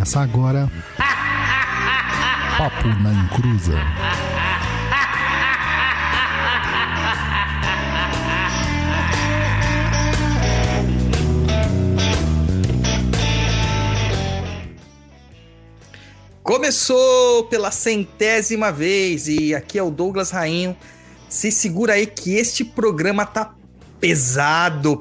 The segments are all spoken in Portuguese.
Começa agora Papo na Encruza. Começou pela 100ª vez e aqui é o Douglas Rainho. Se segura aí que este programa tá pesado.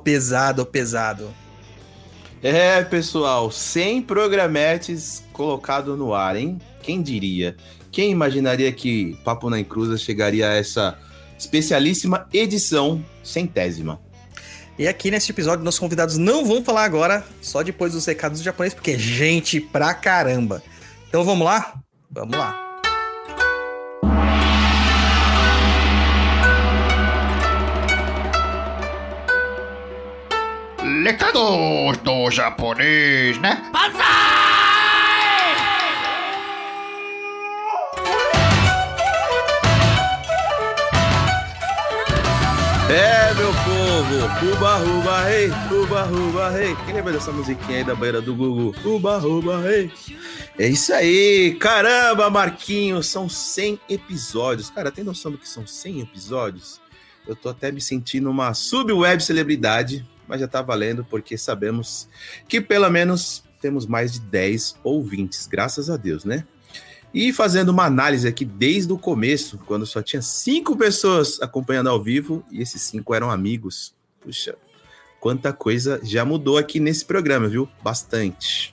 É, pessoal, 100 programetes colocado no ar, hein? Quem diria? Quem imaginaria que Papo na Encruza chegaria a essa especialíssima edição 100ª? E aqui neste episódio, nossos convidados não vão falar agora, só depois dos recados do japonês, porque é gente pra caramba. Então vamos lá? Vamos lá. Recados do japonês, né? É, meu povo, uba, uba, rei, uba, uba, rei. Quem lembra dessa musiquinha aí da banheira do Gugu? Uba, uba, rei. É isso aí, caramba, Marquinhos, são 100 episódios. Cara, tem noção do que são 100 episódios? Eu tô até me sentindo uma sub-web celebridade, mas já tá valendo, porque sabemos que pelo menos temos mais de 10 ouvintes, graças a Deus, né? E fazendo uma análise aqui desde o começo, quando só tinha 5 pessoas acompanhando ao vivo, e esses 5 eram amigos. Puxa, quanta coisa já mudou aqui nesse programa, viu? Bastante.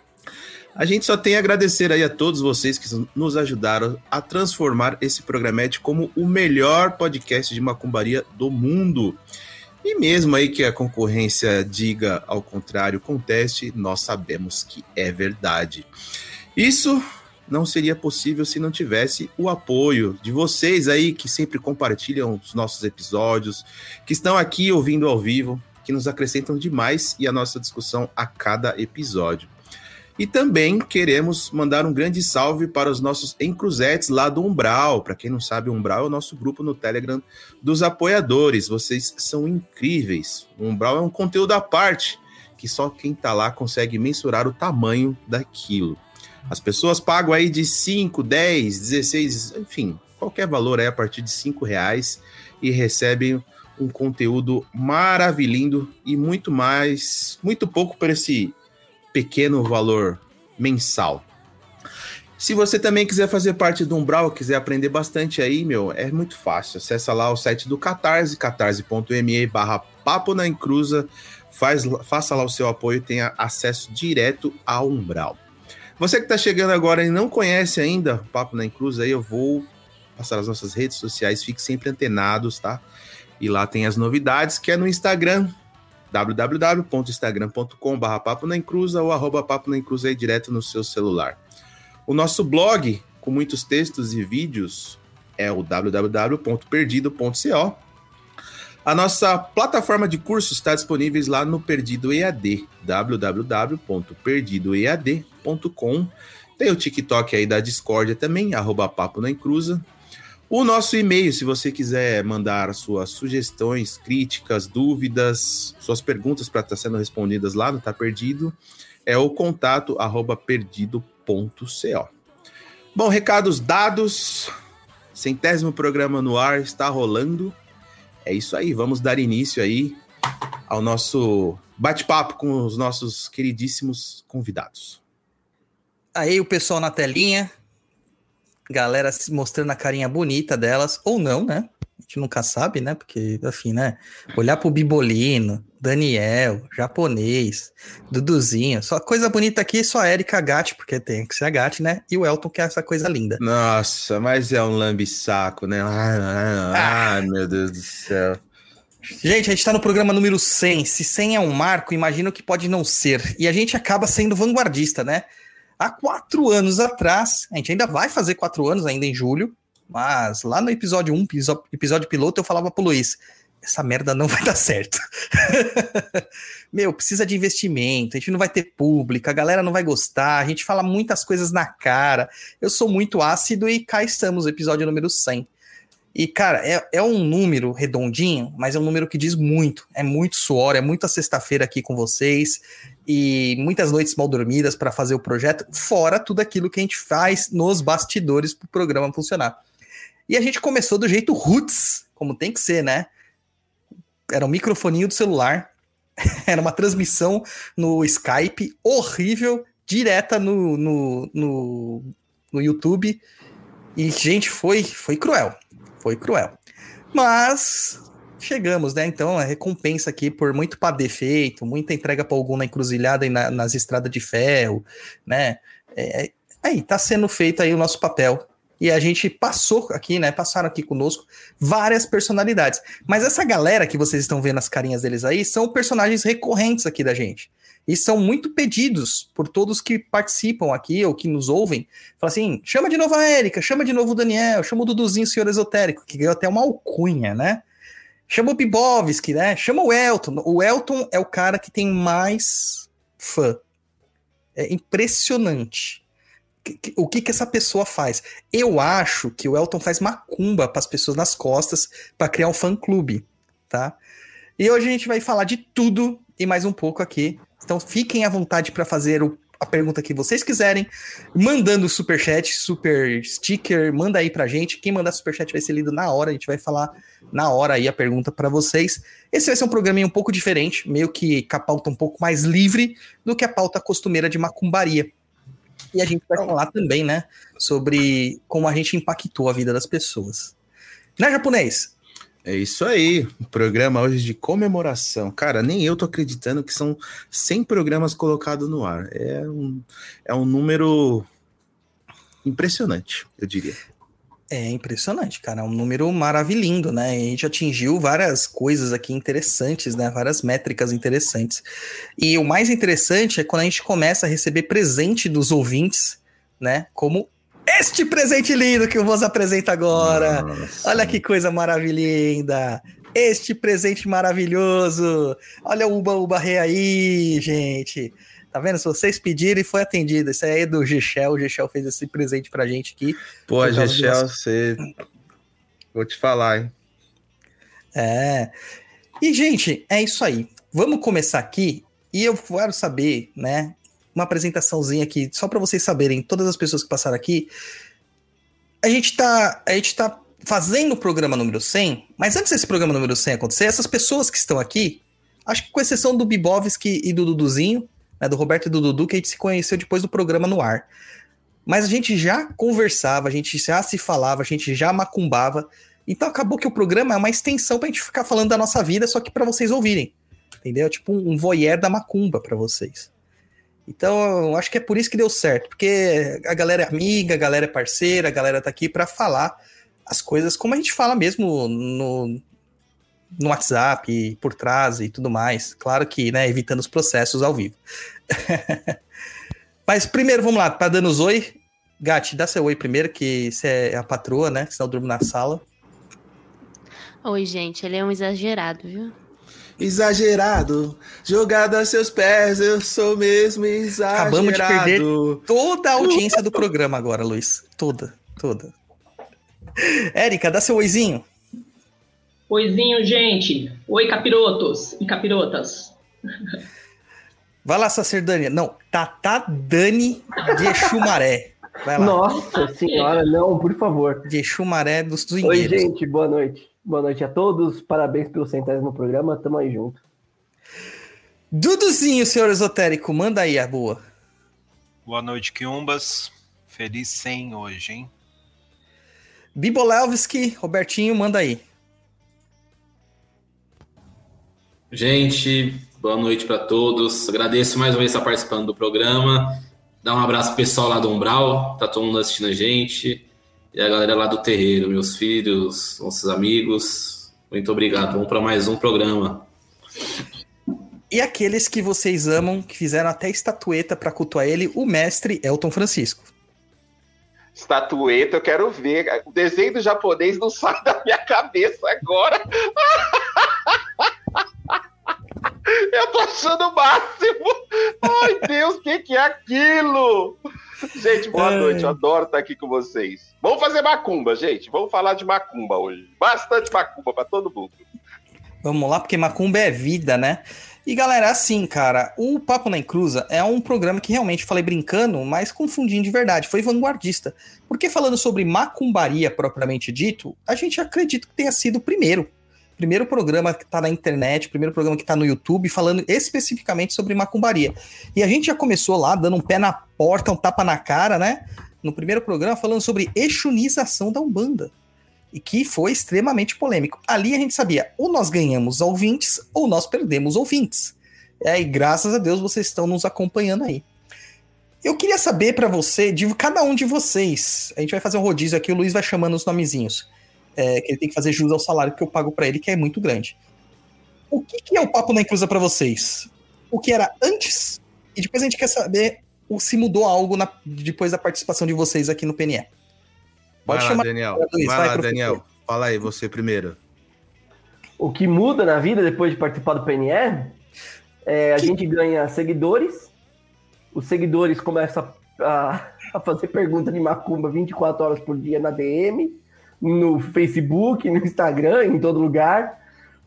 A gente só tem a agradecer aí a todos vocês que nos ajudaram a transformar esse programete como o melhor podcast de macumbaria do mundo. E mesmo aí que a concorrência diga ao contrário, conteste, nós sabemos que é verdade. Isso não seria possível se não tivesse o apoio de vocês aí que sempre compartilham os nossos episódios, que estão aqui ouvindo ao vivo, que nos acrescentam demais e a nossa discussão a cada episódio. E também queremos mandar um grande salve para os nossos encruzetes lá do Umbral. Para quem não sabe, o Umbral é o nosso grupo no Telegram dos apoiadores. Vocês são incríveis. O Umbral é um conteúdo à parte, que só quem está lá consegue mensurar o tamanho daquilo. As pessoas pagam aí de 5, 10, 16, enfim, qualquer valor aí a partir de R$5 e recebem um conteúdo maravilhoso e muito pouco por esse pequeno valor mensal. Se você também quiser fazer parte do Umbral, quiser aprender bastante aí, é muito fácil. Acessa lá o site do Catarse, catarse.me/Papo na Encruza, faça lá o seu apoio e tenha acesso direto ao Umbral. Você que está chegando agora e não conhece ainda o Papo na Encruza, aí eu vou passar as nossas redes sociais, fique sempre antenados, tá? E lá tem as novidades, que é no Instagram, www.instagram.com/Papo na Encruza ou @Papo na Encruza aí direto no seu celular. O nosso blog, com muitos textos e vídeos, é o www.perdido.co. A nossa plataforma de cursos está disponível lá no Perdido EAD, www.perdidoead.com. Tem o TikTok aí da Discordia também, @Papo na Encruza. O nosso e-mail, se você quiser mandar suas sugestões, críticas, dúvidas, suas perguntas para estar sendo respondidas lá no Tá Perdido, é o contato @perdido.co. Bom, recados dados, 100º programa no ar, está rolando. É isso aí, vamos dar início aí ao nosso bate-papo com os nossos queridíssimos convidados. Aí o pessoal na telinha, galera se mostrando a carinha bonita delas, ou não, né? A gente nunca sabe, né? Porque, assim, né? Olhar pro Bibolino, Daniel, japonês, Duduzinho, só coisa bonita aqui, só a Erika Gatti, porque tem que ser a Gatti, né? E o Elton, que é essa coisa linda. Nossa, mas é um lambe-saco, né? Ai, meu Deus do céu. Gente, a gente tá no programa número 100. Se 100 é um marco, imagina o que pode não ser. E a gente acaba sendo vanguardista, né? Há 4 anos atrás, a gente ainda vai fazer 4 anos, ainda em julho, mas lá no episódio 1, episódio piloto, eu falava pro Luiz, essa merda não vai dar certo. Precisa de investimento, a gente não vai ter público, a galera não vai gostar, a gente fala muitas coisas na cara, eu sou muito ácido e cá estamos, episódio número 100. E, cara, é um número redondinho, mas é um número que diz muito. É muito suor, é muita sexta-feira aqui com vocês e muitas noites mal dormidas para fazer o projeto, fora tudo aquilo que a gente faz nos bastidores para o programa funcionar. E a gente começou do jeito roots, como tem que ser, né? Era um microfoninho do celular, era uma transmissão no Skype horrível, direta no YouTube. E, gente, foi cruel. Foi cruel. Mas chegamos, né? Então, a recompensa aqui por muito padê feito, muita entrega para algum na encruzilhada e nas estradas de ferro, né? Aí, tá sendo feito aí o nosso papel. E a gente passou aqui, né? Passaram aqui conosco várias personalidades. Mas essa galera que vocês estão vendo as carinhas deles aí são personagens recorrentes aqui da gente. E são muito pedidos por todos que participam aqui ou que nos ouvem. Fala assim, chama de novo a Érica, chama de novo o Daniel, chama o Duduzinho, senhor esotérico, que ganhou até uma alcunha, né? Chama o Bibovski, né? Chama o Elton. O Elton é o cara que tem mais fã. É impressionante. O que essa pessoa faz? Eu acho que o Elton faz macumba para as pessoas nas costas para criar um fã-clube, tá? E hoje a gente vai falar de tudo e mais um pouco aqui. Então fiquem à vontade para fazer a pergunta que vocês quiserem, mandando superchat, super sticker, manda aí pra gente. Quem mandar superchat vai ser lido na hora, a gente vai falar na hora aí a pergunta para vocês. Esse vai ser um programinha um pouco diferente, meio que com a pauta um pouco mais livre do que a pauta costumeira de macumbaria. E a gente vai falar também, né, sobre como a gente impactou a vida das pessoas. Né, japonês? É isso aí, um programa hoje de comemoração. Cara, nem eu tô acreditando que são 100 programas colocados no ar. É um número impressionante, eu diria. É impressionante, cara, é um número maravilhoso, né? A gente atingiu várias coisas aqui interessantes, né? Várias métricas interessantes. E o mais interessante é quando a gente começa a receber presente dos ouvintes, né? Como este presente lindo que eu vos apresento agora. Nossa. Olha que coisa maravilhosa. Este presente maravilhoso. Olha o Uba Uba Rei aí, gente. Tá vendo? Se vocês pedirem, foi atendido. Isso aí é do Gichel. O Gichel fez esse presente pra gente aqui. Pô, Gichel, você... Vou te falar, hein? É. E, gente, é isso aí. Vamos começar aqui. E eu quero saber, né? Uma apresentaçãozinha aqui, só para vocês saberem, todas as pessoas que passaram aqui. A gente tá fazendo o programa número 100, mas antes desse programa número 100 acontecer, essas pessoas que estão aqui, acho que com exceção do Bibovski e do Duduzinho, né, do Roberto e do Dudu, que a gente se conheceu depois do programa no ar. Mas a gente já conversava, a gente já se falava, a gente já macumbava. Então acabou que o programa é uma extensão pra gente ficar falando da nossa vida, só que para vocês ouvirem. Entendeu? Tipo um voyeur da macumba para vocês. Então, eu acho que é por isso que deu certo, porque a galera é amiga, a galera é parceira, a galera tá aqui para falar as coisas como a gente fala mesmo no WhatsApp, por trás e tudo mais. Claro que, né, evitando os processos ao vivo. Mas primeiro, vamos lá, tá dando os oi. Gati, dá seu oi primeiro, que você é a patroa, né, senão eu durmo na sala. Oi, gente, ele é um exagerado, viu? Exagerado, jogado a seus pés, eu sou mesmo exagerado. Acabamos de perder toda a audiência do programa agora, Luiz. Toda. Érica, dá seu oizinho. Oizinho, gente. Oi, capirotos e capirotas. Vai lá, Sacerdânia. Não, Tatá Dani de Exumaré. Vai lá. Nossa senhora, não, por favor. De Exumaré dos Swingueiros. Oi, gente, boa noite. Boa noite a todos, parabéns pelo 100º programa, tamo aí junto. Duduzinho, senhor esotérico, manda aí a boa. Boa noite, Quiumbas. Feliz 100 hoje, hein? Bibolevski, Robertinho, manda aí. Gente, boa noite para todos. Agradeço mais uma vez estar participando do programa. Dá um abraço pro pessoal lá do Umbral, tá todo mundo assistindo a gente. E a galera lá do terreiro, meus filhos, nossos amigos. Muito obrigado. Vamos para mais um programa. E aqueles que vocês amam, que fizeram até estatueta para cultuar ele, o mestre Elton Francisco. Estatueta, eu quero ver. O desenho do japonês não sai da minha cabeça agora. Eu tô achando o máximo. Ai, Deus, o que é aquilo? Gente, boa noite. Eu adoro estar aqui com vocês. Vamos fazer macumba, gente. Vamos falar de macumba hoje. Bastante macumba para todo mundo. Vamos lá, porque macumba é vida, né? E galera, assim, cara, o Papo na Encruza é um programa que realmente falei brincando, mas confundindo de verdade, foi vanguardista. Porque falando sobre macumbaria propriamente dito, a gente acredita que tenha sido o primeiro programa que tá na internet, o primeiro programa que tá no YouTube, falando especificamente sobre macumbaria. E a gente já começou lá, dando um pé na porta, um tapa na cara, né? No primeiro programa, falando sobre exunização da Umbanda. E que foi extremamente polêmico. Ali a gente sabia, ou nós ganhamos ouvintes, ou nós perdemos ouvintes. E graças a Deus vocês estão nos acompanhando aí. Eu queria saber pra você, de cada um de vocês, a gente vai fazer um rodízio aqui, o Luiz vai chamando os nomezinhos. Que ele tem que fazer jus ao salário que eu pago pra ele, que é muito grande. O que é o Papo na Encruza pra vocês? O que era antes? E depois a gente quer saber se mudou algo depois da participação de vocês aqui no PNE. Pode chamar, Daniel. Luiz, vai lá, Daniel. Fala aí, você primeiro. O que muda na vida depois de participar do PNE a gente ganha seguidores. Os seguidores começam a fazer pergunta de macumba 24 horas por dia na DM, no Facebook, no Instagram, em todo lugar.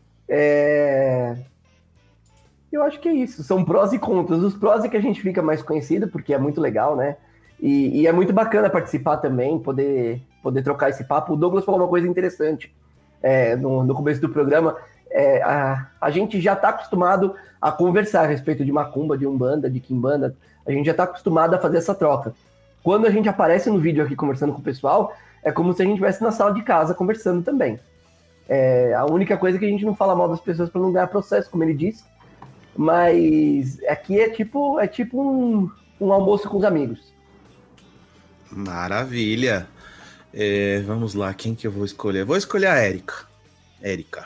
Eu acho que é isso. São prós e contras. Os prós é que a gente fica mais conhecido, porque é muito legal, né? E é muito bacana participar também, poder trocar esse papo. O Douglas falou uma coisa interessante no começo do programa. A gente já está acostumado a conversar a respeito de macumba, de umbanda, de quimbanda. A gente já está acostumado a fazer essa troca. Quando a gente aparece no vídeo aqui conversando com o pessoal, é como se a gente estivesse na sala de casa conversando também. A única coisa é que a gente não fala mal das pessoas para não ganhar processo, como ele disse. Mas aqui é tipo um almoço com os amigos. Maravilha. Vamos lá, quem que eu vou escolher? Vou escolher a Érica.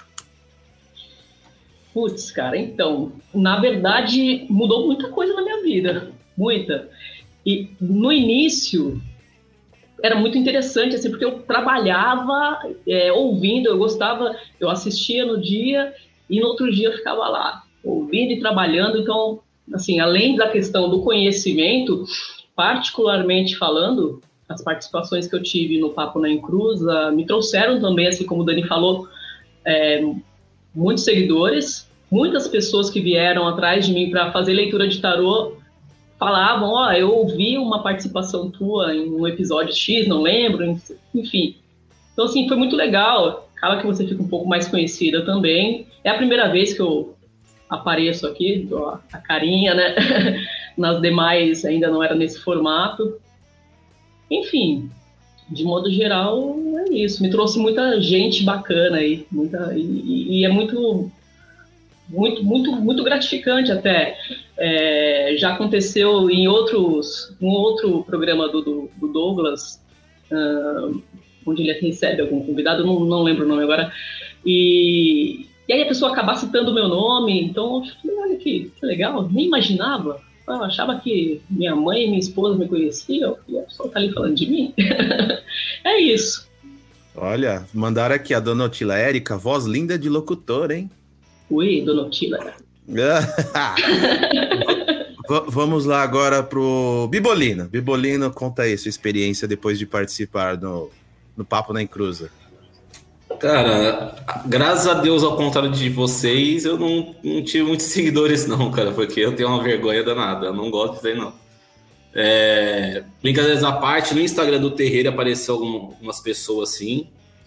Putz, cara, então, na verdade, mudou muita coisa na minha vida. Muita. E no início, era muito interessante, assim, porque eu trabalhava ouvindo, eu gostava, eu assistia no dia e no outro dia eu ficava lá, ouvindo e trabalhando. Então, assim, além da questão do conhecimento, particularmente falando, as participações que eu tive no Papo na Encruza me trouxeram também, assim como o Dani falou, muitos seguidores, muitas pessoas que vieram atrás de mim para fazer leitura de tarô falavam, eu ouvi uma participação tua em um episódio X, não lembro, enfim. Então, assim, foi muito legal. Acaba que você fica um pouco mais conhecida também. É a primeira vez que eu apareço aqui, dou a carinha, né? Nas demais ainda não era nesse formato. Enfim, de modo geral, é isso. Me trouxe muita gente bacana aí. E é muito gratificante até. Já aconteceu em um outro programa do Douglas, onde ele recebe algum convidado, não lembro o nome agora, e aí a pessoa acabar citando o meu nome. Então eu falei, olha que legal, nem imaginava. Eu achava que minha mãe e minha esposa me conheciam, e a pessoa tá ali falando de mim. É isso. Olha, mandaram aqui a Dona Otila. Érica, voz linda de locutor, hein? Ui, Dona Otila. Vamos lá agora pro Bibolino. Bibolino, conta aí sua experiência depois de participar no Papo na Encruza. Cara, graças a Deus, ao contrário de vocês, eu não tive muitos seguidores não, cara, porque eu tenho uma vergonha danada, eu não gosto disso aí não. Brincadeiras à parte, no Instagram do Terreiro apareceu algumas pessoas assim,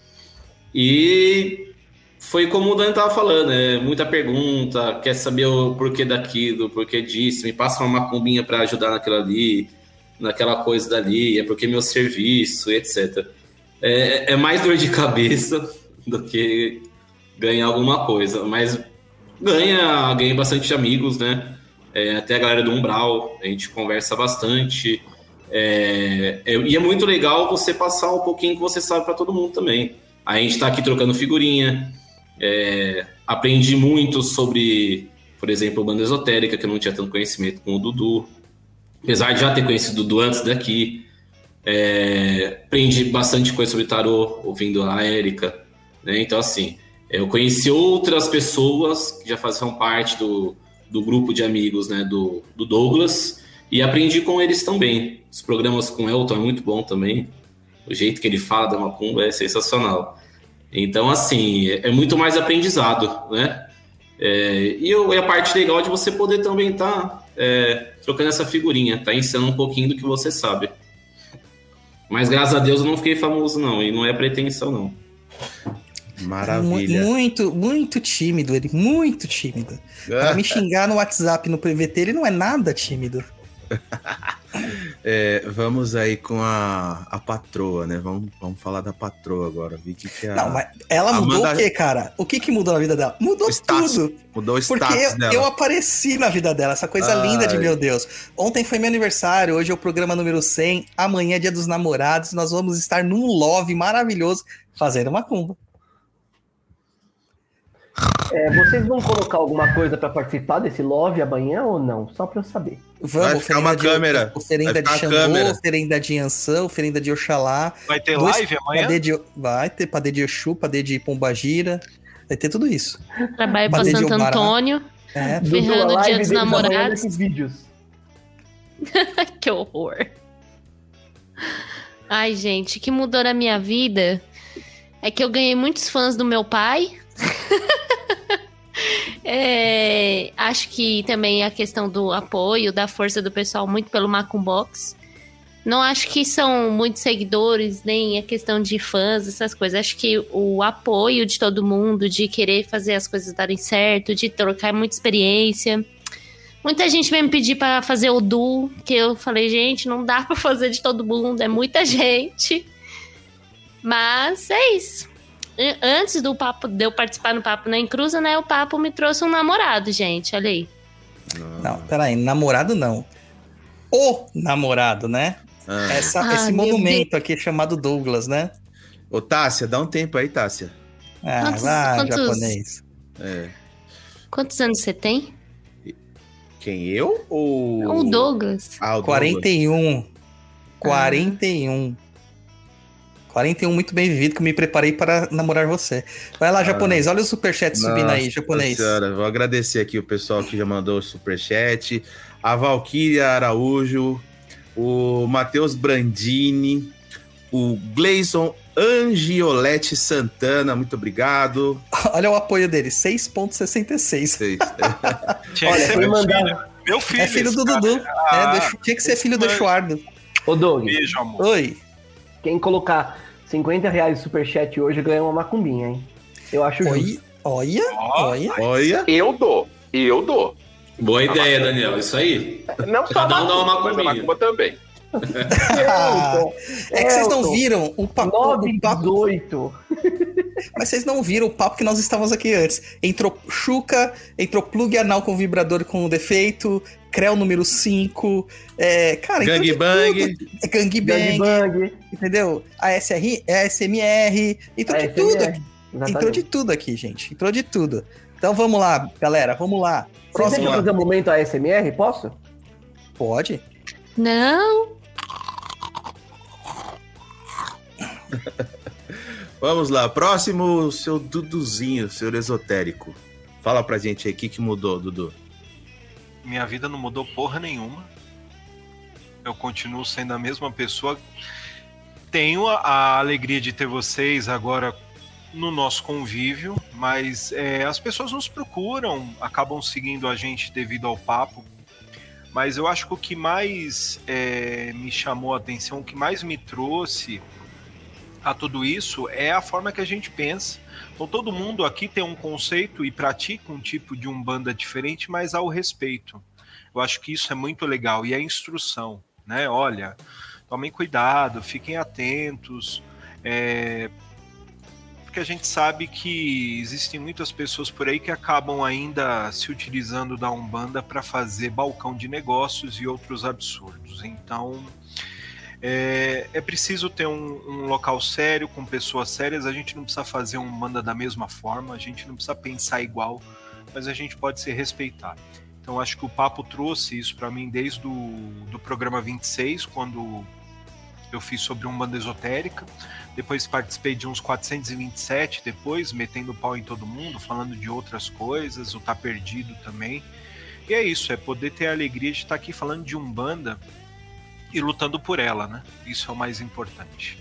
e foi como o Dani tava falando, muita pergunta, quer saber o porquê daquilo, o porquê disso, me passa uma macumbinha para ajudar naquilo ali, naquela coisa dali, porque meu serviço, etc. É mais dor de cabeça do que ganhar alguma coisa, mas ganha bastante amigos, né? Até a galera do Umbral, a gente conversa bastante, e é muito legal você passar um pouquinho que você sabe para todo mundo também. A gente tá aqui trocando figurinha, aprendi muito sobre, por exemplo, banda esotérica, que eu não tinha tanto conhecimento com o Dudu, apesar de já ter conhecido o Dudu antes daqui. Aprendi bastante coisa sobre tarô ouvindo a Érica, né? Então assim, eu conheci outras pessoas que já faziam parte do do grupo de amigos, né, do Douglas, e aprendi com eles também. Os programas com o Elton é muito bom também. O jeito que ele fala da macumba é sensacional. Então, assim, é muito mais aprendizado, né? E a parte legal de você poder também estar trocando essa figurinha, tá ensinando um pouquinho do que você sabe. Mas, graças a Deus, eu não fiquei famoso, não. E não é pretensão, não. Maravilha. Muito tímido, ele, muito tímido. Pra me xingar no WhatsApp, no PVT, ele não é nada tímido. Vamos aí com a patroa, né? Vamos falar da patroa agora. Vi que é Não, mas ela mudou o quê, cara? O que mudou na vida dela? Mudou tudo. Mudou o status dela. Porque eu apareci na vida dela, essa coisa linda de meu Deus. Ontem foi meu aniversário, hoje é o programa número 100, amanhã é dia dos namorados, nós vamos estar num love maravilhoso fazendo macumba. Vocês vão colocar alguma coisa pra participar desse love amanhã ou não? Só pra eu saber. Vamos, vai ficar uma câmera. Oferenda de Xangô, oferenda de Yansan, oferenda de Oxalá. Vai ter live amanhã? Vai ter padê de Oxu, padê de Pombagira. Vai ter tudo isso. Trabalho pra Santo Antônio. Ferrando dia dos namorados. Vídeos. Que horror. Ai, gente, o que mudou na minha vida é que eu ganhei muitos fãs do meu pai. Acho que também a questão do apoio, da força do pessoal muito pelo Macumbox. Não acho que são muitos seguidores, nem a questão de fãs, essas coisas. Acho que o apoio de todo mundo, de querer fazer as coisas darem certo, de trocar muita experiência. Muita gente veio me pedir pra fazer o duo, que eu falei, gente, não dá pra fazer de todo mundo, é muita gente. Mas é isso. Antes do papo, de eu participar no Papo na Encruza, né? O Papo me trouxe um namorado, gente. Olha aí. Não, peraí, namorado não. O namorado, né? Esse monumento aqui chamado Douglas, né? Ô, Tássia, dá um tempo aí, Tássia. Japonês. Quantos anos você tem? Quem, eu ou... O Douglas. O 41. 41. 41 muito bem vivido, que eu me preparei para namorar você. Vai lá, japonês. Olha o superchat subindo aí, japonês. Senhora, vou agradecer aqui o pessoal que já mandou o superchat. A Valquíria Araújo, o Matheus Brandini, o Gleison Angiolete Santana, muito obrigado. Olha o apoio dele, 6,66. Olha, foi mandar... Meu filho. É filho do Dudu. Tinha que ser filho do Eduardo. Ô, Doug. Beijo, amor. Oi. Quem colocar R$50 de superchat hoje ganha uma macumbinha, hein? Eu acho justo. Olha. Eu dou. Boa ideia, Daniel. Isso aí. Não só Cada um dá uma mas a macumbinha. macumba também. É que vocês não viram o papo. 9,18. Mas vocês não viram o papo que nós estávamos aqui antes. Entrou Xuca, entrou plug anal com vibrador com defeito, Creu número 5, cara, Gangbang. Gangbang, entendeu? ASMR, entrou de tudo aqui. Entrou de tudo aqui, gente. Entrou de tudo. Então vamos lá, galera, vamos lá. Você deixa eu fazer um momento ASMR, posso? Pode. Não. Vamos lá, próximo, seu Duduzinho, senhor esotérico. Fala pra gente aí, o que mudou, Dudu? Minha vida não mudou porra nenhuma. Eu continuo sendo a mesma pessoa. Tenho a alegria de ter vocês agora no nosso convívio, mas as pessoas nos procuram, acabam seguindo a gente devido ao papo. Mas eu acho que o que mais me chamou a atenção, o que mais me trouxe a tudo isso é a forma que a gente pensa. Então todo mundo aqui tem um conceito e pratica um tipo de umbanda diferente, mas há o respeito. Eu acho que isso é muito legal. E a instrução, né? Olha, tomem cuidado, fiquem atentos, porque a gente sabe que existem muitas pessoas por aí que acabam ainda se utilizando da umbanda para fazer balcão de negócios e outros absurdos. Então é preciso ter um local sério, com pessoas sérias. A gente não precisa fazer um umbanda da mesma forma, a gente não precisa pensar igual, mas a gente pode se respeitar. Então acho que o papo trouxe isso para mim desde do programa 26, quando eu fiz sobre umbanda esotérica. Depois participei de uns 427 depois, metendo pau em todo mundo, falando de outras coisas, o Tá Perdido também. E é isso, é poder ter a alegria de estar aqui falando de Umbanda e lutando por ela, né? Isso é o mais importante.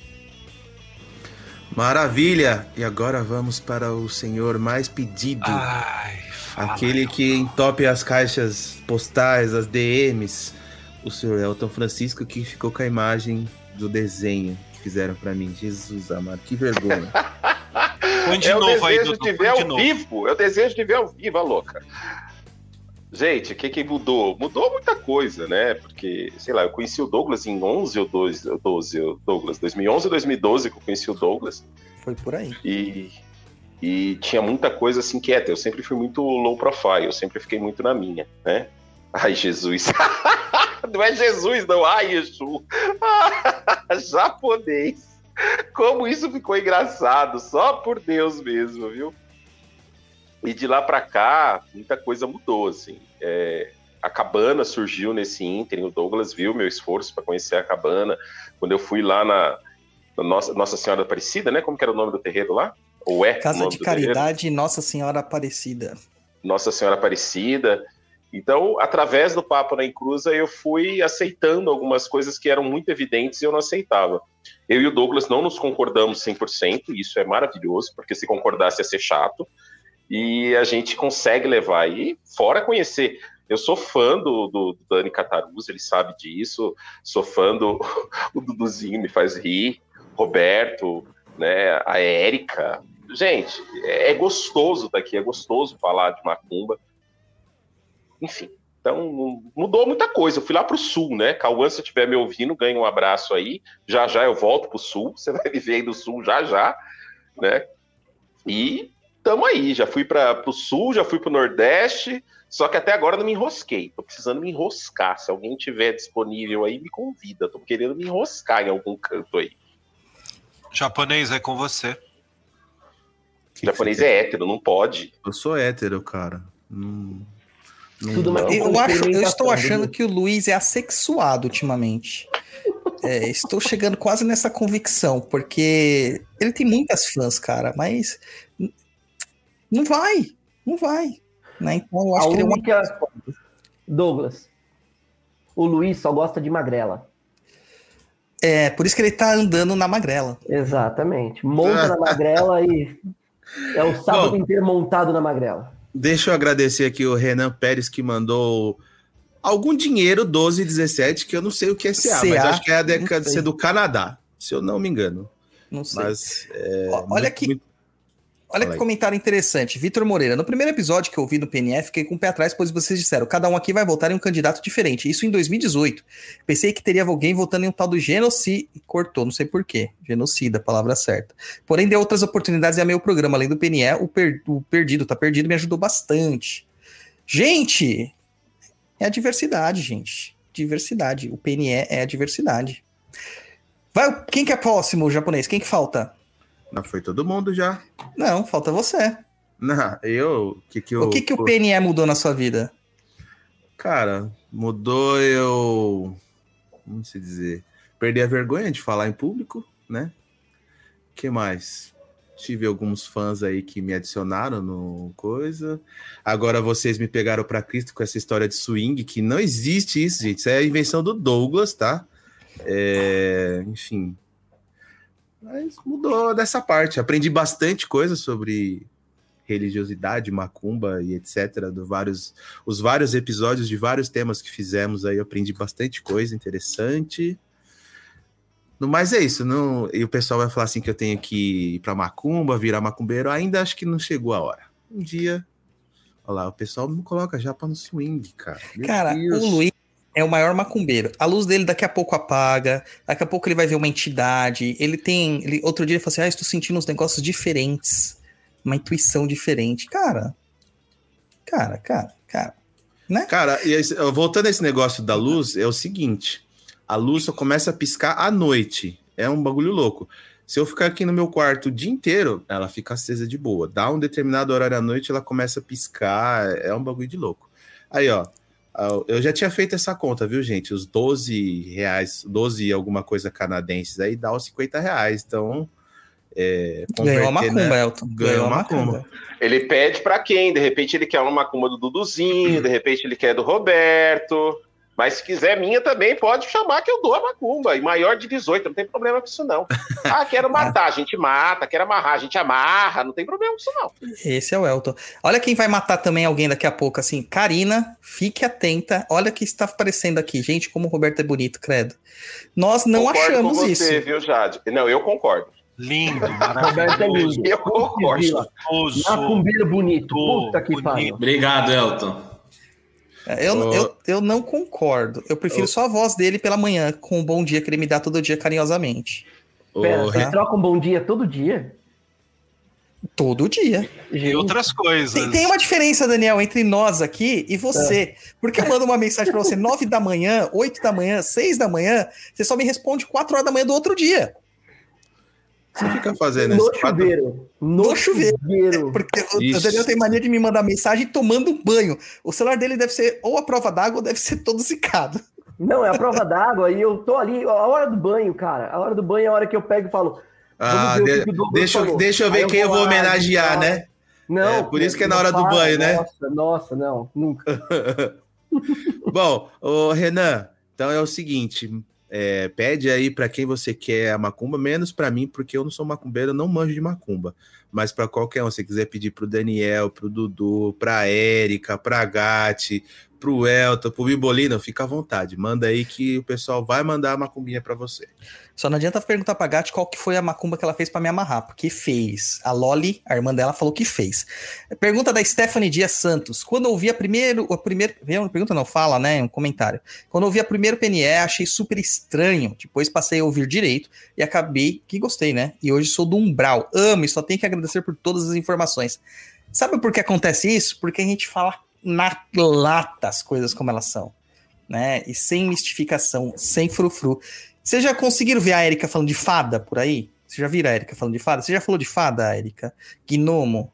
Maravilha! E agora vamos para o senhor mais pedido. Ai, aquele que entope as caixas postais, as DMs. O senhor Elton Francisco, que ficou com a imagem do desenho que fizeram pra mim. Jesus amado, que vergonha. Põe de novo aí, Doutor. Eu desejo de ver ao vivo, a louca. Gente, o que mudou? Mudou muita coisa, né? Porque, sei lá, eu conheci o Douglas em 11 ou 12, Douglas, 2011 ou 2012 que eu conheci o Douglas. Foi por aí. E tinha muita coisa assim quieta. Eu sempre fui muito low profile, eu sempre fiquei muito na minha, né? Ai, Jesus. Não é Jesus, não. Ai, Exu. Japonês. Como isso ficou engraçado. Só por Deus mesmo, viu? E de lá pra cá, muita coisa mudou, assim. A cabana surgiu nesse ínterim, o Douglas viu meu esforço para conhecer a cabana. Quando eu fui lá na Nossa Senhora Aparecida, né? Como que era o nome do terreiro lá? Ou Casa de Caridade Nossa Senhora Aparecida. Nossa Senhora Aparecida. Então, através do Papo na Encruza, eu fui aceitando algumas coisas que eram muito evidentes e eu não aceitava. Eu e o Douglas não nos concordamos 100%, e isso é maravilhoso, porque se concordasse ia ser chato. E a gente consegue levar aí, fora conhecer. Eu sou fã do Dani Cataruzza, ele sabe disso. Sou fã do o Duduzinho, me faz rir. Roberto, né, a Érica. Gente, é gostoso daqui, é gostoso falar de macumba. Enfim, então mudou muita coisa. Eu fui lá pro sul, né? Cauã, se estiver me ouvindo, ganha um abraço aí. Já já eu volto pro sul. Você vai me ver aí do sul já já, né? E tamo aí, já fui pro sul, já fui pro Nordeste, só que até agora não me enrosquei. Tô precisando me enroscar. Se alguém tiver disponível aí, me convida. Tô querendo me enroscar em algum canto aí. Japonês, é com você. Japonês é hétero, não pode. Eu sou hétero, cara. Eu estou achando que o Luiz é assexuado ultimamente. Estou chegando quase nessa convicção, porque ele tem muitas fãs, cara, mas não vai, né? Então eu acho que ele é uma... Douglas, o Luiz só gosta de magrela. Por isso que ele tá andando na magrela. Exatamente. Monta na magrela e é o sábado inteiro montado na magrela. Deixa eu agradecer aqui o Renan Pérez, que mandou algum dinheiro, 12,17, que eu não sei o que é CA, mas acho que é a década do Canadá, se eu não me engano. Não sei. Mas, olha aqui. Olha que comentário interessante. Vitor Moreira, no primeiro episódio que eu vi no PNF, fiquei com o pé atrás, pois vocês disseram, cada um aqui vai votar em um candidato diferente. Isso em 2018. Pensei que teria alguém votando em um tal do genocida. Cortou, não sei porquê. Genocida, a palavra certa. Porém, deu outras oportunidades e amei o programa. Além do PNE, o Perdido, tá perdido, me ajudou bastante. Gente, é a diversidade, gente. Diversidade. O PNE é a diversidade. Quem que é próximo, japonês? Quem que falta? Não, foi todo mundo já. Não, falta você. Não, o que o PNE mudou na sua vida? Cara, mudou como se dizer? Perder a vergonha de falar em público, né? O que mais? Tive alguns fãs aí que me adicionaram no coisa. Agora vocês me pegaram pra Cristo com essa história de swing, que não existe isso, gente. Isso é a invenção do Douglas, tá? Enfim... Mas mudou dessa parte. Aprendi bastante coisa sobre religiosidade, macumba e etc. Os vários episódios de vários temas que fizemos aí. Eu aprendi bastante coisa interessante. No mais é isso. E o pessoal vai falar assim que eu tenho que ir pra macumba, virar macumbeiro. Ainda acho que não chegou a hora. Um dia... Olha lá, o pessoal não coloca japa no swing, cara. Cara, o Luiz é o maior macumbeiro. A luz dele daqui a pouco apaga, daqui a pouco ele vai ver uma entidade. Outro dia ele falou assim, estou sentindo uns negócios diferentes. Uma intuição diferente. Cara. Né? Cara, voltando a esse negócio da luz, é o seguinte. A luz só começa a piscar à noite. É um bagulho louco. Se eu ficar aqui no meu quarto o dia inteiro, ela fica acesa de boa. Dá um determinado horário à noite, ela começa a piscar. É um bagulho de louco. Aí, ó. Eu já tinha feito essa conta, viu, gente? Os 12 reais, 12 alguma coisa canadenses aí dá os 50 reais. Então, Ganhou a converter, macumba, né? Elton. Ganhou a macumba. Ele pede pra quem? De repente ele quer uma macumba do Duduzinho, de repente ele quer do Roberto. Mas se quiser minha também, pode chamar que eu dou a macumba. E maior de 18, não tem problema com isso, não. Ah, quero matar, a gente mata. Quero amarrar, a gente amarra. Não tem problema com isso, não. Esse é o Elton. Olha quem vai matar também alguém daqui a pouco, assim. Karina, fique atenta. Olha o que está aparecendo aqui. Gente, como o Roberto é bonito, credo. Nós não Concordo achamos com isso. você, viu, Jade? Não, eu concordo. Lindo, Roberto é maravilhoso. lindo. Eu concordo. Macumbeiro bonito. Puta que bonito. pariu. Obrigado, Elton. Eu não concordo. Eu prefiro só a voz dele pela manhã, com o bom dia que ele me dá todo dia carinhosamente. Pera, Ô, você troca um bom dia todo dia? Todo dia. E outras coisas. Tem uma diferença, Daniel, entre nós aqui e você. Porque eu mando uma mensagem pra você 9 da manhã, 8 da manhã, 6 da manhã, você só me responde 4 horas da manhã do outro dia. Você fica fazendo No esse chuveiro. No chuveiro. Porque o Isso. Daniel tem mania de me mandar mensagem tomando banho. O celular dele deve ser ou a prova d'água ou deve ser todo zicado. Não, é a prova d'água e eu tô ali, a hora do banho, cara. A hora do banho é a hora que eu pego e falo. Ah, vamos ver o que o Douglas falou. deixa eu Aí ver quem eu vou lá, homenagear, né? Não, É, por isso que é na hora do banho, né? Nossa, não, nunca. Bom, ô Renan, então é o seguinte, pede aí pra quem você quer a macumba, menos pra mim, porque eu não sou macumbeiro, eu não manjo de macumba, mas pra qualquer um, se você quiser pedir pro Daniel, pro Dudu, pra Érica, pra Gatti, pro Elton, pro Bibolino, fica à vontade, manda aí que o pessoal vai mandar a macumbinha pra você. Só não adianta perguntar pra Gatti qual que foi a macumba que ela fez pra me amarrar, porque fez. A Loli, a irmã dela, falou que fez. Pergunta da Stephanie Dias Santos. Quando eu ouvi pergunta não, fala, né, um comentário. Quando eu ouvi a primeiro PNE, achei super estranho. Depois passei a ouvir direito e acabei que gostei, né? E hoje sou do Umbral. Amo e só tenho que agradecer por todas as informações. Sabe por que acontece isso? Porque a gente fala na lata as coisas como elas são, né? E sem mistificação, sem frufru. Vocês já conseguiram ver a Érica falando de fada por aí? Vocês já viram a Érica falando de fada? Você já falou de fada, Érica? Gnomo?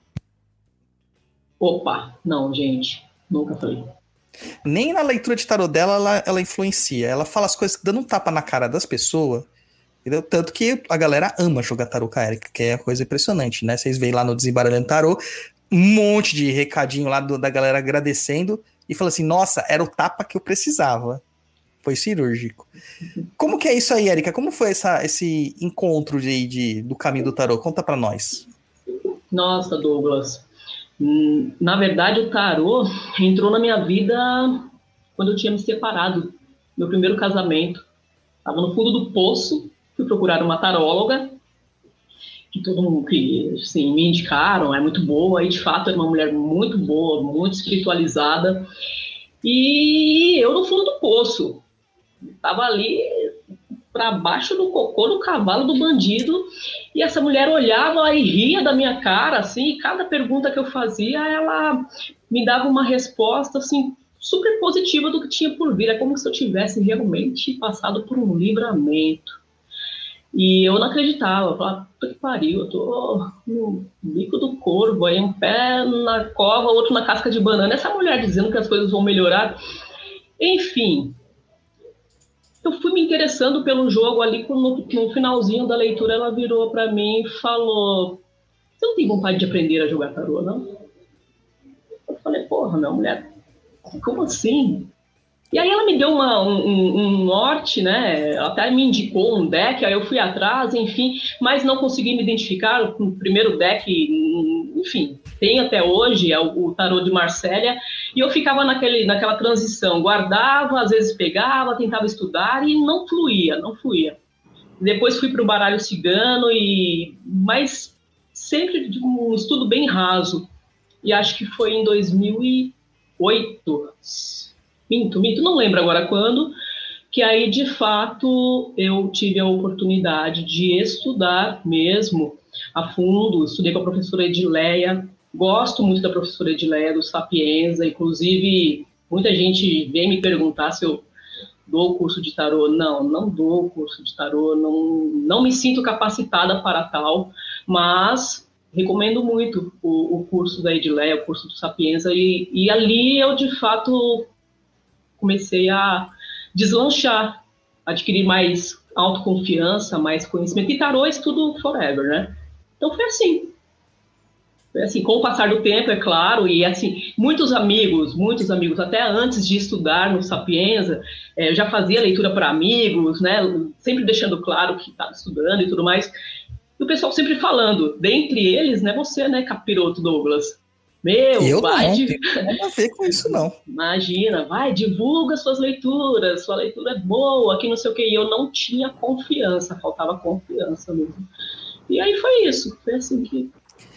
Opa, não, gente. Nunca falei. Nem na leitura de tarô dela ela influencia. Ela fala as coisas dando um tapa na cara das pessoas. Entendeu? Tanto que a galera ama jogar tarô com a Érica, que é uma coisa impressionante, né? Vocês veem lá no Desembaralhando Tarô, um monte de recadinho lá da galera agradecendo e falando assim, nossa, era o tapa que eu precisava. Foi cirúrgico. Como que é isso aí, Érica? Como foi esse encontro do caminho do tarô? Conta pra nós. Nossa, Douglas. Na verdade, o tarô entrou na minha vida quando eu tinha me separado. Meu primeiro casamento. Estava no fundo do poço, fui procurar uma taróloga, que todo mundo que assim, me indicaram, é muito boa, e de fato era uma mulher muito boa, muito espiritualizada. E eu no fundo do poço. Estava ali para baixo do cocô do cavalo do bandido, e essa mulher olhava e ria da minha cara, assim, e cada pergunta que eu fazia, ela me dava uma resposta, assim, super positiva do que tinha por vir. É como se eu tivesse realmente passado por um livramento. E eu não acreditava, eu falava, puta que pariu, eu tô no bico do corvo, aí um pé na cova, outro na casca de banana, essa mulher dizendo que as coisas vão melhorar. Enfim, eu fui me interessando pelo jogo ali, no finalzinho da leitura ela virou pra mim e falou, você não tem vontade de aprender a jogar tarô, não? Eu falei, porra, minha mulher, como assim? E aí ela me deu um norte, né? Ela até me indicou um deck, aí eu fui atrás, enfim, mas não consegui me identificar com o primeiro deck, enfim, tem até hoje, é o tarô de Marsella, e eu ficava naquela transição, guardava, às vezes pegava, tentava estudar e não fluía. Depois fui para o baralho cigano, mas sempre de um estudo bem raso, e acho que foi em 2008, Minto, não lembro agora quando, que aí, de fato, eu tive a oportunidade de estudar mesmo a fundo. Estudei com a professora Edileia, gosto muito da professora Edileia, do Sapienza, inclusive, muita gente vem me perguntar se eu dou o curso de tarô. Não dou o curso de tarô, não me sinto capacitada para tal, mas recomendo muito o curso da Edileia, o curso do Sapienza, e ali eu, de fato, comecei a deslanchar, adquirir mais autoconfiança, mais conhecimento. E tarô é estudo forever, né? Então foi assim. Com o passar do tempo, é claro, e assim, muitos amigos, até antes de estudar no Sapienza, eu já fazia leitura para amigos, né, sempre deixando claro que estava estudando e tudo mais, e o pessoal sempre falando, dentre eles, né, você, né, capiroto Douglas, eu vai... Não tem nada a ver com isso, não. Imagina, divulga suas leituras, sua leitura é boa, que não sei o que, e eu não tinha confiança, faltava confiança mesmo. E aí foi isso, foi assim que...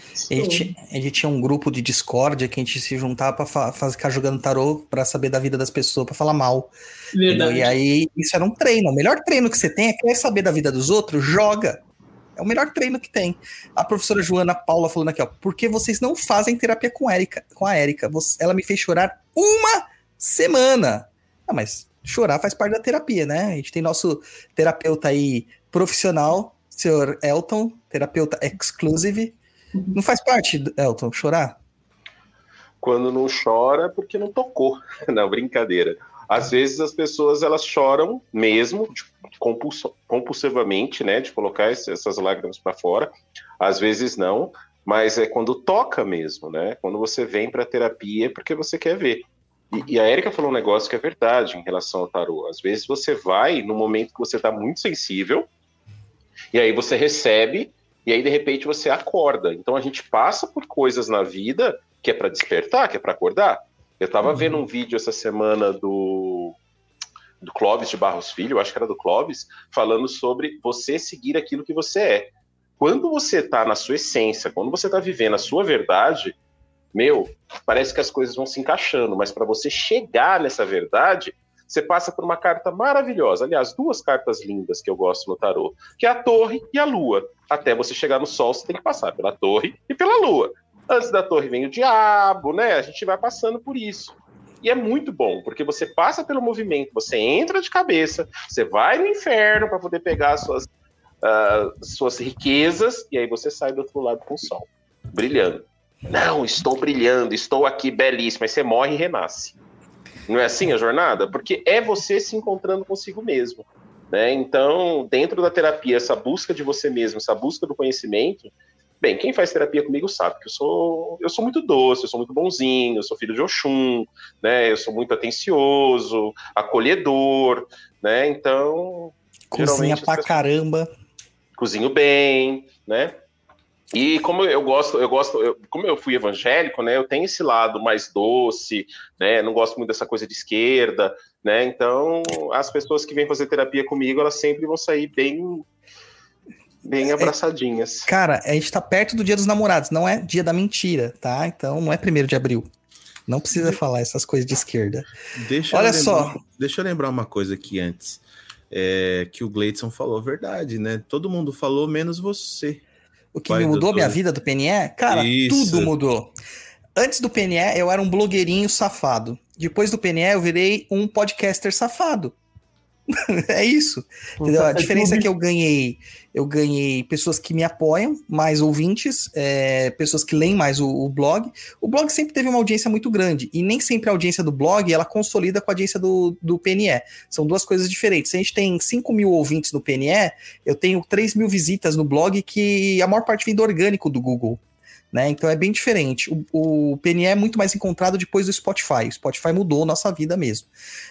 A gente tinha um grupo de discórdia que a gente se juntava pra ficar jogando tarô pra saber da vida das pessoas, pra falar mal. Verdade. E aí, isso era um treino. O melhor treino que você tem é querer saber da vida dos outros, joga. É o melhor treino que tem. A professora Joana Paula falando aqui, ó, porque vocês não fazem terapia com a Érica. Ela me fez chorar 1 semana. Ah, mas chorar faz parte da terapia, né? A gente tem nosso terapeuta aí profissional, senhor Elton, terapeuta exclusive. Não faz parte, Elton, chorar? Quando não chora é porque não tocou. Não, brincadeira. Às vezes as pessoas elas choram mesmo, compulsivamente, né, de colocar essas lágrimas para fora. Às vezes não, mas é quando toca mesmo, né? Quando você vem para terapia é porque você quer ver. E a Érica falou um negócio que é verdade em relação ao tarô. Às vezes você vai no momento que você está muito sensível e aí você recebe. E aí, de repente, você acorda. Então, a gente passa por coisas na vida que é para despertar, que é para acordar. Eu estava vendo um vídeo essa semana do Clóvis de Barros Filho, eu acho que era do Clóvis, falando sobre você seguir aquilo que você é. Quando você está na sua essência, quando você está vivendo a sua verdade, parece que as coisas vão se encaixando, mas para você chegar nessa verdade, você passa por uma carta maravilhosa. Aliás, 2 cartas lindas que eu gosto no tarô, que é a Torre e a Lua. Até você chegar no Sol, você tem que passar pela Torre e pela Lua. Antes da Torre vem o Diabo, né? A gente vai passando por isso. E é muito bom, porque você passa pelo movimento, você entra de cabeça, você vai no inferno para poder pegar as suas riquezas, e aí você sai do outro lado com o Sol, brilhando. Não, estou brilhando, estou aqui belíssimo. Aí você morre e renasce. Não é assim a jornada? Porque é você se encontrando consigo mesmo, né? Então, dentro da terapia, essa busca de você mesmo, essa busca do conhecimento, bem, quem faz terapia comigo sabe que eu sou muito doce, eu sou muito bonzinho, eu sou filho de Oxum, né? Eu sou muito atencioso, acolhedor, né? Então, cozinha pra caramba. Cozinho bem, né? E como como eu fui evangélico, né, eu tenho esse lado mais doce, né, não gosto muito dessa coisa de esquerda, né, então as pessoas que vêm fazer terapia comigo, elas sempre vão sair bem abraçadinhas. Cara, a gente tá perto do Dia dos Namorados, não é Dia da Mentira, tá? Então não é 1º de abril. Não precisa falar essas coisas de esquerda. Deixa eu lembrar uma coisa aqui antes, que o Gleidson falou verdade, né? Todo mundo falou, menos você. O que me mudou minha vida do PNE? Cara, tudo mudou. Antes do PNE, eu era um blogueirinho safado. Depois do PNE, eu virei um podcaster safado. É isso. Entendeu? A diferença é que eu ganhei pessoas que me apoiam, mais ouvintes, pessoas que leem mais o blog. O blog sempre teve uma audiência muito grande, e nem sempre a audiência do blog, ela consolida com a audiência do PNE. São 2 coisas diferentes. Se a gente tem 5.000 ouvintes no PNE, eu tenho 3.000 visitas no blog, que a maior parte vem do orgânico do Google. Né? Então é bem diferente. O PNE é muito mais encontrado depois do Spotify. O Spotify mudou nossa vida mesmo.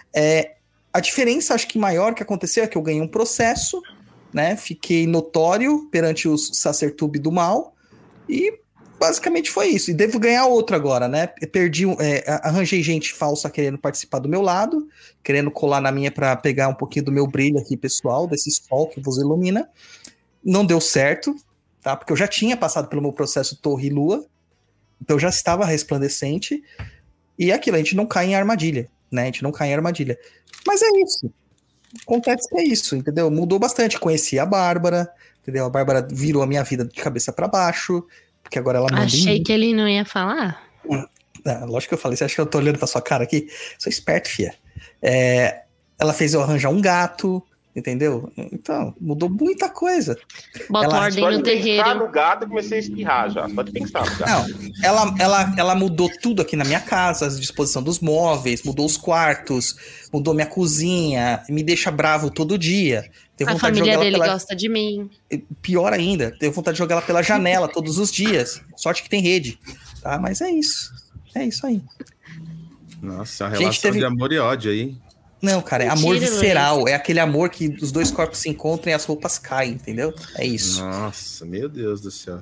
A diferença, acho que maior que aconteceu é que eu ganhei um processo, né? Fiquei notório perante os Sacertube do mal e basicamente foi isso. E devo ganhar outro agora, né? Arranjei gente falsa querendo participar do meu lado, querendo colar na minha para pegar um pouquinho do meu brilho aqui, pessoal, desse sol que vos ilumina. Não deu certo, tá? Porque eu já tinha passado pelo meu processo Torre e Lua, então eu já estava resplandecente. E aquilo, a gente não cai em armadilha, né? A gente não cai em armadilha. Mas é isso. Acontece que é isso, entendeu? Mudou bastante. Conheci a Bárbara, entendeu? A Bárbara virou a minha vida de cabeça pra baixo, porque agora ela manda Achei que ele não ia falar. Lógico que eu falei. Você acha que eu tô olhando pra sua cara aqui? Sou esperto, fia. Ela fez eu arranjar um gato, Entendeu? Então, mudou muita coisa. Bota Ela- ordem Só no de pensar terreiro. no gato, eu comecei a espirrar já. Só de pensar no gato. Não, ela mudou tudo aqui na minha casa, a disposição dos móveis, mudou os quartos, mudou minha cozinha, me deixa bravo todo dia. Tenho A vontade de família jogar dele ela pela... gosta de mim. Pior ainda, tenho vontade de jogar ela pela janela todos os dias. Sorte que tem rede. Tá, mas é isso. É isso aí. Nossa, a Gente, relação teve- de amor e ódio aí. Não, cara, é amor Mentira, visceral. É aquele amor que os dois corpos se encontram e as roupas caem, entendeu? É isso. Nossa, meu Deus do céu.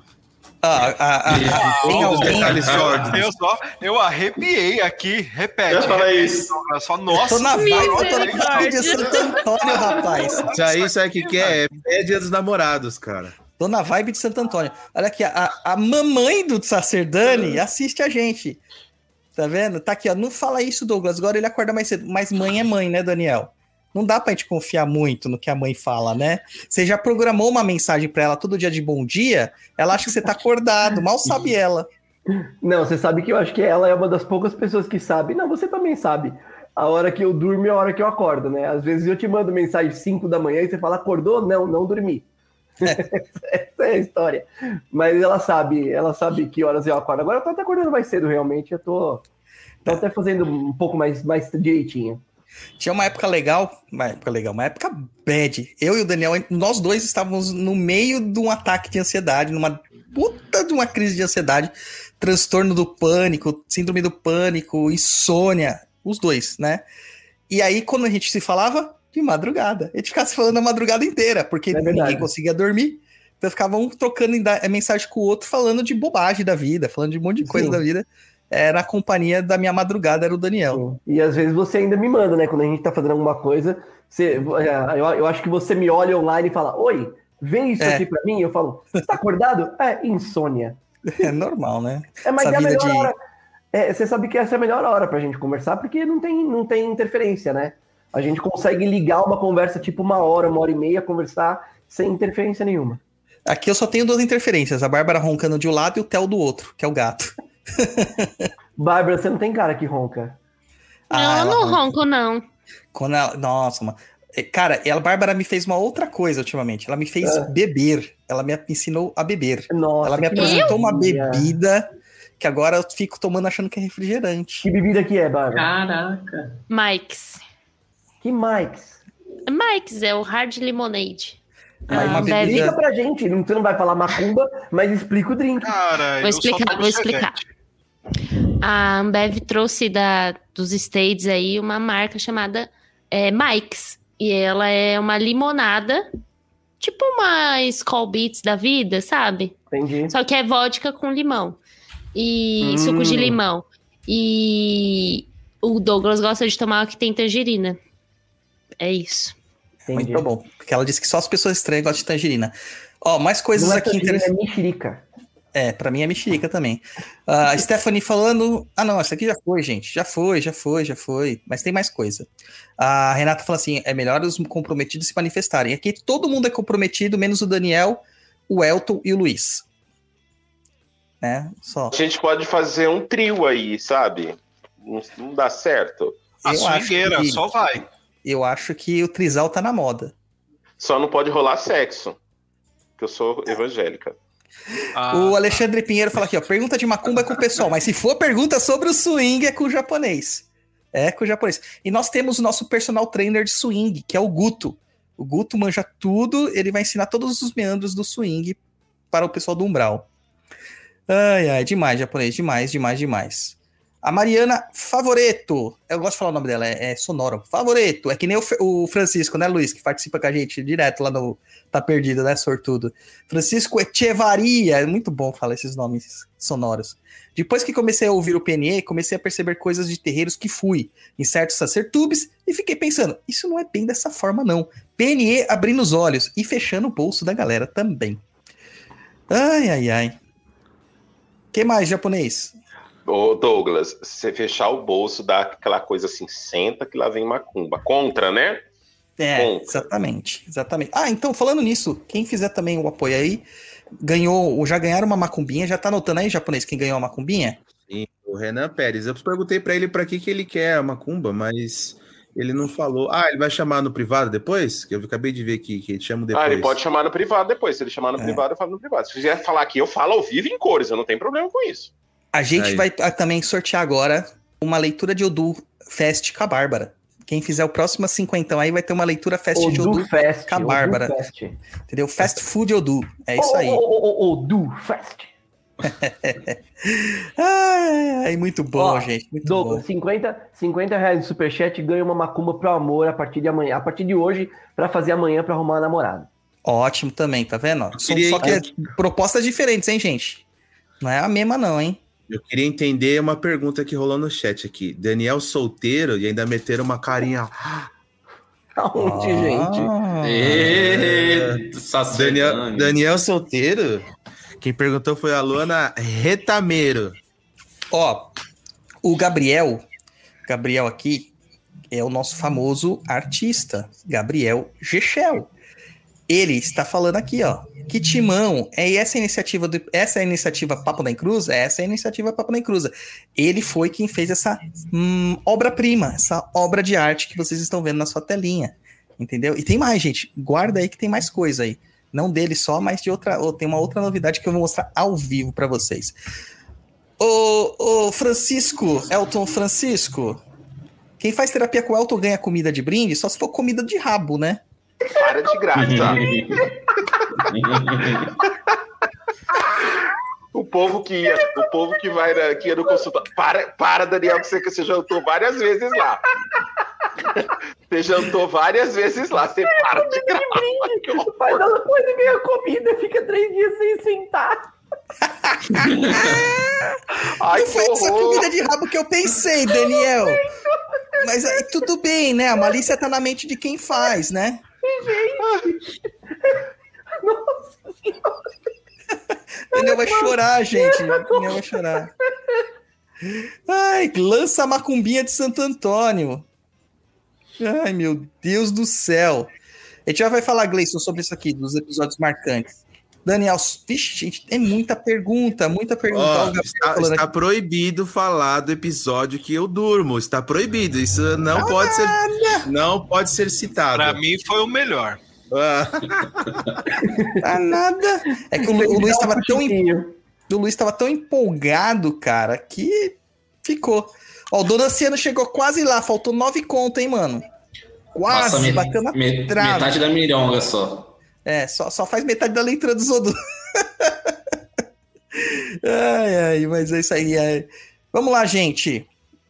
Tem alguém... Detalhes sórdidos. Eu arrepiei aqui. Repete. Olha repete, isso. Douglas. Só, nossa, Tô na vibe, eu tô na Misericórdia. vibe de Santo Antônio, rapaz. Isso aí, sabe o que é? É dia dos namorados, cara. Tô na vibe de Santo Antônio. Olha aqui, a mamãe do Sacerdani assiste a gente. Tá vendo? Tá aqui, ó. Não fala isso, Douglas. Agora ele acorda mais cedo. Mas mãe é mãe, né, Daniel? Não dá pra gente confiar muito no que a mãe fala, né? Você já programou uma mensagem pra ela todo dia de bom dia, ela acha que você tá acordado. Mal sabe ela. Não, você sabe que eu acho que ela é uma das poucas pessoas que sabe. Não, você também sabe. A hora que eu durmo e a hora que eu acordo, né? Às vezes eu te mando mensagem 5 da manhã e você fala, acordou? Não, não dormi. Essa é a história. Mas ela sabe que horas eu acordo. Agora eu tô até acordando mais cedo, realmente. Eu tô até fazendo um pouco mais direitinho. Tinha uma época legal, uma época bad. Eu e o Daniel, nós dois estávamos no meio de um ataque de ansiedade, numa puta de uma crise de ansiedade, transtorno do pânico, síndrome do pânico, insônia, os dois, né? E aí, quando a gente se falava, de madrugada. A gente ficava se falando a madrugada inteira, porque ninguém conseguia dormir. Então ficava um trocando mensagem com o outro, falando de bobagem da vida, falando de um monte de coisa da vida. Era a companhia da minha madrugada, era o Daniel. Sim. E às vezes você ainda me manda, né? Quando a gente tá fazendo alguma coisa, eu acho que você me olha online e fala, oi, vê isso aqui pra mim. Eu falo, você tá acordado? É, insônia. É normal, né? Mas Essa é a vida melhor hora. Você sabe que essa é a melhor hora pra gente conversar, porque não tem interferência, né? A gente consegue ligar uma conversa tipo 1 hora e meia, conversar sem interferência nenhuma. Aqui eu só tenho 2 interferências, a Bárbara roncando de um lado e o Theo do outro, que é o gato. Bárbara, você não tem cara que ronca. Não, eu não ronco, não. Quando ela... Nossa, mano. Cara, a Bárbara me fez uma outra coisa ultimamente. Ela me fez beber. Ela me ensinou a beber. Nossa, ela me apresentou uma bebida que agora eu fico tomando achando que é refrigerante. Que bebida que é, Bárbara? Caraca. Mike's. Que Mike's? Mike's é o Hard Lemonade. Mas explica pra gente. Você não vai falar macumba, mas explica o drink. Cara, Vou explicar. A Ambev trouxe dos States aí uma marca chamada Mike's. E ela é uma limonada, tipo uma Skol Beats da vida, sabe? Entendi. Só que é vodka com limão. E suco de limão. E o Douglas gosta de tomar o que tem tangerina. É isso. Entendi. Muito bom. Porque ela disse que só as pessoas estranhas gostam de tangerina. Ó, mais coisas não é aqui tangerina, interessantes. é mexerica. Pra mim é mexerica também. A Stephanie falando... Ah, não, essa aqui já foi, gente. Já foi. Mas tem mais coisa. A Renata fala assim, é melhor os comprometidos se manifestarem. Aqui todo mundo é comprometido, menos o Daniel, o Elton e o Luiz. Né? Só. A gente pode fazer um trio aí, sabe? Não dá certo. A swingueira, só vai. Eu acho que o trisal tá na moda. Só não pode rolar sexo. Porque eu sou evangélica. O Alexandre Pinheiro fala aqui, ó, pergunta de macumba é com o pessoal, mas se for pergunta sobre o swing é com o japonês. É com o japonês. E nós temos o nosso personal trainer de swing, que é o Guto. O Guto manja tudo, ele vai ensinar todos os meandros do swing para o pessoal do Umbral. Ai, demais, japonês, demais. A Mariana Favoreto, eu gosto de falar o nome dela, é sonoro. Favoreto, é que nem o Francisco, né, Luiz, que participa com a gente direto lá no Tá Perdido, né, sortudo. Francisco Echevaria, é muito bom falar esses nomes sonoros. Depois que comecei a ouvir o PNE, comecei a perceber coisas de terreiros que fui, em certos sacertubes, e fiquei pensando, isso não é bem dessa forma não. PNE abrindo os olhos e fechando o bolso da galera também. Ai. Que mais, japonês? Ô, Douglas, se você fechar o bolso, dá aquela coisa assim, senta que lá vem macumba. Contra, né? Exatamente. Ah, então, falando nisso, quem fizer também o apoio aí, já ganharam uma macumbinha, já tá anotando aí, japonês, quem ganhou a macumbinha? Sim, o Renan Pérez. Eu perguntei pra ele pra que ele quer a macumba, mas Ele não falou. Ah, ele vai chamar no privado depois? Que eu acabei de ver aqui, que ele chama depois. Ah, ele pode chamar no privado depois. Se ele chamar no privado, eu falo no privado. Se quiser falar aqui, eu falo ao vivo em cores. Eu não tenho problema com isso. A gente Aí. vai também sortear agora uma leitura de Odu Fest com a Bárbara. Quem fizer o próximo 50 aí vai ter uma leitura Fest de Odu Fest, com a Bárbara. Odu Fest. Entendeu? Fast Food Odu. É isso aí. Odu Fest. Ai, muito bom, Ó, gente. Muito Douglas, bom. R$50 de superchat ganha uma macumba pro amor a partir de amanhã. A partir de hoje, pra fazer amanhã pra arrumar uma namorada. Ótimo também, tá vendo? queria- Só que é propostas diferentes, hein, gente? Não é a mesma, não, hein? Eu queria entender uma pergunta que rolou no chat aqui. Daniel solteiro e ainda meteram uma carinha. Aonde, gente? Daniel solteiro? Quem perguntou foi a Luana Retameiro. Ó, o Gabriel aqui é o nosso famoso artista, Gabriel Gechel. Ele está falando aqui, ó, que timão, essa é a iniciativa Papo da Encruza? Essa é a iniciativa Papo da Encruza. Ele foi quem fez essa obra-prima, essa obra de arte que vocês estão vendo na sua telinha, entendeu? E tem mais, gente, guarda aí que tem mais coisa aí. Não dele só, mas de outra, tem uma outra novidade que eu vou mostrar ao vivo para vocês. Ô Francisco, Elton Francisco, quem faz terapia com o Elton ganha comida de brinde, só se for comida de rabo, né? Para de graça. O povo que ia no consultório. Para, Daniel, que você jantou várias vezes lá. Você jantou várias vezes lá. Você para de graça. Mas ela pode ganhar comida, fica 3 dias sem sentar. Ai, não foi essa comida de rabo que eu pensei, Daniel. Mas aí tudo bem, né? A malícia tá na mente de quem faz, né? Gente. Nossa Senhora. Daniel vai chorar, gente. Daniel vai chorar. Ai, lança a macumbinha de Santo Antônio. Ai, meu Deus do céu. A gente já vai falar, Gleison, sobre isso aqui, dos episódios marcantes. Daniel, vixe, gente, tem muita pergunta. Está proibido falar do episódio que eu durmo. Está proibido. Isso não pode ser citado. Pra mim foi o melhor. Nada. É que o Luiz estava tão empolgado, cara, que ficou. Ó, o Donaciano chegou quase lá, faltou 9 conto, hein, mano? Quase, nossa, bateu na trave. Metade da mironga só. É, só faz metade da leitura do Zodu. Ai, mas é isso aí. Vamos lá, gente.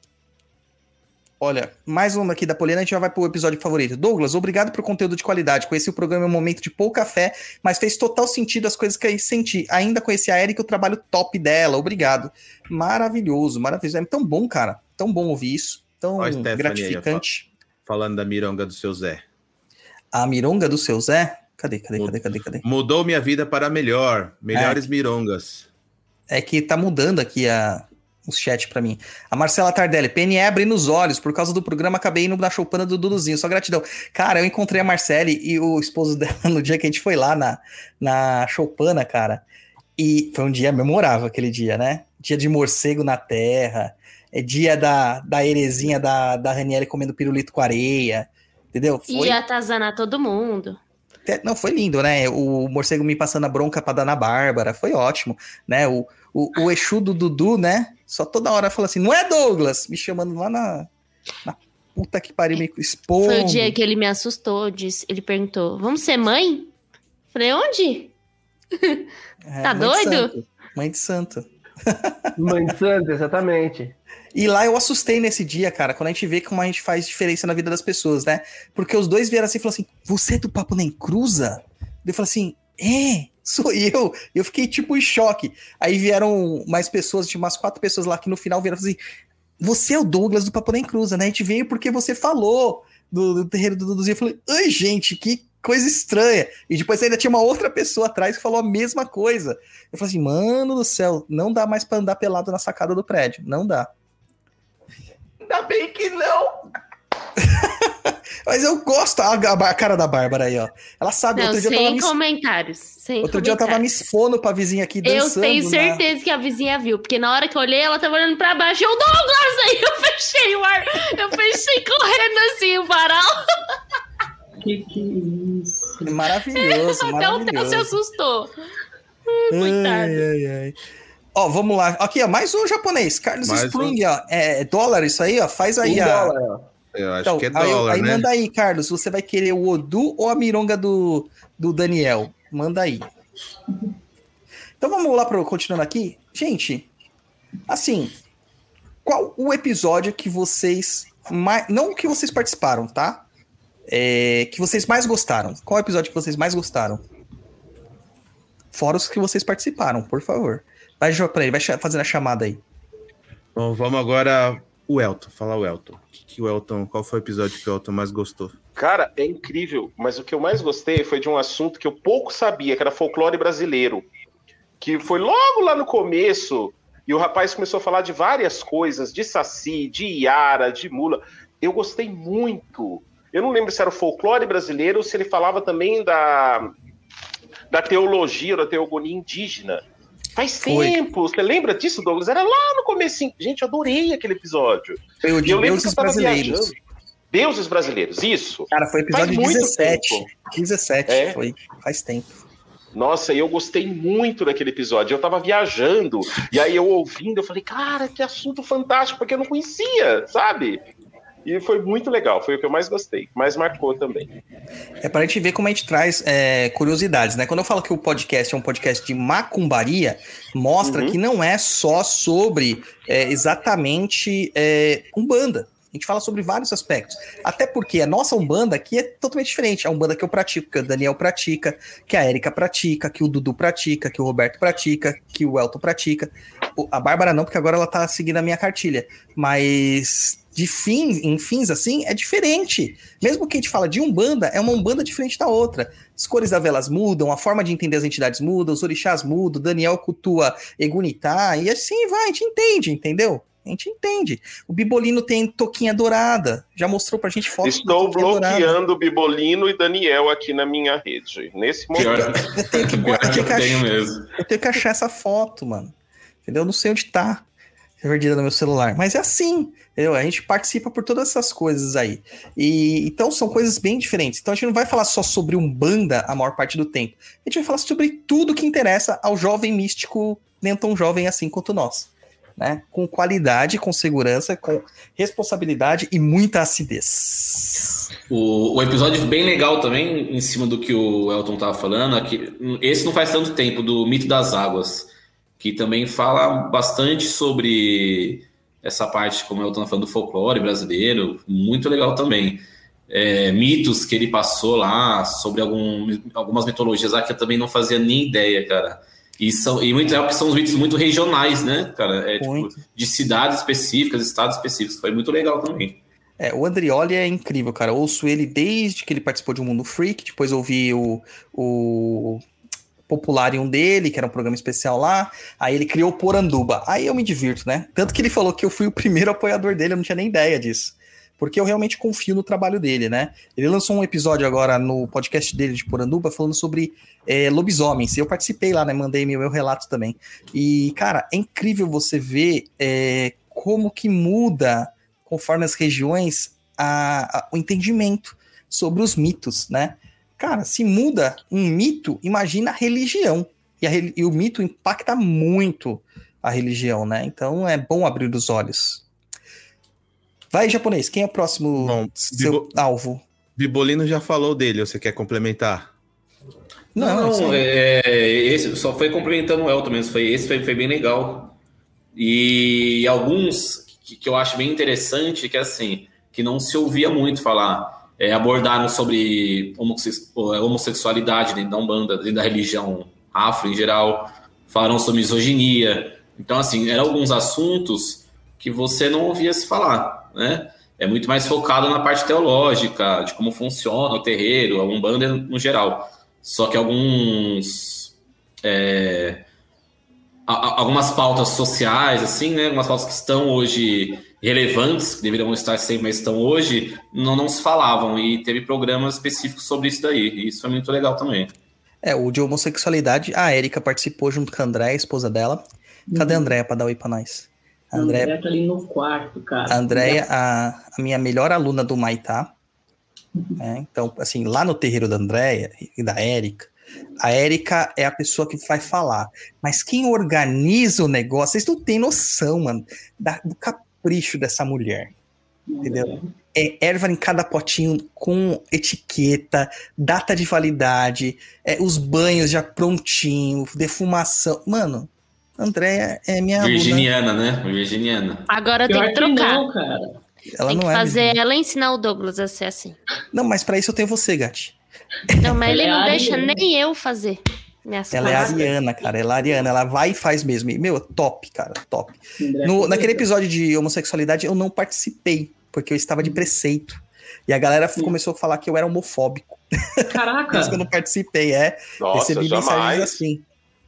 Olha, mais uma aqui da Poliana, a gente já vai pro episódio favorito. Douglas, obrigado por conteúdo de qualidade. Conheci o programa em um momento de pouca fé, mas fez total sentido as coisas que eu senti. Ainda conheci a Erika e o trabalho top dela. Obrigado. Maravilhoso, maravilhoso. É tão bom, cara. Tão bom ouvir isso. Tão gratificante. Aí, falando da mironga do seu Zé. A mironga do seu Zé? Cadê? Mudou minha vida para melhor. Melhores mirongas. É que tá mudando aqui os chat pra mim. A Marcela Tardelli, PNE abrindo os olhos, por causa do programa acabei indo na choupana do Duduzinho, só gratidão. Cara, eu encontrei a Marcele e o esposo dela no dia que a gente foi lá na choupana, cara, e foi um dia memorável aquele dia, né? Dia de morcego na terra, é dia da heresia da Raniele comendo pirulito com areia, entendeu? E atazanar todo mundo. Não, foi lindo, né? O morcego me passando a bronca pra dar na Bárbara, foi ótimo, né? O Exu do Dudu, né? Só toda hora fala assim, não é Douglas? Me chamando lá na puta que pariu, me expondo. Foi o dia que ele me assustou, ele perguntou, vamos ser mãe? Falei, onde? Tá doido? Mãe de santo. Mãe de santo, exatamente. E lá eu assustei nesse dia, cara, quando a gente vê como a gente faz diferença na vida das pessoas, né? Porque os dois vieram assim e falaram assim, você é do Papo na Encruza? Eu falei assim, sou eu. Eu fiquei tipo em choque. Aí vieram mais pessoas, tinha umas 4 pessoas lá que no final vieram assim, você é o Douglas do Papo na Encruza, né? A gente veio porque você falou do terreiro do Duduzinho. Eu falei, ai gente, que coisa estranha. E depois ainda tinha uma outra pessoa atrás que falou a mesma coisa. Eu falei assim, mano do céu, não dá mais pra andar pelado na sacada do prédio. Não dá. Ainda bem que não. Mas eu gosto, a cara da Bárbara aí, ó. Ela sabe, Não, outro dia eu tava sem me... comentários. Sem Outro dia eu tava me comentários. expondo pra vizinha aqui dançando. Eu tenho certeza que a vizinha viu, porque na hora que eu olhei, ela tava olhando pra baixo e eu, Douglas, aí eu fechei o ar, eu fechei correndo assim o varal. Que isso? Maravilhoso, Até o Theo se maravilhoso. assustou. Coitado. Ai. Ó, vamos lá. Aqui, ó, mais um japonês. Carlos Mais Sprung, ó. É dólar isso aí, ó? Faz aí $1, a... ó. Eu acho Então, que é dólar, aí né? manda aí, Carlos. Você vai querer o Odu ou a mironga do Daniel? Manda aí. Então vamos lá, continuando aqui. Gente, assim, qual o episódio que vocês... Não que vocês participaram, tá? Que vocês mais gostaram. Qual o episódio que vocês mais gostaram? Fora os que vocês participaram, por favor. Vai pra ele, vai fazendo a chamada aí. Bom, vamos agora o Elton. Fala o Elton. Qual foi o episódio que o Elton mais gostou? Cara, é incrível, mas o que eu mais gostei foi de um assunto que eu pouco sabia, que era folclore brasileiro. Que foi logo lá no começo, e o rapaz começou a falar de várias coisas, de saci, de iara, de mula. Eu gostei muito. Eu não lembro se era o folclore brasileiro ou se ele falava também da teologia, da teogonia indígena. Faz tempo. Você lembra disso, Douglas? Era lá no comecinho. Gente, eu adorei aquele episódio. Foi o de Deuses Brasileiros. Deuses Brasileiros, isso. Cara, foi episódio 17. 17, foi. Faz tempo. Nossa, eu gostei muito daquele episódio. Eu tava viajando, e aí eu ouvindo, eu falei, cara, que assunto fantástico, porque eu não conhecia, sabe? E foi muito legal, foi o que eu mais gostei, mais marcou também. Pra gente ver como a gente traz curiosidades, né? Quando eu falo que o podcast é um podcast de macumbaria, mostra que não é só sobre exatamente Umbanda. A gente fala sobre vários aspectos. Até porque a nossa Umbanda aqui é totalmente diferente. A Umbanda que eu pratico, que o Daniel pratica, que a Érica pratica, que o Dudu pratica, que o Roberto pratica, que o Elton pratica. A Bárbara não, porque agora ela tá seguindo a minha cartilha. Mas em fins assim, é diferente. Mesmo que a gente fala de Umbanda, é uma Umbanda diferente da outra. As cores das velas mudam, a forma de entender as entidades muda, os orixás mudam, o Daniel cultua Egunitá, e assim vai, a gente entende, entendeu? A gente entende. O Bibolino tem toquinha dourada. Já mostrou pra gente fotos. Estou bloqueando o Bibolino e Daniel aqui na minha rede. Nesse momento. Eu tenho que achar essa foto, mano. Entendeu? Eu não sei onde tá. É perdida no meu celular. Mas é assim. Entendeu? A gente participa por todas essas coisas aí. Então são coisas bem diferentes. Então a gente não vai falar só sobre Umbanda a maior parte do tempo. A gente vai falar sobre tudo que interessa ao jovem místico, nem tão jovem assim quanto nós. Né? Com qualidade, com segurança, com responsabilidade e muita acidez. O episódio bem legal também, em cima do que o Elton estava falando, aqui, esse não faz tanto tempo, do Mito das Águas, que também fala bastante sobre essa parte, como o Elton está falando, do folclore brasileiro, muito legal também. Mitos que ele passou lá, sobre algumas mitologias lá que eu também não fazia nem ideia, cara. E muito legal, porque são os mitos muito regionais, né, cara? Tipo, de cidades específicas, estados específicos. Foi muito legal também. O Andrioli é incrível, cara. Eu ouço ele desde que ele participou de Um Mundo Freak. Depois ouvi o Popularium dele, que era um programa especial lá. Aí ele criou o Poranduba. Aí eu me divirto, né? Tanto que ele falou que eu fui o primeiro apoiador dele. Eu não tinha nem ideia disso. Porque eu realmente confio no trabalho dele, né? Ele lançou um episódio agora no podcast dele de Poranduba falando sobre lobisomens. Eu participei lá, né? Mandei meu relato também. E, cara, é incrível você ver como que muda, conforme as regiões, o entendimento sobre os mitos, né? Cara, se muda um mito, imagina a religião. E o mito impacta muito a religião, né? Então é bom abrir os olhos. Vai, japonês, quem é o próximo alvo? Bibolino já falou dele, você quer complementar? Não, esse só foi complementando o Elton mesmo, esse foi bem legal. E alguns que eu acho bem interessante, que assim, que não se ouvia muito falar, abordaram sobre homossexualidade dentro da Umbanda, dentro da religião afro em geral, falaram sobre misoginia. Então, assim, eram alguns assuntos que você não ouvia se falar, né? É muito mais focado na parte teológica, de como funciona o terreiro, a Umbanda no geral. Só que algumas pautas sociais, assim, né? Algumas pautas que estão hoje relevantes, que deveriam estar sempre, mas estão hoje, não se falavam. E teve programas específicos sobre isso daí. E isso foi muito legal também. O de homossexualidade, a Erika participou junto com a Andréia, a esposa dela. Cadê a Andréia pra dar oi pra nós? A Andréia tá ali no quarto, cara. A Andréia, a minha melhor aluna do Maitá. Então, assim, lá no terreiro da Andréia e da Érica, a Érica é a pessoa que vai falar. Mas quem organiza o negócio, vocês não têm noção, mano, do capricho dessa mulher. Entendeu? É erva em cada potinho com etiqueta, data de validade, os banhos já prontinho, defumação. Mano, Andréia é minha Virginiana, aluna. né? Virginiana. Agora tem que trocar. Não, cara. Ela tem que não fazer ela ensinar o Douglas a ser assim. Não, mas pra isso eu tenho você, Gati. Não, mas ele não é deixa ariana. nem eu fazer. Ela é ariana, cara. Ela é ariana. Ela vai e faz mesmo. E, meu, top, cara. Top. Naquele episódio de homossexualidade, eu não participei, porque eu estava de preceito. E a galera começou a falar que eu era homofóbico. Caraca! Por isso que eu não participei, Nossa, recebi jamais. mensagens assim.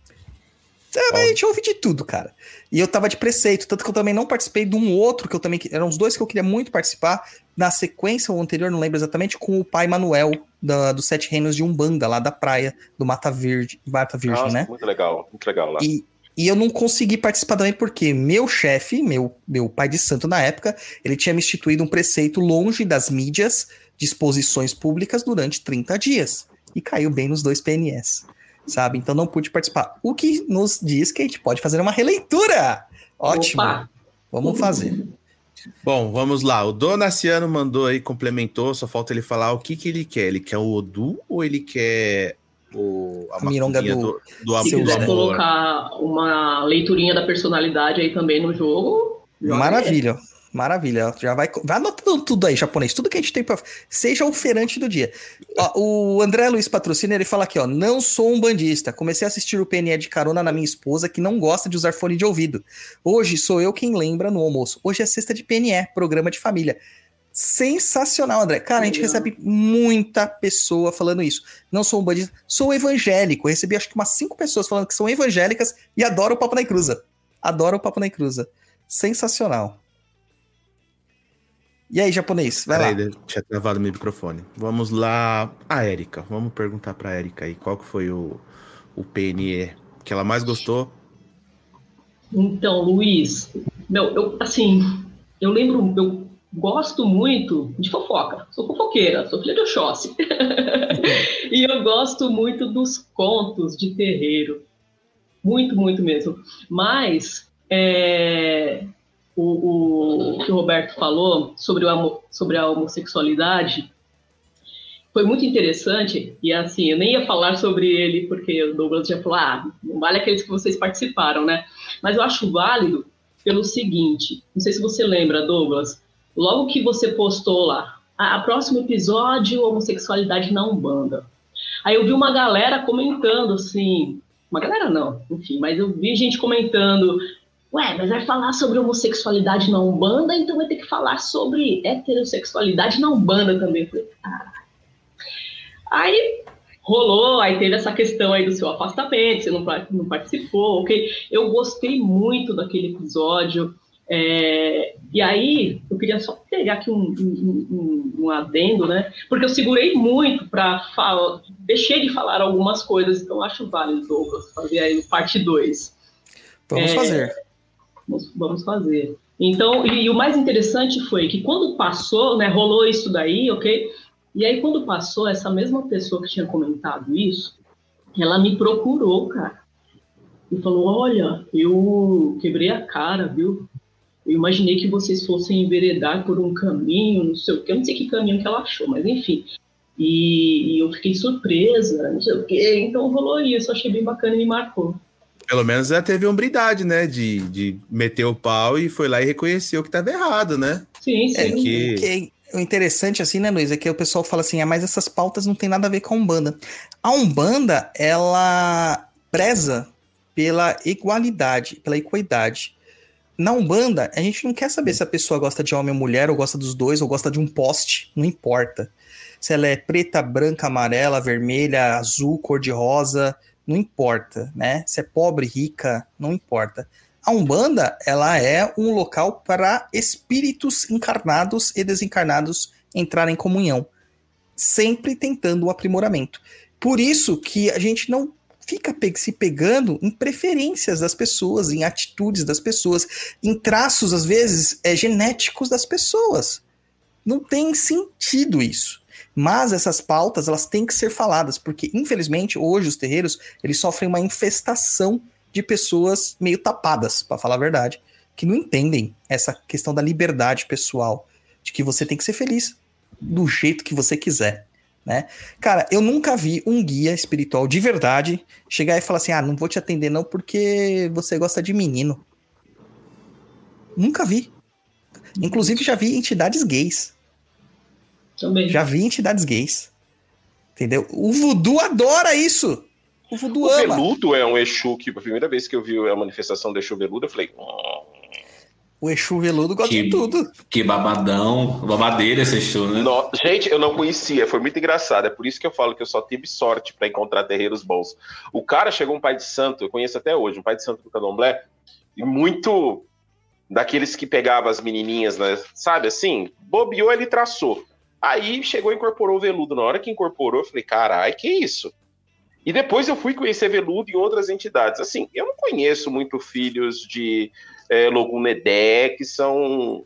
A gente ouve de tudo, cara. E eu tava de preceito, tanto que eu também não participei de um outro, que eu também... Eram os dois que eu queria muito participar. Na sequência, o anterior, não lembro exatamente, com o pai Manuel, dos Sete Reinos de Umbanda, lá da praia, do Mata Virgem, Nossa, né? muito legal lá. E eu não consegui participar também porque meu chefe, meu pai de santo na época, ele tinha me instituído um preceito longe das mídias de exposições públicas durante 30 dias. E caiu bem nos 2 PNS, sabe? Então não pude participar. O que nos diz que a gente pode fazer uma releitura. Ótimo. Opa. Vamos fazer. Bom, vamos lá. O Donaciano mandou aí, complementou, só falta ele falar o que ele quer. Ele quer o Odu ou ele quer a mironga do Se amor? quiser colocar uma leiturinha da personalidade aí também no jogo... Maravilha. Maravilha. Já vai anotando tudo aí, japonês. Tudo que a gente tem pra... Seja o feirante do dia. Ó, o André Luiz Patrocínio, ele fala aqui, ó. Não sou um bandista. Comecei a assistir o PNE de carona na minha esposa, que não gosta de usar fone de ouvido. Hoje sou eu quem lembra no almoço. Hoje é sexta de PNE, programa de família. Sensacional, André. Cara, a gente recebe muita pessoa falando isso. Não sou um bandista, sou evangélico. Eu recebi acho que umas 5 pessoas falando que são evangélicas e adoram o Papo na Cruza. Adoram o Papo na Cruza. Sensacional. E aí, japonês? Vai lá. Tinha travado meu microfone. Vamos lá. A Érica. Vamos perguntar pra Érica aí. Qual que foi o PNE que ela mais gostou? Então, Luiz, eu lembro, eu gosto muito de fofoca. Sou fofoqueira, sou filha de Oxóssi. E eu gosto muito dos contos de terreiro. Muito, muito mesmo. Mas... O que o Roberto falou sobre a homossexualidade foi muito interessante, e assim, eu nem ia falar sobre ele, porque o Douglas já falou, não vale aqueles que vocês participaram, né? Mas eu acho válido pelo seguinte, não sei se você lembra, Douglas, logo que você postou lá, próximo episódio, homossexualidade na Umbanda. Aí eu vi uma galera comentando, assim, uma galera não, enfim, mas eu vi gente comentando... Ué, mas vai falar sobre homossexualidade na Umbanda, então vai ter que falar sobre heterossexualidade na Umbanda também. Eu falei, Aí rolou, aí teve essa questão aí do seu afastamento, você não participou, ok? Eu gostei muito daquele episódio, e aí eu queria só pegar aqui um adendo, né? Porque eu segurei muito para falar, deixei de falar algumas coisas, então acho válido, Douglas, fazer aí o parte 2. Vamos fazer. Vamos fazer. Então, e o mais interessante foi que quando passou, né, rolou isso daí, ok? E aí quando passou, essa mesma pessoa que tinha comentado isso, ela me procurou, cara. E falou, olha, eu quebrei a cara, viu? Eu imaginei que vocês fossem enveredar por um caminho, não sei o quê. Eu não sei que caminho que ela achou, mas enfim. E eu fiquei surpresa, não sei o quê. Então rolou isso, achei bem bacana e me marcou. Pelo menos ela teve hombridade, né? De meter o pau e foi lá e reconheceu que estava errado, né? Sim, sim. O interessante, assim, né, Luiz, é que o pessoal fala assim, mas essas pautas não tem nada a ver com a Umbanda. A Umbanda, ela preza pela igualdade, pela equidade. Na Umbanda, a gente não quer saber se a pessoa gosta de homem ou mulher, ou gosta dos dois, ou gosta de um poste, não importa. Se ela é preta, branca, amarela, vermelha, azul, cor-de-rosa... Não importa, né? Se é pobre, rica, não importa. A Umbanda, ela é um local para espíritos encarnados e desencarnados entrarem em comunhão, sempre tentando o aprimoramento. Por isso que a gente não fica se pegando em preferências das pessoas, em atitudes das pessoas, em traços, às vezes, genéticos das pessoas. Não tem sentido isso. Mas essas pautas, elas têm que ser faladas, porque, infelizmente, hoje os terreiros, eles sofrem uma infestação de pessoas meio tapadas, para falar a verdade, que não entendem essa questão da liberdade pessoal, de que você tem que ser feliz do jeito que você quiser, né? Cara, eu nunca vi um guia espiritual de verdade chegar e falar assim, não vou te atender não porque você gosta de menino. Nunca vi. Inclusive já vi entidades gays. Também. Já vi entidades gays. Entendeu? O voodoo adora isso. O voodoo ama. O veludo é um Exu que, a primeira vez que eu vi a manifestação do Exu veludo, eu falei... O Exu veludo gosta de tudo. Que babadão. Babadeira esse Exu, né? Gente, eu não conhecia. Foi muito engraçado. É por isso que eu falo que eu só tive sorte para encontrar terreiros bons. O cara chegou um pai de santo, eu conheço até hoje, um pai de santo do Candomblé, e muito daqueles que pegava as menininhas, né? Sabe assim? Bobeou, ele traçou. Aí chegou e incorporou o veludo. Na hora que incorporou, eu falei, carai, que isso? E depois eu fui conhecer veludo em outras entidades. Assim, eu não conheço muito filhos de Logunedé, que são...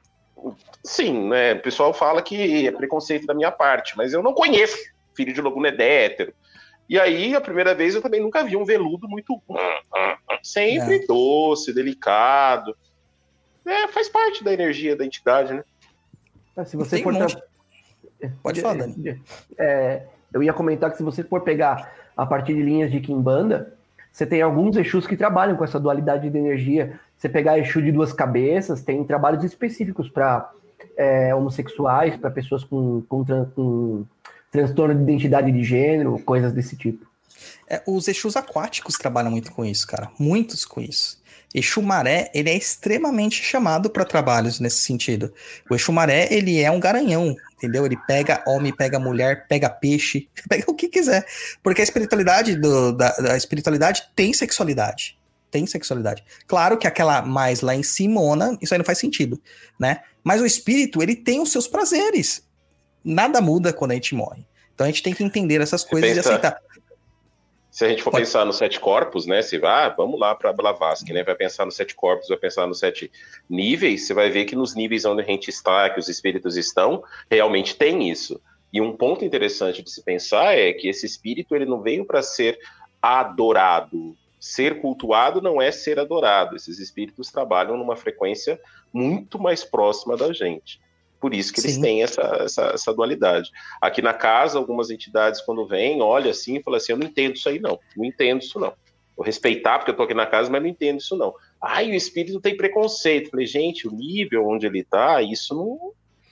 Sim, né? O pessoal fala que é preconceito da minha parte, mas eu não conheço filho de Logunedé hétero. E aí, a primeira vez, eu também nunca vi um veludo muito... Sempre doce, delicado. Faz parte da energia da entidade, né? Se você for... Pode falar, Dani. Eu ia comentar que se você for pegar a partir de linhas de Quimbanda, você tem alguns Exus que trabalham com essa dualidade de energia. Você pegar Exu de 2 cabeças, tem trabalhos específicos para homossexuais, para pessoas com transtorno de identidade de gênero, coisas desse tipo. Os Exus aquáticos trabalham muito com isso, cara. Muitos com isso. Exu Maré, ele é extremamente chamado para trabalhos nesse sentido. O Exu Maré, ele é um garanhão, entendeu? Ele pega homem, pega mulher, pega peixe, pega o que quiser. Porque a espiritualidade a espiritualidade tem sexualidade. Tem sexualidade. Claro que aquela mais lá em cima, isso aí não faz sentido, né? Mas o espírito, ele tem os seus prazeres. Nada muda quando a gente morre. Então a gente tem que entender essas coisas e aceitar. Se a gente for pensar nos 7 corpos, né? Se vamos lá para Blavatsky, né? Vai pensar nos 7 corpos, vai pensar nos 7 níveis, você vai ver que nos níveis onde a gente está, que os espíritos estão, realmente tem isso. E um ponto interessante de se pensar é que esse espírito, ele não veio para ser adorado. Ser cultuado não é ser adorado. Esses espíritos trabalham numa frequência muito mais próxima da gente. Por isso que eles têm essa dualidade. Aqui na casa, algumas entidades, quando vêm, olham assim e falam assim, eu não entendo isso aí não entendo isso não. Vou respeitar porque eu tô aqui na casa, mas não entendo isso não. O espírito tem preconceito. Falei, gente, o nível onde ele tá, isso não...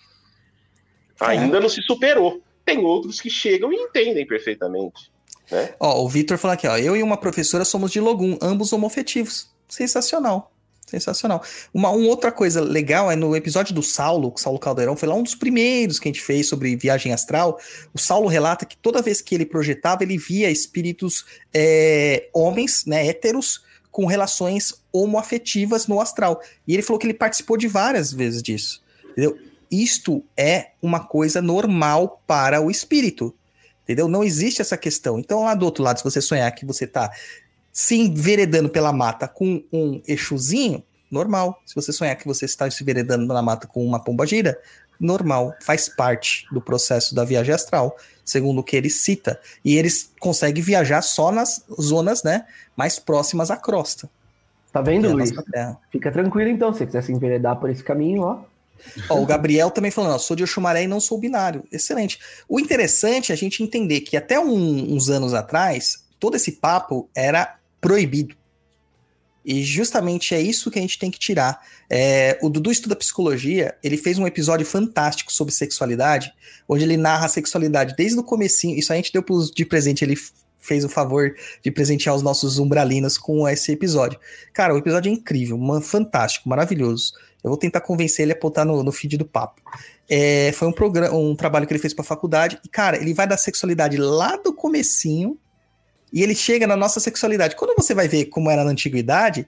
Ainda não se superou. Tem outros que chegam e entendem perfeitamente. Né? O Vitor falou aqui, eu e uma professora somos de Logum, ambos homoafetivos. Sensacional. Sensacional. Uma outra coisa legal é no episódio do Saulo, o Saulo Caldeirão, foi lá um dos primeiros que a gente fez sobre viagem astral. O Saulo relata que toda vez que ele projetava, ele via espíritos homens, né, héteros, com relações homoafetivas no astral. E ele falou que ele participou de várias vezes disso. Entendeu? Isto é uma coisa normal para o espírito. Entendeu? Não existe essa questão. Então, lá do outro lado, se você sonhar que você tá se enveredando pela mata com um Exuzinho, normal. Se você sonhar que você está se enveredando na mata com uma pombagira, normal. Faz parte do processo da viagem astral, segundo o que ele cita. E eles conseguem viajar só nas zonas, né, mais próximas à crosta. Tá vendo, Luiz? Fica tranquilo, então. Se você quiser se enveredar por esse caminho, o Gabriel também falando, sou de Oxumaré e não sou binário. Excelente. O interessante é a gente entender que até uns anos atrás, todo esse papo era proibido. E justamente é isso que a gente tem que tirar. O Dudu estuda psicologia, ele fez um episódio fantástico sobre sexualidade, onde ele narra a sexualidade desde o comecinho. Isso a gente deu de presente, ele fez o favor de presentear os nossos umbralinos com esse episódio. Cara, o episódio é incrível, fantástico, maravilhoso. Eu vou tentar convencer ele a botar no feed do papo. Foi um trabalho que ele fez para a faculdade. E, cara, ele vai da sexualidade lá do comecinho e ele chega na nossa sexualidade. Quando você vai ver como era na antiguidade,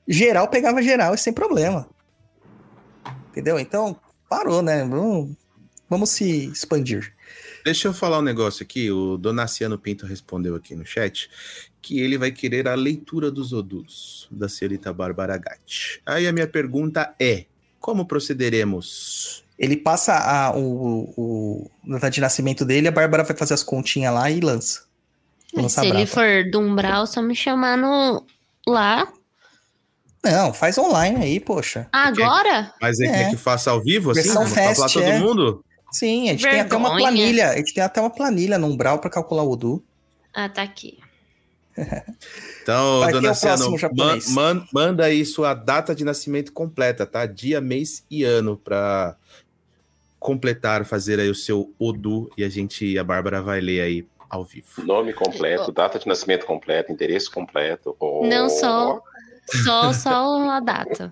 geral pegava geral e sem problema. Entendeu? Então, parou, né? Vamos se expandir. Deixa eu falar um negócio aqui. O Donaciano Pinto respondeu aqui no chat que ele vai querer a leitura dos odus da senhorita Bárbara Gatti. Aí a minha pergunta é: como procederemos? Ele passa o data de nascimento dele, a Bárbara vai fazer as continhas lá e lança. Se ele for do Umbral, só me chamar lá. Não, faz online aí, poxa. Agora? Mas ele quer que faça ao vivo, assim? Versão fast, pra todo mundo? Sim, a gente tem até uma planilha. A gente tem até uma planilha no Umbral pra calcular o Odu. Ah, tá aqui. Então, Vai dona ter o Ciano, próximo japonês. manda aí sua data de nascimento completa, tá? Dia, mês e ano pra completar, fazer aí o seu Odu e a Bárbara vai ler aí ao vivo. Nome completo, data de nascimento completa, endereço completo. Não só a data.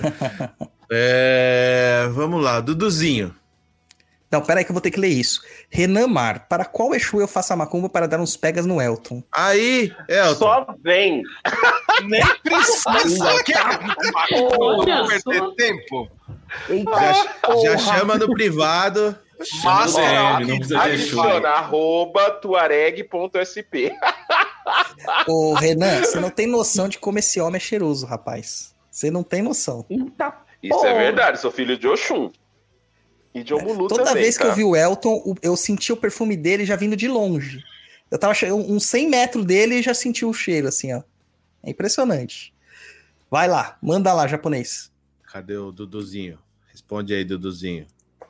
Vamos lá, Duduzinho. Não, peraí que eu vou ter que ler isso. Renan Mar, para qual Exu eu faço a macumba para dar uns pegas no Elton? Aí, Elton. Só vem. Nem precisa. Não perder tempo. Já chama no privado. Adiciona @tuareg.sp. Ô, Renan, você não tem noção de como esse homem é cheiroso, rapaz. Você não tem noção. Isso é verdade, sou filho de Oxum. E de Omulu Toda também, vez que tá? eu vi o Elton, eu senti o perfume dele já vindo de longe. Eu tava uns 100 metros dele e já senti o cheiro, assim, ó. É impressionante. Vai lá, manda lá, japonês. Cadê o Duduzinho? Responde aí, Duduzinho.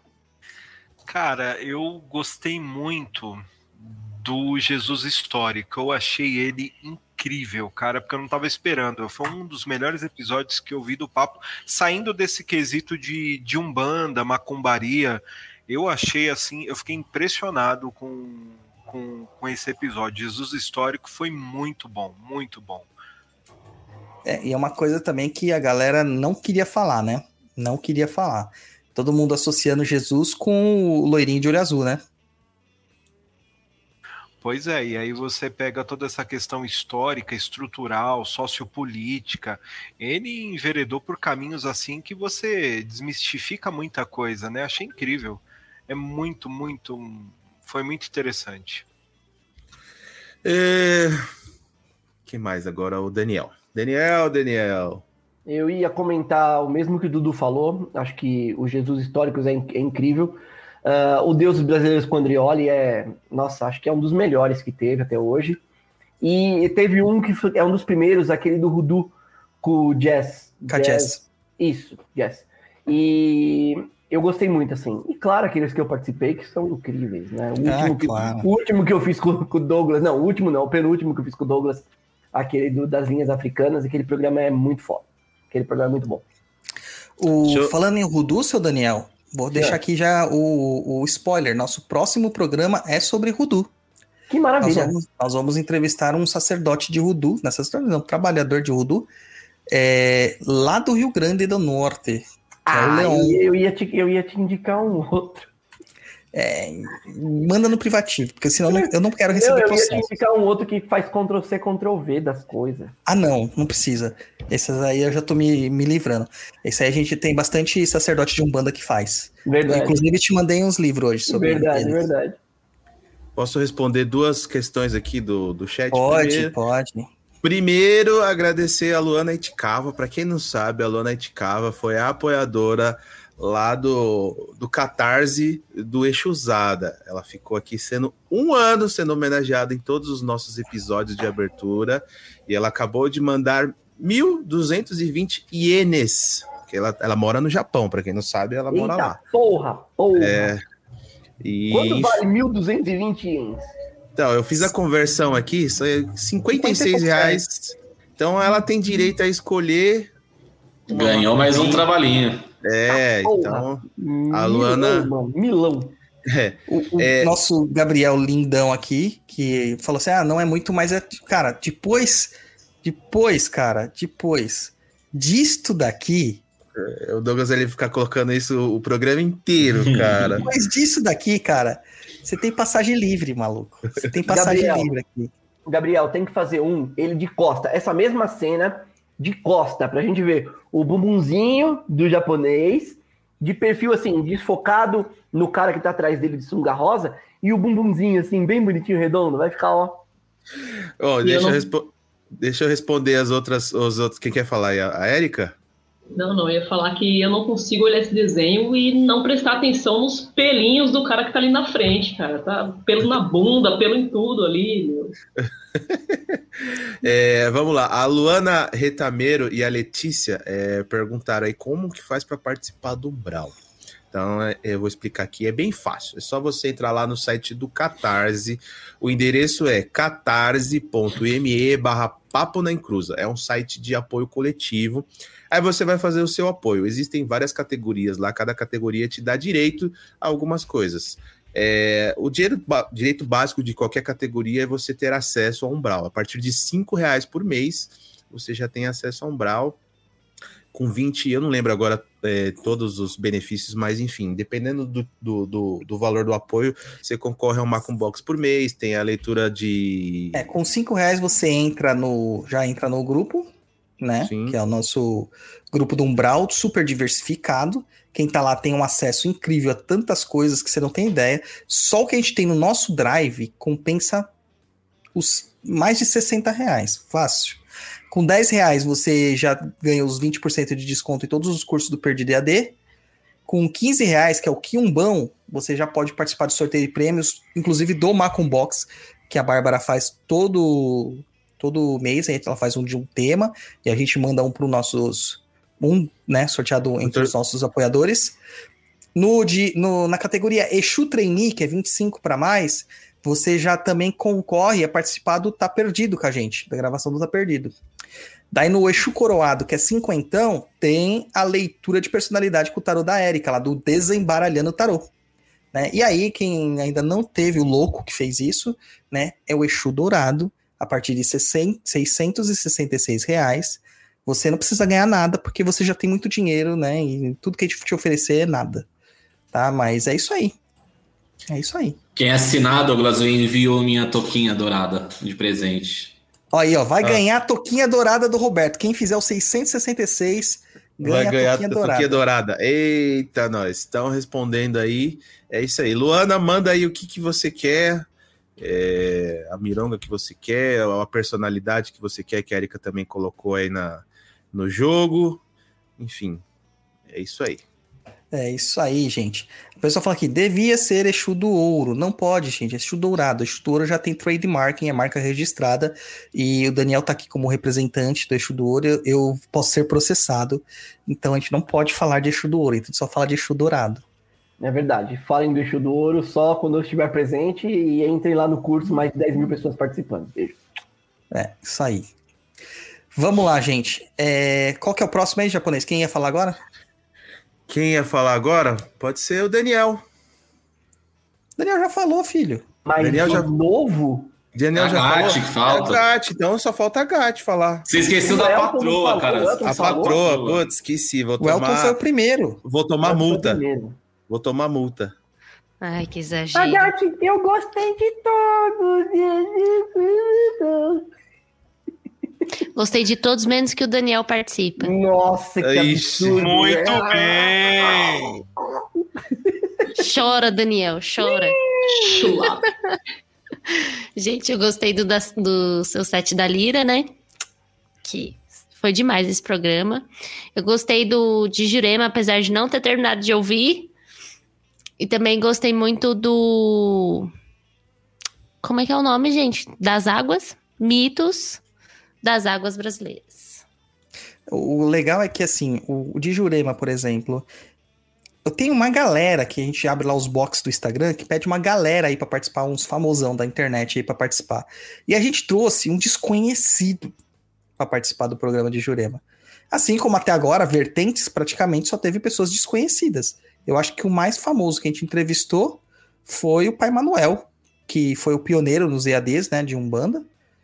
Cara, eu gostei muito do Jesus Histórico. Eu achei ele incrível, cara, porque eu não tava esperando. Foi um dos melhores episódios que eu vi do papo, saindo desse quesito de umbanda, macumbaria. Eu achei assim, eu fiquei impressionado com esse episódio. Jesus Histórico foi muito bom, muito bom. E é uma coisa também que a galera não queria falar, né? Não queria falar. Todo mundo associando Jesus com o loirinho de olho azul, né? Pois é, e aí você pega toda essa questão histórica, estrutural, sociopolítica, ele enveredou por caminhos assim que você desmistifica muita coisa, né? Achei incrível. É foi muito interessante. Que mais agora? O Daniel. Daniel. Eu ia comentar o mesmo que o Dudu falou. Acho que o Jesus Históricos é incrível. O Deus dos Brasileiros com Andrioli acho que é um dos melhores que teve até hoje. E teve um que é um dos primeiros, aquele do Rudu com o Jazz. Jazz. Isso, Jazz. E eu gostei muito, assim. E claro, aqueles que eu participei que são incríveis, né? O último que eu fiz com o Douglas, não, o último não, o penúltimo que eu fiz com o Douglas, aquele das linhas africanas, aquele programa é muito foda. Aquele programa é muito bom. Falando em Rudu, seu Daniel, vou deixar aqui já o spoiler. Nosso próximo programa é sobre Rudu. Que maravilha. Nós vamos entrevistar um sacerdote de Rudu, um trabalhador de Rudu, lá do Rio Grande do Norte. É o Leon. Eu ia te indicar um outro. Manda no privativo, porque senão eu não quero receber processo. Eu ia te indicar um outro que faz Ctrl-C, Ctrl-V das coisas. Ah, não precisa. Esses aí eu já tô me livrando. Esse aí a gente tem bastante sacerdote de Umbanda que faz. Verdade. Inclusive, te mandei uns livros hoje sobre Verdade. Posso responder duas questões aqui do chat? Pode. Primeiro, agradecer a Luana Iticava. Para quem não sabe, a Luana Iticava foi a apoiadora lá do Catarse do Exusada. Ela ficou aqui um ano sendo homenageada em todos os nossos episódios de abertura, e ela acabou de mandar 1.220 ienes, que ela mora no Japão, para quem não sabe, ela mora lá. Porra! Quanto vale 1.220 ienes? Então, eu fiz a conversão aqui, são R$56. Então, ela tem direito a escolher... Ganhou mais um trabalhinho. Então, a Luana... Milão. O nosso Gabriel lindão aqui, que falou assim, não é muito, mas cara, depois disto daqui... O Douglas, ele fica colocando isso o programa inteiro, cara. Depois disso daqui, cara, você tem passagem livre, maluco. Você tem passagem livre aqui. Gabriel, tem que fazer ele de costa. Essa mesma cena, de costa, pra gente ver o bumbumzinho do japonês, de perfil, assim, desfocado no cara que tá atrás dele de sunga rosa, e o bumbumzinho, assim, bem bonitinho, redondo, vai ficar, ó. Ó, E deixa eu responder os outros. Quem quer falar aí? A Érica? Não, eu ia falar que eu não consigo olhar esse desenho e não prestar atenção nos pelinhos do cara que tá ali na frente, cara. Tá pelo na bunda, pelo em tudo ali, meu. Vamos lá, a Luana Retameiro e a Letícia perguntaram aí como que faz para participar do Umbral. Então eu vou explicar aqui, é bem fácil, é só você entrar lá no site do Catarse, o endereço é catarse.me/Papo na Encruza, é um site de apoio coletivo, aí você vai fazer o seu apoio, existem várias categorias lá, cada categoria te dá direito a algumas coisas. O direito básico de qualquer categoria é você ter acesso ao Umbral. A partir de R$5 por mês, você já tem acesso ao Umbral. Com 20, eu não lembro agora todos os benefícios, mas enfim, dependendo do valor do apoio, você concorre a um Macum Box por mês, tem a leitura de... Com R$5 você já entra no grupo, né? Sim. Que é o nosso grupo do Umbral, super diversificado. Quem tá lá tem um acesso incrível a tantas coisas que você não tem ideia. Só o que a gente tem no nosso Drive compensa os mais de R$60. Fácil. Com R$10 você já ganha os 20% de desconto em todos os cursos do Perdido EAD. Com R$15, que é o quiumbão, você já pode participar do sorteio de prêmios, inclusive do Macum Box, que a Bárbara faz todo mês. Ela faz um de um tema e a gente manda um para os nossos... sorteado entre os nossos apoiadores. Na categoria Exu Trainee, que é 25 para mais, você já também concorre a participar do Tá Perdido com a gente, da gravação do Tá Perdido. Daí no Exu Coroado, que é 50, tem a leitura de personalidade com o tarô da Érica, lá do Desembaralhando o Tarô. Né? E aí, quem ainda não teve o louco que fez isso, né, é o Exu Dourado, a partir de R$666. Você não precisa ganhar nada, porque você já tem muito dinheiro, né? E tudo que a gente te oferecer é nada. Tá? Mas é isso aí. É isso aí. Quem é assinado, Douglas, enviou minha toquinha dourada de presente. Aí, ó. Vai ganhar a toquinha dourada do Roberto. Quem fizer o 666 vai ganhar a toquinha dourada. Eita, nós. Estão respondendo aí. É isso aí. Luana, manda aí o que você quer. A mironga que você quer, a personalidade que você quer, que a Érica também colocou aí no jogo, enfim, é isso aí. É isso aí, gente. O pessoal fala aqui, devia ser Exu do Ouro. Não pode, gente, é Exu Dourado. Exu do Ouro já tem trademarking, é marca registrada, e o Daniel tá aqui como representante do Exu do Ouro, eu posso ser processado, então a gente não pode falar de Exu do Ouro, então a gente só fala de Exu Dourado. É verdade, falem do Exu do Ouro só quando eu estiver presente e entrem lá no curso, mais de 10 mil pessoas participando. Beijo. Isso aí. Vamos lá, gente. Qual que é o próximo aí, japonês? Quem ia falar agora? Quem ia falar agora? Pode ser o Daniel. Daniel já falou, filho. Mas Daniel já novo? Daniel já falou. Que falta. Gatti, então só falta a Gatti falar. Você esqueceu da patroa, cara. A patroa, putz, esqueci. O Elton foi o primeiro. Vou tomar multa. Vou tomar multa. Ai, que exagero. Gatti, eu gostei de todos. Gostei de todos, menos que o Daniel participa. Nossa, que absurdo. Muito bem. Chora, Daniel, chora. Gente, eu gostei do seu set da Lira, né? Que foi demais esse programa. Eu gostei de Jurema, apesar de não ter terminado de ouvir. E também gostei muito do... Como é que é o nome, gente? Das águas? Mitos das águas brasileiras. O legal é que, assim, o de Jurema, por exemplo, eu tenho uma galera que a gente abre lá os box do Instagram que pede uma galera aí pra participar, uns famosão da internet aí pra participar. E a gente trouxe um desconhecido pra participar do programa de Jurema. Assim como até agora, Vertentes praticamente só teve pessoas desconhecidas. Eu acho que o mais famoso que a gente entrevistou foi o Pai Manuel, que foi o pioneiro nos EADs, né, de Umbanda.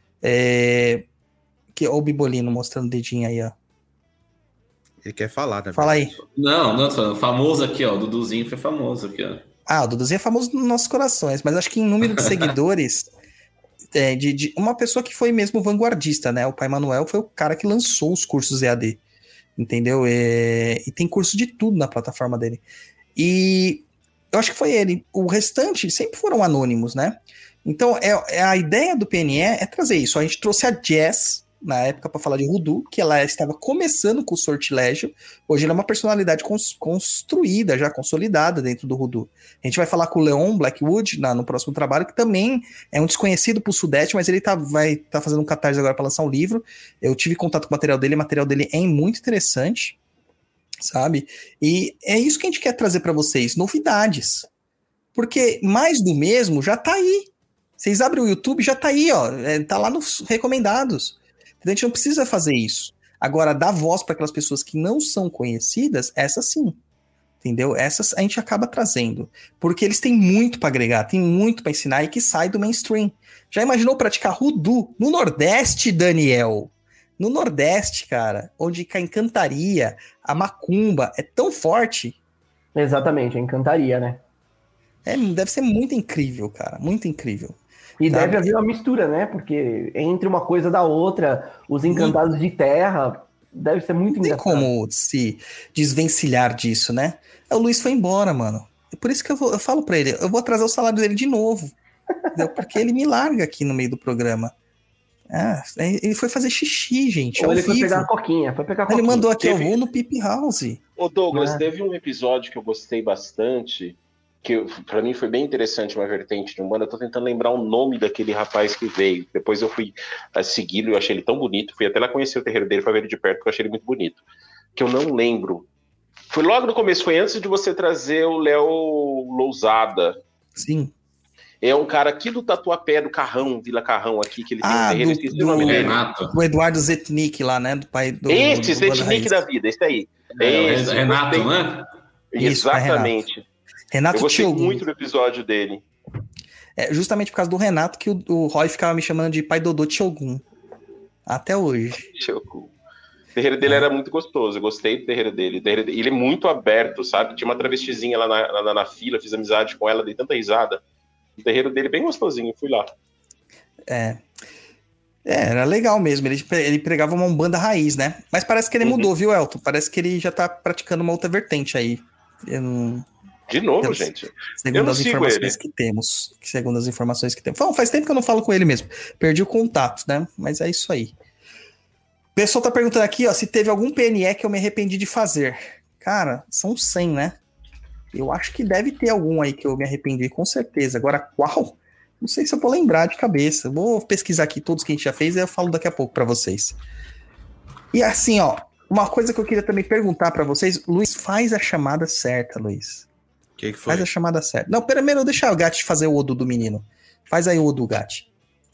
Que o Bibolino mostrando o dedinho aí, ó. Ele quer falar, né? Fala aí. Não, famoso aqui, ó. O Duduzinho foi famoso aqui, ó. O Duduzinho é famoso nos nossos corações, mas acho que em número de seguidores de uma pessoa que foi mesmo vanguardista, né? O Pai Manuel foi o cara que lançou os cursos EAD, entendeu? E tem curso de tudo na plataforma dele. E eu acho que foi ele. O restante sempre foram anônimos, né? Então, a ideia do PNE é trazer isso. A gente trouxe a Jess, na época, para falar de Voodoo, que ela estava começando com o sortilégio. Hoje ela é uma personalidade construída, já consolidada dentro do Voodoo. A gente vai falar com o Leon Blackwood no próximo trabalho, que também é um desconhecido pro Sudeste, mas ele vai estar fazendo um catarse agora para lançar um livro. Eu tive contato com o material dele é muito interessante, sabe? E é isso que a gente quer trazer para vocês, novidades. Porque mais do mesmo já tá aí. Vocês abrem o YouTube, já tá aí, ó. Tá lá nos recomendados. A gente não precisa fazer isso. Agora, dar voz para aquelas pessoas que não são conhecidas, essas sim. Entendeu? Essas a gente acaba trazendo. Porque eles têm muito para agregar, tem muito para ensinar e que sai do mainstream. Já imaginou praticar Voodoo no Nordeste, Daniel? No Nordeste, cara, onde a encantaria, a macumba é tão forte. Exatamente, a encantaria, né? Deve ser muito incrível, cara. Muito incrível. E deve haver uma mistura, né? Porque entre uma coisa da outra, os encantados de terra, deve ser muito engraçado. Não tem como se desvencilhar disso, né? O Luiz foi embora, mano. É por isso que eu falo pra ele, eu vou atrasar o salário dele de novo. Entendeu? Porque ele me larga aqui no meio do programa. Ele foi fazer xixi, gente. Ou ele foi pegar a coquinha. Ele mandou aqui, eu vou no Pip House. Ô Douglas, teve um episódio que eu gostei bastante, que pra mim foi bem interessante, uma vertente de Umbanda. Eu tô tentando lembrar o nome daquele rapaz que veio. Depois eu fui segui-lo, eu achei ele tão bonito. Fui até lá conhecer o terreiro dele pra ver ele de perto, porque eu achei ele muito bonito. Que eu não lembro. Foi logo no começo, foi antes de você trazer o Léo Lousada. Sim. É um cara aqui do Tatuapé, do Carrão, Vila Carrão aqui, que ele tem um terreiro, esqueci o nome dele. O Eduardo Zetnik lá, né? Do pai do... Esse, Zetnik da vida, esse aí. Esse, Renato, né? Exatamente. Renato eu gostei Tiogun. muito do episódio dele. Justamente por causa do Renato que o Roy ficava me chamando de pai Dodô Tiogun. Até hoje. Tiogun. O terreiro dele era muito gostoso, eu gostei do terreiro dele. Ele é muito aberto, sabe? Tinha uma travestizinha lá na fila, fiz amizade com ela, dei tanta risada. O terreiro dele é bem gostosinho, fui lá. Era legal mesmo, ele pregava uma umbanda raiz, né? Mas parece que ele mudou, viu, Elton? Parece que ele já tá praticando uma outra vertente aí. De novo, gente. Segundo as informações que temos. Segundo as informações que temos. Faz tempo que eu não falo com ele mesmo. Perdi o contato, né? Mas é isso aí. O pessoal tá perguntando aqui, ó, se teve algum PNE que eu me arrependi de fazer. Cara, são 100, né? Eu acho que deve ter algum aí que eu me arrependi, com certeza. Agora, qual? Não sei se eu vou lembrar de cabeça. Vou pesquisar aqui todos que a gente já fez e eu falo daqui a pouco pra vocês. E assim, ó, uma coisa que eu queria também perguntar pra vocês. Luiz, faz a chamada certa, Luiz. O que foi? Faz a chamada certa. Não, primeiro deixa o Gatti fazer o Odu do menino. Faz aí o Odu, Gatti.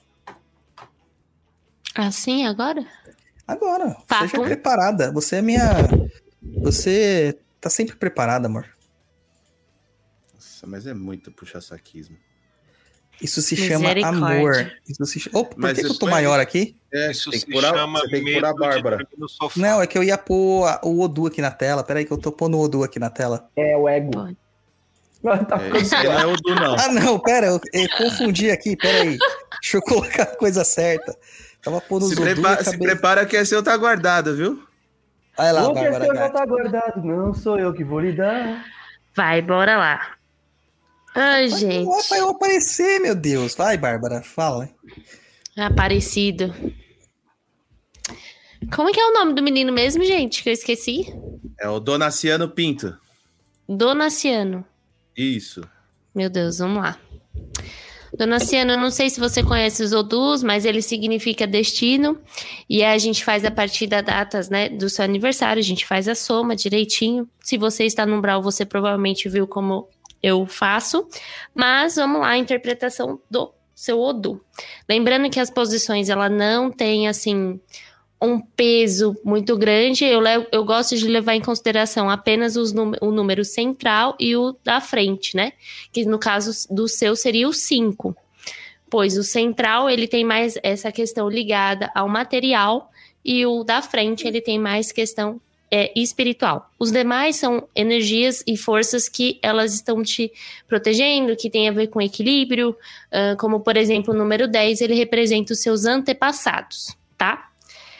Assim, agora? Agora. Seja preparada. Você é minha... Você tá sempre preparada, amor. Nossa, mas é muito puxa-saquismo. Isso se chama amor. Isso se... Opa, por que eu tô maior aqui? Isso tem que pôr a Bárbara. Não, é que eu ia pôr o Odu aqui na tela. Peraí que eu tô pondo o Odu aqui na tela. É o ego. Não é o Odu, não. Ah, não, pera, eu confundi aqui, peraí. Deixa eu colocar a coisa certa. Tava pondo os Odu. Se prepara que é seu, tá guardado, viu? Vai lá, o que Bárbara. É seu já tá guardado, não sou eu que vou lhe dar. Vai, bora lá. Ai, gente. Vai eu aparecer, meu Deus. Vai, Bárbara, fala. Aparecido. Como é que é o nome do menino mesmo, gente? Que eu esqueci. É o Donaciano Pinto. Donaciano. Isso. Meu Deus, vamos lá. Donaciano, eu não sei se você conhece os Odus, mas ele significa destino. E a gente faz a partir das datas, né, do seu aniversário. A gente faz a soma direitinho. Se você está no umbral, você provavelmente viu como eu faço. Mas vamos lá, a interpretação do seu Odu. Lembrando que as posições, ela não tem, assim, um peso muito grande. Eu gosto de levar em consideração apenas o número central e o da frente, né? Que no caso do seu seria o 5. Pois o central, ele tem mais essa questão ligada ao material e o da frente, ele tem mais questão espiritual. Os demais são energias e forças que elas estão te protegendo, que tem a ver com equilíbrio, como, por exemplo, o número 10, ele representa os seus antepassados, tá?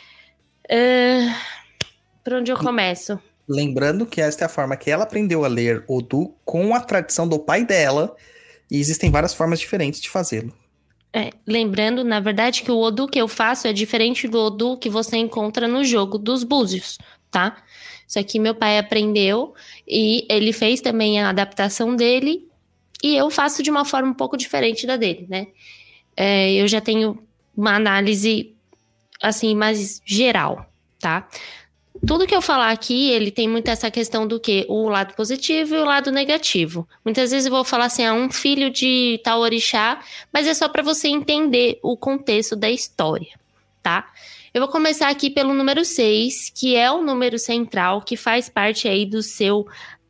Por onde eu começo? Lembrando que esta é a forma que ela aprendeu a ler Odu com a tradição do pai dela, e existem várias formas diferentes de fazê-lo. Lembrando, na verdade, que o Odu que eu faço é diferente do Odu que você encontra no jogo dos búzios, tá? Isso aqui meu pai aprendeu e ele fez também a adaptação dele e eu faço de uma forma um pouco diferente da dele, né? Eu já tenho uma análise, assim, mais geral, tá? Tudo que eu falar aqui, ele tem muito essa questão do quê? O lado positivo e o lado negativo. Muitas vezes eu vou falar assim, um filho de tal orixá, mas é só para você entender o contexto da história, tá? Eu vou começar aqui pelo número 6, que é o número central, que faz parte aí do seu...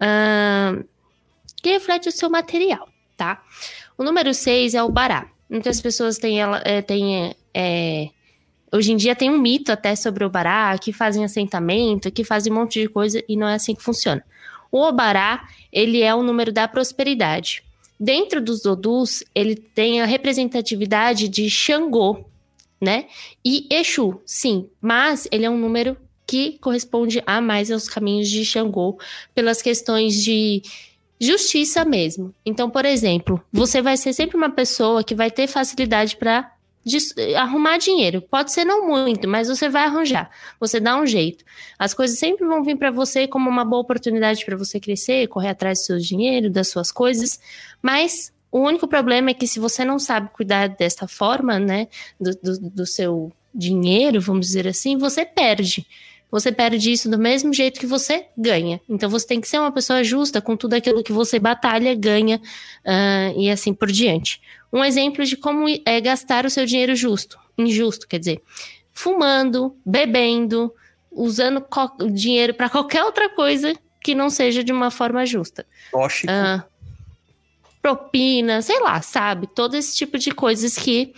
que reflete o seu material, tá? O número 6 é o Bará. Muitas pessoas têm hoje em dia tem um mito até sobre o Obará, que fazem assentamento, que fazem um monte de coisa e não é assim que funciona. O Obará, ele é o número da prosperidade. Dentro dos Odus, ele tem a representatividade de Xangô, né? E Exu, sim, mas ele é um número que corresponde a mais aos caminhos de Xangô, pelas questões de justiça mesmo. Então, por exemplo, você vai ser sempre uma pessoa que vai ter facilidade para arrumar dinheiro. Pode ser não muito, mas você vai arranjar. Você dá um jeito. As coisas sempre vão vir para você como uma boa oportunidade para você crescer, correr atrás do seu dinheiro, das suas coisas. Mas o único problema é que se você não sabe cuidar desta forma, né, do seu dinheiro, vamos dizer assim, você perde. Você perde isso do mesmo jeito que você ganha. Então você tem que ser uma pessoa justa com tudo aquilo que você batalha, ganha e assim por diante. Um exemplo de como é gastar o seu dinheiro injusto, quer dizer, fumando, bebendo, usando dinheiro para qualquer outra coisa que não seja de uma forma justa. Tóxico. Propina, sei lá, sabe? Todo esse tipo de coisas que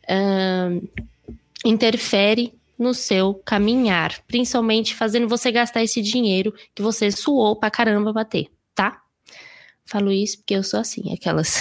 interfere no seu caminhar, principalmente fazendo você gastar esse dinheiro que você suou pra caramba pra ter, tá? Falo isso porque eu sou assim, aquelas...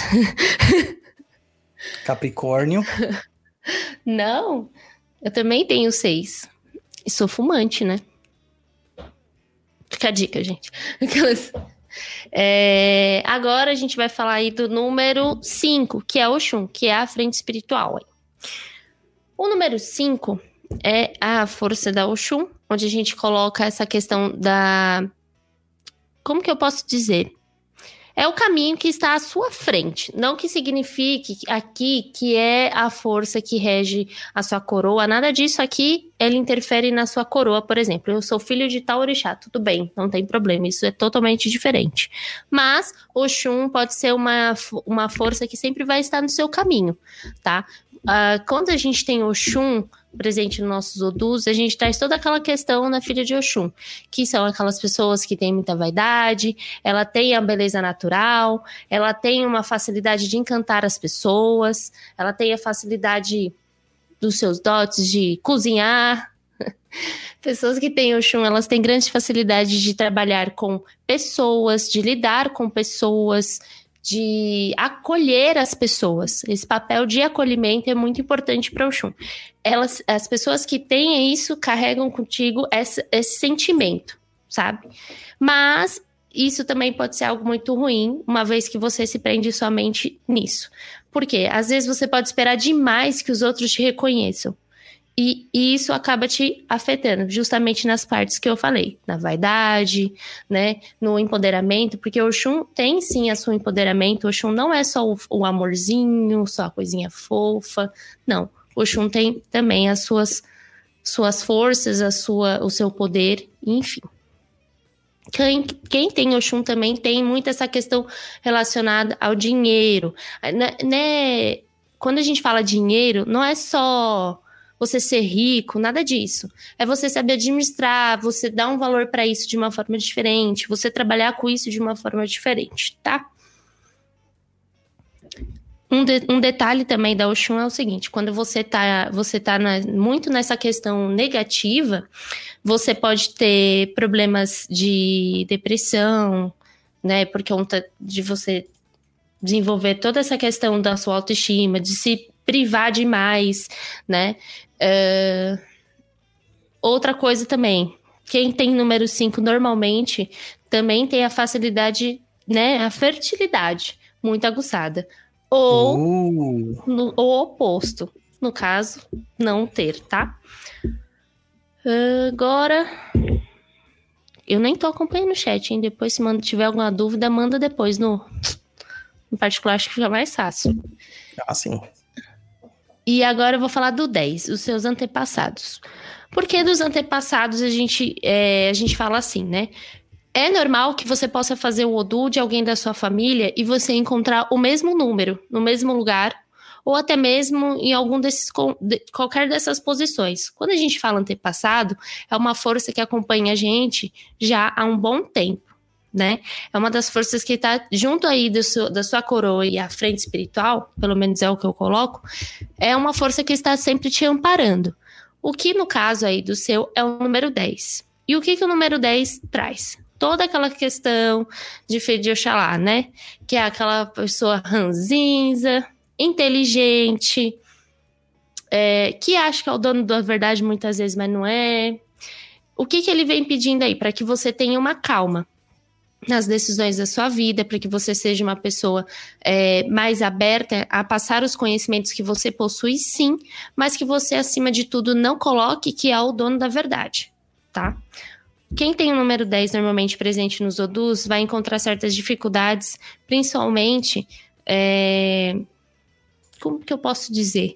Capricórnio. Não, eu também tenho 6. E sou fumante, né? Fica a dica, gente. Aquelas... Agora a gente vai falar aí do número 5, que é Oxum, que é a frente espiritual. O número 5 é a força da Oxum, onde a gente coloca essa questão da... Como que eu posso dizer? É o caminho que está à sua frente. Não que signifique aqui que é a força que rege a sua coroa. Nada disso aqui, ele interfere na sua coroa, por exemplo. Eu sou filho de tal orixá, tudo bem, não tem problema. Isso é totalmente diferente. Mas Oxum pode ser uma força que sempre vai estar no seu caminho, tá? Quando a gente tem Oxum presente nos nossos Odus, a gente traz toda aquela questão na filha de Oxum, que são aquelas pessoas que têm muita vaidade, ela tem a beleza natural, ela tem uma facilidade de encantar as pessoas, ela tem a facilidade dos seus dotes de cozinhar. Pessoas que têm Oxum, elas têm grande facilidade de trabalhar com pessoas, de lidar com pessoas, de acolher as pessoas. Esse papel de acolhimento é muito importante para o Oxum. As pessoas que têm isso carregam contigo esse sentimento, sabe? Mas isso também pode ser algo muito ruim, uma vez que você se prende somente nisso. Por quê? Às vezes você pode esperar demais que os outros te reconheçam. E isso acaba te afetando, justamente nas partes que eu falei, na vaidade, né, no empoderamento, porque o Oxum tem sim a seu empoderamento. O Oxum não é só o amorzinho, só a coisinha fofa, não. O Oxum tem também as suas forças, o seu poder, enfim. Quem tem Oxum também tem muito essa questão relacionada ao dinheiro, né? Quando a gente fala dinheiro, não é só você ser rico, nada disso. É você saber administrar, você dar um valor para isso de uma forma diferente, você trabalhar com isso de uma forma diferente, tá? Um detalhe também da Oxum é o seguinte, quando você tá muito nessa questão negativa, você pode ter problemas de depressão, né, por conta de você desenvolver toda essa questão da sua autoestima, de se privar demais, né. Outra coisa também, quem tem número 5 normalmente também tem a facilidade, né, a fertilidade muito aguçada. Ou o oposto, no caso, não ter, tá? Agora, eu nem tô acompanhando o chat, hein? Depois, se tiver alguma dúvida, manda depois no particular, acho que fica mais fácil. Ah, sim. E agora eu vou falar do 10, os seus antepassados. Porque dos antepassados a gente fala assim, né? É normal que você possa fazer o Odu de alguém da sua família e você encontrar o mesmo número, no mesmo lugar, ou até mesmo em algum qualquer dessas posições. Quando a gente fala antepassado, é uma força que acompanha a gente já há um bom tempo, né? É uma das forças que está junto aí da sua coroa e à frente espiritual, pelo menos é o que eu coloco, é uma força que está sempre te amparando. O que no caso aí do seu é o número 10. E o que o número 10 traz? Toda aquela questão de Fê de Oxalá, né? Que é aquela pessoa ranzinza, inteligente, que acha que é o dono da verdade muitas vezes, mas não é. O que ele vem pedindo aí? Para que você tenha uma calma nas decisões da sua vida, para que você seja uma pessoa mais aberta a passar os conhecimentos que você possui, sim, mas que você, acima de tudo, não coloque que é o dono da verdade, tá? Quem tem o número 10 normalmente presente nos Odus vai encontrar certas dificuldades, principalmente, como que eu posso dizer?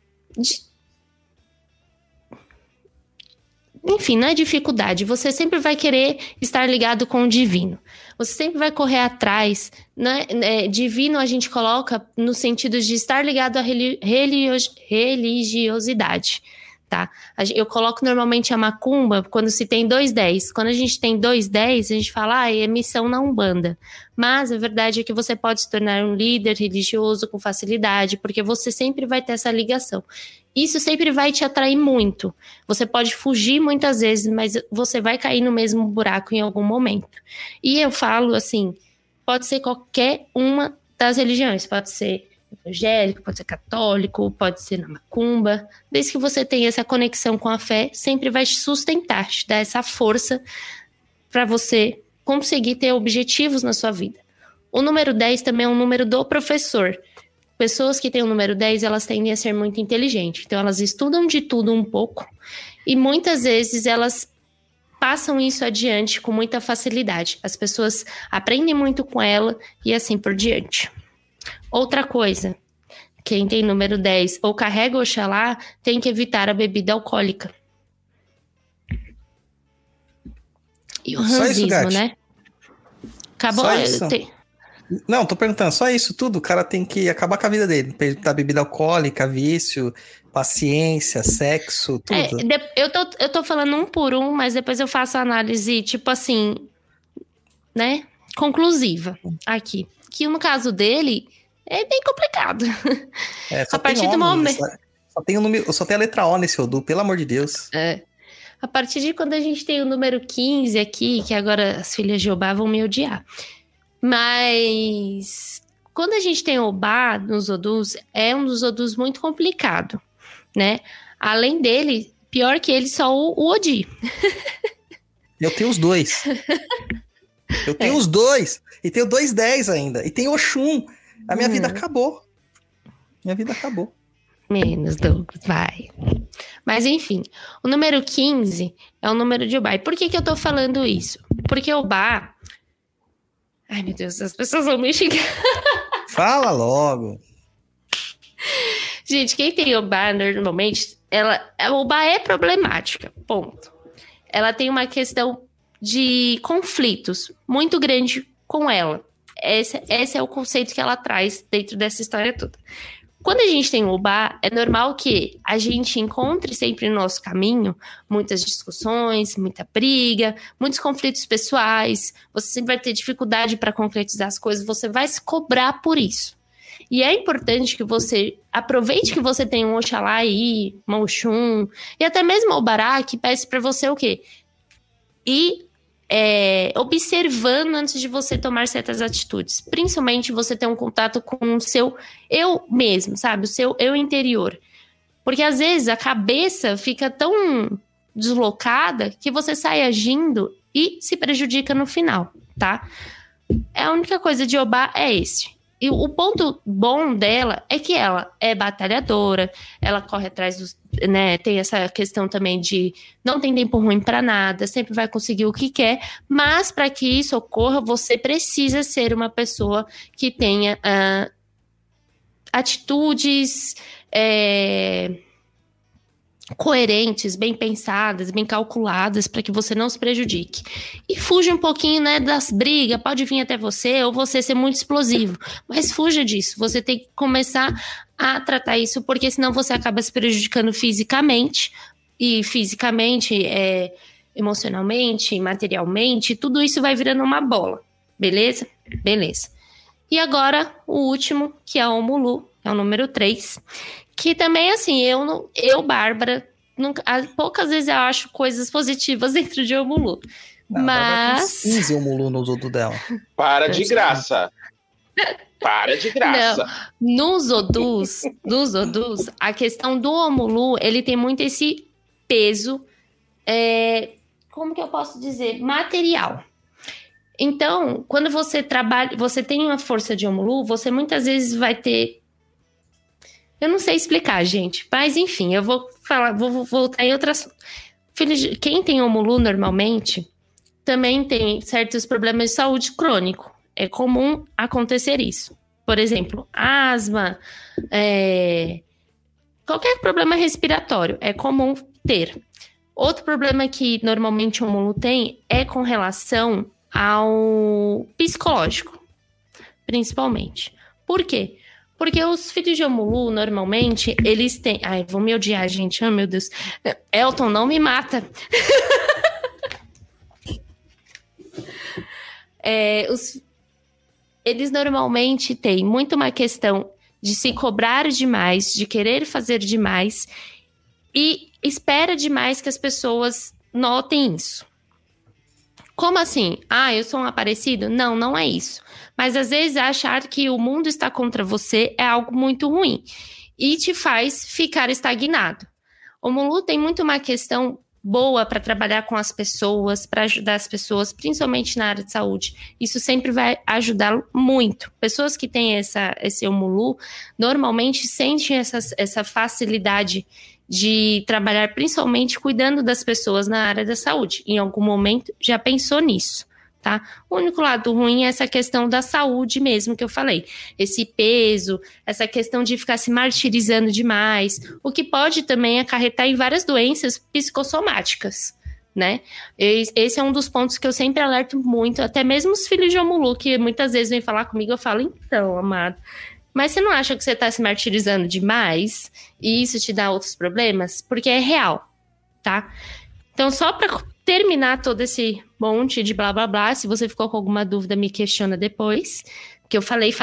Enfim, não é dificuldade, você sempre vai querer estar ligado com o divino. Você sempre vai correr atrás, né? Divino a gente coloca no sentido de estar ligado à religiosidade. Tá? Eu coloco normalmente a macumba quando se tem 210. Quando a gente tem 210, a gente fala, é missão na Umbanda. Mas a verdade é que você pode se tornar um líder religioso com facilidade, porque você sempre vai ter essa ligação. Isso sempre vai te atrair muito. Você pode fugir muitas vezes, mas você vai cair no mesmo buraco em algum momento. E eu falo assim, pode ser qualquer uma das religiões, pode ser evangélico, pode ser católico, pode ser na macumba, desde que você tenha essa conexão com a fé, sempre vai te sustentar, te dar essa força para você conseguir ter objetivos na sua vida. O número 10 também é um número do professor. Pessoas que têm o número 10, elas tendem a ser muito inteligentes, então elas estudam de tudo um pouco e muitas vezes elas passam isso adiante com muita facilidade. As pessoas aprendem muito com ela e assim por diante. Outra coisa, quem tem número 10 ou carrega Oxalá tem que evitar a bebida alcoólica. E o ranzismo, né? Acabou. Só isso? Não, tô perguntando, só isso tudo? O cara tem que acabar com a vida dele. Evitar bebida alcoólica, vício, paciência, sexo, tudo. Eu tô falando um por um, mas depois eu faço a análise, tipo assim, né? Conclusiva aqui. Que no caso dele é bem complicado. Só a partir do momento. Só tem a letra O nesse Odu, pelo amor de Deus. A partir de quando a gente tem o número 15 aqui, que agora as filhas de Obá vão me odiar. Mas quando a gente tem Obá nos Odus, é um dos Odus muito complicado, né? Além dele, pior que ele, só o Odi. Eu tenho os dois. Eu tenho os dois. E tenho 210 ainda. E tem Oxum. A minha vida acabou. Minha vida acabou. Menos, Douglas, vai. Mas enfim, o número 15 é o número de Obá. E por que eu tô falando isso? Porque Obá... Ai, meu Deus, as pessoas vão me xingar. Fala logo. Gente, quem tem Obá, normalmente, a Obá é problemática, ponto. Ela tem uma questão de conflitos muito grande com ela. Esse é o conceito que ela traz dentro dessa história toda. Quando a gente tem o Obá, é normal que a gente encontre sempre no nosso caminho muitas discussões, muita briga, muitos conflitos pessoais. Você sempre vai ter dificuldade para concretizar as coisas, você vai se cobrar por isso. E é importante que você aproveite que você tem um Oxalá aí, um Oxum, e até mesmo o Bará, que peça para você o quê? E observando antes de você tomar certas atitudes. Principalmente você ter um contato com o seu eu mesmo, sabe? O seu eu interior. Porque às vezes a cabeça fica tão deslocada que você sai agindo e se prejudica no final, tá? A única coisa de Obá é esse. E o ponto bom dela é que ela é batalhadora, ela corre atrás dos, né, tem essa questão também de não tem tempo ruim para nada, sempre vai conseguir o que quer, mas para que isso ocorra, você precisa ser uma pessoa que tenha atitudes coerentes, bem pensadas, bem calculadas, para que você não se prejudique. E fuja um pouquinho, né, das brigas, pode vir até você, ou você ser muito explosivo, mas fuja disso, você tem que começar a tratar isso, porque senão você acaba se prejudicando fisicamente, e fisicamente, emocionalmente, materialmente, tudo isso vai virando uma bola, beleza? Beleza. E agora, o último, que é o Omulu, é o número 3, que também, assim, eu Bárbara, poucas vezes eu acho coisas positivas dentro de Omulu. Mas... 15 Omulu no Zodu dela. Para de graça. Para de graça. Não. Nos Odus, a questão do Omulu, ele tem muito esse peso, como que eu posso dizer? Material. Então, quando você trabalha, você tem uma força de Omulu, você muitas vezes vai ter... Eu não sei explicar, gente, mas enfim, eu vou voltar em outro assunto. Quem tem Omulu normalmente também tem certos problemas de saúde crônico. É comum acontecer isso. Por exemplo, asma, qualquer problema respiratório é comum ter. Outro problema que normalmente o Omulu tem é com relação ao psicológico, principalmente. Por quê? Porque os filhos de Omulu, normalmente, eles têm... Ai, vão me odiar, gente. Oh, meu Deus. Elton, não me mata. Eles normalmente têm muito uma questão de se cobrar demais, de querer fazer demais e espera demais que as pessoas notem isso. Como assim? Eu sou um aparecido? Não, não é isso. Mas às vezes achar que o mundo está contra você é algo muito ruim e te faz ficar estagnado. O Omulu tem muito uma questão boa para trabalhar com as pessoas, para ajudar as pessoas, principalmente na área de saúde. Isso sempre vai ajudar muito. Pessoas que têm esse Omulu normalmente sentem essa facilidade de trabalhar principalmente cuidando das pessoas na área da saúde. Em algum momento já pensou nisso, tá? O único lado ruim é essa questão da saúde mesmo que eu falei. Esse peso, essa questão de ficar se martirizando demais, o que pode também acarretar em várias doenças psicossomáticas, né? Esse é um dos pontos que eu sempre alerto muito, até mesmo os filhos de Omulu, que muitas vezes vêm falar comigo, eu falo, então, amado, mas você não acha que você está se martirizando demais e isso te dá outros problemas? Porque é real, tá? Então, só para terminar todo esse monte de blá, blá, blá, se você ficou com alguma dúvida, me questiona depois, porque eu falei.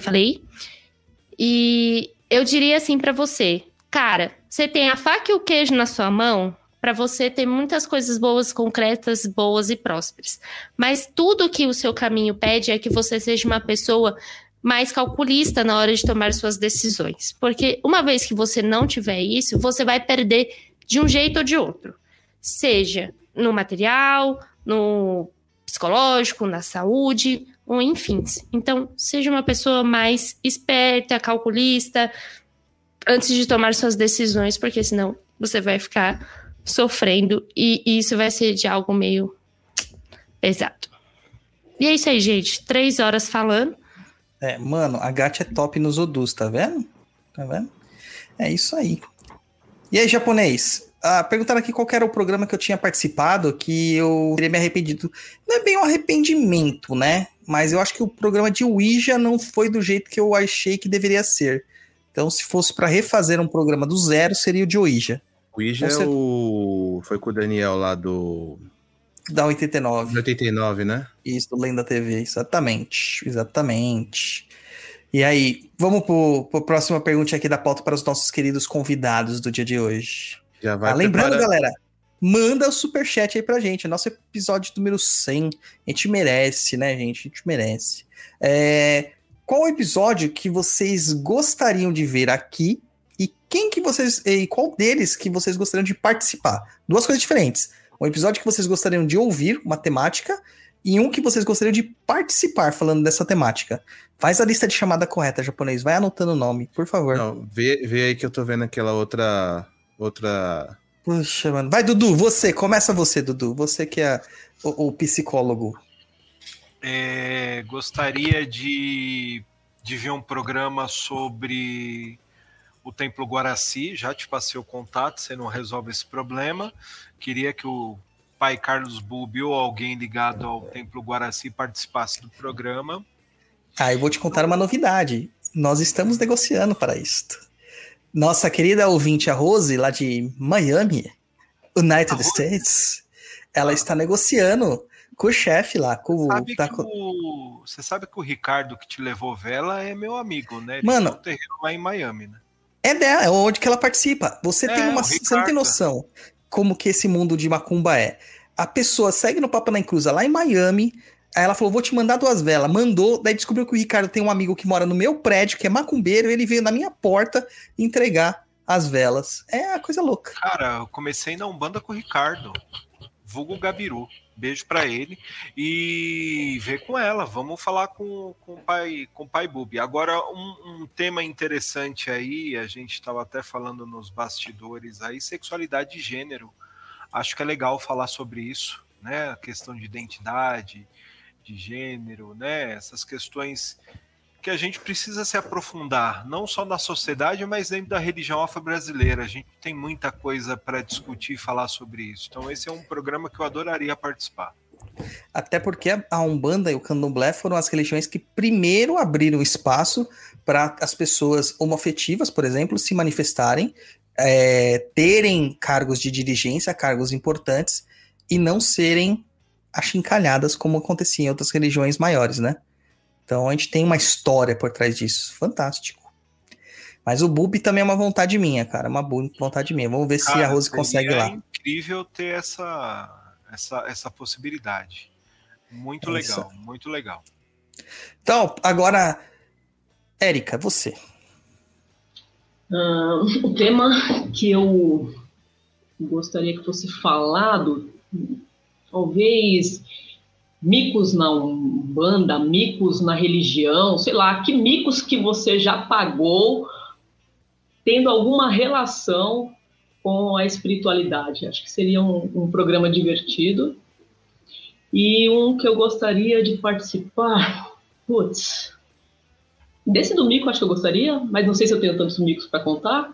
E eu diria assim para você, cara, você tem a faca e o queijo na sua mão para você ter muitas coisas boas, concretas, boas e prósperas. Mas tudo que o seu caminho pede é que você seja uma pessoa mais calculista na hora de tomar suas decisões. Porque uma vez que você não tiver isso, você vai perder de um jeito ou de outro. Seja no material, no psicológico, na saúde, ou enfim. Então, seja uma pessoa mais esperta, calculista, antes de tomar suas decisões, porque senão você vai ficar sofrendo e isso vai ser de algo meio pesado. E é isso aí, gente. 3 horas falando. Mano, a Gacha é top nos Odus, tá vendo? Tá vendo? É isso aí. E aí, japonês? Perguntaram aqui qual era o programa que eu tinha participado, que eu teria me arrependido. Não é bem um arrependimento, né? Mas eu acho que o programa de Ouija não foi do jeito que eu achei que deveria ser. Então, se fosse pra refazer um programa do zero, seria o de Ouija. Ouija foi com o Daniel lá do... Da 89. 89, né? Isso, do Lenda TV, exatamente. E aí, vamos para a próxima pergunta aqui da pauta para os nossos queridos convidados do dia de hoje. Já vai Lembrando, preparando. galera, manda o superchat aí pra gente. É nosso episódio número 100. A gente merece, né, gente? A gente merece. Qual episódio que vocês gostariam de ver aqui e qual deles que vocês gostariam de participar? Duas coisas diferentes. Um episódio que vocês gostariam de ouvir, uma temática, e um que vocês gostariam de participar falando dessa temática. Faz a lista de chamada correta, japonês. Vai anotando o nome, por favor. Não, vê aí que eu tô vendo aquela outra... Puxa, mano. Vai, Dudu, começa você, Dudu. Você que é o psicólogo. Gostaria de ver um programa sobre o Templo Guaraci. Já te passei o contato, você não resolve esse problema. Queria que o pai Carlos Bubi ou alguém ligado ao Templo Guaraci participasse do programa. Eu vou te contar uma novidade. Nós estamos negociando para isto. Nossa querida ouvinte, a Rose, lá de Miami, United States, ela está negociando com o chefe lá. Você sabe que o Ricardo que te levou vela é meu amigo, né? Ele Mano, tem um terreno lá em Miami, né? É dela, é onde que ela participa. Você não tem noção como que esse mundo de macumba é. A pessoa segue no Papo na Cruz lá em Miami, aí ela falou, vou te mandar 2 velas. Mandou, daí descobriu que o Ricardo tem um amigo que mora no meu prédio, que é macumbeiro, e ele veio na minha porta entregar as velas. É uma coisa louca. Cara, eu comecei na Umbanda com o Ricardo, vulgo Gabiru. Beijo pra ele e vê com ela. Vamos falar com o pai Bubi. Agora, um tema interessante aí, a gente estava até falando nos bastidores aí, sexualidade de gênero. Acho que é legal falar sobre isso, né? A questão de identidade, de gênero, né? Essas questões que a gente precisa se aprofundar, não só na sociedade, mas dentro da religião afro-brasileira. A gente tem muita coisa para discutir e falar sobre isso. Então esse é um programa que eu adoraria participar. Até porque a Umbanda e o Candomblé foram as religiões que primeiro abriram espaço para as pessoas homoafetivas, por exemplo, se manifestarem, terem cargos de dirigência, cargos importantes, e não serem achincalhadas como acontecia em outras religiões maiores, né? Então a gente tem uma história por trás disso. Fantástico. Mas o Bubi também é uma vontade minha, cara. Uma vontade minha. Vamos ver se a Rose consegue lá. É incrível ter essa possibilidade. Muito legal, muito legal. Então, agora, Érica, você. O tema que eu gostaria que fosse falado, talvez... micos na Umbanda, micos na religião, sei lá, que micos que você já pagou tendo alguma relação com a espiritualidade. Acho que seria um programa divertido. E um que eu gostaria de participar, desse do mico acho que eu gostaria, mas não sei se eu tenho tantos micos para contar.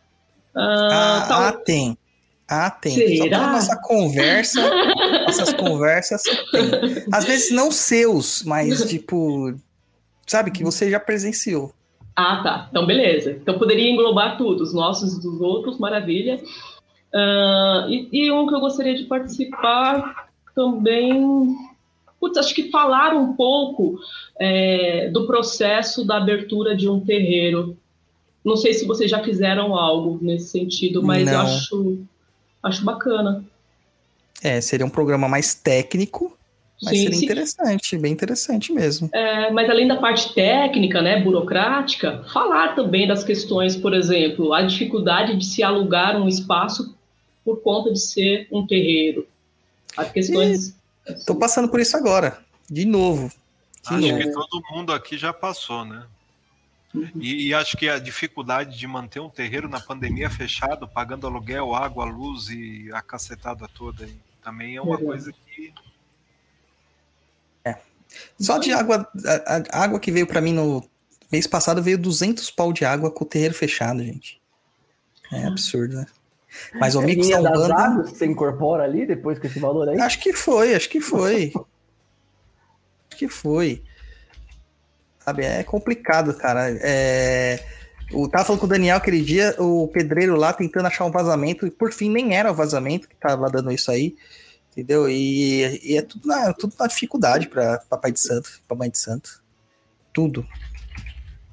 Tem. Será? Nossa conversa, essas conversas tem. Às vezes não seus, mas tipo, sabe, que você já presenciou. Tá. Então, beleza. Então, poderia englobar tudo, os nossos e dos outros, maravilha. E um que eu gostaria de participar também... acho que falar um pouco do processo da abertura de um terreiro. Não sei se vocês já fizeram algo nesse sentido, mas não. Acho bacana. Seria um programa mais técnico, mas seria interessante, bem interessante mesmo. Mas além da parte técnica, né, burocrática, falar também das questões, por exemplo, a dificuldade de se alugar um espaço por conta de ser um terreiro. As questões... Tô passando por isso agora, de novo. Acho que todo mundo aqui já passou, né? E acho que a dificuldade de manter um terreiro na pandemia fechado, pagando aluguel, água, luz e a cacetada toda aí, também é uma coisa que... Só de água, a água que veio pra mim no mês passado, veio 200 pau de água com o terreiro fechado, gente. É absurdo, né? Mas o mix da das Umbanda... águas que você incorpora ali, depois com esse valor aí? Acho que foi. Sabe, é complicado, cara. Eu tava falando com o Daniel aquele dia, o pedreiro lá tentando achar um vazamento, e por fim nem era o vazamento que tava dando isso aí, entendeu? E é tudo na dificuldade pra Papai de Santo, pra Mãe de Santo. Tudo.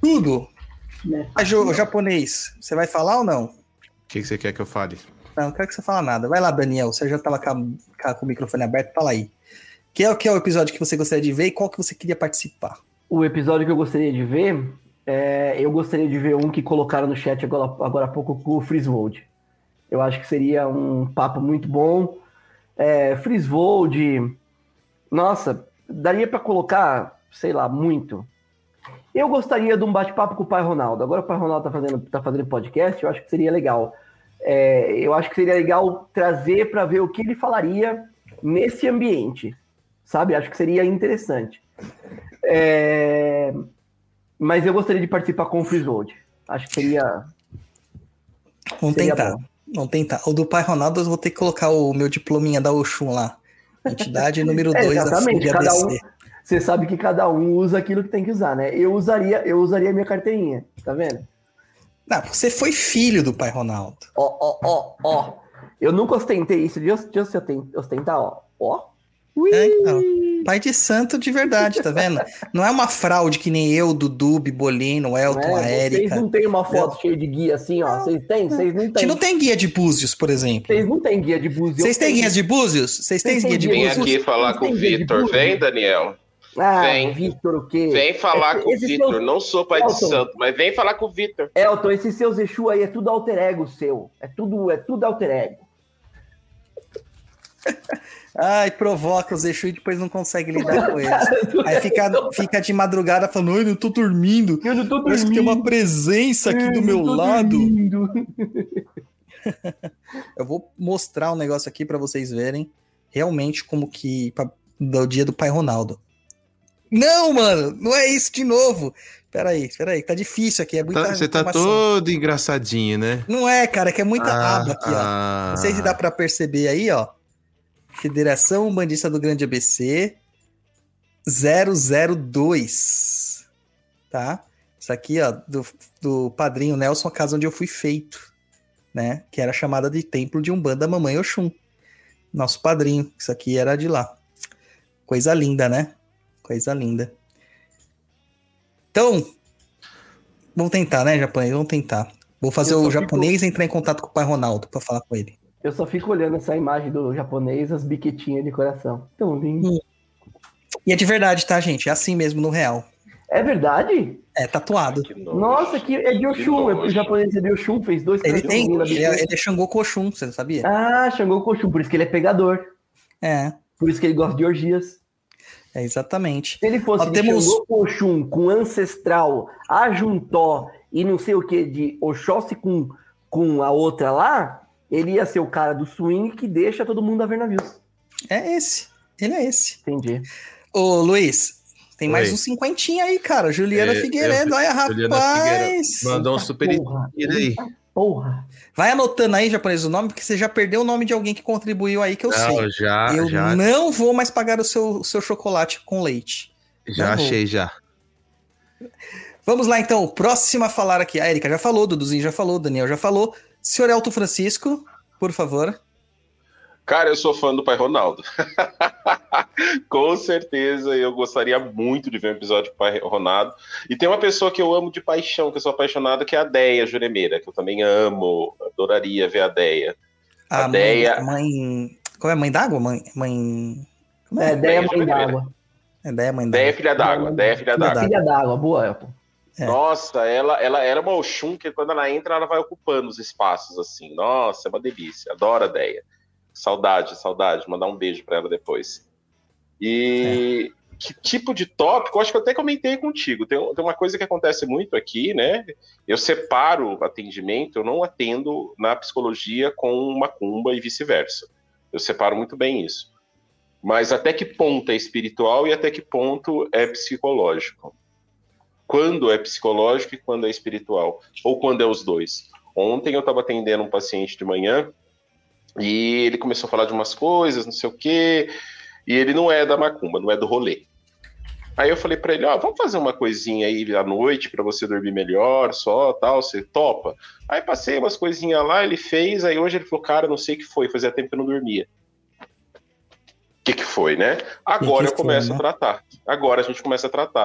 Tudo. Né? Mas, o japonês, você vai falar ou não? O que você quer que eu fale? Não quero que você fale nada. Vai lá, Daniel. Você já estava com o microfone aberto. Fala aí. Que é o episódio que você gostaria de ver e qual que você queria participar? O episódio que eu gostaria de ver, eu gostaria de ver um que colocaram no chat agora há pouco com o Friswold. Eu acho que seria um papo muito bom. Friswold, nossa, daria para colocar, sei lá, muito. Eu gostaria de um bate-papo com o Pai Ronaldo. Agora o Pai Ronaldo tá fazendo podcast, eu acho que seria legal. Eu acho que seria legal trazer para ver o que ele falaria nesse ambiente, sabe? Acho que seria interessante. Mas eu gostaria de participar com o Friswold. Acho que seria... Vamos tentar. O do Pai Ronaldo eu vou ter que colocar o meu diplominha da Oxum lá. Entidade número 2 exatamente. da ABC. Você sabe que cada um usa aquilo que tem que usar, né? Eu usaria a minha carteirinha, tá vendo? Não, você foi filho do Pai Ronaldo. Ó. Eu nunca ostentei isso. Deixa eu ostentar, ó. Então, pai de santo de verdade, tá vendo? Não é uma fraude que nem eu, Dudu, Bibolino, Elton, a Érica. Vocês não têm uma foto cheia de guia assim, ó? Vocês têm? Vocês não têm. A gente não tem guia de Búzios, por exemplo. Vocês não têm guia de Búzios. Vocês têm guias de Búzios? Vocês têm guia de Búzios? Vem aqui falar com o Vitor. Vem, Daniel. Vem. Vitor o quê? Vem falar com o Vitor. Não sou pai de santo, mas vem falar com o Vitor. Elton, esses seus Exu aí é tudo alter ego seu. É tudo alter ego. Ai, provoca os Exu e depois não consegue lidar com eles. Aí fica de madrugada falando, eu não tô dormindo. Eu não tô dormindo. Parece que tem uma presença aqui do meu lado. Eu vou mostrar um negócio aqui pra vocês verem realmente como que... do dia do Pai Ronaldo. Não, mano, não é isso de novo. Peraí, tá difícil aqui, é muita Você tá todo engraçadinho, né? Não é, cara, que é muita aba aqui, ó. Não sei se dá pra perceber aí, ó. Federação Umbandista do Grande ABC 002, tá? Isso aqui, ó, do padrinho Nelson, a casa onde eu fui feito, né? Que era chamada de Templo de Umbanda Mamãe Oxum. Nosso padrinho, isso aqui era de lá. Coisa linda, né? Coisa linda. Então, vamos tentar, né, japonês? Vamos tentar. Vou fazer o japonês entrar em contato com o Pai Ronaldo pra falar com ele. Eu só fico olhando essa imagem do japonês, as biquetinhas de coração. Tão lindo. E é de verdade, tá, gente? É assim mesmo, no real. É verdade? É tatuado. Nossa, que é de Oxum. O japonês é de Oxum, fez 2 ele é Xangô Oxum, você não sabia? Ah, Xangô Oxum, por isso que ele é pegador. É. Por isso que ele gosta de orgias. É, exatamente. Se ele fosse de Xangô Oxum com ancestral, ajuntó e não sei o que de Oxóssi com a outra lá, ele ia ser o cara do swing que deixa todo mundo a ver navios. É esse. Ele é esse. Entendi. Ô, Luiz, tem mais uns 50 aí, cara. Juliana Figueiredo, olha, rapaz. Mandou um super aí. Porra. Vai anotando aí, japonês, o nome, porque você já perdeu o nome de alguém que contribuiu aí, que eu sei. Eu não vou mais pagar o seu chocolate com leite. Já achei, já. Vamos lá, então. Próximo a falar aqui. A Érica já falou, o Duduzinho já falou, o Daniel já falou. Senhor Elton Francisco, por favor. Cara, eu sou fã do Pai Ronaldo. Com certeza, eu gostaria muito de ver um episódio do Pai Ronaldo. E tem uma pessoa que eu amo de paixão, que eu sou apaixonado, que é a Deia Juremeira, que eu também amo, adoraria ver a Deia. A Deia... Qual é a mãe d'água? Mãe... Deia Mãe d'Água. É Deia Mãe d'Água. Deia Filha d'Água. Deia Filha d'Água. Filha d'Água, boa, Elton. É. Nossa, ela era uma Oxum que quando ela entra, ela vai ocupando os espaços, assim. Nossa, é uma delícia. Adoro a Deia. Saudade. Mandar um beijo pra ela depois. E que tipo de tópico? Acho que eu até comentei contigo. Tem uma coisa que acontece muito aqui, né? Eu separo atendimento, eu não atendo na psicologia com macumba e vice-versa. Eu separo muito bem isso. Mas até que ponto é espiritual e até que ponto é psicológico? Quando é psicológico e quando é espiritual? Ou quando é os dois? Ontem eu estava atendendo um paciente de manhã e ele começou a falar de umas coisas, não sei o quê, e ele não é da macumba, não é do rolê. Aí eu falei para ele, vamos fazer uma coisinha aí à noite para você dormir melhor, só, tal, você topa? Aí passei umas coisinhas lá, ele fez, aí hoje ele falou, cara, não sei o que foi, fazia tempo que eu não dormia. O que foi, né? Agora eu começo a tratar. Agora a gente começa a tratar.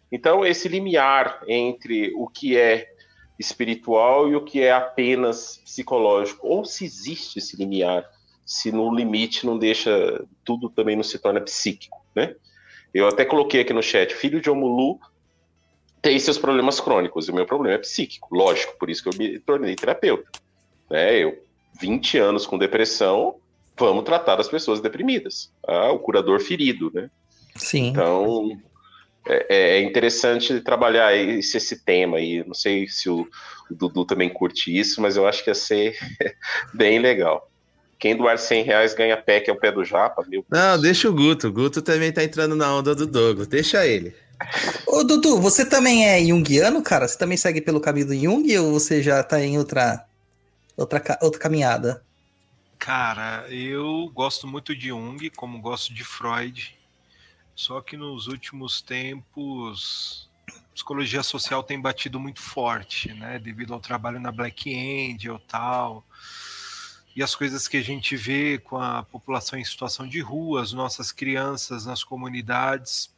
Então, esse limiar entre o que é espiritual e o que é apenas psicológico, ou se existe esse limiar, se no limite não deixa, tudo também não se torna psíquico, né? Eu até coloquei aqui no chat, filho de Omulu tem seus problemas crônicos, e o meu problema é psíquico, lógico, por isso que eu me tornei terapeuta. Né? Eu, 20 anos com depressão, vamos tratar as pessoas deprimidas. O curador ferido, né? Sim. Então, é interessante trabalhar esse tema aí. Não sei se o Dudu também curte isso, mas eu acho que ia ser bem legal. Quem doar R$100 ganha pé, que é o pé do Japa, meu. Não, deixa o Guto. O Guto também tá entrando na onda do Douglas. Deixa ele. Ô, Dudu, você também é junguiano, cara? Você também segue pelo caminho do Jung ou você já tá em outra caminhada? Cara, eu gosto muito de Jung, como gosto de Freud. Só que nos últimos tempos, a psicologia social tem batido muito forte, né? Devido ao trabalho na Black Angel e tal. E as coisas que a gente vê com a população em situação de rua, as nossas crianças nas comunidades.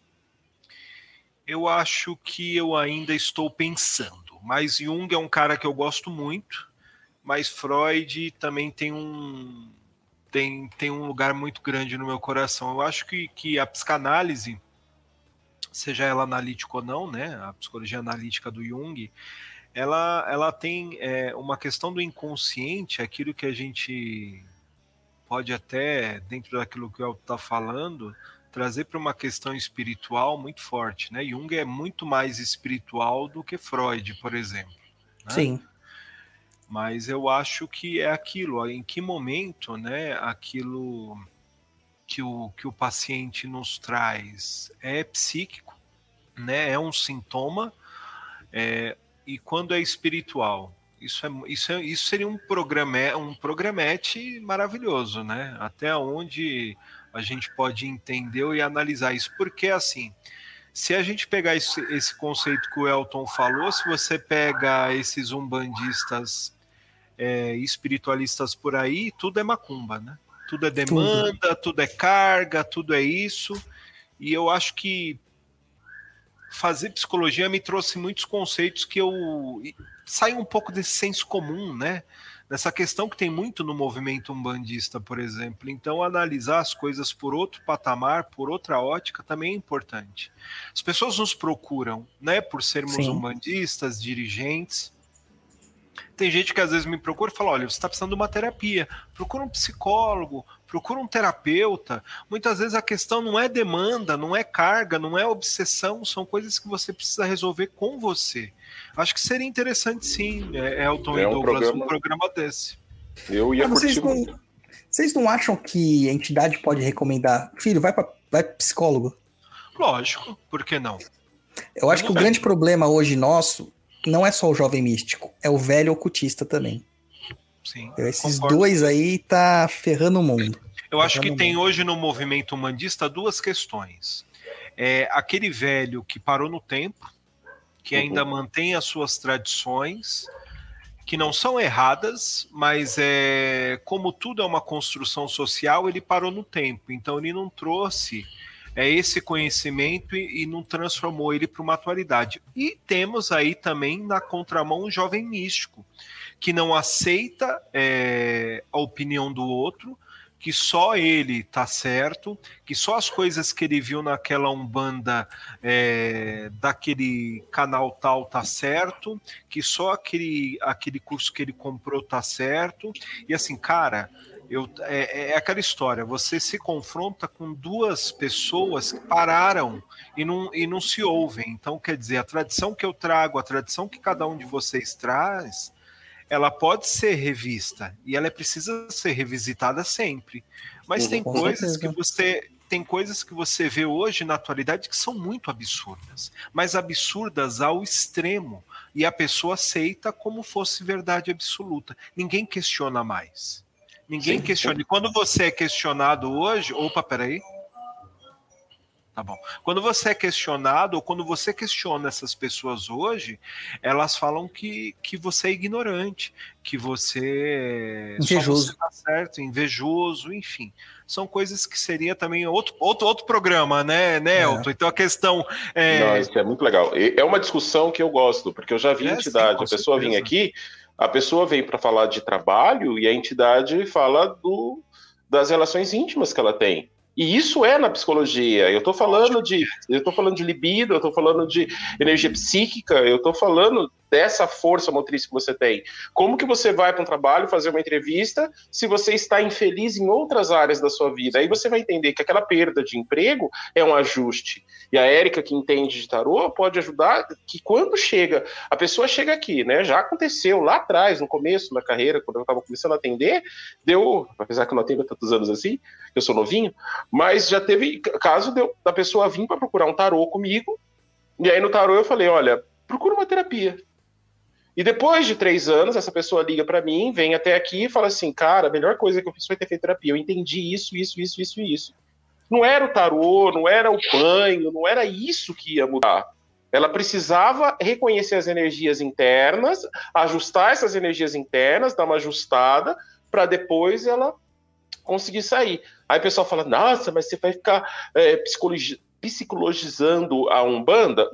Eu acho que eu ainda estou pensando. Mas Jung é um cara que eu gosto muito, mas Freud também tem um lugar muito grande no meu coração. Eu acho que a psicanálise, seja ela analítica ou não, né, a psicologia analítica do Jung, ela tem uma questão do inconsciente, aquilo que a gente pode até, dentro daquilo que o Elton está falando, trazer para uma questão espiritual muito forte, né? Jung é muito mais espiritual do que Freud, por exemplo. Né? Sim. Mas eu acho que é aquilo, em que momento, né, aquilo que o paciente nos traz é psíquico, né, é um sintoma, e quando é espiritual. Isso seria um programete maravilhoso, né? Até onde a gente pode entender e analisar isso. Porque, assim, se a gente pegar esse conceito que o Elton falou, se você pega esses umbandistas espiritualistas por aí, tudo é macumba, né? Tudo é demanda, tudo é carga, tudo é isso. E eu acho que fazer psicologia me trouxe muitos conceitos que eu saio um pouco desse senso comum, né? Dessa questão que tem muito no movimento umbandista, por exemplo. Então, analisar as coisas por outro patamar, por outra ótica, também é importante. As pessoas nos procuram, né? Por sermos umbandistas, dirigentes. Tem gente que às vezes me procura e fala, olha, você está precisando de uma terapia, procura um psicólogo, procura um terapeuta. Muitas vezes a questão não é demanda, não é carga, não é obsessão, são coisas que você precisa resolver com você. Acho que seria interessante sim, Elton e Douglas, um programa desse. Eu ia curtir muito. Vocês não acham que a entidade pode recomendar, filho, vai pro psicólogo? Lógico, por que não? Eu acho que o grande problema hoje nosso não é só o jovem místico, é o velho ocultista também. Sim, esses dois aí tá ferrando o mundo. Eu acho que tem hoje no movimento humanista duas questões. Aquele velho que parou no tempo, que ainda mantém as suas tradições, que não são erradas, mas como tudo é uma construção social, ele parou no tempo. Então ele não trouxe esse conhecimento e não transformou ele para uma atualidade. E temos aí também na contramão um jovem místico, que não aceita a opinião do outro, que só ele está certo, que só as coisas que ele viu naquela umbanda daquele canal tal tá certo, que só aquele curso que ele comprou tá certo. E assim, cara, é aquela história, você se confronta com duas pessoas que pararam e não se ouvem. Então, quer dizer, a tradição que eu trago, a tradição que cada um de vocês traz, ela pode ser revista e ela precisa ser revisitada sempre. Mas tem coisas que você vê hoje na atualidade que são muito absurdas, mas absurdas ao extremo, e a pessoa aceita como fosse verdade absoluta. Ninguém questiona mais. Ninguém questiona. E quando você é questionado hoje... Opa, peraí. Tá bom. Quando você é questionado, ou quando você questiona essas pessoas hoje, elas falam que você é ignorante, que você Invejoso. só você tá certo, invejoso, enfim. São coisas que seria também outro programa, né, Elton? Então a questão Não, isso é muito legal. É uma discussão que eu gosto, porque eu já vi entidade, sim, a pessoa certeza. vem aqui, a pessoa vem para falar de trabalho e a entidade fala das relações íntimas que ela tem. E isso é na psicologia. Eu estou falando de libido, eu estou falando de energia psíquica, eu estou falando dessa força motriz que você tem. Como que você vai para um trabalho fazer uma entrevista se você está infeliz em outras áreas da sua vida? Aí você vai entender que aquela perda de emprego é um ajuste. E a Érica, que entende de tarô, pode ajudar que quando a pessoa chega aqui, né? Já aconteceu lá atrás, no começo da carreira, quando eu estava começando a atender, apesar que eu não atendo há tantos anos assim, eu sou novinho, mas já teve caso da pessoa vir para procurar um tarô comigo, e aí no tarô eu falei, olha, procura uma terapia. E depois de 3 anos, essa pessoa liga para mim, vem até aqui e fala assim, cara, a melhor coisa que eu fiz foi ter feito terapia, eu entendi isso. Não era o tarô, não era o banho, não era isso que ia mudar. Ela precisava reconhecer as energias internas, ajustar essas energias internas, dar uma ajustada, para depois ela conseguir sair. Aí o pessoal fala, nossa, mas você vai ficar psicologizando a Umbanda?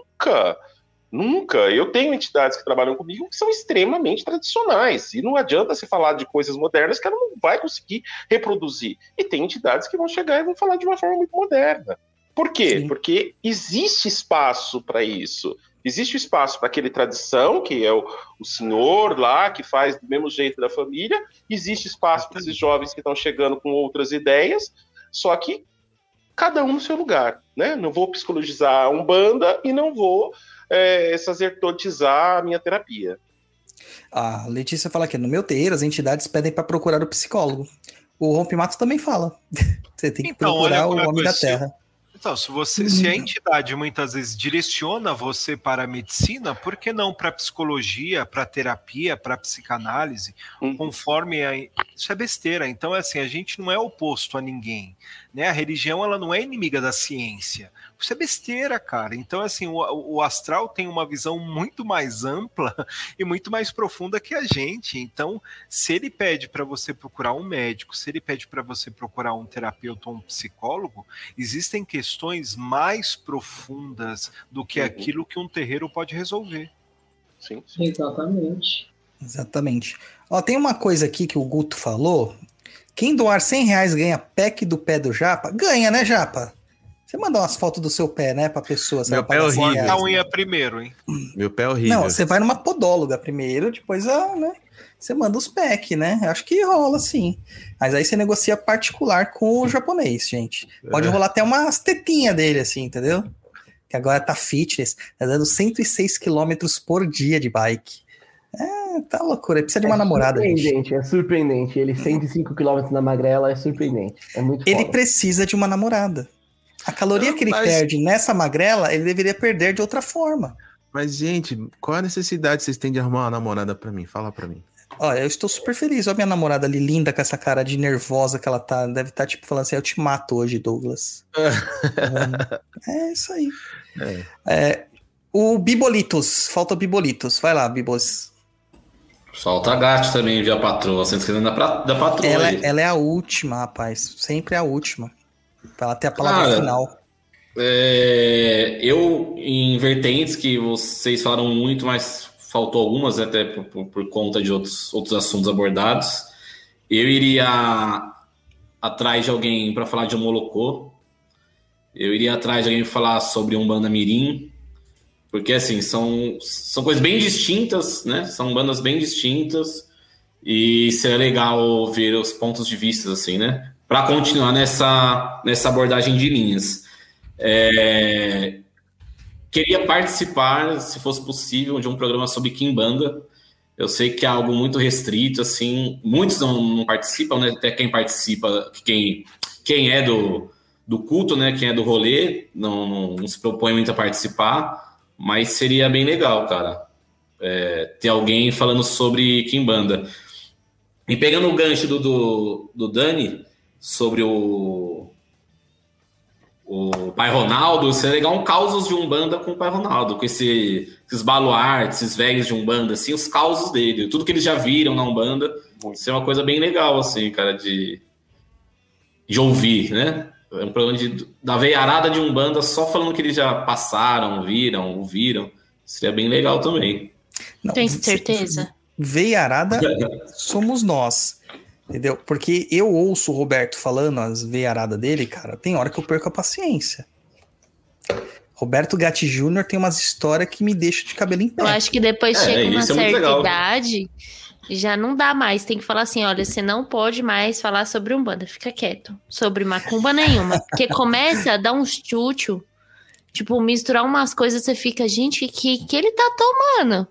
Nunca. Eu tenho entidades que trabalham comigo que são extremamente tradicionais. E não adianta se falar de coisas modernas que ela não vai conseguir reproduzir. E tem entidades que vão chegar e vão falar de uma forma muito moderna. Por quê? Sim. Porque existe espaço para isso. Existe espaço para aquele tradição, que é o senhor lá, que faz do mesmo jeito da família. Existe espaço para esses jovens que estão chegando com outras ideias. Só que cada um no seu lugar, né? Não vou psicologizar a Umbanda e não vou sacerdotizar a minha terapia. A Letícia fala aqui, no meu terreiro, as entidades pedem para procurar o psicólogo. O Rompimatos também fala. Você tem que procurar o homem da terra. Então, se a entidade muitas vezes direciona você para a medicina, por que não para a psicologia, para a terapia, para a psicanálise, conforme isso é besteira. Então, assim, a gente não é oposto a ninguém, né? A religião, ela não é inimiga da ciência. Isso é besteira, cara. Então, assim, o astral tem uma visão muito mais ampla e muito mais profunda que a gente. Então, se ele pede para você procurar um médico, se ele pede para você procurar um terapeuta ou um psicólogo, existem questões mais profundas do que aquilo que um terreiro pode resolver. Sim. Exatamente. Ó, tem uma coisa aqui que o Guto falou. Quem doar R$100 ganha pack do pé do Japa? Ganha, né, Japa? Você manda umas fotos do seu pé, né, pra pessoa. Meu pé é horrível. Corta a unha primeiro, hein? Meu pé é horrível. Não, você vai numa podóloga primeiro, depois né, você manda os pack, né? Acho que rola, sim. Mas aí você negocia particular com o japonês, gente. Pode rolar até umas tetinhas dele, assim, entendeu? Que agora tá fitness, tá dando 106 km por dia de bike. Tá loucura, ele precisa de uma namorada, gente. É surpreendente. Ele 105 km na magrela é surpreendente. É muito Ele foda. precisa de uma namorada. A caloria que ele perde nessa magrela, ele deveria perder de outra forma. Mas, gente, qual a necessidade vocês têm de arrumar uma namorada pra mim? Fala pra mim. Olha, eu estou super feliz. Olha a minha namorada ali, linda, com essa cara de nervosa que ela tá. Deve estar, tipo, falando assim, eu te mato hoje, Douglas. É isso aí. O Bibolitos. Falta o Bibolitos. Vai lá, Bibos. Falta a Gatti também, viu, a patroa. Você escrevendo da patroa. Ela é a última, rapaz. Sempre é a última. Pra ela ter a palavra final. Eu, em vertentes que vocês falaram muito, mas faltou algumas, até por conta de outros assuntos abordados, eu iria atrás de alguém para falar de Omolocô. Eu iria atrás de alguém para falar sobre Umbanda Mirim. Porque, assim, são coisas bem distintas, né? São bandas bem distintas. E seria legal ver os pontos de vista, assim, né? Para continuar nessa abordagem de linhas. Queria participar, se fosse possível, de um programa sobre Quimbanda. Eu sei que é algo muito restrito, assim. Muitos não participam, né? Até quem participa, quem é do culto, né? Quem é do rolê, não se propõe muito a participar. Mas seria bem legal, cara. Ter alguém falando sobre Quimbanda. E pegando o gancho do Dani sobre o Pai Ronaldo, seria legal um causos de Umbanda com o Pai Ronaldo, com esses baluartes, esses velhos de Umbanda, assim, os causos dele, tudo que eles já viram na Umbanda. Isso é uma coisa bem legal, assim, cara, de ouvir, né? É um programa da veiarada de Umbanda só falando que eles já passaram, viram, ouviram. Seria bem legal também. Não, Tem certeza? Veiarada somos nós, entendeu? Porque eu ouço o Roberto falando as veiaradas dele, cara, tem hora que eu perco a paciência. Roberto Gatti Júnior tem umas histórias que me deixam de cabelo em pé. Eu acho que depois chega uma isso é muito certa legal. idade, já não dá mais. Tem que falar assim, olha, você não pode mais falar sobre Umbanda, fica quieto. Sobre macumba nenhuma. Porque começa a dar uns tchutchu, tipo, misturar umas coisas, você fica, gente, que ele tá tomando?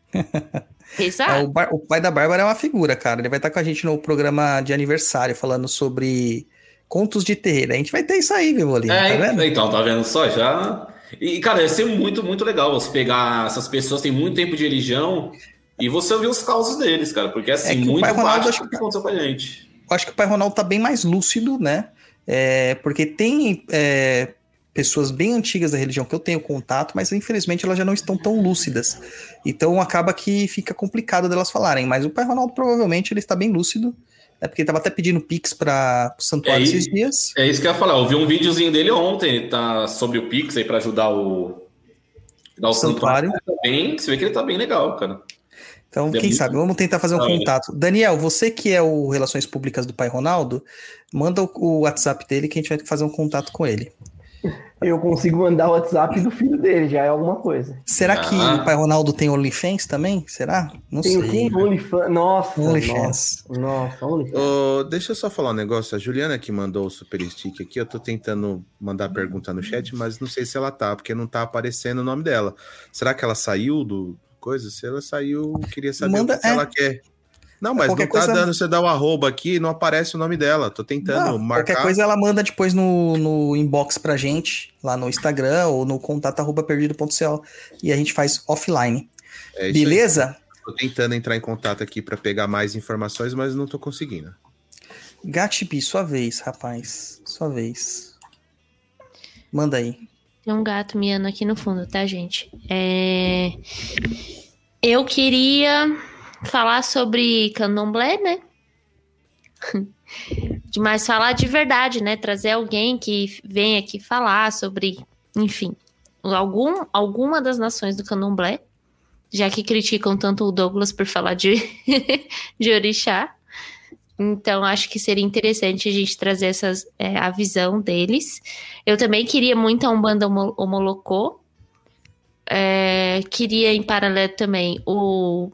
Exato. O pai da Bárbara é uma figura, cara. Ele vai estar com a gente no programa de aniversário, falando sobre contos de terreiro. A gente vai ter isso aí, Vivolino, tá vendo? Então, tá vendo só já? E, cara, ia ser muito, muito legal você pegar essas pessoas que têm muito tempo de religião e você ouvir os causos deles, cara. Porque, assim, que o muito Pai Ronaldo, bate o que aconteceu com a gente. Eu acho que o Pai Ronaldo tá bem mais lúcido, né? Porque tem pessoas bem antigas da religião que eu tenho contato, mas infelizmente elas já não estão tão lúcidas. Então acaba que fica complicado delas falarem. Mas o Pai Ronaldo provavelmente ele está bem lúcido, porque ele tava até pedindo Pix para o santuário esses dias. É isso que eu ia falar. Eu vi um videozinho dele ontem, tá sobre o Pix aí para ajudar o santuário. Você vê que ele tá bem legal, cara. Então, quem sabe, vamos tentar fazer um contato. Daniel, você que é o Relações Públicas do Pai Ronaldo, manda o WhatsApp dele que a gente vai fazer um contato com ele. Eu consigo mandar o WhatsApp do filho dele, já é alguma coisa. Será que o Pai Ronaldo tem OnlyFans também? Será? Não sei. Tem OnlyFans. Nossa, OnlyFans. Nossa, OnlyFans. Deixa eu só falar um negócio. A Juliana que mandou o super stick aqui, eu tô tentando mandar pergunta no chat, mas não sei se ela tá, porque não tá aparecendo o nome dela. Será que ela saiu do coisa? Se ela saiu, eu queria saber o que ela quer. Não, mas não tá dando, você dá o arroba aqui, não aparece o nome dela. Tô tentando marcar. Qualquer coisa ela manda depois no inbox pra gente, lá no Instagram ou no contato@perdido.co e a gente faz offline. Beleza? Tô tentando entrar em contato aqui pra pegar mais informações, mas não tô conseguindo. Gatibi, sua vez, rapaz. Sua vez. Manda aí. Tem um gato miando aqui no fundo, tá, gente? Eu queria falar sobre candomblé, né? Mas falar de verdade, né? Trazer alguém que venha aqui falar sobre, enfim, alguma das nações do candomblé, já que criticam tanto o Douglas por falar de orixá. Então, acho que seria interessante a gente trazer a visão deles. Eu também queria muito a Umbanda Omolocô. Queria, em paralelo, também o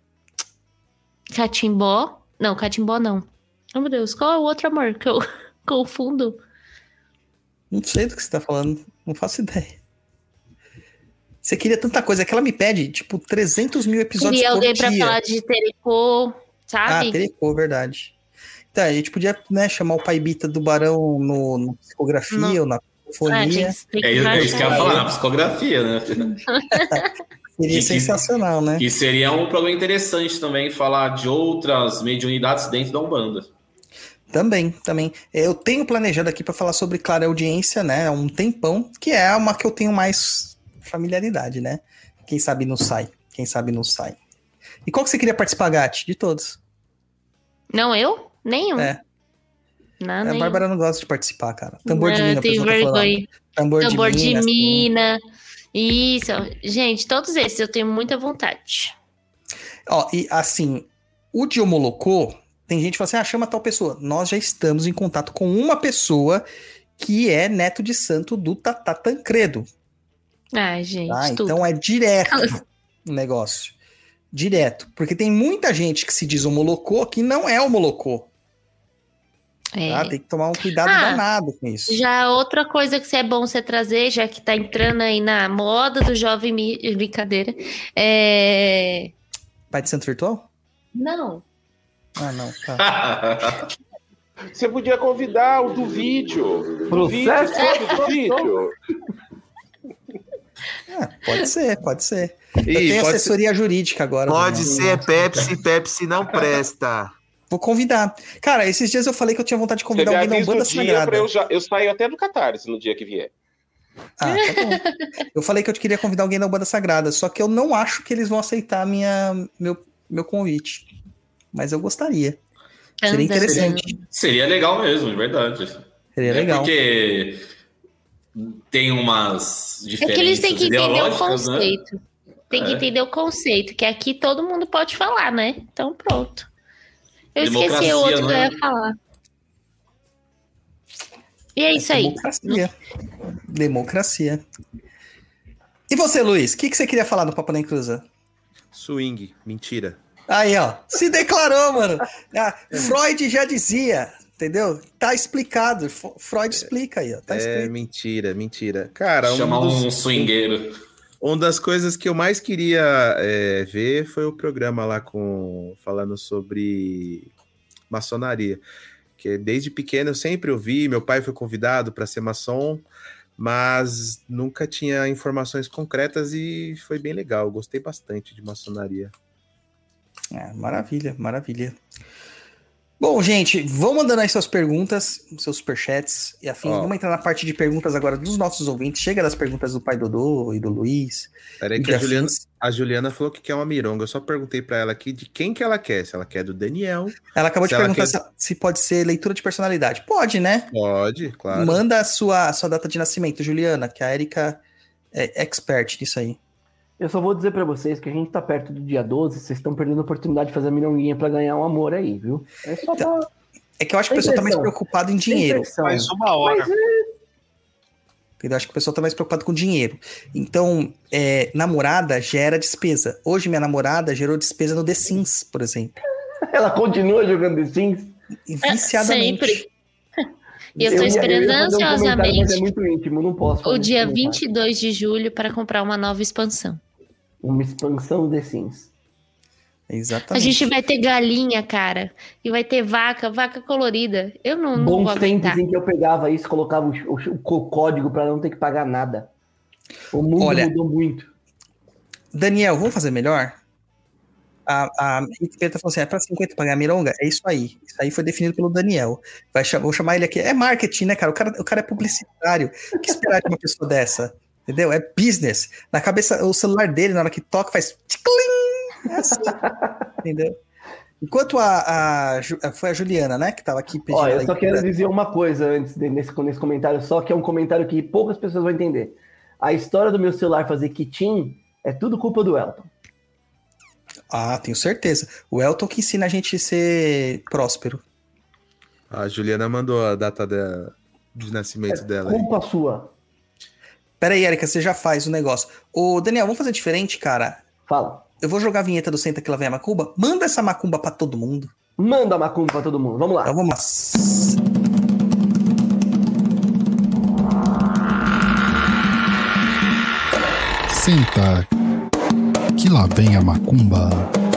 Catimbó. Não, Catimbó não. Oh, meu Deus, qual é o outro amor que eu confundo? Não sei do que você tá falando. Não faço ideia. Você queria tanta coisa que ela me pede, tipo, 300 mil episódios por dia. Queria alguém pra falar de Tericô, sabe? Tericô, verdade. Então, a gente podia, né, chamar o Pai Bita do Barão na psicografia ou na fonia. Isso que eu ia falar, na psicografia, né? Seria sensacional, né? E seria um programa interessante também falar de outras mediunidades dentro da Umbanda. Também. Eu tenho planejado aqui para falar sobre clareaudiência, né? Há um tempão, que é uma que eu tenho mais familiaridade, né? Quem sabe não sai. E qual que você queria participar, Gatti? De todos. Não, eu? Nenhum. A Bárbara não gosta de participar, cara. Tambor de mina, eu tenho vergonha. Tambor de mina. Isso. Gente, todos esses eu tenho muita vontade. E assim, o de Omolocô, tem gente que fala assim, chama tal pessoa. Nós já estamos em contato com uma pessoa que é neto de santo do Tatá Tancredo. Gente, então é direto o negócio. Direto. Porque tem muita gente que se diz Omolocô que não é Omolocô. Tem que tomar um cuidado danado com isso. Já outra coisa que é bom você trazer, já que tá entrando aí na moda do jovem brincadeira, Pai de Santo Virtual? Não. Não, tá. Você podia convidar o do vídeo. Do vídeo. Pode ser. Eu tenho assessoria jurídica agora. Pode ser Pepsi não presta. Vou convidar. Cara, esses dias eu falei que eu tinha vontade de Você convidar me alguém da avisa o Umbanda dia Sagrada. pra eu saio até do Catarse no dia que vier. Ah, tá bom. Eu falei que eu queria convidar alguém da Umbanda Sagrada, só que eu não acho que eles vão aceitar meu convite. Mas eu gostaria. Seria interessante. Seria legal mesmo, de verdade. Seria Não é legal. porque tem umas É que eles diferenças têm que entender o ideológicas, né? conceito. Tem que entender o conceito, que aqui todo mundo pode falar, né? Então pronto. Eu esqueci Democracia, o outro que eu né? ia falar. E é isso aí. Democracia. E você, Luiz? O que você queria falar no Papo Nem Cruza? Swing, mentira. Aí, ó. Se declarou, mano. Ah, Freud já dizia, entendeu? Tá explicado. Freud explica aí, ó. Tá escrito. Mentira. Cara, Chamar um swingueiro. Uma das coisas que eu mais queria ver foi o programa lá falando sobre maçonaria. Que desde pequeno eu sempre ouvi, meu pai foi convidado para ser maçom, mas nunca tinha informações concretas e foi bem legal. Eu gostei bastante de maçonaria. Maravilha, maravilha. Bom, gente, vão mandando aí suas perguntas, seus superchats e afim. Vamos entrar na parte de perguntas agora dos nossos ouvintes. Chega das perguntas do pai Dodô e do Luiz. Peraí que a Juliana falou que quer uma mironga. Eu só perguntei pra ela aqui de quem que ela quer. Se ela quer do Daniel. Ela acabou de perguntar se pode ser leitura de personalidade. Pode, né? Pode, claro. Manda a sua data de nascimento, Juliana, que a Erika é expert nisso aí. Eu só vou dizer pra vocês que a gente tá perto do dia 12, vocês estão perdendo a oportunidade de fazer a mironguinha pra ganhar um amor aí, viu? É só pra... É que eu acho que o pessoal tá mais preocupado em dinheiro. Mais uma hora. Eu acho que o pessoal tá mais preocupado com dinheiro. Então, namorada gera despesa. Hoje minha namorada gerou despesa no The Sims, por exemplo. Ela continua jogando The Sims? Viciadamente. Sempre. E eu tô esperando ansiosamente. Mas é muito íntimo, não posso. O dia 22 de julho para comprar uma nova expansão. Uma expansão The Sims. Exatamente. A gente vai ter galinha, cara. E vai ter vaca colorida. Eu não vou aguentar. Tempos em que eu pegava isso, colocava o código para não ter que pagar nada. O mundo mudou muito. Daniel, vamos fazer melhor? A etiqueta falou assim, é para 50 pagar a mironga? É isso aí. Isso aí foi definido pelo Daniel. Vou chamar ele aqui. É marketing, né, cara? O cara é publicitário. O que esperar de uma pessoa dessa? Entendeu? É business. Na cabeça, o celular dele, na hora que toca, faz... É assim. Entendeu? Enquanto foi a Juliana, né, que tava aqui pedindo... Olha, eu só quero dizer uma coisa antes nesse comentário, só que é um comentário que poucas pessoas vão entender. A história do meu celular fazer quitim é tudo culpa do Elton. Ah, tenho certeza. O Elton que ensina a gente a ser próspero. A Juliana mandou a data de nascimento dela. Culpa sua. Pera aí, Erika, você já faz o negócio. Ô, Daniel, vamos fazer diferente, cara? Fala. Eu vou jogar a vinheta do Senta Que Lá Vem a Macumba. Manda essa macumba pra todo mundo. Manda a macumba pra todo mundo. Vamos lá. Então vamos lá. Senta que lá vem a macumba.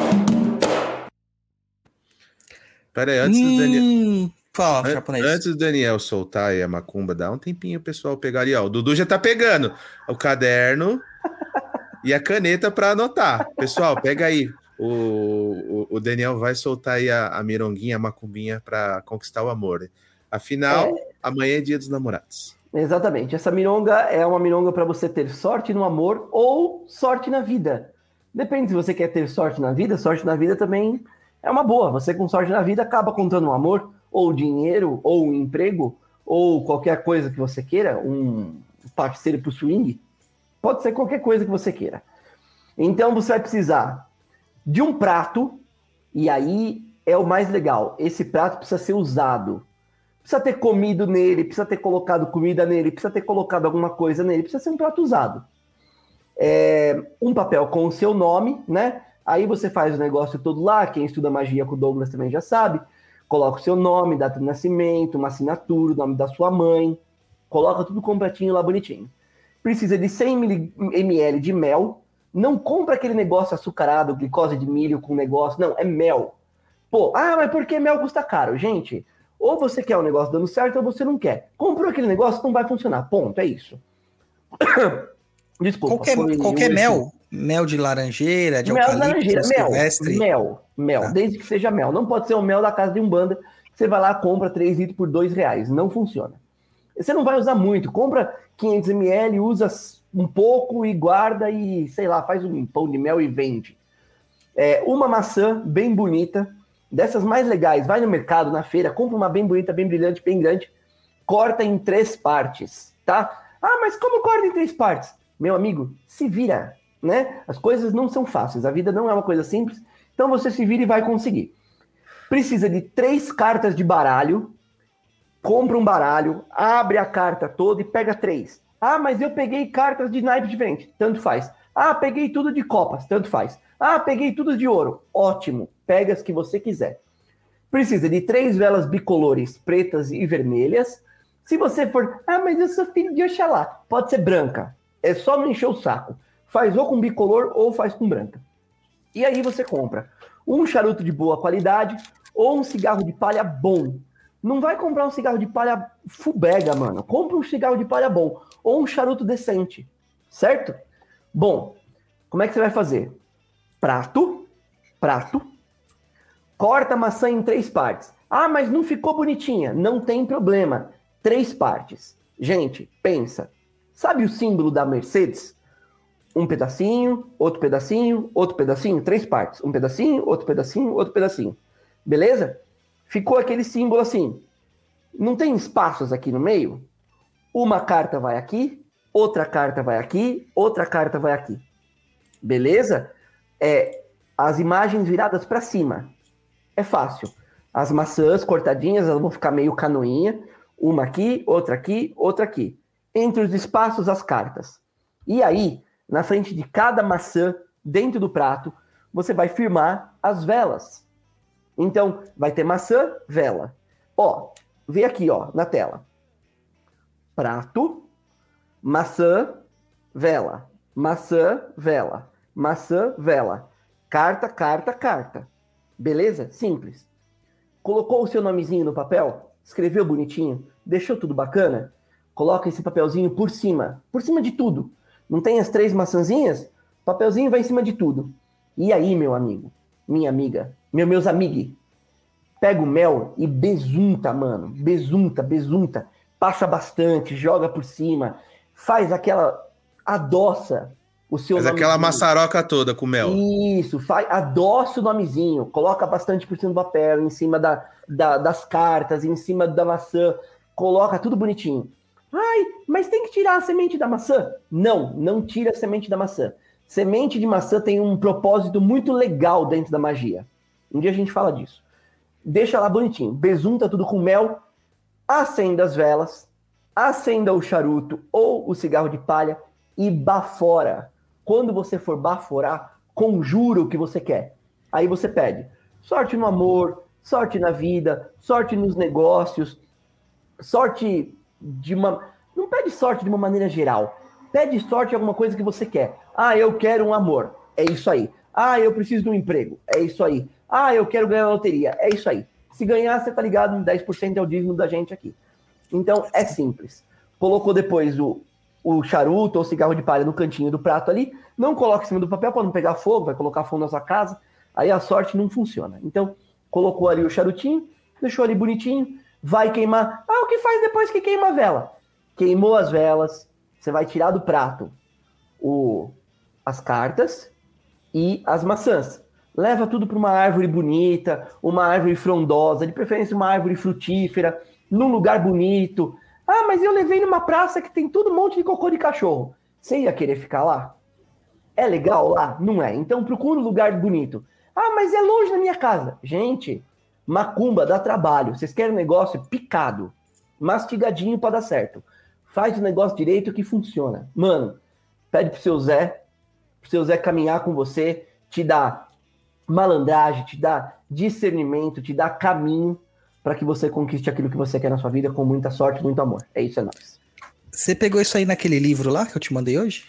Pera aí, antes do Daniel... Fala, japonês. Antes do Daniel soltar aí a macumba, dá um tempinho o pessoal pegar ali, ó. O Dudu já tá pegando o caderno e a caneta pra anotar. Pessoal, pega aí. O Daniel vai soltar aí a mironguinha, a macumbinha pra conquistar o amor. Afinal, amanhã é dia dos namorados. Exatamente. Essa mironga é uma mironga para você ter sorte no amor ou sorte na vida. Depende se você quer ter sorte na vida também é uma boa. Você com sorte na vida acaba contando um amor, ou dinheiro, ou um emprego, ou qualquer coisa que você queira, um parceiro pro swing. Pode ser qualquer coisa que você queira. Então você vai precisar de um prato, e aí é o mais legal. Esse prato precisa ser usado. Precisa ter comido nele, precisa ter colocado comida nele, precisa ter colocado alguma coisa nele, precisa ser um prato usado. Um papel com o seu nome, né? Aí você faz o negócio todo lá, quem estuda magia com o Douglas também já sabe. Coloca o seu nome, data de nascimento, uma assinatura, o nome da sua mãe. Coloca tudo completinho lá, bonitinho. Precisa de 100 ml de mel. Não compra aquele negócio açucarado, glicose de milho com negócio. Não, é mel. Pô, mas por que mel custa caro? Gente, ou você quer o negócio dando certo ou você não quer. Comprou aquele negócio, não vai funcionar. Ponto, é isso. Desculpa. Qualquer mel? Mel de laranjeira, de Mel de eucalipto, laranjeira, silvestre? mel, Tá. desde que seja mel. Não pode ser o mel da casa de Umbanda, que você vai lá, compra 3 litros por R$2. Não funciona. Você não vai usar muito, compra 500 ml, usa um pouco e guarda e, sei lá, faz um pão de mel e vende. Uma maçã bem bonita, dessas mais legais, vai no mercado, na feira, compra uma bem bonita, bem brilhante, bem grande, corta em 3 partes, tá? Ah, mas como corta em 3 partes? Meu amigo, se vira, né? As coisas não são fáceis, a vida não é uma coisa simples, então você se vira e vai conseguir. Precisa de 3 cartas de baralho, compra um baralho, abre a carta toda e pega 3. Ah, mas eu peguei cartas de naipe diferente, tanto faz. Ah, peguei tudo de copas, tanto faz. Ah, peguei tudo de ouro, ótimo, pega as que você quiser. Precisa de 3 velas bicolores, pretas e vermelhas. Se você for, mas eu sou filho de Oxalá, pode ser branca, é só não encher o saco. Faz ou com bicolor ou faz com branca. E aí você compra um charuto de boa qualidade ou um cigarro de palha bom. Não vai comprar um cigarro de palha fubega, mano. Compra um cigarro de palha bom ou um charuto decente, certo? Bom, como é que você vai fazer? Prato, corta a maçã em 3 partes. Ah, mas não ficou bonitinha. Não tem problema. 3 partes. Gente, pensa. Sabe o símbolo da Mercedes? Um pedacinho, outro pedacinho, outro pedacinho, 3 partes. Um pedacinho, outro pedacinho, outro pedacinho. Beleza? Ficou aquele símbolo assim. Não tem espaços aqui no meio? Uma carta vai aqui, outra carta vai aqui, outra carta vai aqui. Beleza? As imagens viradas para cima. É fácil. As maçãs cortadinhas, elas vão ficar meio canoinha. Uma aqui, outra aqui, outra aqui. Entre os espaços, as cartas. E aí, na frente de cada maçã, dentro do prato, você vai firmar as velas. Então, vai ter maçã, vela. Ó, vê aqui, ó, na tela. Prato, maçã, vela. Maçã, vela. Maçã, vela. Carta, carta, carta. Beleza? Simples. Colocou o seu nomezinho no papel? Escreveu bonitinho? Deixou tudo bacana? Coloca esse papelzinho por cima de tudo. Não tem as 3 maçãzinhas? O papelzinho vai em cima de tudo. E aí, meu amigo, minha amiga, meus amigos, pega o mel e besunta, mano. Besunta. Passa bastante, joga por cima. Faz aquela... adoça o seu nomezinho. Faz aquela maçaroca toda com mel. Isso, adoça o nomezinho. Coloca bastante por cima do papel, em cima das cartas, em cima da maçã. Coloca tudo bonitinho. Ai, mas tem que tirar a semente da maçã? Não tira a semente da maçã. Semente de maçã tem um propósito muito legal dentro da magia. Um dia a gente fala disso. Deixa lá bonitinho. Besunta tudo com mel. Acenda as velas. Acenda o charuto ou o cigarro de palha e bafora. Quando você for baforar, conjura o que você quer. Aí você pede sorte no amor, sorte na vida, sorte nos negócios, sorte de uma... Não pede sorte de uma maneira geral. Pede sorte em alguma coisa que você quer. Ah, eu quero um amor. É isso aí. Ah, eu preciso de um emprego. É isso aí. Ah, eu quero ganhar na loteria. É isso aí. Se ganhar, você tá ligado, 10% é o dízimo da gente aqui. Então, é simples. Colocou depois o charuto ou cigarro de palha no cantinho do prato ali. Não coloca em cima do papel para não pegar fogo. Vai colocar fogo na sua casa. Aí a sorte não funciona. Então, colocou ali o charutinho. Deixou ali bonitinho. Vai queimar. Ah, o que faz depois que queima a vela? Queimou as velas. Você vai tirar do prato as cartas e as maçãs. Leva tudo para uma árvore bonita, uma árvore frondosa, de preferência uma árvore frutífera, num lugar bonito. Ah, mas eu levei numa praça que tem tudo um monte de cocô de cachorro. Você ia querer ficar lá? É legal lá? Não é. Então procura um lugar bonito. Ah, mas é longe da minha casa. Gente, macumba dá trabalho. Vocês querem um negócio picado, mastigadinho para dar certo. Faz o negócio direito que funciona. Mano, pede pro seu Zé caminhar com você, te dá malandragem, te dá discernimento, te dá caminho para que você conquiste aquilo que você quer na sua vida com muita sorte, muito amor. É isso, é nóis. Você pegou isso aí naquele livro lá que eu te mandei hoje?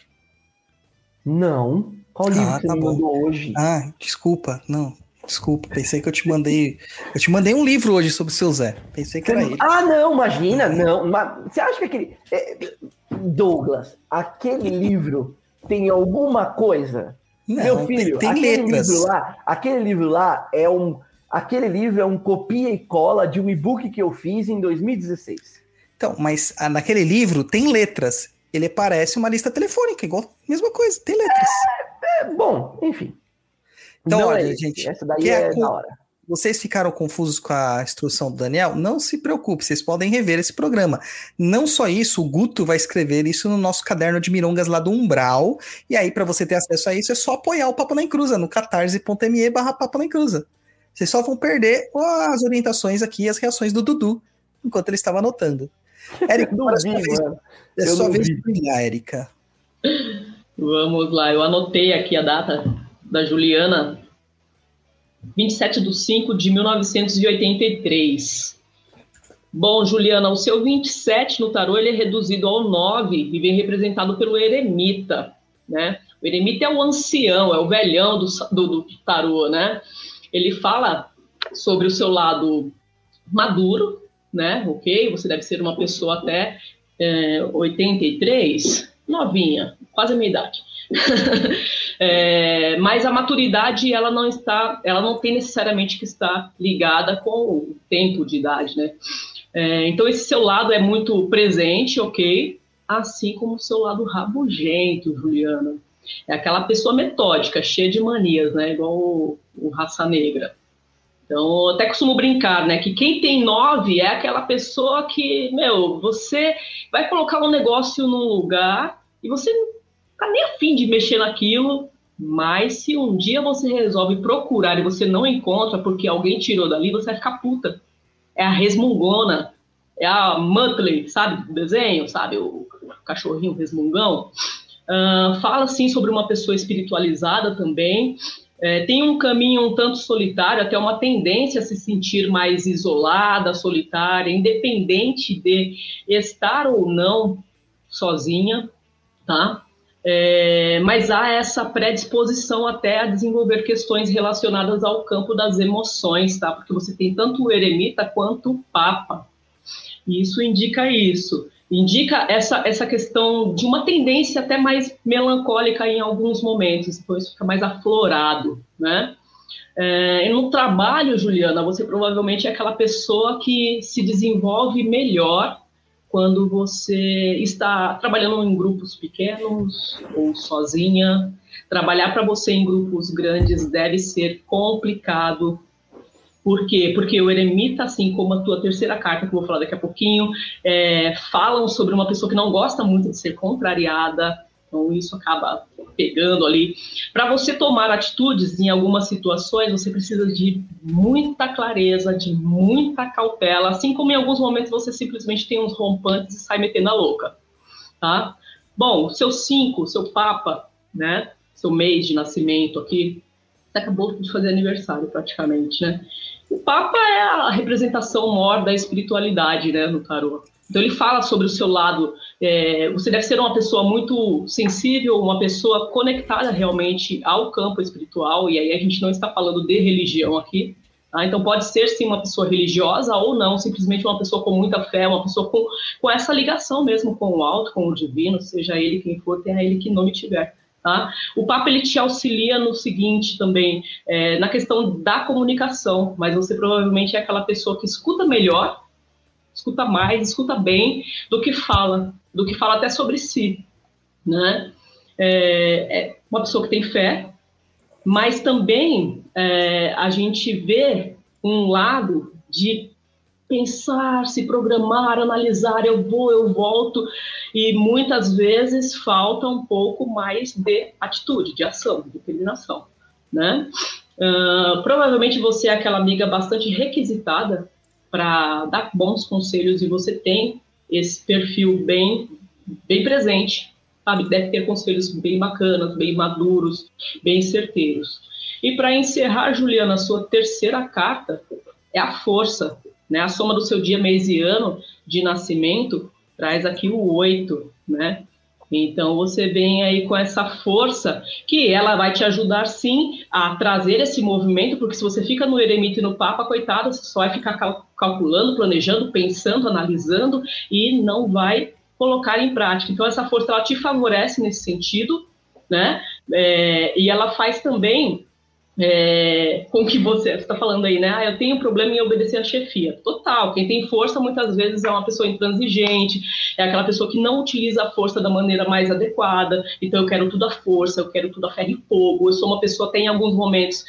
Não. Qual livro você me mandou hoje? Ah, desculpa. Não, desculpa. Pensei que eu te mandei... Eu te mandei um livro hoje sobre o seu Zé. Pensei que era ele. Ah, não, imagina. Não. Você acha que aquele... Douglas, aquele livro tem alguma coisa? Não, Meu filho, tem letras. Aquele livro lá é um copia e cola de um e-book que eu fiz em 2016. Então, mas naquele livro tem letras. Ele parece uma lista telefônica, igual, mesma coisa, tem letras. Bom, enfim. Então, Não olha, é gente, essa daí é da hora. Vocês ficaram confusos com a instrução do Daniel? Não se preocupe, vocês podem rever esse programa. Não só isso, o Guto vai escrever isso no nosso caderno de mirongas lá do Umbral, e aí para você ter acesso a isso é só apoiar o Papo na Encruza no catarse.me/Papo na Encruza. Vocês só vão perder as orientações aqui e as reações do Dudu, enquanto ele estava anotando. Érica, é sua vez de brilhar, Érica. Vamos lá, eu anotei aqui a data da Juliana, 27/5/1983. Bom, Juliana, o seu 27 no tarô ele é reduzido ao 9 e vem representado pelo eremita, né? O eremita é o ancião, é o velhão do tarô, né? Ele fala sobre o seu lado maduro, né? Ok? Você deve ser uma pessoa até 83, novinha, quase a minha idade. Mas a maturidade ela não tem necessariamente que estar ligada com o tempo de idade, né? Então esse seu lado é muito presente, ok? Assim como o seu lado rabugento, Juliana. É aquela pessoa metódica, cheia de manias, né? Igual o Raça Negra. Então, eu até costumo brincar, né? Que quem tem 9 é aquela pessoa que, você vai colocar um negócio num lugar e você não tá nem afim de mexer naquilo, mas se um dia você resolve procurar e você não encontra porque alguém tirou dali, você vai ficar puta. É a resmungona, é a Muttley, sabe? Do desenho, sabe? O cachorrinho resmungão. Fala, assim, sobre uma pessoa espiritualizada também. Tem um caminho um tanto solitário, até uma tendência a se sentir mais isolada, solitária, independente de estar ou não sozinha, tá? Mas há essa predisposição até a desenvolver questões relacionadas ao campo das emoções, tá? Porque você tem tanto o eremita quanto o papa. E isso indica isso. Indica essa questão de uma tendência até mais melancólica em alguns momentos, então isso fica mais aflorado, né? E no trabalho, Juliana, você provavelmente é aquela pessoa que se desenvolve melhor quando você está trabalhando em grupos pequenos ou sozinha. Trabalhar para você em grupos grandes deve ser complicado. Por quê? Porque o eremita, assim como a tua terceira carta, que eu vou falar daqui a pouquinho, falam sobre uma pessoa que não gosta muito de ser contrariada, então isso acaba pegando ali. Para você tomar atitudes em algumas situações, você precisa de muita clareza, de muita cautela, assim como em alguns momentos você simplesmente tem uns rompantes e sai metendo a louca, tá? Bom, seu 5, seu papa, né, seu mês de nascimento aqui, você acabou de fazer aniversário praticamente, né? O Papa é a representação maior da espiritualidade, né, no tarô. Então ele fala sobre o seu lado, você deve ser uma pessoa muito sensível, uma pessoa conectada realmente ao campo espiritual, e aí a gente não está falando de religião aqui, tá? Então pode ser sim uma pessoa religiosa ou não, simplesmente uma pessoa com muita fé, uma pessoa com essa ligação mesmo com o alto, com o divino, seja ele quem for, tenha ele que nome tiver. Tá? O Papa ele te auxilia no seguinte também, na questão da comunicação, mas você provavelmente é aquela pessoa que escuta melhor, escuta mais, escuta bem do que fala até sobre si, né? É uma pessoa que tem fé, mas também a gente vê um lado de pensar, se programar, analisar, eu vou, eu volto, e muitas vezes falta um pouco mais de atitude, de ação, de determinação, né? Provavelmente você é aquela amiga bastante requisitada para dar bons conselhos, e você tem esse perfil bem presente, sabe? Deve ter conselhos bem bacanas, bem maduros, bem certeiros. E para encerrar, Juliana, a sua terceira carta é a força, né? A soma do seu dia, mês e ano de nascimento traz aqui o 8, né? Então você vem aí com essa força que ela vai te ajudar sim a trazer esse movimento, porque se você fica no eremita e no papa, coitado, você só vai ficar calculando, planejando, pensando, analisando e não vai colocar em prática. Então essa força ela te favorece nesse sentido, né? E ela faz também com que você está falando aí, né? Eu tenho um problema em obedecer à chefia. Total. Quem tem força muitas vezes é uma pessoa intransigente, é aquela pessoa que não utiliza a força da maneira mais adequada. Então eu quero tudo à força, eu quero tudo a ferro e fogo. Eu sou uma pessoa até em alguns momentos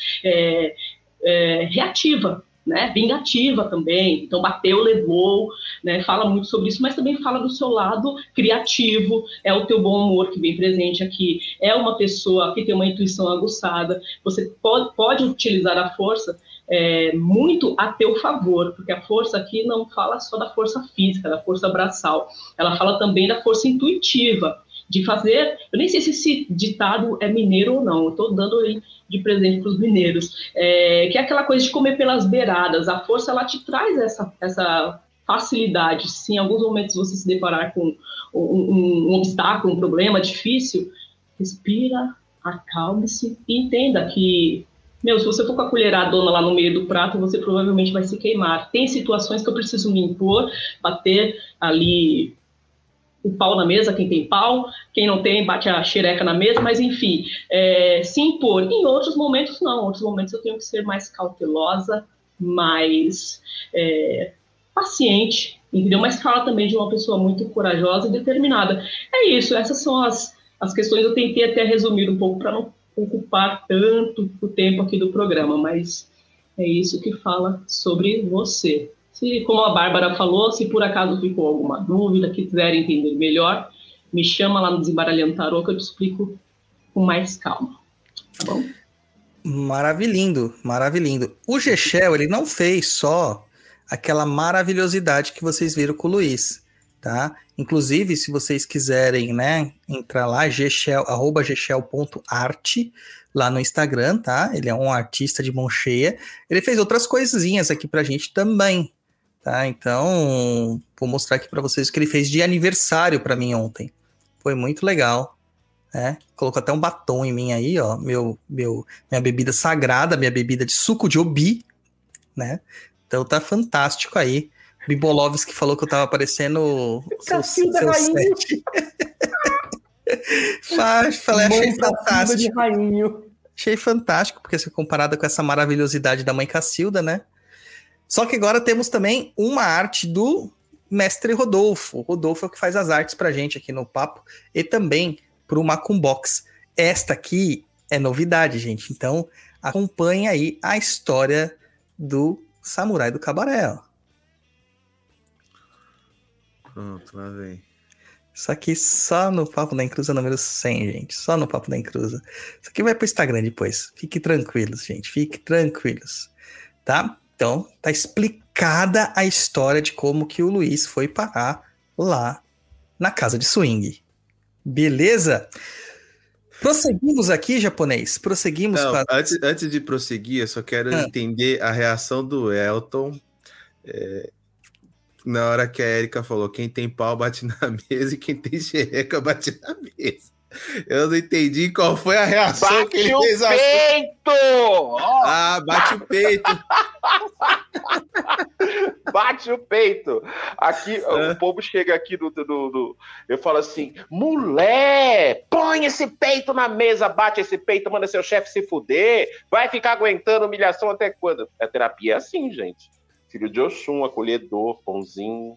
reativa, né? Vingativa também. Então bateu, levou, né? Fala muito sobre isso, mas também fala do seu lado criativo, é o teu bom humor que vem presente aqui, é uma pessoa que tem uma intuição aguçada. Você pode utilizar a força muito a teu favor, porque a força aqui não fala só da força física, da força braçal, ela fala também da força intuitiva, de fazer, eu nem sei se esse ditado é mineiro ou não, eu estou dando aí de presente para os mineiros, que é aquela coisa de comer pelas beiradas. A força, ela te traz essa facilidade. Se em alguns momentos você se deparar com um obstáculo, um problema difícil, respira, acalme-se e entenda que, se você for com a colheradona lá no meio do prato, você provavelmente vai se queimar. Tem situações que eu preciso me impor, bater ali o pau na mesa, quem tem pau, quem não tem, bate a xereca na mesa, mas enfim, se impor. Em outros momentos, não. Em outros momentos eu tenho que ser mais cautelosa, mais paciente, entendeu? Mas fala também de uma pessoa muito corajosa e determinada. É isso, essas são as questões. Eu tentei até resumir um pouco para não ocupar tanto o tempo aqui do programa, mas é isso que fala sobre você. Se, como a Bárbara falou, se por acaso ficou alguma dúvida, quiser entender melhor, me chama lá no Desembaralhando Tarô que eu te explico com mais calma. Tá bom? Maravilhindo, maravilhindo. O Gechel, ele não fez só aquela maravilhosidade que vocês viram com o Luiz, tá? Inclusive, se vocês quiserem, né, entrar lá, @gechel.art, lá no Instagram, tá? Ele é um artista de mão cheia. Ele fez outras coisinhas aqui pra gente também, tá? Então, vou mostrar aqui pra vocês o que ele fez de aniversário pra mim ontem. Foi muito legal, né? Colocou até um batom em mim aí, ó, minha bebida sagrada, minha bebida de suco de obi, né? Então tá fantástico aí. Bibolovski falou que eu tava parecendo o seu set. Falei, achei fantástico. Achei fantástico, porque se comparada com essa maravilhosidade da mãe Cacilda, né? Só que agora temos também uma arte do mestre Rodolfo. O Rodolfo é o que faz as artes pra gente aqui no Papo e também pro Macumbox. Esta aqui é novidade, gente. Então acompanhe aí a história do Samurai do Cabaré, ó. Pronto, lá vem. Isso aqui só no Papo da Encruza número 100, gente. Só no Papo da Encruza. Isso aqui vai pro Instagram depois. Fiquem tranquilos, gente. Fiquem tranquilos. Tá? Então, tá explicada a história de como que o Luiz foi parar lá na casa de swing. Beleza? Prosseguimos aqui, japonês. Prosseguimos. Não, antes de prosseguir, eu só quero entender a reação do Elton. Na hora que a Erika falou, quem tem pau bate na mesa e quem tem xereca bate na mesa. Eu não entendi qual foi a reação bate que ele fez. Bate o peito! Ah, bate o peito. Bate o peito. Aqui, o povo chega aqui eu falo assim, mulher, põe esse peito na mesa, bate esse peito, manda seu chefe se fuder, vai ficar aguentando humilhação até quando? A terapia é assim, gente. Filho de Oxum, acolhedor, pãozinho.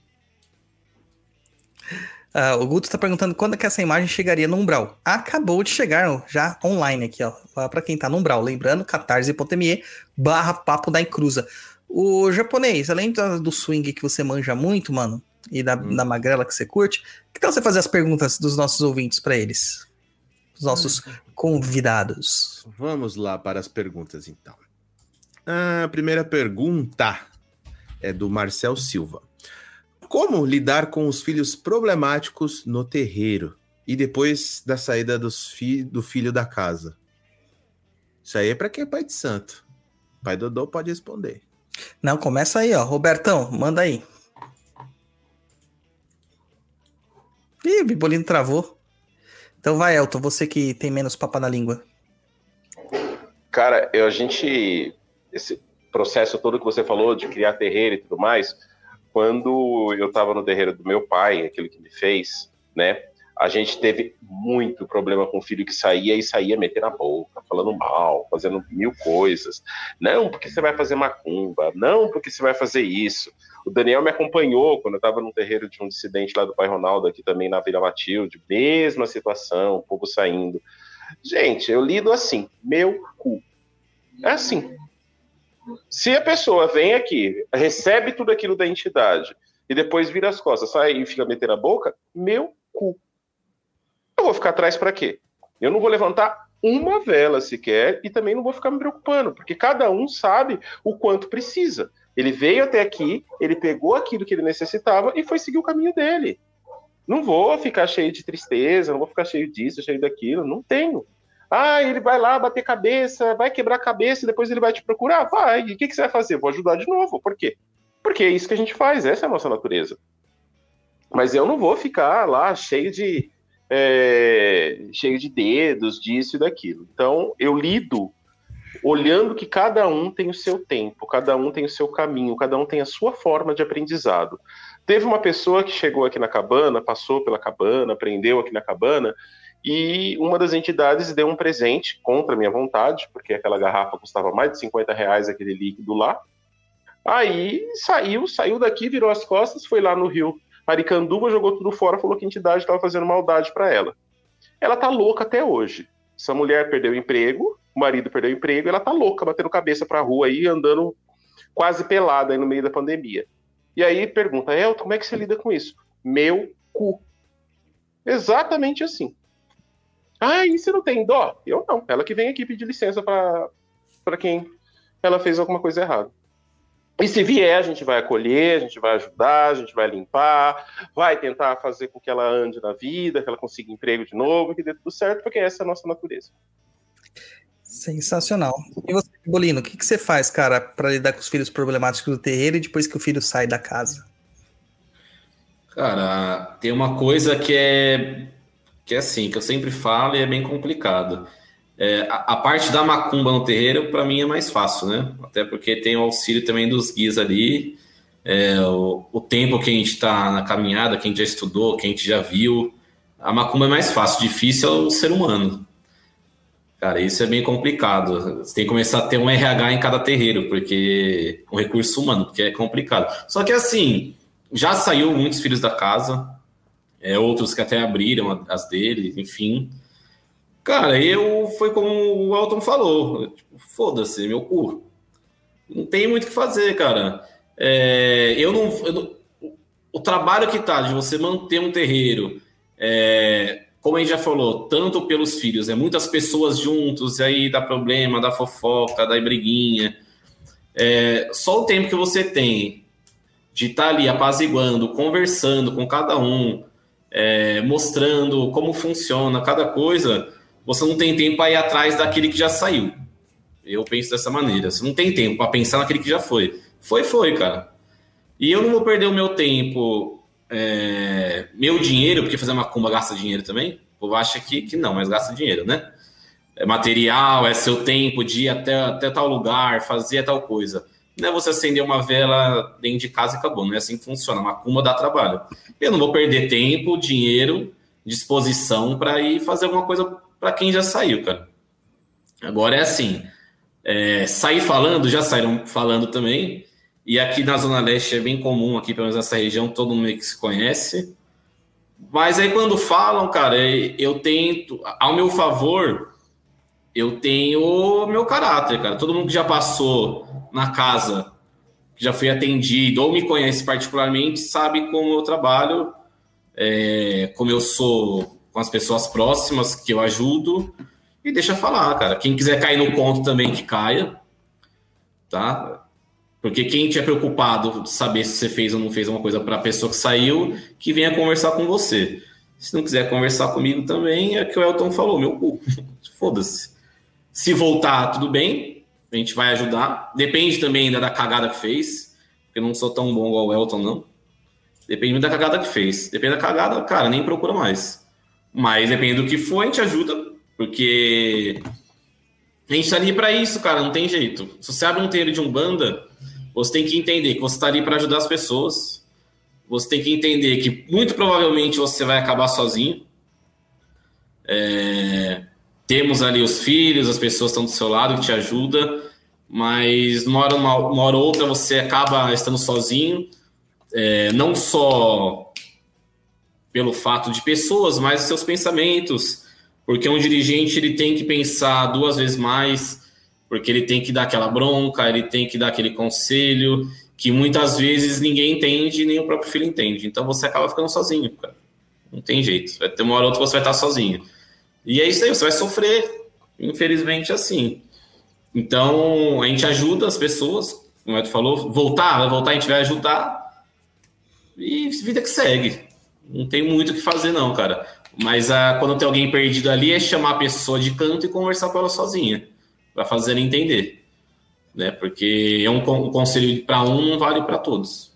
O Guto tá perguntando quando é que essa imagem chegaria no Umbral. Acabou de chegar, já online aqui, ó. Pra quem tá no Umbral. Lembrando, catarse.me/Papo da Encruza. O japonês, além do swing que você manja muito, mano, e da magrela que você curte, que tal você fazer as perguntas dos nossos ouvintes pra eles? Os nossos convidados. Vamos lá para as perguntas, então. A primeira pergunta é do Marcel Silva. Como lidar com os filhos problemáticos no terreiro e depois da saída do filho da casa? Isso aí é para quem é pai de santo. Pai Dodô pode responder. Não, começa aí, ó. Robertão, manda aí. Ih, o Bibolino travou. Então vai, Elton, você que tem menos papo na língua. Cara, esse processo todo que você falou de criar terreiro e tudo mais, quando eu estava no terreiro do meu pai, aquilo que ele fez, né? A gente teve muito problema com o filho que saía e saía metendo a boca, falando mal, fazendo mil coisas. Não, porque você vai fazer macumba. Não, porque você vai fazer isso. O Daniel me acompanhou quando eu estava no terreiro de um dissidente lá do Pai Ronaldo, aqui também na Vila Matilde. Mesma situação, o povo saindo. Gente, eu lido assim, meu cu. É assim. Se a pessoa vem aqui, recebe tudo aquilo da entidade e depois vira as costas, sai e fica metendo a boca, meu cu. Eu vou ficar atrás para quê? Eu não vou levantar uma vela sequer e também não vou ficar me preocupando, porque cada um sabe o quanto precisa. Ele veio até aqui, ele pegou aquilo que ele necessitava e foi seguir o caminho dele. Não vou ficar cheio de tristeza, não vou ficar cheio disso, cheio daquilo, não tenho. Ah, ele vai lá bater cabeça, vai quebrar a cabeça e depois ele vai te procurar? Vai, e o que você vai fazer? Vou ajudar de novo, por quê? Porque é isso que a gente faz, essa é a nossa natureza. Mas eu não vou ficar lá cheio de dedos, disso e daquilo. Então, eu lido olhando que cada um tem o seu tempo, cada um tem o seu caminho, cada um tem a sua forma de aprendizado. Teve uma pessoa que chegou aqui na cabana, passou pela cabana, aprendeu aqui na cabana, e uma das entidades deu um presente contra a minha vontade, porque aquela garrafa custava mais de R$50, aquele líquido lá. Aí saiu daqui, virou as costas, foi lá no rio Aricanduva, jogou tudo fora, falou que a entidade estava fazendo maldade para ela. Ela tá louca até hoje. Essa mulher perdeu o emprego, o marido perdeu o emprego, ela tá louca, batendo cabeça pra rua aí, andando quase pelada aí no meio da pandemia. E aí pergunta, Elton, como é que você lida com isso? Meu cu. Exatamente assim. Ah, e você não tem dó? Eu não. Ela que vem aqui pedir licença para quem ela fez alguma coisa errada. E se vier, a gente vai acolher, a gente vai ajudar, a gente vai limpar, vai tentar fazer com que ela ande na vida, que ela consiga emprego de novo, que dê tudo certo, porque essa é a nossa natureza. Sensacional. E você, Bolino, o que você faz, cara, para lidar com os filhos problemáticos do terreiro e depois que o filho sai da casa? Cara, tem uma coisa que é assim, que eu sempre falo e é bem complicado. A parte da macumba no terreiro, para mim, é mais fácil, né? Até porque tem o auxílio também dos guias ali, o tempo que a gente está na caminhada, que a gente já estudou, que a gente já viu. A macumba é mais fácil, difícil é o ser humano. Cara, isso é bem complicado. Você tem que começar a ter um RH em cada terreiro, porque um recurso humano, porque é complicado. Só que assim, já saiu muitos filhos da casa, outros que até abriram as deles, enfim. Cara, foi como o Elton falou, tipo, foda-se, meu cu. Não tem muito o que fazer, cara. O trabalho que tá de você manter um terreiro, como a gente já falou, tanto pelos filhos, muitas pessoas juntos, e aí dá problema, dá fofoca, dá briguinha. Só o tempo que você tem de estar ali apaziguando, conversando com cada um, mostrando como funciona cada coisa, você não tem tempo para ir atrás daquele que já saiu. Eu penso dessa maneira. Você não tem tempo para pensar naquele que já foi. Foi, cara. E eu não vou perder o meu tempo, meu dinheiro, porque fazer macumba gasta dinheiro também. O povo acha que não, mas gasta dinheiro, né? É material, é seu tempo de ir até tal lugar, fazer tal coisa. Não é você acender uma vela dentro de casa e acabou. Não é assim que funciona. A macumba dá trabalho. Eu não vou perder tempo, dinheiro, disposição para ir fazer alguma coisa para quem já saiu, cara. Agora é assim, sair falando, já saíram falando também, e aqui na Zona Leste é bem comum, aqui pelo menos nessa região, todo mundo que se conhece, mas aí quando falam, cara, eu tento, ao meu favor, eu tenho o meu caráter, cara. Todo mundo que já passou na casa, que já foi atendido, ou me conhece particularmente, sabe como eu trabalho, como eu sou com as pessoas próximas que eu ajudo, e deixa falar, cara. Quem quiser cair no conto também, que caia, tá? Porque quem tiver preocupado de saber se você fez ou não fez uma coisa para a pessoa que saiu, que venha conversar com você. Se não quiser conversar comigo também, é o que o Elton falou, meu cu. Foda-se. Se voltar, tudo bem, a gente vai ajudar. Depende também ainda da cagada que fez, porque eu não sou tão bom igual o Elton, não. Depende muito da cagada que fez. Depende da cagada, cara, nem procura mais. Mas depende do que for, a gente ajuda, porque a gente tá ali pra isso, cara, não tem jeito. Se você abre um terreiro de Umbanda, você tem que entender que você tá ali pra ajudar as pessoas. Você tem que entender que muito provavelmente você vai acabar sozinho. Temos ali os filhos, as pessoas estão do seu lado, que te ajudam, mas uma hora ou outra você acaba estando sozinho, não só pelo fato de pessoas, mas seus pensamentos, porque um dirigente ele tem que pensar 2 vezes mais, porque ele tem que dar aquela bronca, ele tem que dar aquele conselho, que muitas vezes ninguém entende, nem o próprio filho entende. Então você acaba ficando sozinho, cara. Não tem jeito. Vai ter uma hora ou outra que você vai estar sozinho. E é isso aí, você vai sofrer, infelizmente, assim. Então, a gente ajuda as pessoas, como o Edu falou, vai voltar, a gente vai ajudar, e vida que segue. Não tem muito o que fazer, não, cara. Mas quando tem alguém perdido ali, é chamar a pessoa de canto e conversar com ela sozinha, para fazer ela entender. Né? Porque um conselho para um não vale para todos.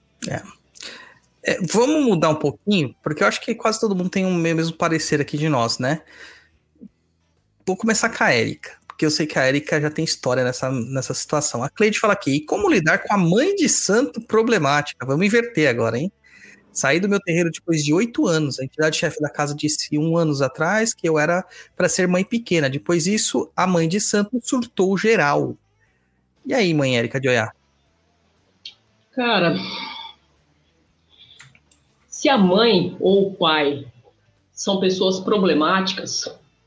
Vamos mudar um pouquinho, porque eu acho que quase todo mundo tem o mesmo parecer aqui de nós, né? Vou começar com a Érica, porque eu sei que a Érica já tem história nessa situação. A Cleide fala aqui, e como lidar com a mãe de santo problemática? Vamos inverter agora, hein? Saí do meu terreiro depois de 8 anos. A entidade-chefe da casa disse 1 ano atrás que eu era para ser mãe pequena. Depois disso, a mãe de santo surtou geral. E aí, mãe Érica de Oiá? Cara, se a mãe ou o pai são pessoas problemáticas,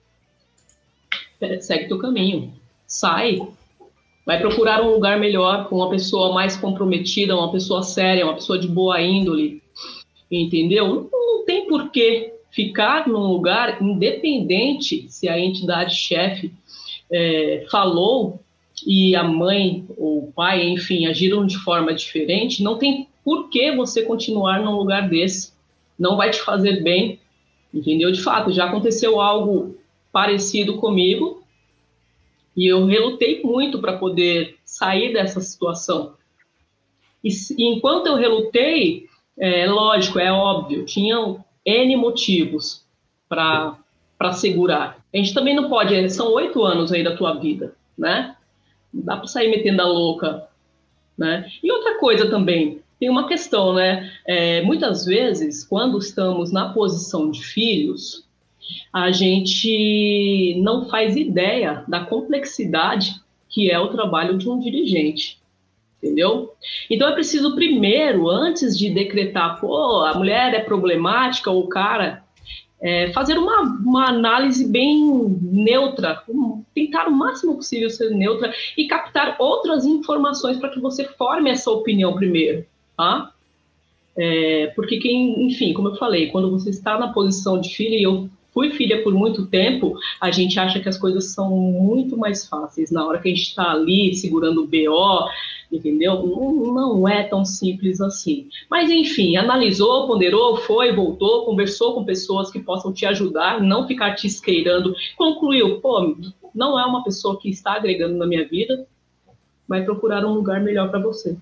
segue teu caminho. Sai. Vai procurar um lugar melhor, com uma pessoa mais comprometida, uma pessoa séria, uma pessoa de boa índole. Entendeu? Não tem por que ficar num lugar independente se a entidade-chefe falou e a mãe ou o pai, enfim, agiram de forma diferente. Não tem por que você continuar num lugar desse. Não vai te fazer bem. Entendeu? De fato, já aconteceu algo parecido comigo e eu relutei muito para poder sair dessa situação. E enquanto eu relutei, lógico, é óbvio, tinham N motivos para segurar. A gente também não pode, são 8 anos aí da tua vida, né? Não dá para sair metendo a louca, né? E outra coisa também, tem uma questão, né? Muitas vezes, quando estamos na posição de filhos, a gente não faz ideia da complexidade que é o trabalho de um dirigente. Entendeu? Então é preciso primeiro, antes de decretar, a mulher é problemática ou o cara, fazer uma análise bem neutra, tentar o máximo possível ser neutra e captar outras informações para que você forme essa opinião primeiro, tá? Porque enfim, como eu falei, quando você está na posição de filha, e eu fui filha por muito tempo, a gente acha que as coisas são muito mais fáceis. Na hora que a gente está ali segurando o BO, entendeu? Não é tão simples assim. Mas, enfim, analisou, ponderou, foi, voltou, conversou com pessoas que possam te ajudar, não ficar te esqueirando. Concluiu, não é uma pessoa que está agregando na minha vida, vai procurar um lugar melhor para você.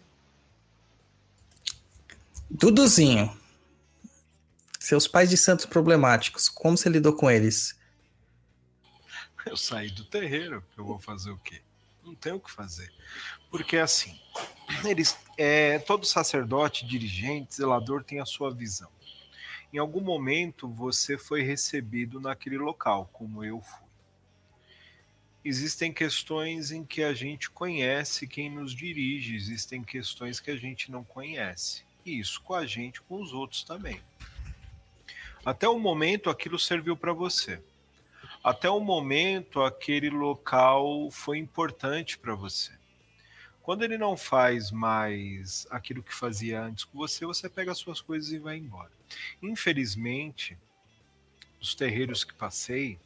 Duduzinho, seus pais de santos problemáticos, como você lidou com eles? Eu saí do terreiro, eu vou fazer o quê? Não tenho o que fazer. Porque assim, todo sacerdote, dirigente, zelador tem a sua visão. Em algum momento você foi recebido naquele local, como eu fui. Existem questões em que a gente conhece quem nos dirige, existem questões que a gente não conhece. E isso com a gente, com os outros também. Até o momento aquilo serviu para você. Até o momento aquele local foi importante para você. Quando ele não faz mais aquilo que fazia antes com você, você pega as suas coisas e vai embora. Infelizmente, os terreiros que passei,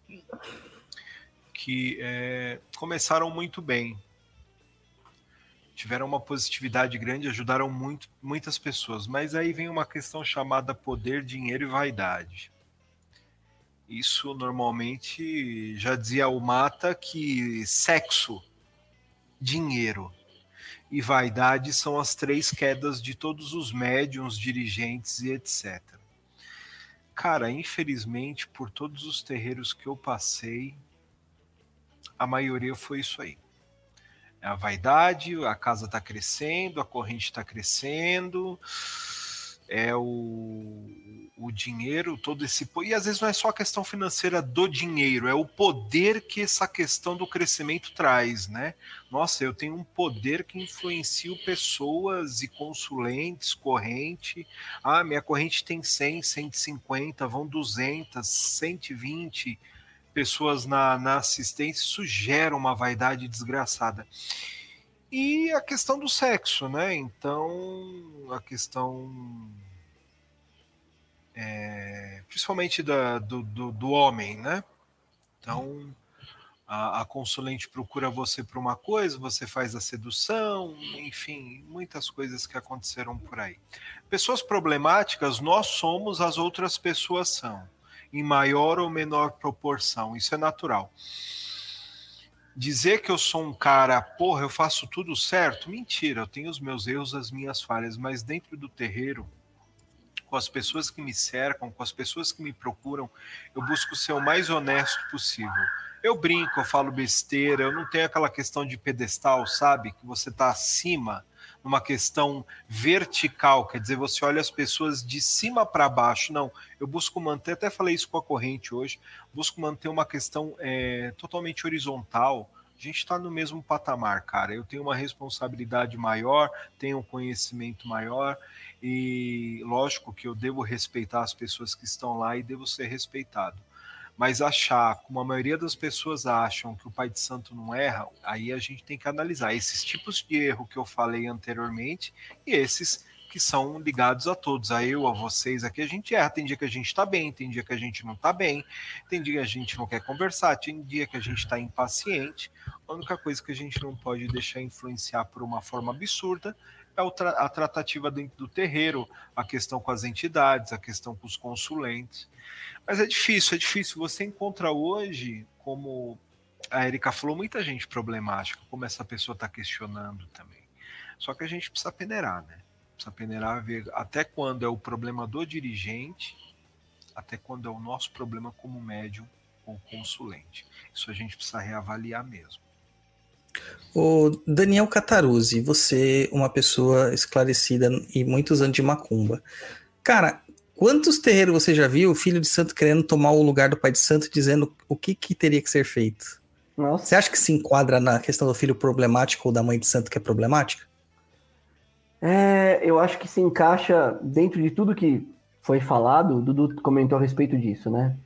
que começaram muito bem, tiveram uma positividade grande, ajudaram muitas pessoas. Mas aí vem uma questão chamada poder, dinheiro e vaidade. Isso normalmente, já dizia o Mata, que sexo, dinheiro e vaidade são as 3 quedas de todos os médiuns, dirigentes e etc. Cara, infelizmente, por todos os terreiros que eu passei, a maioria foi isso aí. A vaidade, a casa está crescendo, a corrente está crescendo, é o dinheiro, todo esse... E às vezes não é só a questão financeira do dinheiro, é o poder que essa questão do crescimento traz, né? Nossa, eu tenho um poder que influencio pessoas e consulentes, corrente. Ah, minha corrente tem 100, 150, vão 200, 120 pessoas na assistência. Isso gera uma vaidade desgraçada. E a questão do sexo, né? Então, a questão... principalmente do homem, né? Então, a consulente procura você por uma coisa, você faz a sedução, enfim, muitas coisas que aconteceram por aí. Pessoas problemáticas, nós somos, as outras pessoas são, em maior ou menor proporção, isso é natural. Dizer que eu sou um cara, porra, eu faço tudo certo, mentira, eu tenho os meus erros, as minhas falhas, mas dentro do terreiro, com as pessoas que me cercam, com as pessoas que me procuram, eu busco ser o mais honesto possível. Eu brinco, eu falo besteira, eu não tenho aquela questão de pedestal, sabe? Que você está acima, numa questão vertical, quer dizer, você olha as pessoas de cima para baixo. Não, eu busco manter, até falei isso com a corrente hoje, busco manter uma questão totalmente horizontal. A gente está no mesmo patamar, cara. Eu tenho uma responsabilidade maior, tenho um conhecimento maior e lógico que eu devo respeitar as pessoas que estão lá e devo ser respeitado. Mas achar, como a maioria das pessoas acham que o pai de santo não erra, aí a gente tem que analisar esses tipos de erro que eu falei anteriormente e esses que são ligados a todos, a eu, a vocês aqui. A gente erra, tem dia que a gente está bem, tem dia que a gente não está bem, tem dia que a gente não quer conversar, tem dia que a gente está impaciente. A única coisa que a gente não pode deixar influenciar por uma forma absurda é a tratativa dentro do terreiro, a questão com as entidades, a questão com os consulentes. Mas é difícil. Você encontra hoje, como a Erika falou, muita gente problemática, como essa pessoa está questionando também. Só que a gente precisa peneirar, né? Precisa peneirar, ver até quando é o problema do dirigente, até quando é o nosso problema como médium ou consulente. Isso a gente precisa reavaliar mesmo. O Daniel Cataruzzi, você, uma pessoa esclarecida e muitos anos de macumba. Cara, quantos terreiros você já viu o filho de santo querendo tomar o lugar do pai de santo, dizendo o que teria que ser feito? Nossa. Você acha que se enquadra na questão do filho problemático ou da mãe de santo que é problemática? Eu acho que se encaixa dentro de tudo que foi falado. O Dudu comentou a respeito disso, né?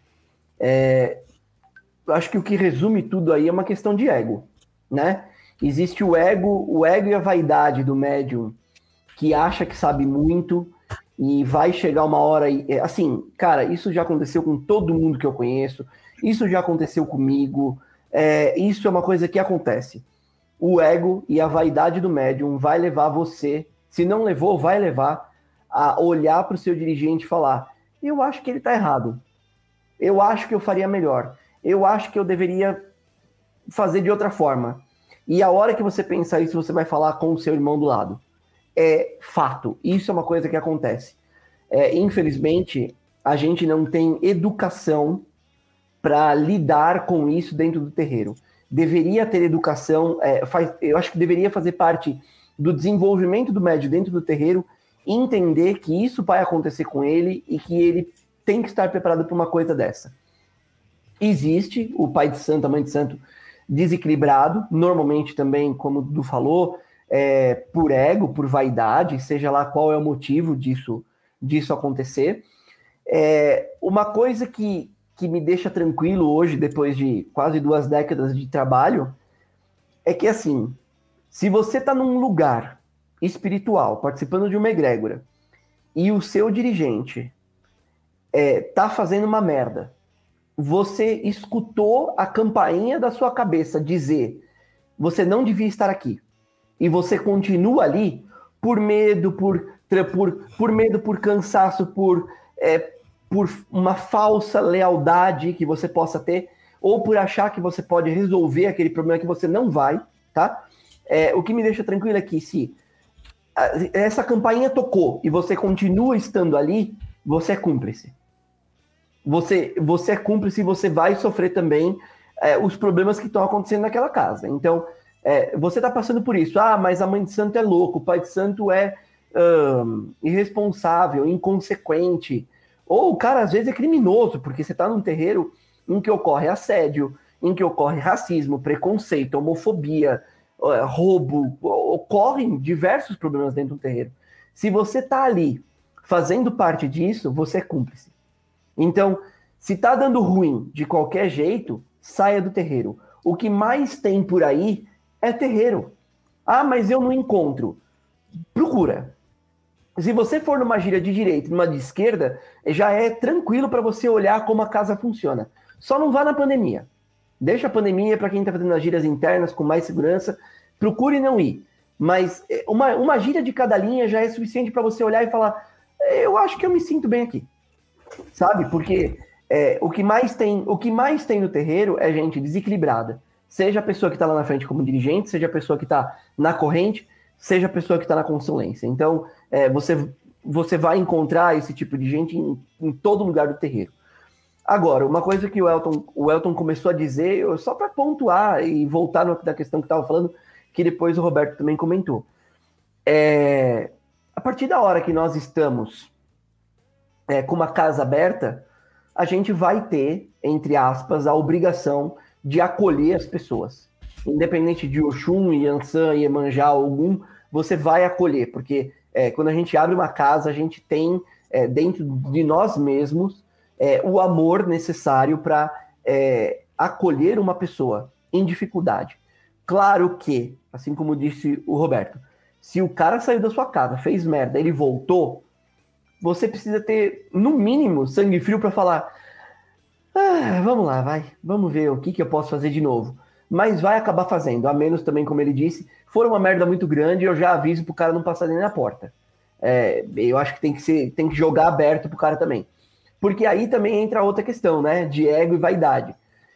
Eu acho que o que resume tudo aí é uma questão de ego, né? Existe o ego e a vaidade do médium que acha que sabe muito e vai chegar uma hora e... Assim, cara, isso já aconteceu com todo mundo que eu conheço, isso já aconteceu comigo, isso é uma coisa que acontece. O ego e a vaidade do médium vai levar você, se não levou, vai levar a olhar para o seu dirigente e falar: eu acho que ele está errado, eu acho que eu faria melhor, eu acho que eu deveria fazer de outra forma. E a hora que você pensar isso, você vai falar com o seu irmão do lado. É fato, isso é uma coisa que acontece. Infelizmente, a gente não tem educação para lidar com isso dentro do terreiro. Deveria ter educação, eu acho que deveria fazer parte do desenvolvimento do médium dentro do terreiro, entender que isso vai acontecer com ele e que ele tem que estar preparado para uma coisa dessa. Existe o pai de santo, a mãe de santo desequilibrado, normalmente também, como o Dudu falou, por ego, por vaidade, seja lá qual é o motivo disso acontecer. Uma coisa que me deixa tranquilo hoje, depois de quase 2 décadas de trabalho, é que, assim, se você está num lugar espiritual, participando de uma egrégora, e o seu dirigente tá fazendo uma merda, você escutou a campainha da sua cabeça dizer: você não devia estar aqui, e você continua ali por medo, por medo, por cansaço, por uma falsa lealdade que você possa ter, ou por achar que você pode resolver aquele problema que você não vai, tá? O que me deixa tranquilo é que se essa campainha tocou e você continua estando ali, você é cúmplice. Você é cúmplice e você vai sofrer também os problemas que estão acontecendo naquela casa. Então, você está passando por isso. Ah, mas a mãe de santo é louco, o pai de santo é irresponsável, inconsequente, ou o cara às vezes é criminoso, porque você está num terreiro em que ocorre assédio, em que ocorre racismo, preconceito, homofobia, roubo, ocorrem diversos problemas dentro do terreiro. Se você está ali fazendo parte disso, você é cúmplice. Então, se está dando ruim de qualquer jeito, saia do terreiro. O que mais tem por aí é terreiro. Ah, mas eu não encontro. Procura. Se você for numa gíria de direita e numa de esquerda, já é tranquilo para você olhar como a casa funciona. Só não vá na pandemia. Deixa a pandemia para quem está fazendo as gírias internas com mais segurança. Procure não ir. Mas uma gíria de cada linha já é suficiente para você olhar e falar: eu acho que eu me sinto bem aqui. Sabe? Porque o que mais tem no terreiro é gente desequilibrada. Seja a pessoa que está lá na frente como dirigente, seja a pessoa que está na corrente, seja a pessoa que está na consulência. Então, você vai encontrar esse tipo de gente em todo lugar do terreiro. Agora, uma coisa que o Elton começou a dizer, só para pontuar e voltar na questão que estava falando, que depois o Roberto também comentou. A partir da hora que nós estamos com uma casa aberta, a gente vai ter, entre aspas, a obrigação de acolher as pessoas. Independente de Oxum, Yansan, Iemanjá, algum, você vai acolher, porque quando a gente abre uma casa, a gente tem dentro de nós mesmos o amor necessário para acolher uma pessoa em dificuldade. Claro que, assim como disse o Roberto, se o cara saiu da sua casa, fez merda, ele voltou, você precisa ter, no mínimo, sangue frio para falar: vamos lá, vamos ver o que eu posso fazer de novo. Mas vai acabar fazendo, a menos também, como ele disse, for uma merda muito grande, eu já aviso pro cara não passar nem na porta. Eu acho que tem que jogar aberto pro cara também. Porque aí também entra outra questão, né, de ego e vaidade.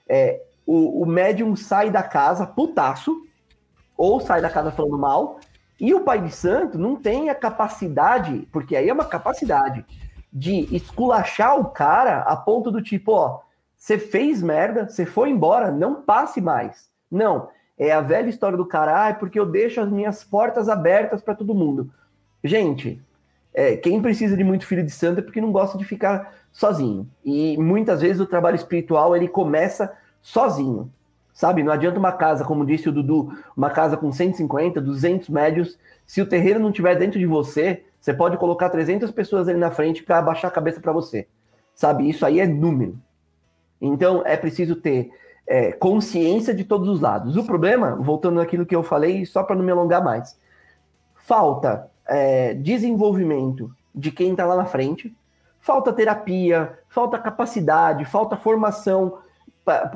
O médium sai da casa putaço, ou sai da casa falando mal, e o pai de santo não tem a capacidade, porque aí é uma capacidade, de esculachar o cara a ponto do tipo, você fez merda, você foi embora, não passe mais. Não, é a velha história do cara, porque eu deixo as minhas portas abertas para todo mundo. Gente, quem precisa de muito filho de santo é porque não gosta de ficar sozinho. E muitas vezes o trabalho espiritual, ele começa sozinho, sabe? Não adianta uma casa, como disse o Dudu, uma casa com 150, 200 médios, se o terreiro não estiver dentro de você, você pode colocar 300 pessoas ali na frente para abaixar a cabeça para você, sabe? Isso aí é número. Então, é preciso ter consciência de todos os lados. O problema, voltando àquilo que eu falei, só para não me alongar mais, falta desenvolvimento de quem está lá na frente, falta terapia, falta capacidade, falta formação para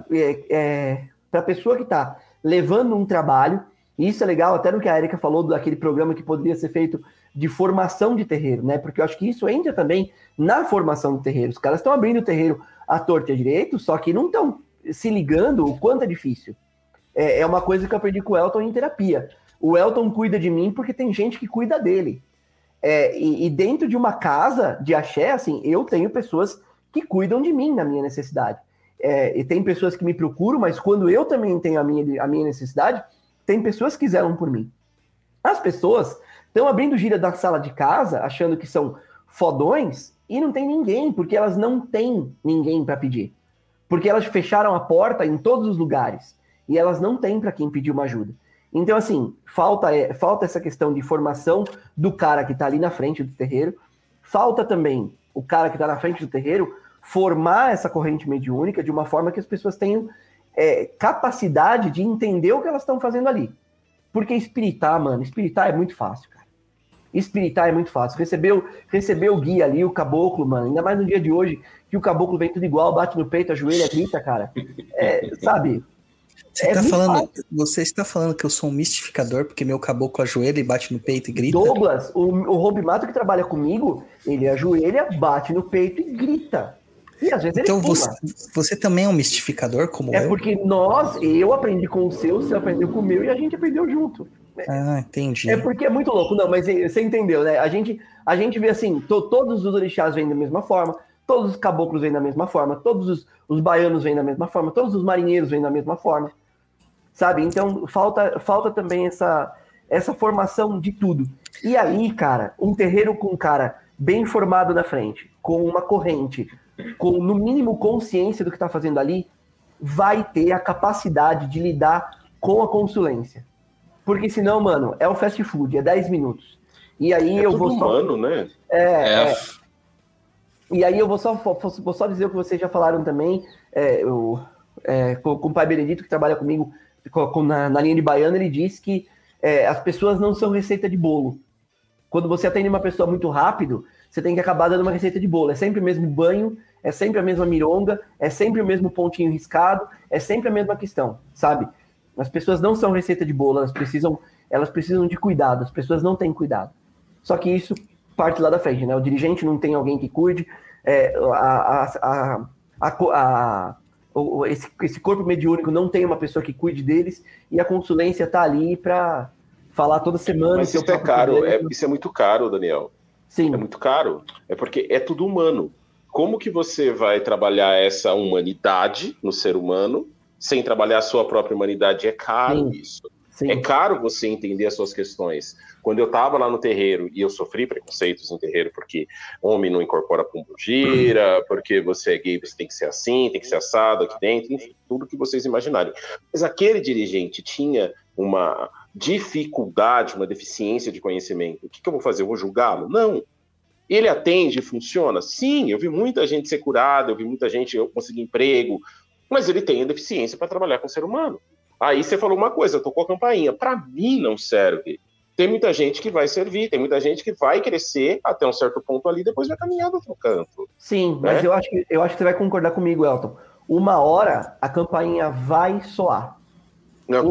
a pessoa que está levando um trabalho. E isso é legal, até no que a Erika falou daquele programa que poderia ser feito de formação de terreiro, né? Porque eu acho que isso entra também na formação do terreiro. Os caras estão abrindo o terreiro à torta e à direito, só que não estão se ligando o quanto é difícil. É uma coisa que eu aprendi com o Elton em terapia. O Elton cuida de mim porque tem gente que cuida dele. E dentro de uma casa de axé, assim, eu tenho pessoas que cuidam de mim na minha necessidade. E tem pessoas que me procuram, mas quando eu também tenho a minha necessidade, tem pessoas que zelam por mim. As pessoas estão abrindo gíria da sala de casa, achando que são fodões, e não tem ninguém, porque elas não têm ninguém para pedir. Porque elas fecharam a porta em todos os lugares, e elas não têm para quem pedir uma ajuda. Então, assim, falta essa questão de formação do cara que está ali na frente do terreiro, falta também o cara que está na frente do terreiro formar essa corrente mediúnica de uma forma que as pessoas tenham capacidade de entender o que elas estão fazendo ali. Porque espiritar é muito fácil, cara. Espiritar é muito fácil. Receber o guia ali, o caboclo, mano, ainda mais no dia de hoje, que o caboclo vem tudo igual, bate no peito, ajoelha, grita, cara. Sabe? Você está falando que eu sou um mistificador porque meu caboclo ajoelha e bate no peito e grita? Douglas, o Robimato que trabalha comigo, ele ajoelha, bate no peito e grita. E às vezes então ele pula. Você também é um mistificador como eu? Porque eu aprendi com o seu, você aprendeu com o meu e a gente aprendeu junto. Ah, entendi. Porque é muito louco. Não, mas você entendeu, né? A gente vê assim, todos os orixás vêm da mesma forma, todos os caboclos vêm da mesma forma, todos os baianos vêm da mesma forma, todos os marinheiros vêm da mesma forma. Sabe? Então, falta também essa formação de tudo. E aí, cara, um terreiro com um cara bem formado na frente, com uma corrente, com no mínimo consciência do que está fazendo ali, vai ter a capacidade de lidar com a consulência. Porque senão, mano, é o fast food, é 10 minutos. E aí eu vou humano, né? E aí eu vou só dizer o que vocês já falaram também, com o pai Benedito, que trabalha comigo na linha de baiano, ele disse que as pessoas não são receita de bolo. Quando você atende uma pessoa muito rápido, você tem que acabar dando uma receita de bolo. É sempre o mesmo banho, é sempre a mesma mironga, é sempre o mesmo pontinho riscado, é sempre a mesma questão, sabe? As pessoas não são receita de bolo, elas precisam de cuidado, as pessoas não têm cuidado. Só que isso parte lá da frente, né? O dirigente não tem alguém que cuide, esse corpo mediúnico não tem uma pessoa que cuide deles, e a consulência está ali para falar toda semana. Mas isso é caro, isso é muito caro, Daniel. Sim. É muito caro. É porque é tudo humano. Como que você vai trabalhar essa humanidade no ser humano sem trabalhar a sua própria humanidade? É caro. Sim. Isso. Sim. É caro você entender as suas questões. Quando eu estava lá no terreiro, e eu sofri preconceitos no terreiro, porque homem não incorpora pombogira, porque você é gay, você tem que ser assim, tem que ser assado aqui dentro, enfim, tudo que vocês imaginarem. Mas aquele dirigente tinha uma dificuldade, uma deficiência de conhecimento. O que eu vou fazer? Eu vou julgá-lo? Não. Ele atende, funciona? Sim, eu vi muita gente ser curada, eu vi muita gente conseguir emprego, mas ele tem a deficiência para trabalhar com o ser humano. Aí você falou uma coisa, tocou a campainha. Para mim não serve. Tem muita gente que vai servir, tem muita gente que vai crescer até um certo ponto ali, depois vai caminhar do outro canto. Sim, né? Mas eu acho que você vai concordar comigo, Elton. Uma hora a campainha vai soar. Não,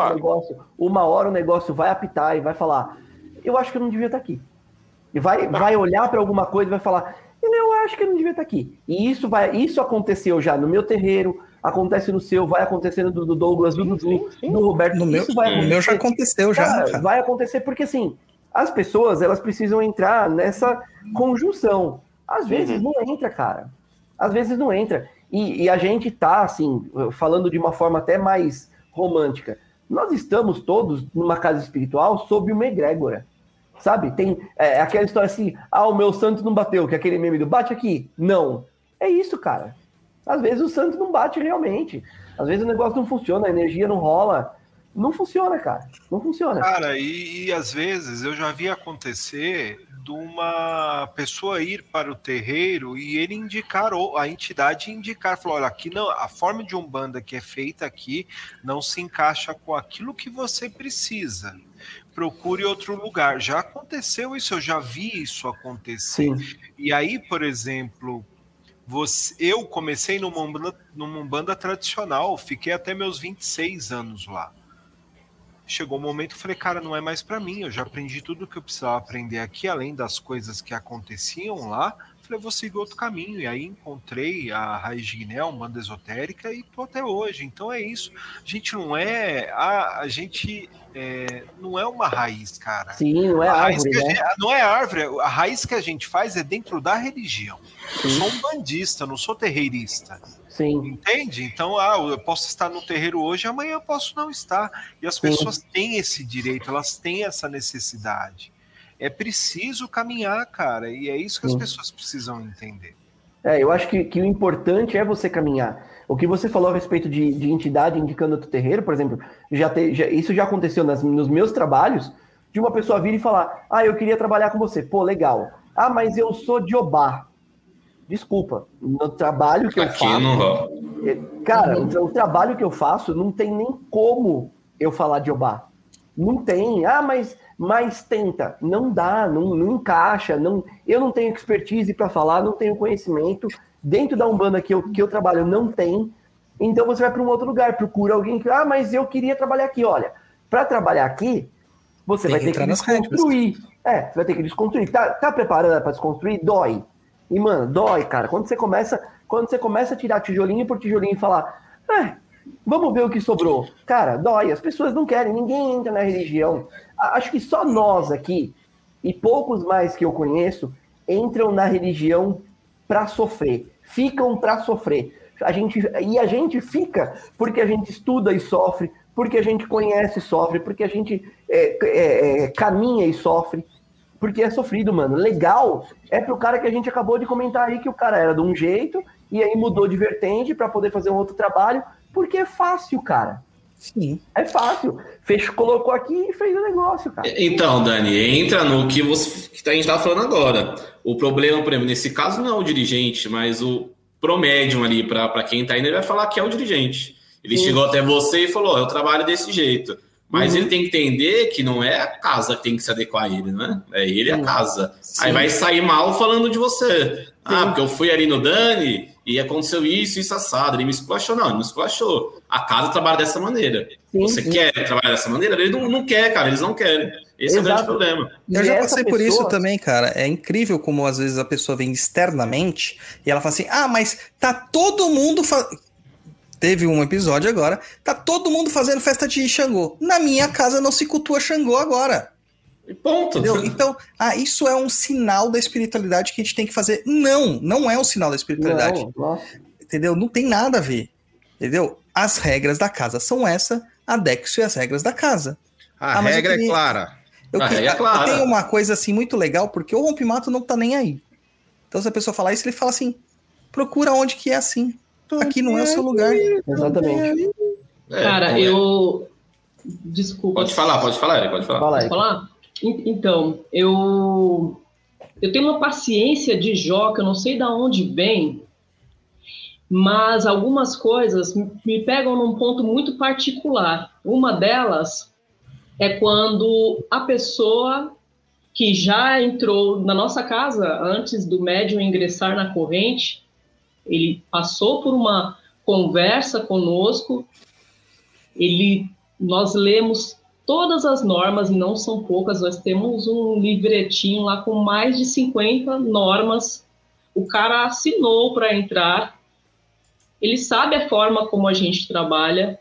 uma hora o negócio vai apitar e vai falar, eu acho que eu não devia estar aqui. E vai olhar para alguma coisa e vai falar, eu acho que eu não devia estar aqui. E isso aconteceu já no meu terreiro, acontece no seu, vai acontecer no do Douglas, do Dudu, do Roberto. No meu já aconteceu, cara. Vai acontecer porque, assim, as pessoas, elas precisam entrar nessa conjunção. Às vezes não entra, cara. Às vezes não entra. E a gente tá, assim, falando de uma forma até mais romântica. Nós estamos todos numa casa espiritual sob uma egrégora. Sabe? Tem aquela história assim, o meu santo não bateu, que é aquele meme do bate aqui. Não. É isso, cara. Às vezes o santo não bate realmente. Às vezes o negócio não funciona, a energia não rola. Não funciona, cara. Não funciona. Cara, e às vezes eu já vi acontecer de uma pessoa ir para o terreiro e ele indicar, ou a entidade indicar, falou, olha, aqui não, a forma de umbanda que é feita aqui não se encaixa com aquilo que você precisa. Procure outro lugar. Já aconteceu isso, eu já vi isso acontecer. Sim. E aí, por exemplo, eu comecei numa umbanda tradicional, fiquei até meus 26 anos lá. Chegou um momento que eu falei, cara, não é mais para mim, eu já aprendi tudo que eu precisava aprender aqui, além das coisas que aconteciam lá. Falei, vou seguir outro caminho. E aí encontrei a Raiz de Guiné, uma banda esotérica, e tô até hoje. Então é isso. A gente não é... A gente não é uma raiz, cara. Sim, não é árvore, né? Não é árvore. A raiz que a gente faz é dentro da religião. Eu sou um bandista, não sou terreirista. Sim. Entende? Então, eu posso estar no terreiro hoje, amanhã eu posso não estar. E as pessoas têm esse direito, elas têm essa necessidade. É preciso caminhar, cara, e é isso que as pessoas precisam entender. Eu acho que o importante é você caminhar. O que você falou a respeito de entidade indicando outro terreiro, por exemplo, isso já aconteceu nos meus trabalhos, de uma pessoa vir e falar, eu queria trabalhar com você. Pô, legal. Mas eu sou de Obá. Desculpa, no trabalho que eu faço... Cara, o trabalho que eu faço não tem nem como eu falar de Obá. Não tem. Mas tenta. Não dá, não encaixa. Eu não tenho expertise para falar, não tenho conhecimento. Dentro da Umbanda que eu trabalho, não tem. Então você vai para um outro lugar, procura alguém que... mas eu queria trabalhar aqui. Olha, para trabalhar aqui, você vai ter que desconstruir. Você vai ter que desconstruir. Tá preparada para desconstruir? Dói. E, mano, dói, cara. Quando você começa a tirar tijolinho por tijolinho e falar, vamos ver o que sobrou. Cara, dói. As pessoas não querem, ninguém entra na religião. Acho que só nós aqui, e poucos mais que eu conheço, entram na religião para sofrer. Ficam para sofrer. A gente fica porque a gente estuda e sofre, porque a gente conhece e sofre, porque a gente caminha e sofre, porque é sofrido, mano. Legal é pro cara que a gente acabou de comentar aí, que o cara era de um jeito, e aí mudou de vertente pra poder fazer um outro trabalho, porque é fácil, cara. Sim. É fácil. Colocou aqui e fez o negócio, cara. Então, Dani, entra no que a gente estava falando agora. O problema, por exemplo, nesse caso não é o dirigente, mas pro médium ali, para quem tá indo, ele vai falar que é o dirigente. Ele chegou até você e falou, eu trabalho desse jeito. Mas ele tem que entender que não é a casa que tem que se adequar a ele, né? É ele a casa. Sim. Aí vai sair mal falando de você. Porque eu fui ali no Dani e aconteceu isso assado. Ele me esculachou. Não, ele não esculachou. A casa trabalha dessa maneira. Você quer trabalhar dessa maneira? Ele não quer, cara. Eles não querem. Esse é o grande problema. Eu já passei por isso também, cara. É incrível como às vezes a pessoa vem externamente e ela fala assim, mas tá todo mundo... Teve um episódio agora, tá todo mundo fazendo festa de Xangô. Na minha casa não se cultua Xangô agora. Ponto. Entendeu? Então, isso é um sinal da espiritualidade que a gente tem que fazer. Não é um sinal da espiritualidade. Não. Entendeu? Não tem nada a ver. Entendeu? As regras da casa são essa, adeque-se às regras da casa. A regra é clara. Eu tenho uma coisa assim muito legal, porque o rompimato não tá nem aí. Então, se a pessoa falar isso, ele fala assim, procura onde que é assim. Aqui não é o seu lugar. Exatamente. Cara, Desculpa. Pode falar, Eric, pode falar. Posso falar? Então, eu tenho uma paciência de Jó, que eu não sei de onde vem, mas algumas coisas me pegam num ponto muito particular. Uma delas é quando a pessoa que já entrou na nossa casa antes do médium ingressar na corrente, ele passou por uma conversa conosco, nós lemos todas as normas, e não são poucas, nós temos um livretinho lá com mais de 50 normas, o cara assinou para entrar, ele sabe a forma como a gente trabalha,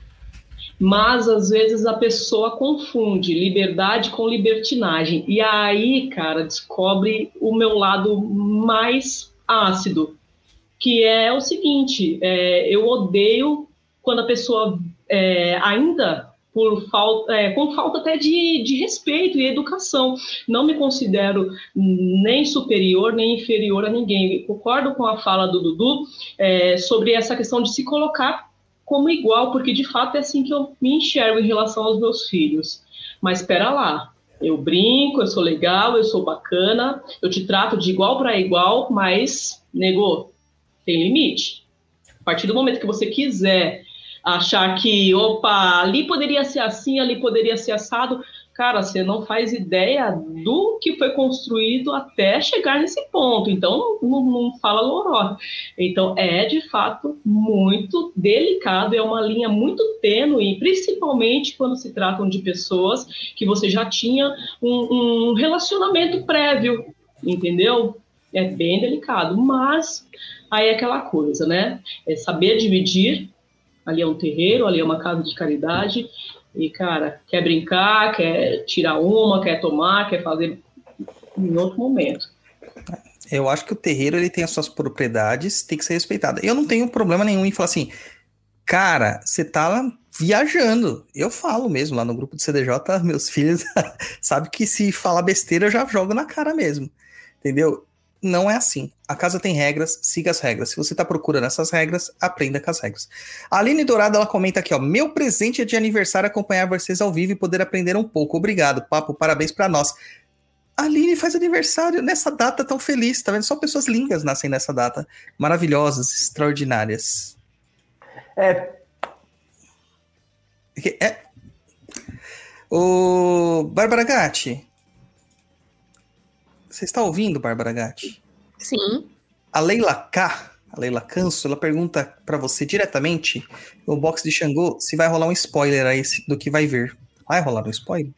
mas às vezes a pessoa confunde liberdade com libertinagem, e aí, cara, descobre o meu lado mais ácido, que é o seguinte, eu odeio quando a pessoa ainda com falta até de respeito e educação. Não me considero nem superior nem inferior a ninguém. Eu concordo com a fala do Dudu sobre essa questão de se colocar como igual, porque de fato é assim que eu me enxergo em relação aos meus filhos. Mas espera lá, eu brinco, eu sou legal, eu sou bacana, eu te trato de igual para igual, mas, nego, tem limite. A partir do momento que você quiser achar que, ali poderia ser assim, ali poderia ser assado, cara, você não faz ideia do que foi construído até chegar nesse ponto. Então, não fala loró. Então, de fato muito delicado, é uma linha muito tênue, principalmente quando se tratam de pessoas que você já tinha um relacionamento prévio, entendeu? É bem delicado, mas aí é aquela coisa, né? É saber dividir. Ali é um terreiro, ali é uma casa de caridade. E, cara, quer brincar, quer tirar uma, quer tomar, quer fazer em outro momento. Eu acho que o terreiro ele tem as suas propriedades, tem que ser respeitado. Eu não tenho problema nenhum em falar assim, cara, você tá viajando. Eu falo mesmo lá no grupo do CDJ, meus filhos sabem que se falar besteira eu já jogo na cara mesmo. Entendeu? Não é assim. A casa tem regras, siga as regras. Se você tá procurando essas regras, aprenda com as regras. A Aline Dourado, ela comenta aqui, ó. Meu presente é de aniversário acompanhar vocês ao vivo e poder aprender um pouco. Obrigado, papo, parabéns pra nós. A Aline faz aniversário nessa data tão feliz, tá vendo? Só pessoas lindas nascem nessa data. Maravilhosas, extraordinárias. Ô, Bárbara Gatti. Você está ouvindo, Bárbara Gatti? Sim. A Leila Canso, ela pergunta pra você diretamente no box de Xangô se vai rolar um spoiler aí do que vai vir. Vai rolar um spoiler?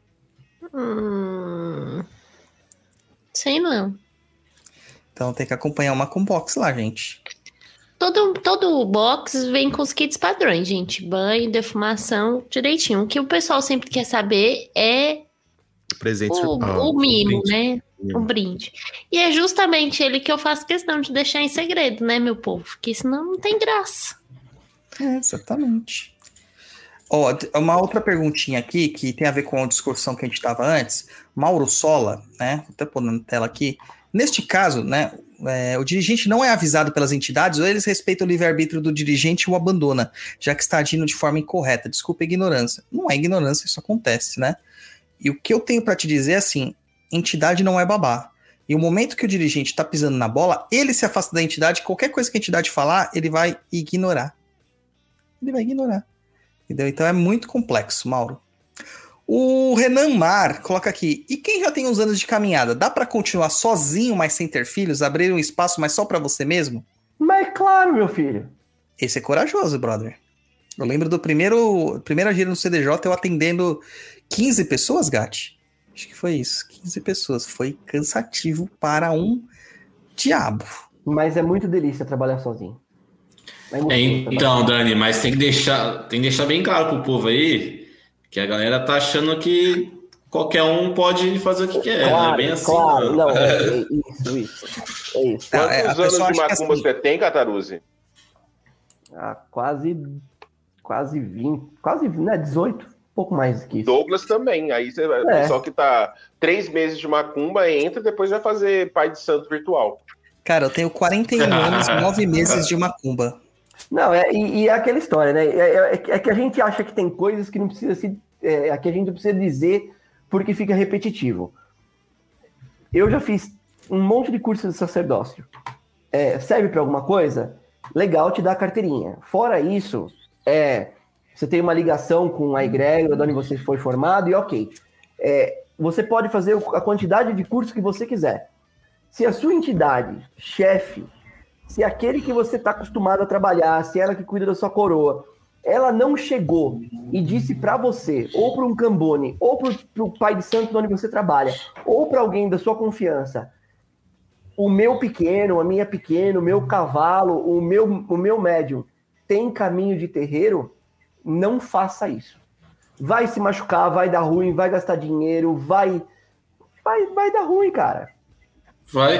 Sei não. Então tem que acompanhar uma com box lá, gente. Todo box vem com os kits padrões, gente. Banho, defumação, direitinho. O que o pessoal sempre quer saber é presente o mimo, brinde, né? O brinde. E é justamente ele que eu faço questão de deixar em segredo, né, meu povo? Porque senão não tem graça. Exatamente. Ó, uma outra perguntinha aqui, que tem a ver com a discussão que a gente estava antes. Mauro Sola, né? Vou até pôr na tela aqui. Neste caso, né, o dirigente não é avisado pelas entidades ou eles respeitam o livre-arbítrio do dirigente e o abandona, já que está agindo de forma incorreta. Desculpa a ignorância. Não é ignorância, isso acontece, né? E o que eu tenho para te dizer é assim, entidade não é babá. E o momento que o dirigente está pisando na bola, ele se afasta da entidade, qualquer coisa que a entidade falar, ele vai ignorar. Ele vai ignorar. Entendeu? Então é muito complexo, Mauro. O Renan Mar coloca aqui, e quem já tem uns anos de caminhada, dá pra continuar sozinho, mas sem ter filhos, abrir um espaço, mas só pra você mesmo? Mas claro, meu filho. Esse é corajoso, brother. Eu lembro do primeira gira no CDJ, eu atendendo 15 pessoas, Gatti. Acho que foi isso, 15 pessoas. Foi cansativo para um diabo. Mas é muito delícia trabalhar sozinho. Então, Dani, mas tem que deixar bem claro pro povo aí que a galera tá achando que qualquer um pode fazer o que quer. Claro, não é bem assim. Claro, não, é isso. Quantos anos de macumba você tem, Cataruzzi? Quase 20, né, 18, pouco mais que isso. Douglas também, aí você o pessoal que tá 3 meses de macumba entra e depois vai fazer pai de santo virtual. Cara, eu tenho 41 anos, 9 meses de macumba. Não, é aquela história, né? É que a gente acha que tem coisas que não precisa que a gente não precisa dizer porque fica repetitivo. Eu já fiz um monte de curso de sacerdócio. Serve para alguma coisa? Legal, te dá a carteirinha. Fora isso, você tem uma ligação com a egrégora de onde você foi formado e ok. Você pode fazer a quantidade de cursos que você quiser. Se a sua entidade, chefe, se aquele que você está acostumado a trabalhar, se ela que cuida da sua coroa, ela não chegou e disse para você, ou para um cambone, ou para o pai de santo de onde você trabalha, ou para alguém da sua confiança, o meu pequeno, a minha pequena, o meu cavalo, o meu médium tem caminho de terreiro, não faça isso. Vai se machucar, vai dar ruim, vai gastar dinheiro, vai dar ruim, cara. Vai.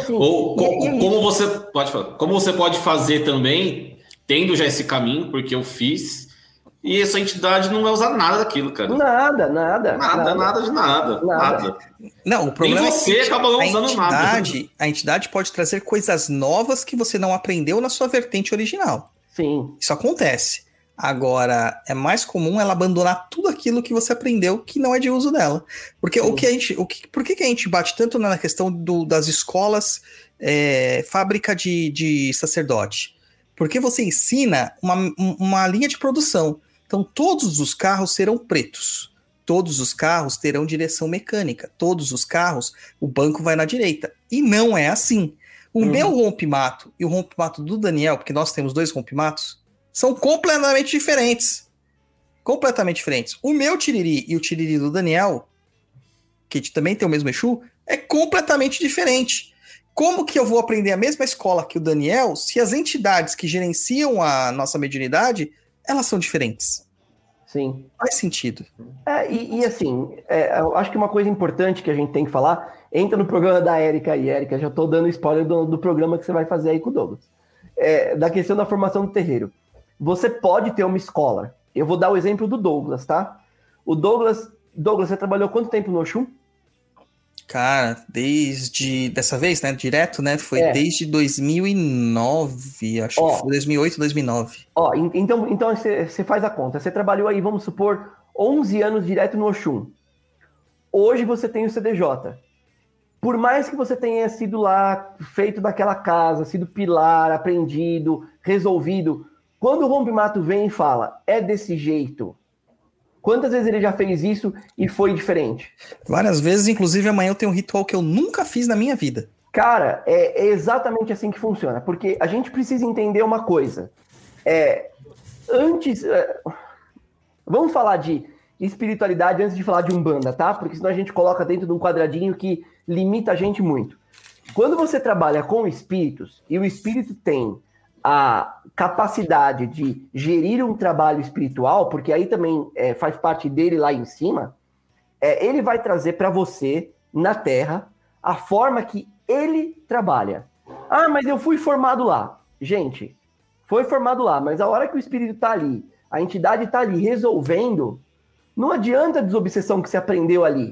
Como você pode fazer também, tendo já esse caminho, porque eu fiz, e essa entidade não vai usar nada daquilo, cara. Nada de nada. Não, o problema nem você acaba não usando nada. A entidade pode trazer coisas novas que você não aprendeu na sua vertente original. Sim. Isso acontece. Agora, é mais comum ela abandonar tudo aquilo que você aprendeu que não é de uso dela. Porque por que a gente bate tanto na questão das escolas fábrica de sacerdote? Porque você ensina uma linha de produção. Então, todos os carros serão pretos. Todos os carros terão direção mecânica. Todos os carros, o banco vai na direita. E não é assim. O meu rompe-mato e o rompe-mato do Daniel, porque nós temos 2 rompe-matos, são completamente diferentes. Completamente diferentes. O meu tiriri e o tiriri do Daniel, que também tem o mesmo Exu, é completamente diferente. Como que eu vou aprender a mesma escola que o Daniel se as entidades que gerenciam a nossa mediunidade, elas são diferentes? Sim. Faz sentido. Eu acho que uma coisa importante que a gente tem que falar, entra no programa da Érica aí, Érica, já estou dando spoiler do programa que você vai fazer aí com o Douglas. Da questão da formação do terreiro. Você pode ter uma escola. Eu vou dar o exemplo do Douglas, tá? O Douglas, você trabalhou quanto tempo no Oxum? Cara, dessa vez, né, direto, né, foi desde 2009, acho que foi 2008, 2009. Então você faz a conta. Você trabalhou aí, vamos supor, 11 anos direto no Oxum. Hoje você tem o CDJ. Por mais que você tenha sido lá, feito daquela casa, sido pilar, aprendido, resolvido, quando o rompe-mato vem e fala, é desse jeito, quantas vezes ele já fez isso e foi diferente? Várias vezes, inclusive amanhã eu tenho um ritual que eu nunca fiz na minha vida. Cara, é exatamente assim que funciona, porque a gente precisa entender uma coisa. Vamos falar de espiritualidade antes de falar de Umbanda, tá? Porque senão a gente coloca dentro de um quadradinho que limita a gente muito. Quando você trabalha com espíritos, e o espírito tem a capacidade de gerir um trabalho espiritual, porque aí também faz parte dele lá em cima, ele vai trazer para você, na Terra, a forma que ele trabalha. Ah, mas eu fui formado lá. Gente, foi formado lá, mas a hora que o espírito está ali, a entidade está ali resolvendo, não adianta a desobsessão que você aprendeu ali.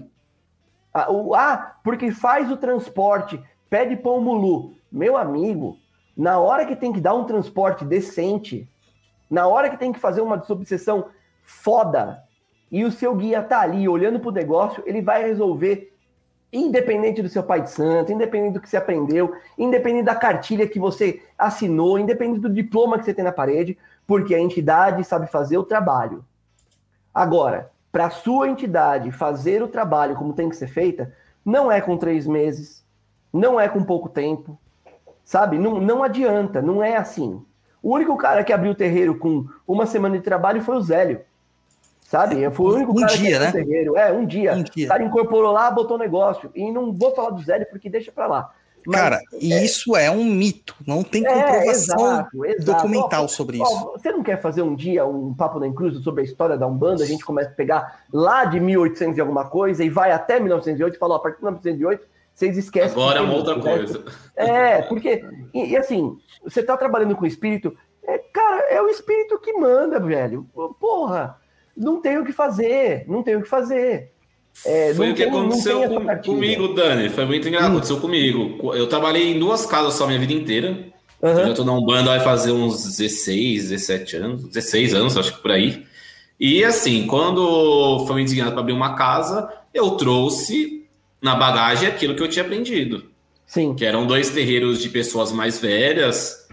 Porque faz o transporte, pede pão mulu. Meu amigo, na hora que tem que dar um transporte decente, na hora que tem que fazer uma desobsessão foda, e o seu guia tá ali olhando pro negócio, ele vai resolver, independente do seu pai de santo, independente do que você aprendeu, independente da cartilha que você assinou, independente do diploma que você tem na parede, porque a entidade sabe fazer o trabalho. Agora, para a sua entidade fazer o trabalho como tem que ser feita, não é com 3 meses, não é com pouco tempo, sabe? Não adianta, não é assim. O único cara que abriu o terreiro com 1 semana de trabalho foi o Zélio, sabe? Foi o único cara que abriu o terreiro. Um dia. O cara incorporou lá, botou negócio. E não vou falar do Zélio porque deixa pra lá. Mas, cara, isso é um mito. Não tem comprovação documental sobre isso. Você não quer fazer um dia um papo na Encruzilhada sobre a história da Umbanda? A gente começa a pegar lá de 1800 e alguma coisa e vai até 1908 e fala, a partir de 1908, vocês esquecem. Agora é uma outra coisa. Porque, e assim, você tá trabalhando com o espírito, cara, é o espírito que manda, velho. Porra, não tem o que fazer, Foi o que aconteceu comigo, Dani. Foi muito engraçado. Aconteceu comigo. Eu trabalhei em 2 casas só minha vida inteira. Eu já tô na Umbanda, vai fazer uns 16, 17 anos. 16 anos, acho que por aí. E assim, quando foi me designado para abrir uma casa, eu trouxe na bagagem aquilo que eu tinha aprendido. Sim. Que eram 2 terreiros de pessoas mais velhas,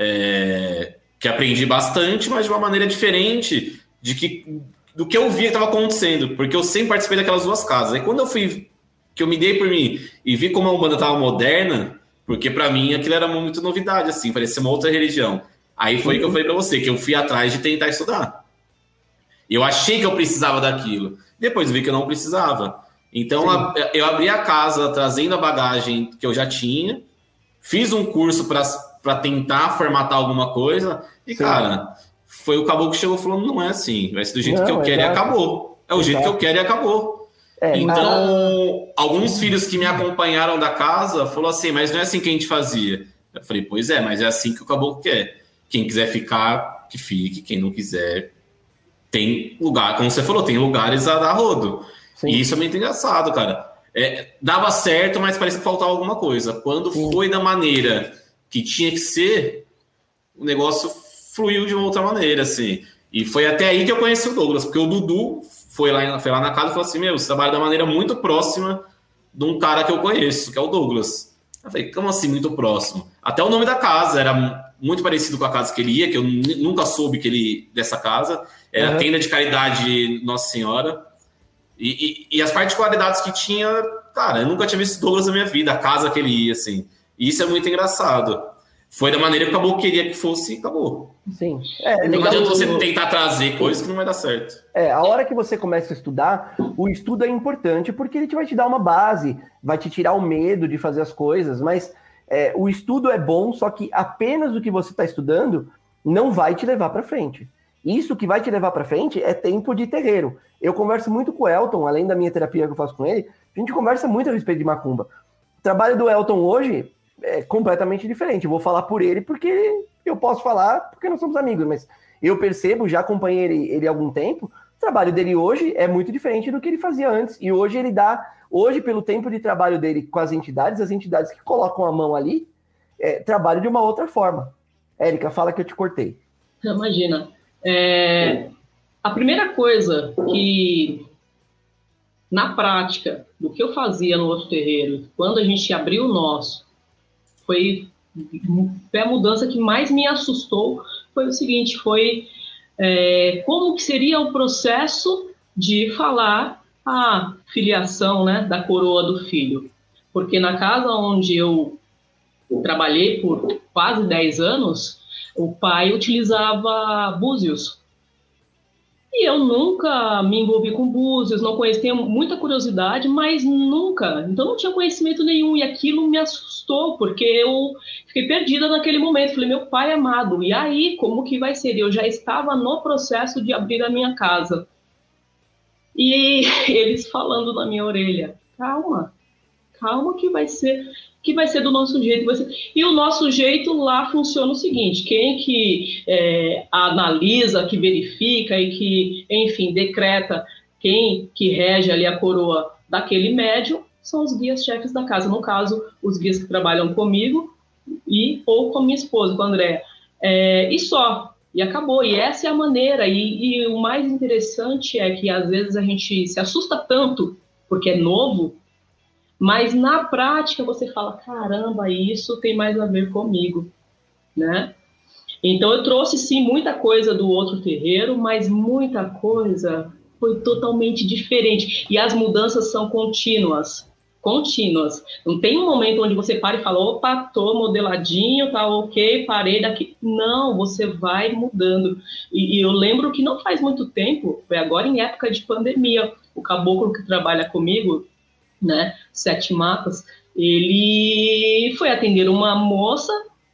que aprendi bastante, mas de uma maneira diferente do que eu via que estava acontecendo, porque eu sempre participei daquelas 2 casas. Aí quando que eu me dei por mim e vi como a Umbanda estava moderna, porque para mim aquilo era muito novidade, assim, parecia uma outra religião. Aí foi que eu falei para você, que eu fui atrás de tentar estudar. Eu achei que eu precisava daquilo. Depois vi que eu não precisava. Então eu abri a casa trazendo a bagagem que eu já tinha, fiz um curso para tentar formatar alguma coisa e, cara, foi o caboclo que chegou falando, não é assim, vai ser do jeito que eu quero e acabou. É o jeito que eu quero e acabou. Então, alguns filhos que me acompanharam da casa falaram assim, mas não é assim que a gente fazia. Eu falei, pois é, mas é assim que o caboclo quer. Quem quiser ficar, que fique. Quem não quiser, tem lugar. Como você falou, tem lugares a dar rodo. Sim. E isso é muito engraçado, cara. Dava certo, mas parecia que faltava alguma coisa. Quando foi da maneira que tinha que ser, o negócio fluiu de uma outra maneira, assim. E foi até aí que eu conheci o Douglas, porque o Dudu foi lá na casa e falou assim, você trabalha da maneira muito próxima de um cara que eu conheço, que é o Douglas. Eu falei, como assim muito próximo? Até o nome da casa era muito parecido com a casa que ele ia, que eu nunca soube dessa casa. Era Tenda de Caridade Nossa Senhora. E as particularidades que tinha, cara, eu nunca tinha visto Douglas na minha vida, a casa que ele ia, assim. E isso é muito engraçado. Foi da maneira que o caboclo queria que fosse e acabou. Sim. Não adianta você tentar trazer coisas que não vai dar certo. A hora que você começa a estudar, o estudo é importante porque ele vai te dar uma base, vai te tirar o medo de fazer as coisas, mas o estudo é bom, só que apenas o que você está estudando não vai te levar para frente. Isso que vai te levar para frente é tempo de terreiro. Eu converso muito com o Elton, além da minha terapia que eu faço com ele, a gente conversa muito a respeito de macumba. O trabalho do Elton hoje é completamente diferente. Eu vou falar por ele porque eu posso falar porque nós somos amigos, mas eu percebo, já acompanhei ele há algum tempo, o trabalho dele hoje é muito diferente do que ele fazia antes. E hoje hoje pelo tempo de trabalho dele com as entidades que colocam a mão ali, trabalham de uma outra forma. Érica, fala que eu te cortei. Imagina. A primeira coisa que, na prática, do que eu fazia no outro terreiro, quando a gente abriu o nosso, foi a mudança que mais me assustou, foi o seguinte, como que seria o processo de falar a filiação, né, da coroa do filho. Porque na casa onde eu trabalhei por quase 10 anos, o pai utilizava búzios. E eu nunca me envolvi com búzios, não conhecia, tenho muita curiosidade, mas nunca. Então não tinha conhecimento nenhum e aquilo me assustou, porque eu fiquei perdida naquele momento. Falei, meu pai amado, e aí, como que vai ser? Eu já estava no processo de abrir a minha casa. E eles falando na minha orelha, calma, calma que vai ser do nosso jeito. E o nosso jeito lá funciona o seguinte, quem que analisa, que verifica e que, enfim, decreta quem que rege ali a coroa daquele médium são os guias-chefes da casa. No caso, os guias que trabalham comigo ou com a minha esposa, com a Andréa. E só. E acabou. E essa é a maneira. E o mais interessante é que, às vezes, a gente se assusta tanto porque é novo, mas na prática você fala, caramba, isso tem mais a ver comigo, né? Então eu trouxe sim muita coisa do outro terreiro, mas muita coisa foi totalmente diferente. E as mudanças são contínuas. Não tem um momento onde você para e fala, opa, tô modeladinho, tá ok, parei daqui. Não, você vai mudando. E eu lembro que não faz muito tempo, foi agora em época de pandemia, o caboclo que trabalha comigo, né, Sete Matas, ele foi atender uma moça,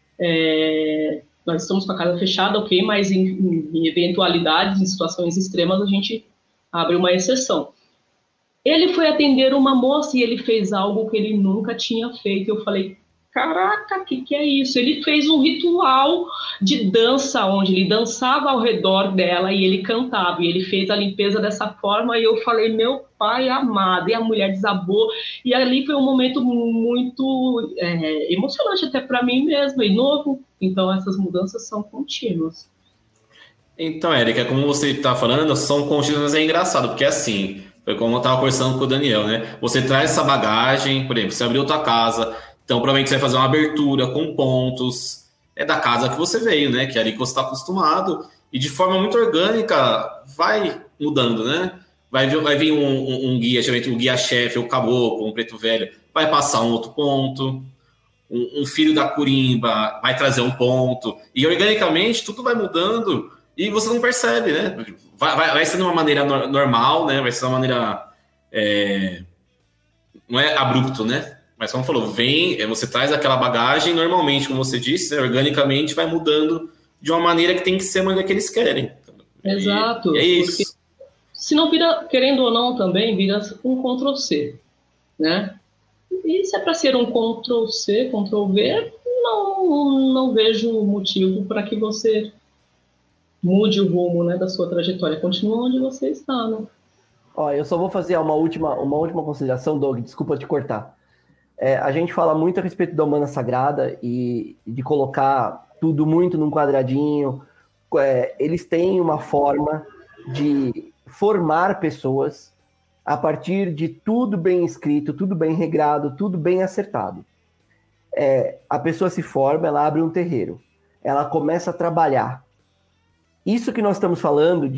nós estamos com a casa fechada, ok, mas em eventualidades, em situações extremas, a gente abre uma exceção. Ele foi atender uma moça e ele fez algo que ele nunca tinha feito. Eu falei, caraca, o que é isso? Ele fez um ritual de dança, onde ele dançava ao redor dela e ele cantava. E ele fez a limpeza dessa forma e eu falei, meu pai amado. E a mulher desabou. E ali foi um momento muito emocionante até para mim mesma e novo. Então essas mudanças são contínuas. Então, Érica, como você está falando, são contínuas, mas é engraçado, porque assim... Foi como eu estava conversando com o Daniel, né? Você traz essa bagagem, por exemplo, você abriu tua casa, então provavelmente você vai fazer uma abertura com pontos. É da casa que você veio, né? Que é ali que você está acostumado. E de forma muito orgânica, vai mudando, né? Vai vir um guia, geralmente um guia-chefe, o caboclo, um preto velho, vai passar um outro ponto. Um filho da curimba vai trazer um ponto. E organicamente tudo vai mudando e você não percebe, né? Vai ser de uma maneira normal, né? Vai ser de uma maneira... não é abrupto, né? Mas como falou, você traz aquela bagagem, normalmente, como você disse, né? Organicamente vai mudando de uma maneira que tem que ser a maneira que eles querem. Exato. E é isso. Se não vira, querendo ou não, também vira um Ctrl+C, né? E se é para ser um Ctrl+C, Ctrl+V, não vejo motivo para que você mude o rumo, né, da sua trajetória. Continua onde você está, né? Ó, eu só vou fazer uma última consideração, Doug, desculpa te cortar. A gente fala muito a respeito da Umbanda Sagrada e de colocar tudo muito num quadradinho. Eles têm uma forma de formar pessoas a partir de tudo bem escrito, tudo bem regrado, tudo bem acertado. A pessoa se forma, ela abre um terreiro, ela começa a trabalhar. Isso que nós estamos falando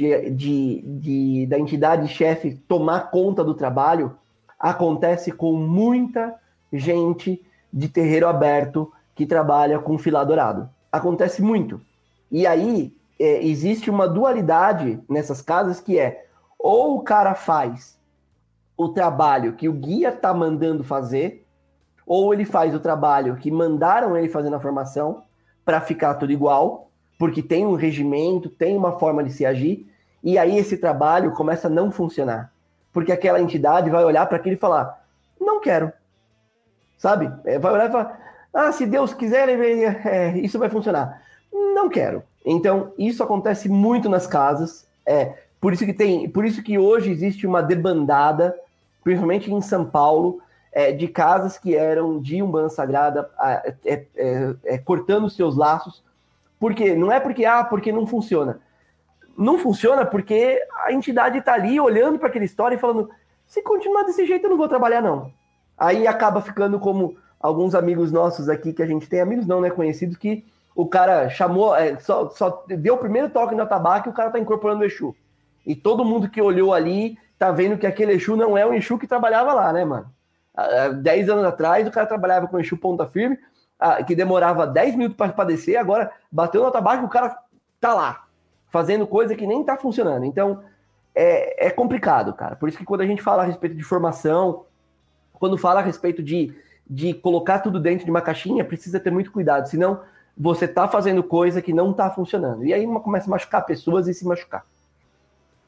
da entidade chefe tomar conta do trabalho acontece com muita gente de terreiro aberto que trabalha com fila dourado. Acontece muito. E aí existe uma dualidade nessas casas que ou o cara faz o trabalho que o guia está mandando fazer, ou ele faz o trabalho que mandaram ele fazer na formação para ficar tudo igual, porque tem um regimento, tem uma forma de se agir, e aí esse trabalho começa a não funcionar. Porque aquela entidade vai olhar para aquilo e falar, não quero. Sabe? Vai olhar e falar, se Deus quiser, isso vai funcionar. Não quero. Então, isso acontece muito nas casas, por isso que hoje existe uma debandada, principalmente em São Paulo, de casas que eram de Umbanda Sagrada, cortando seus laços. Por quê? Não é porque não funciona. Não funciona porque a entidade está ali olhando para aquela história e falando, se continuar desse jeito eu não vou trabalhar não. Aí acaba ficando como alguns amigos nossos aqui, que a gente tem, amigos não, né, conhecidos, que o cara chamou, só deu o primeiro toque no atabaque e o cara tá incorporando o Exu. E todo mundo que olhou ali tá vendo que aquele Exu não é um Exu que trabalhava lá, né, mano? 10 anos atrás o cara trabalhava com Exu ponta firme, que demorava 10 minutos para descer, agora bateu no atabaque e o cara tá lá, fazendo coisa que nem tá funcionando. Então, é complicado, cara. Por isso que quando a gente fala a respeito de formação, quando fala a respeito de colocar tudo dentro de uma caixinha, precisa ter muito cuidado, senão você tá fazendo coisa que não tá funcionando. E aí começa a machucar pessoas e se machucar.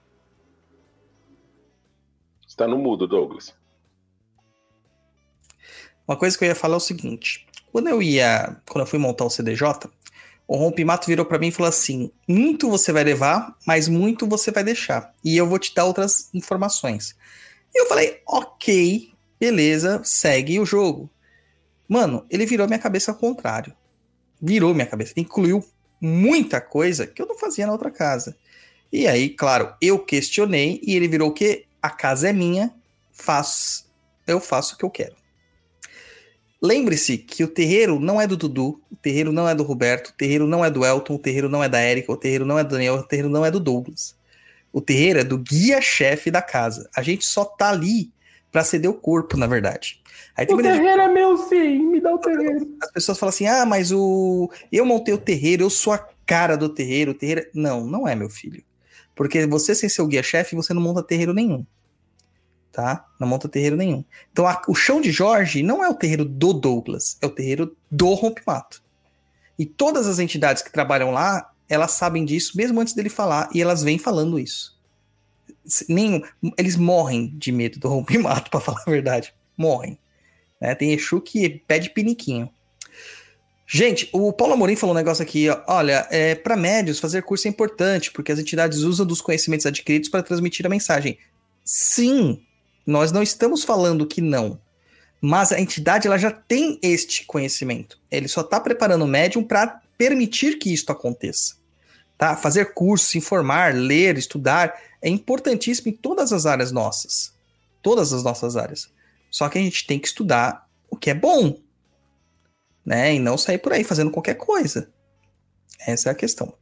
Está no mudo, Douglas. Uma coisa que eu ia falar é o seguinte. Quando eu fui montar o CDJ, o Rompimato virou pra mim e falou assim, muito você vai levar, mas muito você vai deixar. E eu vou te dar outras informações. E eu falei, ok, beleza, segue o jogo. Mano, ele virou minha cabeça ao contrário. Virou minha cabeça. Incluiu muita coisa que eu não fazia na outra casa. E aí, claro, eu questionei e ele virou o quê? A casa é minha, eu faço o que eu quero. Lembre-se que o terreiro não é do Dudu, o terreiro não é do Roberto, o terreiro não é do Elton, o terreiro não é da Érica, o terreiro não é do Daniel, o terreiro não é do Douglas. O terreiro é do guia-chefe da casa. A gente só tá ali pra ceder o corpo, na verdade. Aí tem O terreiro é meu, sim, me dá o terreiro. As pessoas falam assim, mas eu montei o terreiro, eu sou a cara do terreiro, o terreiro... Não é, meu filho. Porque você sem ser o guia-chefe, você não monta terreiro nenhum. Tá? Não monta terreiro nenhum. Então, o Chão de Jorge não é o terreiro do Douglas, é o terreiro do Rompimato. E todas as entidades que trabalham lá, elas sabem disso, mesmo antes dele falar, e elas vêm falando isso. Eles morrem de medo do Rompimato, pra falar a verdade. Morrem. Né? Tem Exu que pede piniquinho. Gente, o Paulo Amorim falou um negócio aqui, ó. Olha, para médios fazer curso é importante, porque as entidades usam dos conhecimentos adquiridos para transmitir a mensagem. Sim, nós não estamos falando que não, mas a entidade ela já tem este conhecimento. Ele só está preparando o médium para permitir que isto aconteça. Tá? Fazer curso, se informar, ler, estudar é importantíssimo em todas as áreas nossas. Todas as nossas áreas. Só que a gente tem que estudar o que é bom, né? E não sair por aí fazendo qualquer coisa. Essa é a questão.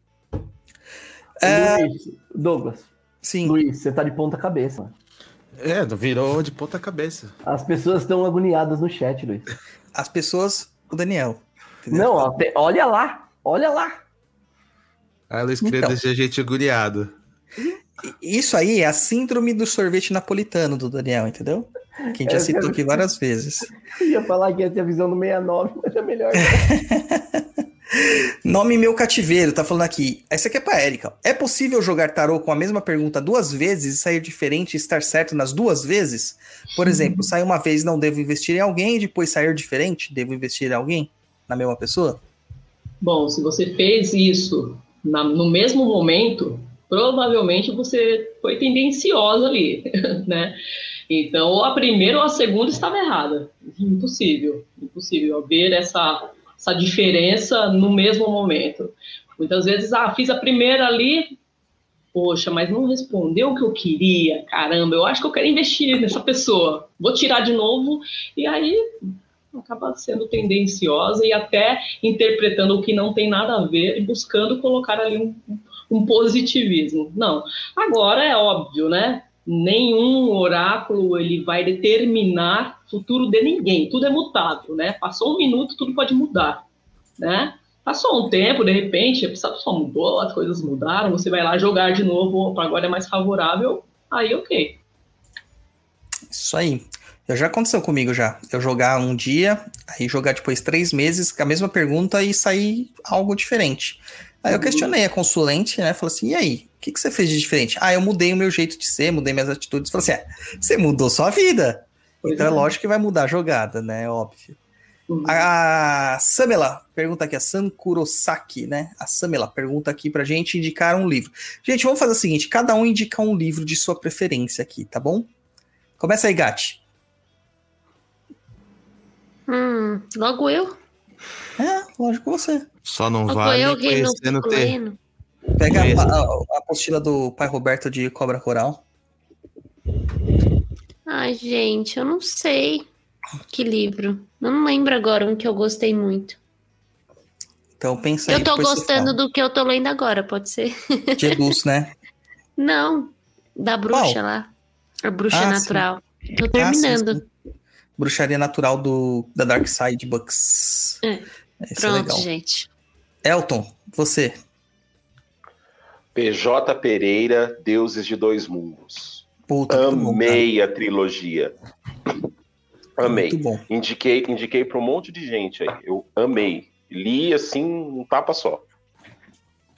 Luiz, Douglas. Sim. Luiz, você tá de ponta cabeça. Virou de ponta cabeça. As pessoas estão agoniadas no chat, Luiz. As pessoas, o Daniel. Entendeu? Não, olha lá. Luiz queria deixar a gente agoniado. Isso aí é a síndrome do sorvete napolitano do Daniel, entendeu? Que a gente já citou aqui várias vezes. Eu ia falar que ia ter a visão do 69, mas é melhor. Nome Meu Cativeiro, tá falando aqui. Essa aqui é pra Érica. É possível jogar tarô com a mesma pergunta 2 vezes e sair diferente e estar certo nas 2 vezes? Por exemplo, sair uma vez não devo investir em alguém, e depois sair diferente, devo investir em alguém? Na mesma pessoa? Bom, se você fez isso no mesmo momento, provavelmente você foi tendenciosa ali, né? Então, a primeira ou a segunda estava errada. Impossível haver essa diferença no mesmo momento. Muitas vezes, fiz a primeira ali, poxa, mas não respondeu o que eu queria, caramba, eu acho que eu quero investir nessa pessoa, vou tirar de novo, e aí acaba sendo tendenciosa e até interpretando o que não tem nada a ver e buscando colocar ali um positivismo. Não, agora é óbvio, né? Nenhum oráculo ele vai determinar o futuro de ninguém, tudo é mutável, né? Passou 1 minuto, tudo pode mudar, né? Passou um tempo, de repente, a pessoa mudou, as coisas mudaram, você vai lá jogar de novo, agora é mais favorável, aí ok. Isso aí. Já aconteceu comigo já. Eu jogar um dia, aí jogar depois 3 meses com a mesma pergunta e sair algo diferente. Aí eu questionei a consulente, né? Falei assim, e aí? O que você fez de diferente? Eu mudei o meu jeito de ser, mudei minhas atitudes. Falei assim, você mudou sua vida. Então é lógico que vai mudar a jogada, né? Óbvio. A Samela pergunta aqui, a San Kurosaki, né? A Samela pergunta aqui pra gente indicar um livro. Gente, vamos fazer o seguinte, cada um indica um livro de sua preferência aqui, tá bom? Começa aí, Gatti. Logo eu. Lógico você. Só não Logo vale eu, conhecendo o terreno. Pega a apostila do pai Roberto de Cobra Coral. Ai, gente, eu não sei que livro. Eu não lembro agora um que eu gostei muito. Então pensa aí. Eu tô gostando do que eu tô lendo agora, pode ser? De Eduz, né? Não, da bruxa lá. A bruxa natural. Sim. Tô terminando. Sim. Bruxaria Natural da Dark Side Books. Pronto, é legal. Gente. Elton, você. PJ Pereira, Deuses de Dois Mundos. Puta, amei a trilogia. Amei. Muito bom. Indiquei para um monte de gente aí. Eu amei. Li assim, um tapa só.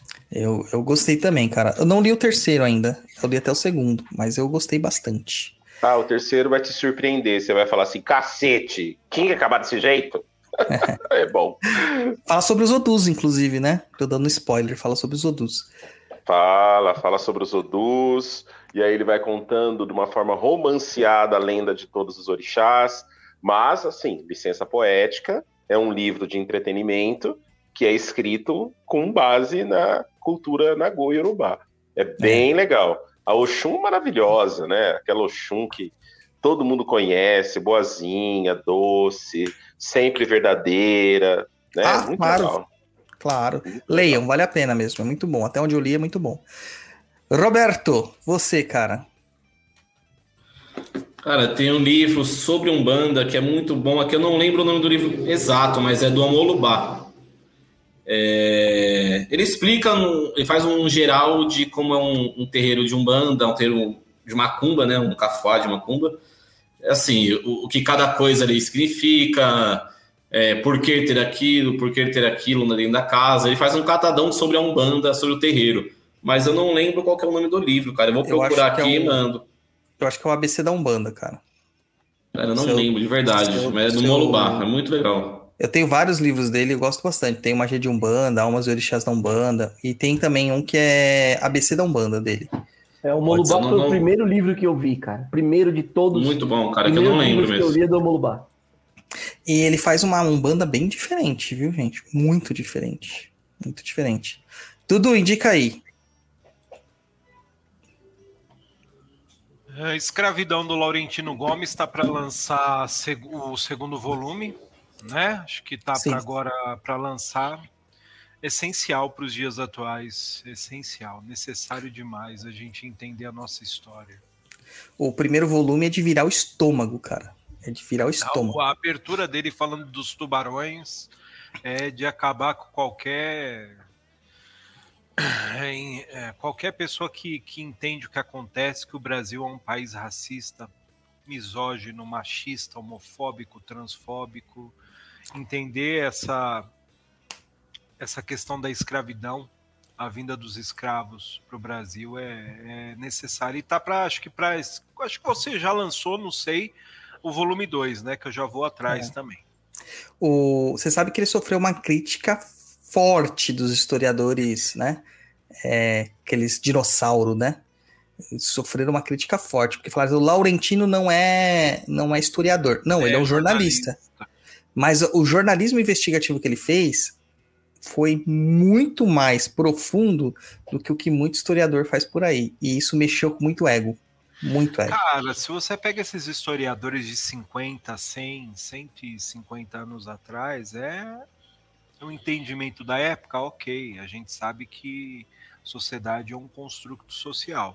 Eu gostei também, cara. Eu não li o terceiro ainda. Eu li até o segundo, mas eu gostei bastante. Ah, o terceiro vai te surpreender. Você vai falar assim, cacete, quem ia acabar desse jeito? É bom. Fala sobre os Odus, inclusive, né? Tô dando spoiler, fala sobre os Odus. Fala sobre os Odus, e aí ele vai contando de uma forma romanceada a lenda de todos os orixás, mas, assim, licença poética, é um livro de entretenimento que é escrito com base na cultura Nagô e Yorubá. É bem legal. A Oxum maravilhosa, né? Aquela Oxum que todo mundo conhece, boazinha, doce, sempre verdadeira, né? Muito claro. legal. Claro. Leiam, vale a pena mesmo. É muito bom. Até onde eu li é muito bom. Roberto, você, cara. Cara, tem um livro sobre Umbanda que é muito bom. Aqui eu não lembro o nome do livro exato, mas é do Amolubá. Ele explica, ele faz um geral de como é um terreiro de Umbanda, um terreiro de Macumba, né? Um cafuá de Macumba. Assim, o que cada coisa ali significa... por que ter aquilo, por que ter aquilo dentro da casa. Ele faz um catadão sobre a Umbanda, sobre o terreiro. Mas eu não lembro qual que é o nome do livro, cara. Eu vou procurar aqui e mando. Eu acho que é o ABC da Umbanda, cara. Cara, eu não lembro de verdade, mas é do Molubá. É muito legal. Eu tenho vários livros dele, eu gosto bastante. Tem Magia de Umbanda, Almas e Orixás da Umbanda. E tem também um que é ABC da Umbanda dele. O Molubá foi o primeiro livro que eu vi, cara. Primeiro de todos. Muito bom, cara, que eu não lembro mesmo. Que eu vi é do Molubá. E ele faz uma Umbanda bem diferente, viu, gente? Muito diferente. Muito diferente. Dudu, indica aí. Escravidão do Laurentino Gomes está para lançar o segundo volume, né? Acho que está agora para lançar. Essencial para os dias atuais. Essencial. Necessário demais a gente entender a nossa história. O primeiro volume é de virar o estômago, cara. É de virar o estômago. A abertura dele falando dos tubarões é de acabar com qualquer pessoa que entende o que acontece, que o Brasil é um país racista, misógino, machista, homofóbico, transfóbico. Entender essa questão da escravidão, a vinda dos escravos para o Brasil é necessário. E tá acho que você já lançou, não sei, o volume 2, né? Que eu já vou atrás também. Você sabe que ele sofreu uma crítica forte dos historiadores, né? Aqueles dinossauros, né? Eles sofreram uma crítica forte, porque falaram que o Laurentino não é historiador. Não, ele é um jornalista. Mas o jornalismo investigativo que ele fez foi muito mais profundo do que o que muito historiador faz por aí. E isso mexeu com muito ego. Muito ego. Cara, se você pega esses historiadores de 50, 100, 150 anos atrás, o entendimento da época, ok. A gente sabe que sociedade é um construto social.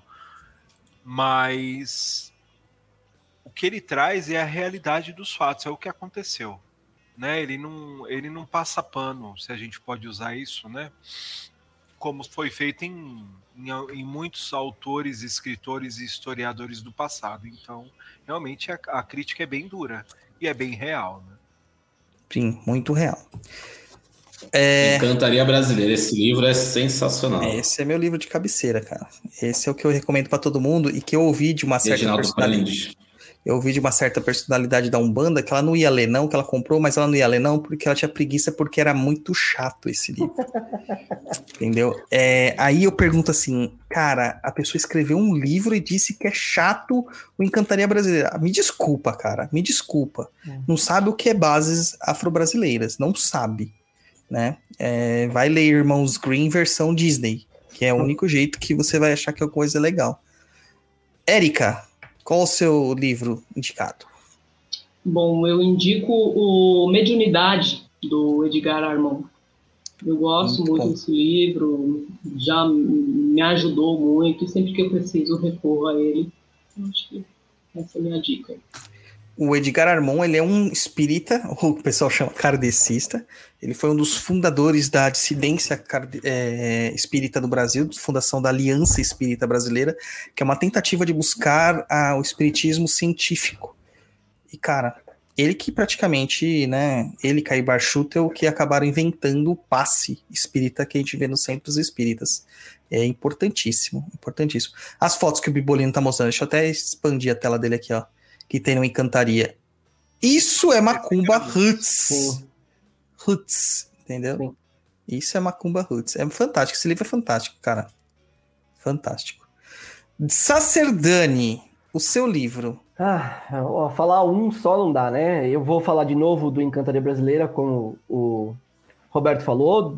Mas o que ele traz é a realidade dos fatos, é o que aconteceu. Né? Ele não passa pano, se a gente pode usar isso, né? Como foi feito em muitos autores, escritores e historiadores do passado. Então, realmente, a crítica é bem dura e é bem real. Né? Sim, muito real. Encantaria Brasileira. Esse livro é sensacional. Esse é meu livro de cabeceira, cara. Esse é o que eu recomendo para todo mundo e que eu ouvi de uma certa personalidade. Eu ouvi de uma certa personalidade da Umbanda que ela não ia ler não, que ela comprou, mas ela não ia ler não porque ela tinha preguiça, porque era muito chato esse livro. Entendeu? Aí eu pergunto assim, cara, a pessoa escreveu um livro e disse que é chato o Encantaria Brasileira. Me desculpa, cara, me desculpa. Não sabe o que é bases afro-brasileiras, não sabe, né? Vai ler Irmãos Grimm versão Disney, que é o único jeito que você vai achar que é coisa legal. Érica, qual o seu livro indicado? Bom, eu indico o Mediunidade, do Edgar Armand. Eu gosto muito desse livro, já me ajudou muito, e sempre que eu preciso recorro a ele. Acho que essa é a minha dica. O Edgar Armand, ele é um espírita, ou o pessoal chama kardecista. Ele foi um dos fundadores da dissidência espírita do Brasil, fundação da Aliança Espírita Brasileira, que é uma tentativa de buscar o espiritismo científico. E, cara, Ele que praticamente, né, ele e Caibar Schutel que acabaram inventando o passe espírita que a gente vê nos centros espíritas. É importantíssimo, importantíssimo. As fotos que o Bibolino tá mostrando, deixa eu até expandir a tela dele aqui, ó, que tem no Encantaria. Isso é Macumba Roots. Sim. Roots, entendeu? Sim. Isso é Macumba Roots. É fantástico, esse livro é fantástico, cara. Fantástico. Sacerdani, o seu livro. Ó, falar um só não dá, né? Eu vou falar de novo do Encantaria Brasileira, como o Roberto falou,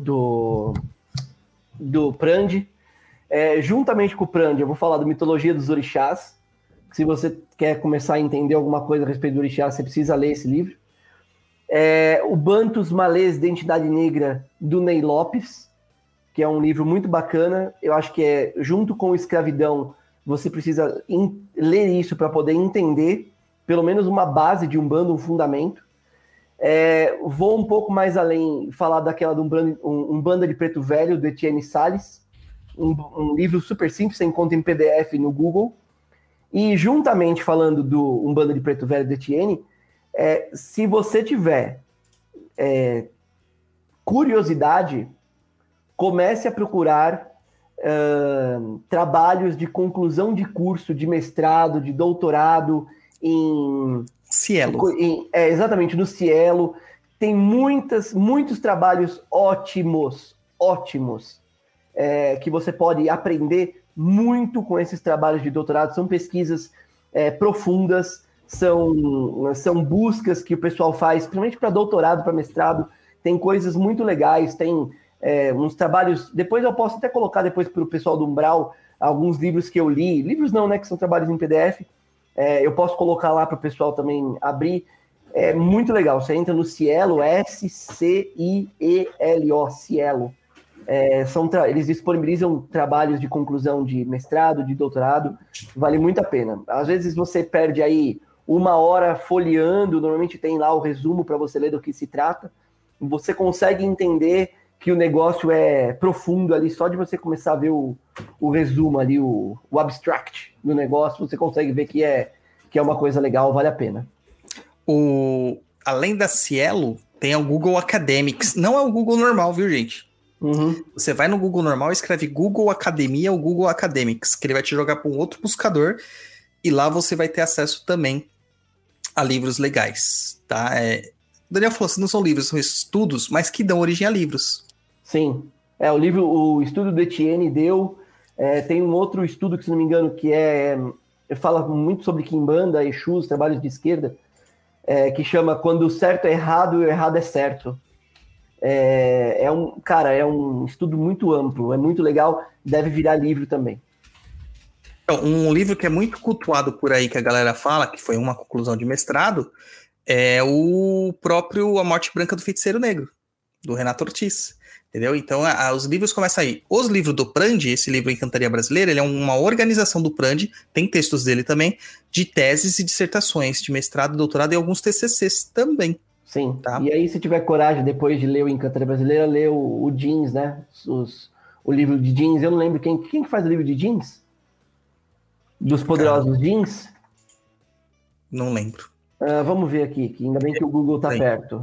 do Prandi. Juntamente com o Prandi, eu vou falar da Mitologia dos Orixás. Se você quer começar a entender alguma coisa a respeito do orixá, você precisa ler esse livro. O Bantus Malês, Identidade Negra, do Ney Lopes, que é um livro muito bacana. Eu acho que junto com Escravidão, você precisa ler isso para poder entender pelo menos uma base de Umbanda, um fundamento. Vou um pouco mais além, falar daquela de Umbanda de Preto Velho, do Etienne Salles, um livro super simples, você encontra em PDF no Google. E juntamente falando do Umbanda de Preto Velho, do Etienne, se você tiver curiosidade, comece a procurar trabalhos de conclusão de curso, de mestrado, de doutorado em Cielo. Exatamente, no Cielo. Tem muitos trabalhos ótimos, que você pode aprender muito com esses trabalhos de doutorado. São pesquisas profundas, são buscas que o pessoal faz, principalmente para doutorado, para mestrado. Tem coisas muito legais, tem uns trabalhos... Depois eu posso até colocar depois para o pessoal do Umbral alguns livros que eu li. Livros não, né, que são trabalhos em PDF. Eu posso colocar lá para o pessoal também abrir. É muito legal. Você entra no Cielo, S-C-I-E-L-O, Cielo. Eles disponibilizam trabalhos de conclusão de mestrado, de doutorado. Vale muito a pena. Às vezes você perde aí 1 hora folheando. Normalmente tem lá o resumo para você ler do que se trata. Você consegue entender que o negócio é profundo ali, só de você começar a ver o resumo ali, o abstract do negócio, você consegue ver que é uma coisa legal, vale a pena. Além da Cielo, tem o Google Academics. Não é o Google normal, viu, gente? Uhum. Você vai no Google normal, escreve Google Academia ou Google Academics, que ele vai te jogar para um outro buscador, e lá você vai ter acesso também a livros legais, tá? O Daniel falou assim, não são livros, são estudos, mas que dão origem a livros. Sim. O estudo do Etienne deu. Tem um outro estudo que, se não me engano, que fala muito sobre Quimbanda, Exus, trabalhos de esquerda, que chama Quando o Certo é Errado e o Errado é Certo. É um estudo muito amplo, é muito legal, deve virar livro também. Um livro que é muito cultuado por aí, que a galera fala, que foi uma conclusão de mestrado, é o próprio A Morte Branca do Feiticeiro Negro, do Renato Ortiz. Entendeu? Então, os livros começam aí. Os livros do Prandi, esse livro Encantaria Brasileira, ele é uma organização do Prandi, tem textos dele também, de teses e dissertações, de mestrado, doutorado e alguns TCCs também. Sim, tá? E aí, se tiver coragem, depois de ler o Encantaria Brasileira, ler o Jeans, né? O livro de Jeans. Eu não lembro quem que faz o livro de Jeans? Dos Poderosos Jeans? Não lembro. Vamos ver aqui, que ainda bem que o Google tá perto.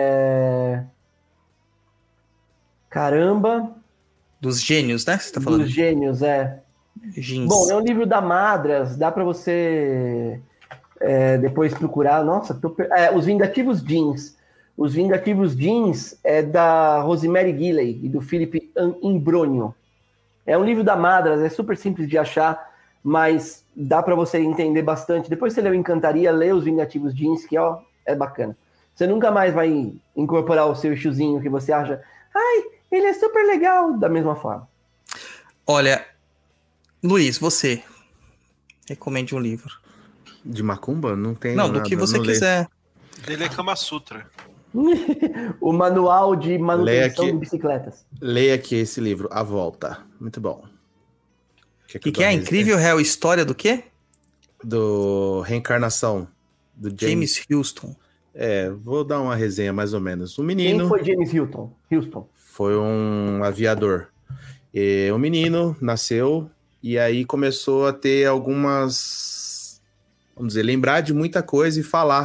Caramba. Dos gênios, né? Você tá falando? Dos gênios, Jeans. Bom, é um livro da Madras, dá para você depois procurar. Nossa, Os Vingativos Jeans. Os Vingativos Jeans é da Rosemary Gilley e do Philip Imbrogno. É um livro da Madras, é super simples de achar, mas dá para você entender bastante. Depois você lê o Encantaria, lê Os Vingativos Jeans, que é bacana. Você nunca mais vai incorporar o seu chuzinho que você acha... ele é super legal, da mesma forma. Olha, Luiz, você recomende um livro. De macumba? Não tem. Não, do que você quiser. Dele é Kama Sutra. O manual de manutenção de bicicletas. Leia aqui esse livro, A Volta. Muito bom. Que é a incrível real história do quê? Do Reencarnação. Do James Houston. Vou dar uma resenha mais ou menos. Um menino... Quem foi James Houston? Foi um aviador. O menino nasceu e aí começou a ter algumas... Vamos dizer, lembrar de muita coisa e falar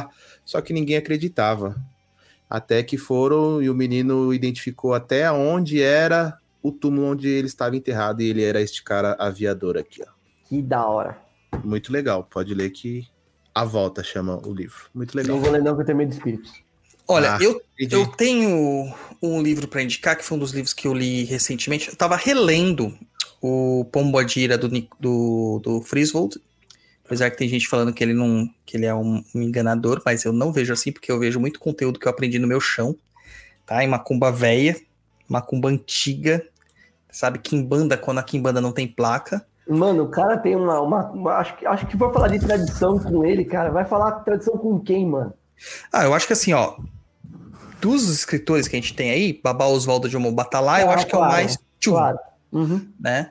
só que ninguém acreditava. Até que foram e o menino identificou até onde era o túmulo onde ele estava enterrado e ele era este cara aviador aqui, ó. Que da hora. Muito legal, pode ler que A Volta chama o livro. Muito legal. Não vou ler não, que eu tenho medo de espíritos. Olha, eu entendi. tenho um livro para indicar, que foi um dos livros que eu li recentemente. Eu tava relendo o Pombo-Gira do Friswold, apesar que tem gente falando que ele é um enganador, mas eu não vejo assim, porque eu vejo muito conteúdo que eu aprendi no meu chão, tá? Em macumba velha, macumba antiga, sabe? Quimbanda, quando a quimbanda não tem placa. Mano, o cara tem acho que vou falar de tradição com ele, cara. Vai falar tradição com quem, mano? Eu acho que assim, ó, dos escritores que a gente tem aí, Babá Oswaldo de Omobatalá, eu acho que claro, é o mais tchum, claro. Uhum. né?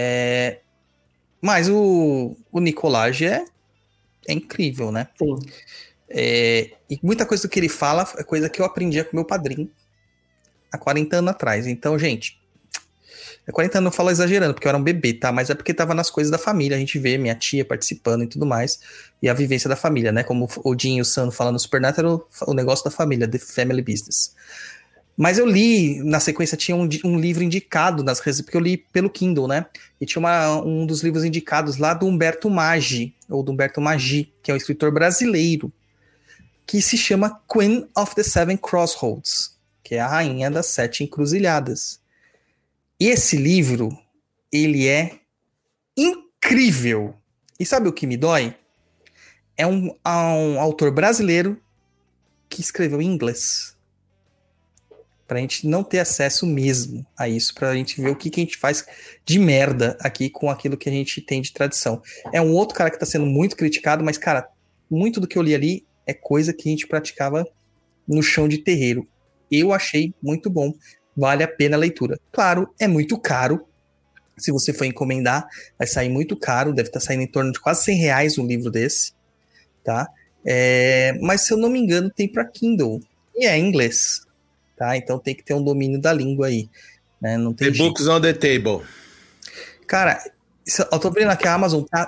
Mas o Nicolage é incrível, né? Sim. E muita coisa do que ele fala é coisa que eu aprendia com meu padrinho há 40 anos atrás. Então, gente, 40 anos eu falo exagerando, porque eu era um bebê, tá? Mas é porque tava nas coisas da família, a gente vê minha tia participando e tudo mais, e a vivência da família, né? Como o Jim e o Sano falam no Supernatural, o negócio da família, The Family Business. Mas eu li, na sequência tinha um livro indicado, porque eu li pelo Kindle, né? E tinha um dos livros indicados lá do Humberto Maggi, ou do Humberto Maggi, que é um escritor brasileiro, que se chama Queen of the Seven Crossroads, que é a rainha das 7 encruzilhadas. E esse livro, ele é incrível. E sabe o que me dói? É um autor brasileiro que escreveu em inglês. Pra gente não ter acesso mesmo a isso, pra gente ver o que a gente faz de merda aqui com aquilo que a gente tem de tradição. É um outro cara que tá sendo muito criticado, mas, cara, muito do que eu li ali é coisa que a gente praticava no chão de terreiro. Eu achei muito bom. Vale a pena a leitura. Claro, é muito caro. Se você for encomendar, vai sair muito caro. Deve estar saindo em torno de quase R$100 um livro desse. Tá? Mas, se eu não me engano, tem para Kindle. E é em inglês. Tá? Então tem que ter um domínio da língua aí. Né? Não tem The Books on the Table. Cara, eu tô vendo aqui a Amazon tá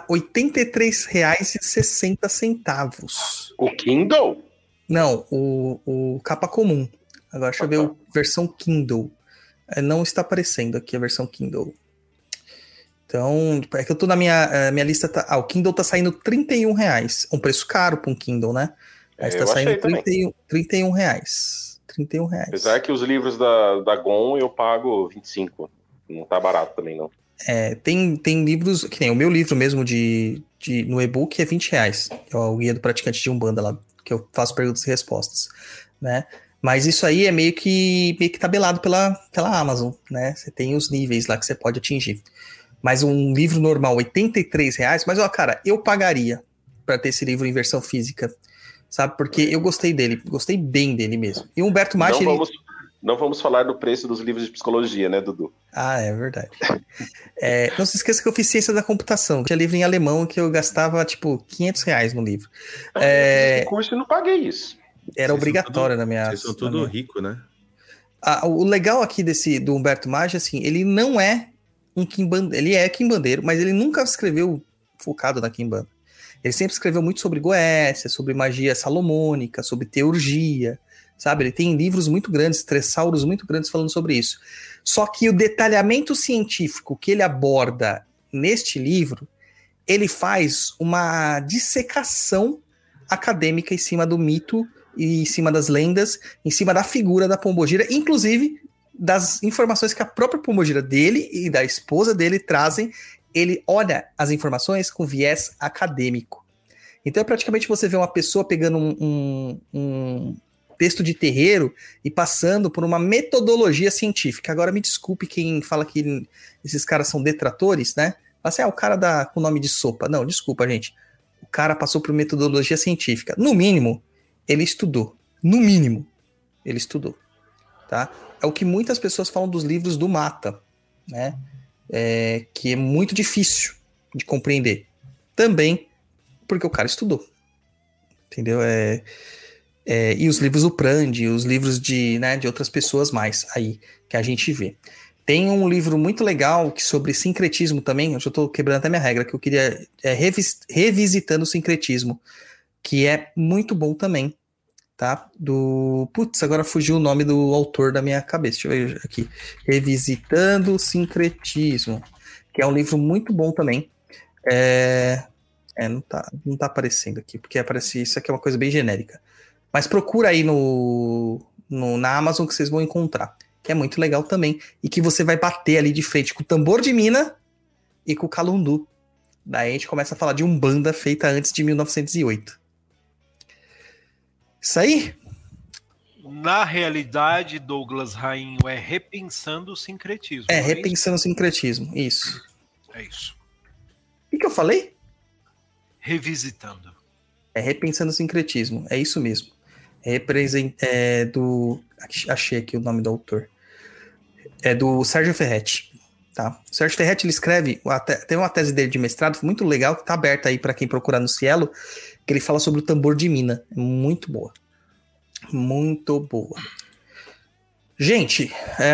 R$83,60. O Kindle? Não, o capa comum. Agora deixa eu ver a versão Kindle. Não está aparecendo aqui a versão Kindle. Então, é que eu tô na minha lista. O Kindle tá saindo R$31. Um preço caro para um Kindle, né? Mas tá saindo R$31. R$31. Apesar que os livros da GOM eu pago 25. Não tá barato também, não. Tem livros, que nem o meu livro mesmo no e-book é R$20. Que é o Guia do Praticante de Umbanda lá, que eu faço perguntas e respostas, né? Mas isso aí é meio que tabelado pela Amazon, né? Você tem os níveis lá que você pode atingir. Mas um livro normal, R$83, mas, ó, cara, eu pagaria para ter esse livro em versão física, sabe? Porque eu gostei dele, gostei bem dele mesmo. E o Humberto Maggi... Não vamos falar do preço dos livros de psicologia, né, Dudu? É verdade. Não se esqueça que eu fiz ciência da computação. Tinha livro em alemão que eu gastava, tipo, R$500 no livro. Eu fiz esse curso e não paguei isso. Era obrigatório na minha... Vocês são tudo rico, né? O legal aqui do Humberto Maggi, assim, ele não é um quimbandeiro. Ele é quimbandeiro, mas ele nunca escreveu focado na quimbanda. Ele sempre escreveu muito sobre Goécia, sobre magia salomônica, sobre teurgia, sabe? Ele tem livros muito grandes, tressauros muito grandes falando sobre isso. Só que o detalhamento científico que ele aborda neste livro, ele faz uma dissecação acadêmica em cima do mito e em cima das lendas, em cima da figura da Pombogira, inclusive das informações que a própria Pombogira dele e da esposa dele trazem. Ele olha as informações com viés acadêmico. Então é praticamente você vê uma pessoa pegando um texto de terreiro e passando por uma metodologia científica. Agora me desculpe quem fala que esses caras são detratores, né? Fala assim, o cara com nome de sopa. Não, desculpa, gente. O cara passou por metodologia científica. No mínimo, ele estudou. No mínimo, ele estudou. Tá? É o que muitas pessoas falam dos livros do Mata, né? Que é muito difícil de compreender. Também porque o cara estudou. Entendeu? E os livros do Prandi, os livros de outras pessoas mais aí, que a gente vê. Tem um livro muito legal sobre sincretismo também, eu já estou quebrando até minha regra, que eu queria revisitando o sincretismo, que é muito bom também, tá? Putz, agora fugiu o nome do autor da minha cabeça. Deixa eu ver aqui. Revisitando o Sincretismo, que é um livro muito bom também. Não tá aparecendo aqui, porque aparece isso aqui é uma coisa bem genérica. Mas procura aí na Amazon que vocês vão encontrar, que é muito legal também, e que você vai bater ali de frente com o tambor de mina e com o calundu. Daí a gente começa a falar de Umbanda feita antes de 1908. Isso aí? Na realidade, Douglas Rainho, é repensando o sincretismo. Repensando o sincretismo, isso. É isso. O que eu falei? Revisitando. Repensando o sincretismo, é isso mesmo. Achei aqui o nome do autor. É do Sérgio Ferretti. Tá? O Sérgio Ferretti, ele escreve, tem uma tese dele de mestrado muito legal, que tá aberta aí para quem procurar no Cielo, que ele fala sobre o tambor de mina. É muito boa. Muito boa. Gente,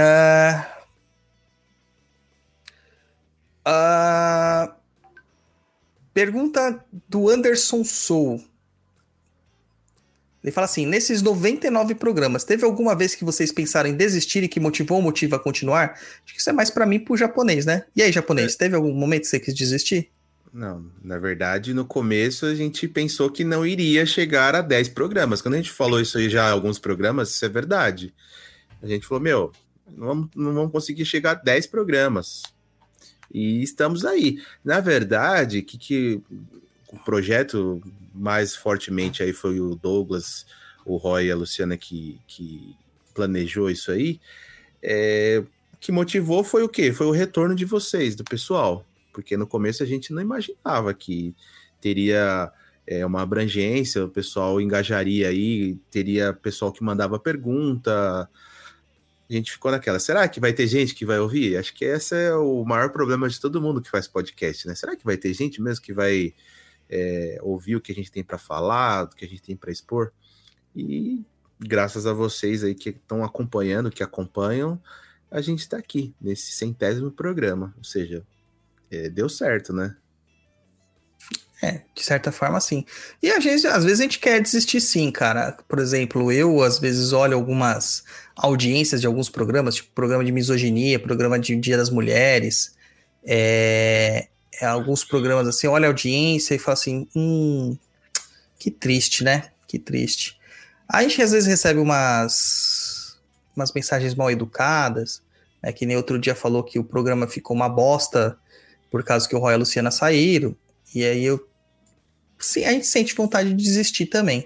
pergunta do Anderson Sou. Ele fala assim, nesses 99 programas, teve alguma vez que vocês pensaram em desistir e que motivou ou motiva a continuar? Acho que isso é mais pra mim pro japonês, né? E aí, japonês, teve algum momento que você quis desistir? Não, na verdade, no começo a gente pensou que não iria chegar a 10 programas. Quando a gente falou isso aí já em alguns programas, isso é verdade. A gente falou, não vamos conseguir chegar a 10 programas. E estamos aí. Na verdade, que o projeto mais fortemente aí foi o Douglas, o Roy e a Luciana que planejou isso aí. O que motivou foi o quê? Foi o retorno de vocês, do pessoal. Porque no começo a gente não imaginava que teria uma abrangência, o pessoal engajaria aí, teria pessoal que mandava pergunta. A gente ficou naquela, será que vai ter gente que vai ouvir? Acho que esse é o maior problema de todo mundo que faz podcast, né? Será que vai ter gente mesmo que vai ouvir o que a gente tem para falar, o que a gente tem para expor? E graças a vocês aí que estão acompanhando, que acompanham, a gente está aqui, nesse 100º programa. Ou seja, deu certo, né? De certa forma, sim. E às vezes a gente quer desistir sim, cara. Por exemplo, eu às vezes olho algumas audiências de alguns programas, tipo programa de misoginia, programa de Dia das Mulheres, alguns programas assim, olha a audiência e fala assim, que triste, né? Que triste. Aí a gente às vezes recebe umas mensagens mal educadas, né? Que nem outro dia falou que o programa ficou uma bosta por causa que o Roy e a Luciana saíram. E aí sim, a gente sente vontade de desistir também.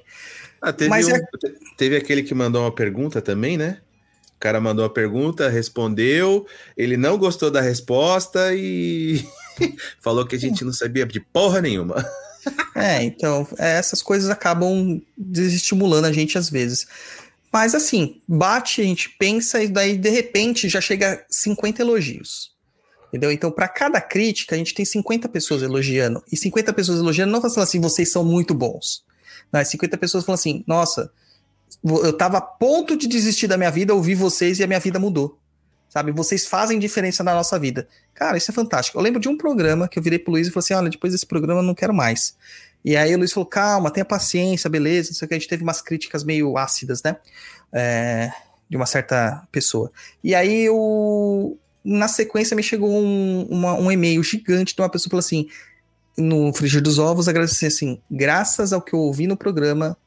Teve aquele que mandou uma pergunta também, né? O cara mandou uma pergunta, respondeu, ele não gostou da resposta e falou que a gente não sabia de porra nenhuma. Então, essas coisas acabam desestimulando a gente às vezes. Mas assim, bate, a gente pensa e daí de repente já chega a 50 elogios. Entendeu? Então, para cada crítica, a gente tem 50 pessoas elogiando. E 50 pessoas elogiando não falam assim, vocês são muito bons. Não, 50 pessoas falam assim, nossa, eu tava a ponto de desistir da minha vida, ouvi vocês e a minha vida mudou. Sabe? Vocês fazem diferença na nossa vida. Cara, isso é fantástico. Eu lembro de um programa que eu virei pro Luiz e falei assim, olha, depois desse programa eu não quero mais. E aí o Luiz falou, calma, tenha paciência, beleza, não sei o que. A gente teve umas críticas meio ácidas, né? De uma certa pessoa. E aí na sequência me chegou um e-mail gigante de uma pessoa que falou assim, no frigir dos ovos, agradecer assim, graças ao que eu ouvi no programa,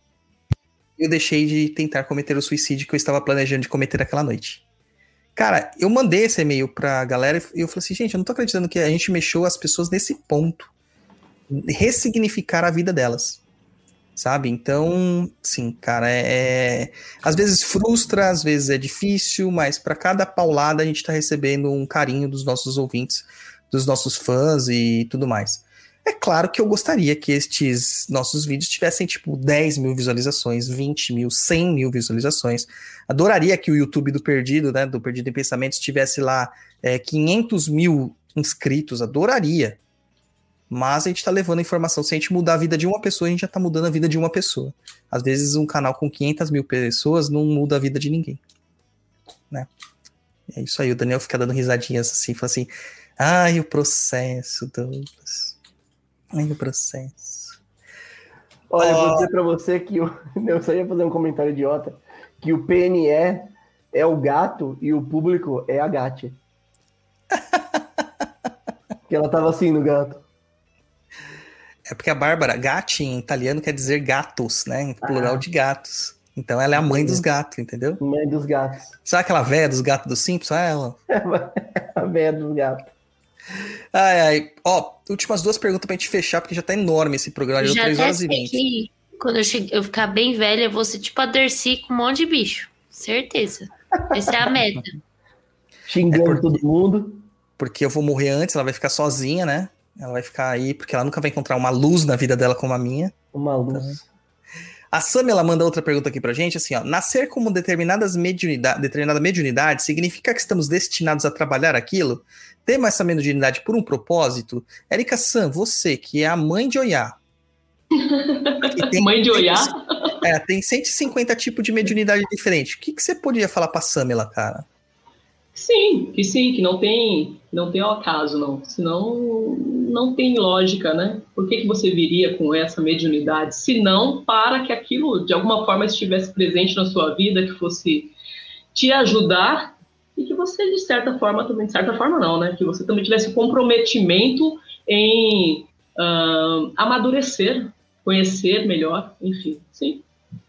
eu deixei de tentar cometer o suicídio que eu estava planejando de cometer aquela noite. Cara, eu mandei esse e-mail pra galera e eu falei assim, gente, eu não tô acreditando que a gente mexeu as pessoas nesse ponto. Ressignificar a vida delas. Sabe? Então, sim, cara, às vezes frustra, às vezes é difícil, mas para cada paulada a gente tá recebendo um carinho dos nossos ouvintes, dos nossos fãs e tudo mais. É claro que eu gostaria que estes nossos vídeos tivessem, tipo, 10 mil visualizações, 20 mil, 100 mil visualizações. Adoraria que o YouTube do Perdido, né, do Perdido em Pensamentos, tivesse lá 500 mil inscritos, adoraria. Mas a gente tá levando a informação, se a gente mudar a vida de uma pessoa, a gente já tá mudando a vida de uma pessoa. Às vezes um canal com 500 mil pessoas não muda a vida de ninguém. Né? É isso aí, o Daniel fica dando risadinhas assim, fala assim, ai, o processo, Douglas. Ai, o processo. Olha, eu vou dizer pra você que eu só ia fazer um comentário idiota, que o PNE é o gato e o público é a Gatti. Que ela tava assim no gato. É porque a Bárbara, gatti em italiano quer dizer gatos, né? Em plural de gatos. Então ela é a mãe dos gatos, entendeu? Mãe dos gatos. Sabe aquela véia dos gatos do Simpsons? É ela. A véia dos gatos. Ai, ai. Ó, últimas 2 perguntas pra gente fechar, porque já tá enorme esse programa. Já Já deu 3 até horas e sei 20. que quando eu ficar bem velha, eu vou ser tipo a Dercy com um monte de bicho. Certeza. Essa é a meta. Xingando todo mundo. Porque eu vou morrer antes, ela vai ficar sozinha, né? Ela vai ficar aí, porque ela nunca vai encontrar uma luz na vida dela como a minha. Uma luz. A Sam, ela manda outra pergunta aqui pra gente, assim, ó. Nascer como determinada mediunidade significa que estamos destinados a trabalhar aquilo? Temos essa mediunidade por um propósito? Érica Sam, você, que é a mãe de Oiá. Mãe de Oiá? Tem 150 tipos de mediunidade diferente. O que você poderia falar pra Samela, cara? Sim, que não tem ao acaso, não. Senão não tem lógica, né? Por que você viria com essa mediunidade? Se não para que aquilo, de alguma forma, estivesse presente na sua vida, que fosse te ajudar e que você, de certa forma, também, de certa forma não, né? Que você também tivesse comprometimento em amadurecer, conhecer melhor, enfim, sim.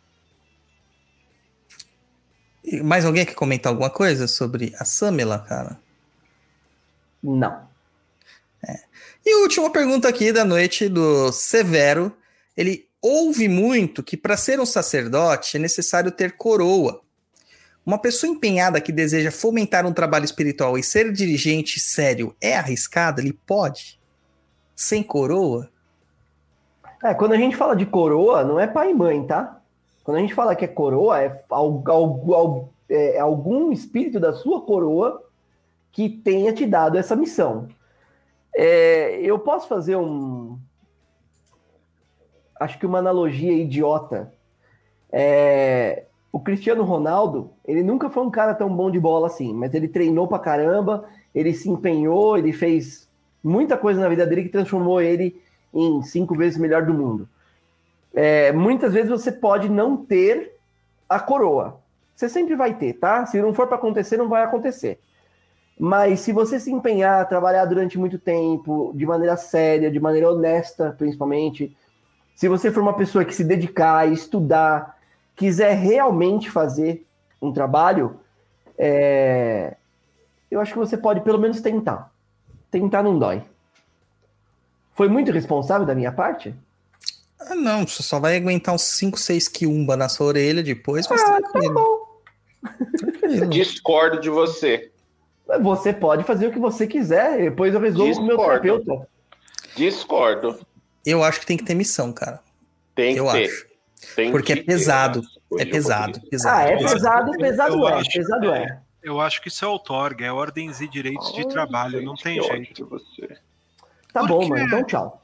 Mais alguém quer comentar alguma coisa sobre a Samela, cara? Não. E a última pergunta aqui da noite do Severo. Ele ouve muito que para ser um sacerdote é necessário ter coroa. Uma pessoa empenhada que deseja fomentar um trabalho espiritual e ser dirigente sério é arriscado? Ele pode? Sem coroa? Quando a gente fala de coroa, não é pai e mãe, tá? Quando a gente fala que é coroa, é algum espírito da sua coroa que tenha te dado essa missão. Eu posso fazer acho que uma analogia idiota. O Cristiano Ronaldo, ele nunca foi um cara tão bom de bola assim, mas ele treinou pra caramba, ele se empenhou, ele fez muita coisa na vida dele que transformou ele em 5 vezes melhor do mundo. Muitas vezes você pode não ter a coroa. Você sempre vai ter, tá? Se não for para acontecer, não vai acontecer. Mas se você se empenhar, trabalhar durante muito tempo, de maneira séria, de maneira honesta, principalmente, se você for uma pessoa que se dedicar, estudar, quiser realmente fazer um trabalho, eu acho que você pode pelo menos tentar. Tentar não dói. Foi muito irresponsável da minha parte? Não, você só vai aguentar uns 5, 6 quiumba na sua orelha depois. Mas tá bom. Discordo de você. Você pode fazer o que você quiser, depois eu resolvo com o meu terapeuta. Discordo. Eu acho que tem que ter missão, cara. Tem que ter. Acho. Porque é pesado. É pesado. Pesado é. Eu acho que isso é outorga, é ordens e direitos de trabalho, não tem jeito. Tá bom, mano, então tchau.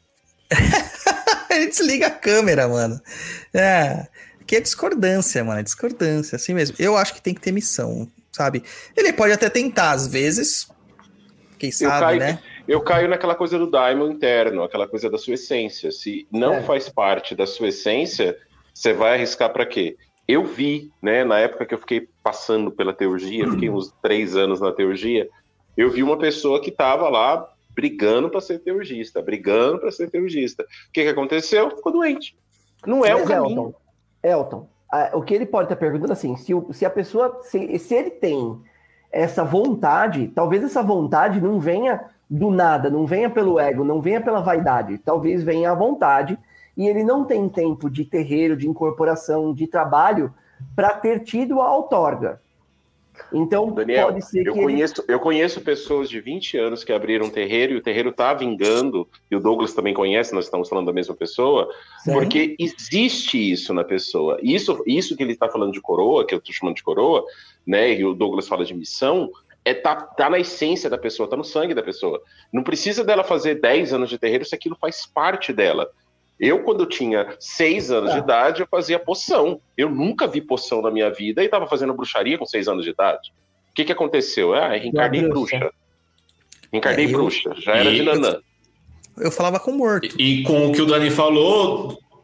Ele desliga a câmera, mano. Que é discordância, mano. É discordância, assim mesmo. Eu acho que tem que ter missão, sabe? Ele pode até tentar, às vezes. Quem sabe, né? Eu caio naquela coisa do daimon interno, aquela coisa da sua essência. Se não faz parte da sua essência, você vai arriscar pra quê? Eu vi, né, na época que eu fiquei passando pela teurgia, fiquei uns 3 anos na teurgia, eu vi uma pessoa que tava lá brigando para ser teurgista. O que aconteceu? Ficou doente. Não é o caminho. Elton, o que ele pode estar perguntando assim, se a pessoa, se ele tem essa vontade, talvez essa vontade não venha do nada, não venha pelo ego, não venha pela vaidade, talvez venha a vontade e ele não tem tempo de terreiro, de incorporação, de trabalho para ter tido a outorga. Então, Daniel, pode ser eu conheço pessoas de 20 anos que abriram um terreiro e o terreiro tá vingando, e o Douglas também conhece, nós estamos falando da mesma pessoa, porque existe isso na pessoa. Isso que ele está falando de coroa, que eu estou chamando de coroa, né, e o Douglas fala de missão, tá na essência da pessoa, tá no sangue da pessoa. Não precisa dela fazer 10 anos de terreiro se aquilo faz parte dela. Eu, quando eu tinha 6 anos de idade, eu fazia poção. Eu nunca vi poção na minha vida e estava fazendo bruxaria com 6 anos de idade. O que aconteceu? Reencarnei bruxa. Reencarnei bruxa. Já era de nanã. Eu falava com morto. E com o que o Dani falou,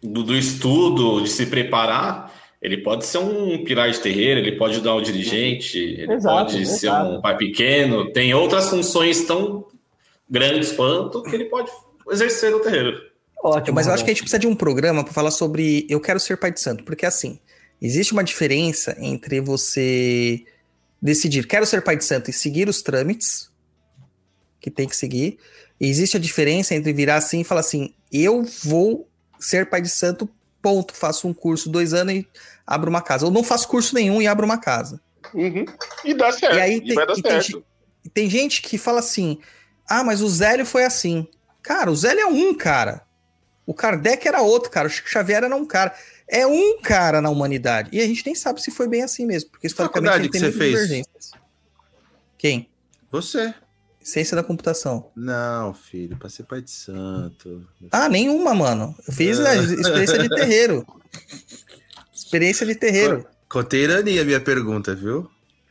do estudo, de se preparar, ele pode ser um pilar de terreiro, ele pode ajudar o dirigente, ele pode ser um pai pequeno, tem outras funções tão grandes quanto que ele pode exercer no terreiro. Ótimo, mas eu acho que a gente precisa de um programa para falar sobre eu quero ser pai de santo, porque assim, existe uma diferença entre você decidir quero ser pai de santo e seguir os trâmites que tem que seguir, e existe a diferença entre virar assim e falar assim, eu vou ser pai de santo, ponto, faço um curso 2 anos e abro uma casa, ou não faço curso nenhum e abro uma casa. E dá certo, e aí vai dar certo. Tem gente que fala assim, mas o Zélio foi assim. Cara, o Zélio é um cara. O Kardec era outro cara, o Chico Xavier era um cara. É um cara na humanidade. E a gente nem sabe se foi bem assim mesmo, porque historicamente ele tem muitas divergências. Quem? Você. Ciência da computação. Não, filho, pra ser pai de santo. Nenhuma, mano. Eu fiz a experiência de terreiro. Experiência de terreiro. Contei ironia a minha pergunta, viu?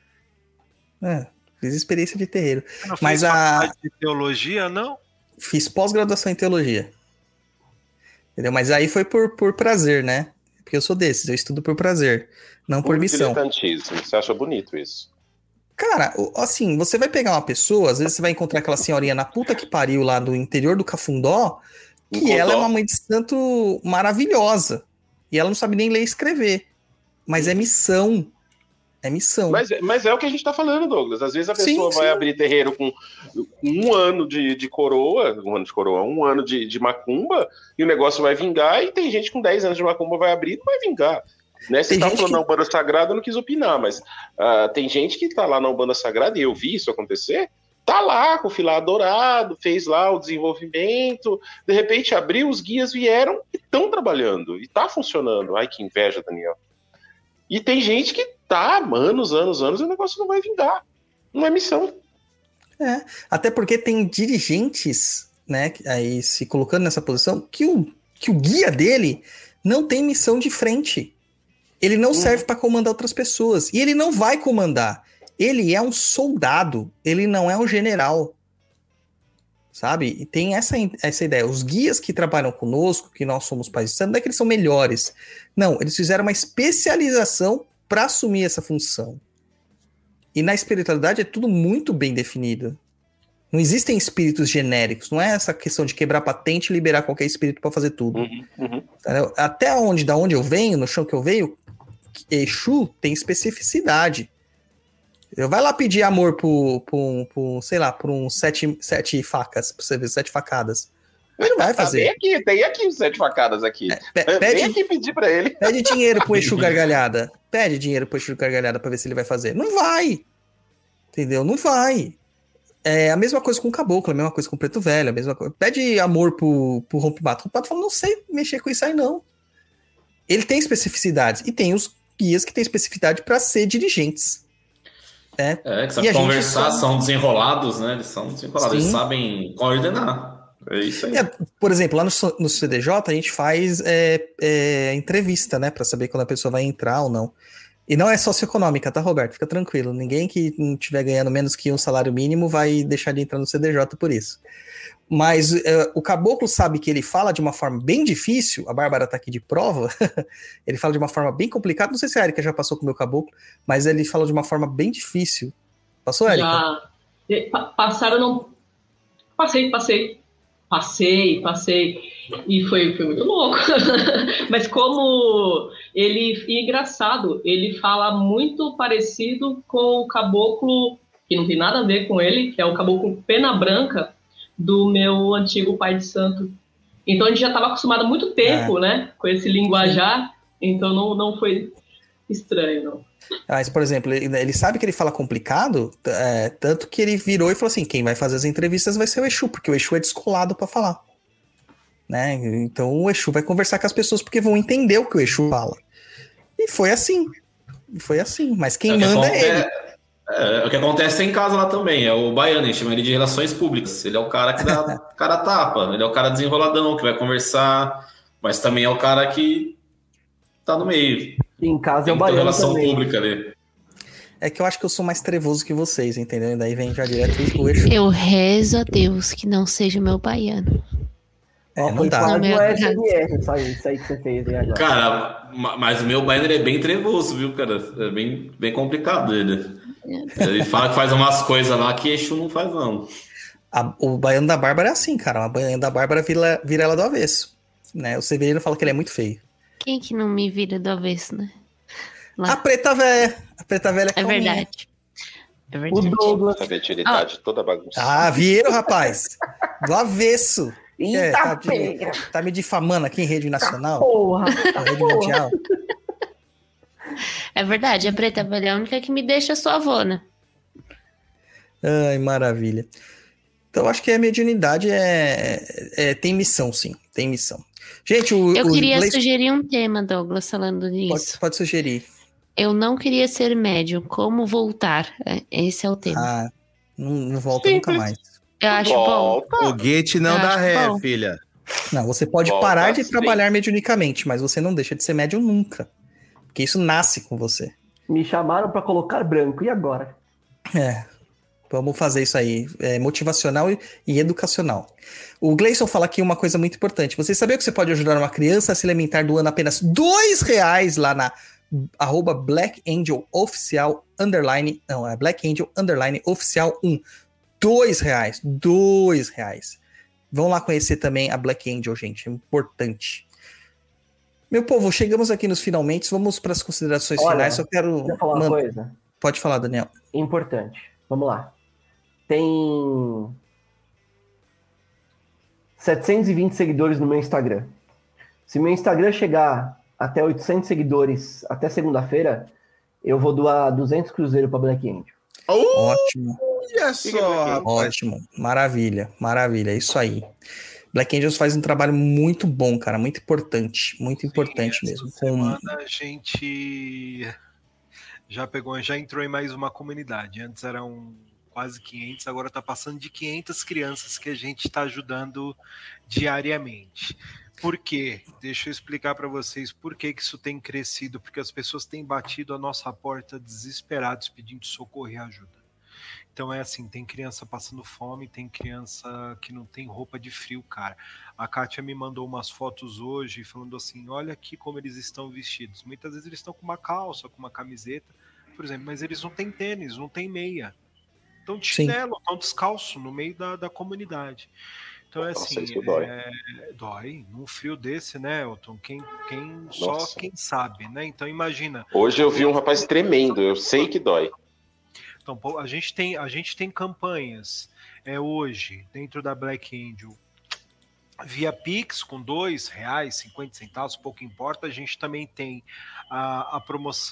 Fiz experiência de terreiro. Não mas de teologia, não? Fiz pós-graduação em teologia. Entendeu? Mas aí foi por prazer, né? Porque eu sou desses, eu estudo por prazer, não por missão. Você acha bonito isso? Cara, assim, você vai pegar uma pessoa, às vezes você vai encontrar aquela senhorinha na puta que pariu lá do interior do Cafundó, que ela é uma mãe de santo maravilhosa. E ela não sabe nem ler e escrever. Mas é missão. É missão. Mas é o que a gente tá falando, Douglas. Às vezes a pessoa vai abrir terreiro com 1 ano de coroa, 1 ano de macumba, e o negócio vai vingar, e tem gente com 10 anos de macumba vai abrir e não vai vingar. Né? Você tá falando na Umbanda Sagrada, eu não quis opinar, mas tem gente que tá lá na Umbanda Sagrada, e eu vi isso acontecer, tá lá com o filar dourado, fez lá o desenvolvimento, de repente abriu, os guias vieram e estão trabalhando, e tá funcionando. Ai, que inveja, Daniel. E tem gente que tá anos, e o negócio não vai vingar. Não é missão. Até porque tem dirigentes, né, aí se colocando nessa posição, que o guia dele não tem missão de frente. Ele não serve para comandar outras pessoas. E ele não vai comandar. Ele é um soldado. Ele não é um general. Sabe? E tem essa ideia. Os guias que trabalham conosco, que nós somos pais de santo, não é que eles são melhores. Não, eles fizeram uma especialização para assumir essa função. E na espiritualidade é tudo muito bem definido. Não existem espíritos genéricos. Não é essa questão de quebrar patente e liberar qualquer espírito para fazer tudo. Até da onde eu venho, no chão que eu venho, Exu tem especificidade. Vai lá pedir amor por um 7 facas, pra você ver, 7 facadas. Ele não vai fazer. Tem aqui os 7 facadas aqui. Vem aqui pedir pra ele. Pede dinheiro pro Exu Gargalhada. Pede dinheiro pro Exu Gargalhada pra ver se ele vai fazer. Não vai. Entendeu? Não vai. É a mesma coisa com o caboclo, a mesma coisa com o preto velho, a mesma coisa. Pede amor pro rompe-mato. O rompe-mato fala, não sei mexer com isso aí, não. Ele tem especificidades. E tem os guias que têm especificidade para ser dirigentes. Que sabe conversar, são desenrolados, né? Eles são desenrolados, eles sabem coordenar. É isso aí. Por exemplo, lá no CDJ a gente faz entrevista, né? Para saber quando a pessoa vai entrar ou não. E não é socioeconômica, tá, Roberto? Fica tranquilo. Ninguém que não estiver ganhando menos que um salário mínimo vai deixar de entrar no CDJ por isso. Mas o caboclo sabe que ele fala de uma forma bem difícil, a Bárbara tá aqui de prova, ele fala de uma forma bem complicada, não sei se a Erika já passou com o meu caboclo, mas ele fala de uma forma bem difícil. Passou, Erika? Já. Passaram, não... Passei. E foi muito louco. Mas como ele... E engraçado, ele fala muito parecido com o caboclo, que não tem nada a ver com ele, que é o caboclo Pena Branca, do meu antigo pai de santo. Então a gente já estava acostumado há muito tempo, né, com esse linguajar, então não foi estranho, não. Mas, por exemplo, ele sabe que ele fala complicado, tanto que ele virou e falou assim, quem vai fazer as entrevistas vai ser o Exu, porque o Exu é descolado para falar. Né? Então o Exu vai conversar com as pessoas porque vão entender o que o Exu fala. E foi assim. Mas quem manda é ele. O que acontece em casa lá também, é o baiano, a gente chama ele de relações públicas. Ele é o cara que dá cara tapa, ele é o cara desenroladão, que vai conversar, mas também é o cara que tá no meio. Em casa é o baiano relação também. Pública ali. É que eu acho que eu sou mais trevoso que vocês, entendeu? E daí vem já direto o Exu. Eu rezo a Deus que não seja o meu baiano. Não foi dá. quase Meu um Deus. SMR isso aí que você fez aí agora. Cara, mas o meu Biner é bem trevoso, viu, cara? É bem complicado ele. Ele fala que faz umas coisas lá que Exu não faz, não. O baiano da Bárbara é assim, cara. O baiano da Bárbara vira ela do avesso. Né? O Severino fala que ele é muito feio. Quem que não me vira do avesso, né? Lá. A preta velha. A preta velha É calminha. verdade. É O verdade. Douglas. A virginidade toda bagunçada. Ah, viram, rapaz? Do avesso. Eita, Tá tá me difamando aqui em rede nacional? Porra! Na rede mundial? É verdade, a preta velha é a única que me deixa sua avó, né? Ai, maravilha. Então, acho que a mediunidade tem missão, sim. Tem missão. Gente, Eu queria Gleison- sugerir um tema, Douglas, falando nisso. pode sugerir. Eu não queria ser médium. Como voltar? Esse é o tema. Ah, não volta nunca mais. Eu acho bom. Volta. Foguete não Eu dá acho ré, bom. filha. Não, você pode Volta parar de sim. trabalhar mediunicamente, mas você não deixa de ser médium nunca. Porque isso nasce com você. Me chamaram pra colocar branco, e agora? Vamos fazer isso aí. É motivacional e educacional. O Gleison fala aqui uma coisa muito importante. Você sabia que você pode ajudar uma criança a se alimentar doando apenas R$2 lá na @Black Angel Oficial _ não, é Black Angel _ Oficial 1. R$2. Vão lá conhecer também a Black Angel, gente. É importante. Meu povo, chegamos aqui nos finalmente. Vamos para as considerações Olha, finais. Só quero. Deixa eu falar uma coisa Pode falar, Daniel. importante. Vamos lá. Tem 720 seguidores no meu Instagram. Se meu Instagram chegar até 800 seguidores até segunda-feira, eu vou doar 200 cruzeiros para Black Angel. Ótimo. Olha só, rapaz. Ótimo, maravilha, é isso aí. Black Angels faz um trabalho muito bom, cara, muito importante mesmo. Essa semana a gente já entrou em mais uma comunidade. Antes eram quase 500, agora está passando de 500 crianças que a gente está ajudando diariamente. Por quê? Deixa eu explicar para vocês por que isso tem crescido, porque as pessoas têm batido a nossa porta desesperados pedindo socorro e ajuda. Então é assim, tem criança passando fome, tem criança que não tem roupa de frio, cara. A Kátia me mandou umas fotos hoje falando assim, olha aqui como eles estão vestidos. Muitas vezes eles estão com uma calça, com uma camiseta, por exemplo, mas eles não têm tênis, não têm meia. Estão de chinelo, estão descalço no meio da comunidade. Então é assim, dói num frio desse, né, Elton? Só quem sabe, né? Então imagina. Hoje eu vi um rapaz tremendo, eu sei que dói. Então, a gente tem campanhas hoje dentro da Black Angel via Pix com R$2, 50 centavos, pouco importa. A gente também tem a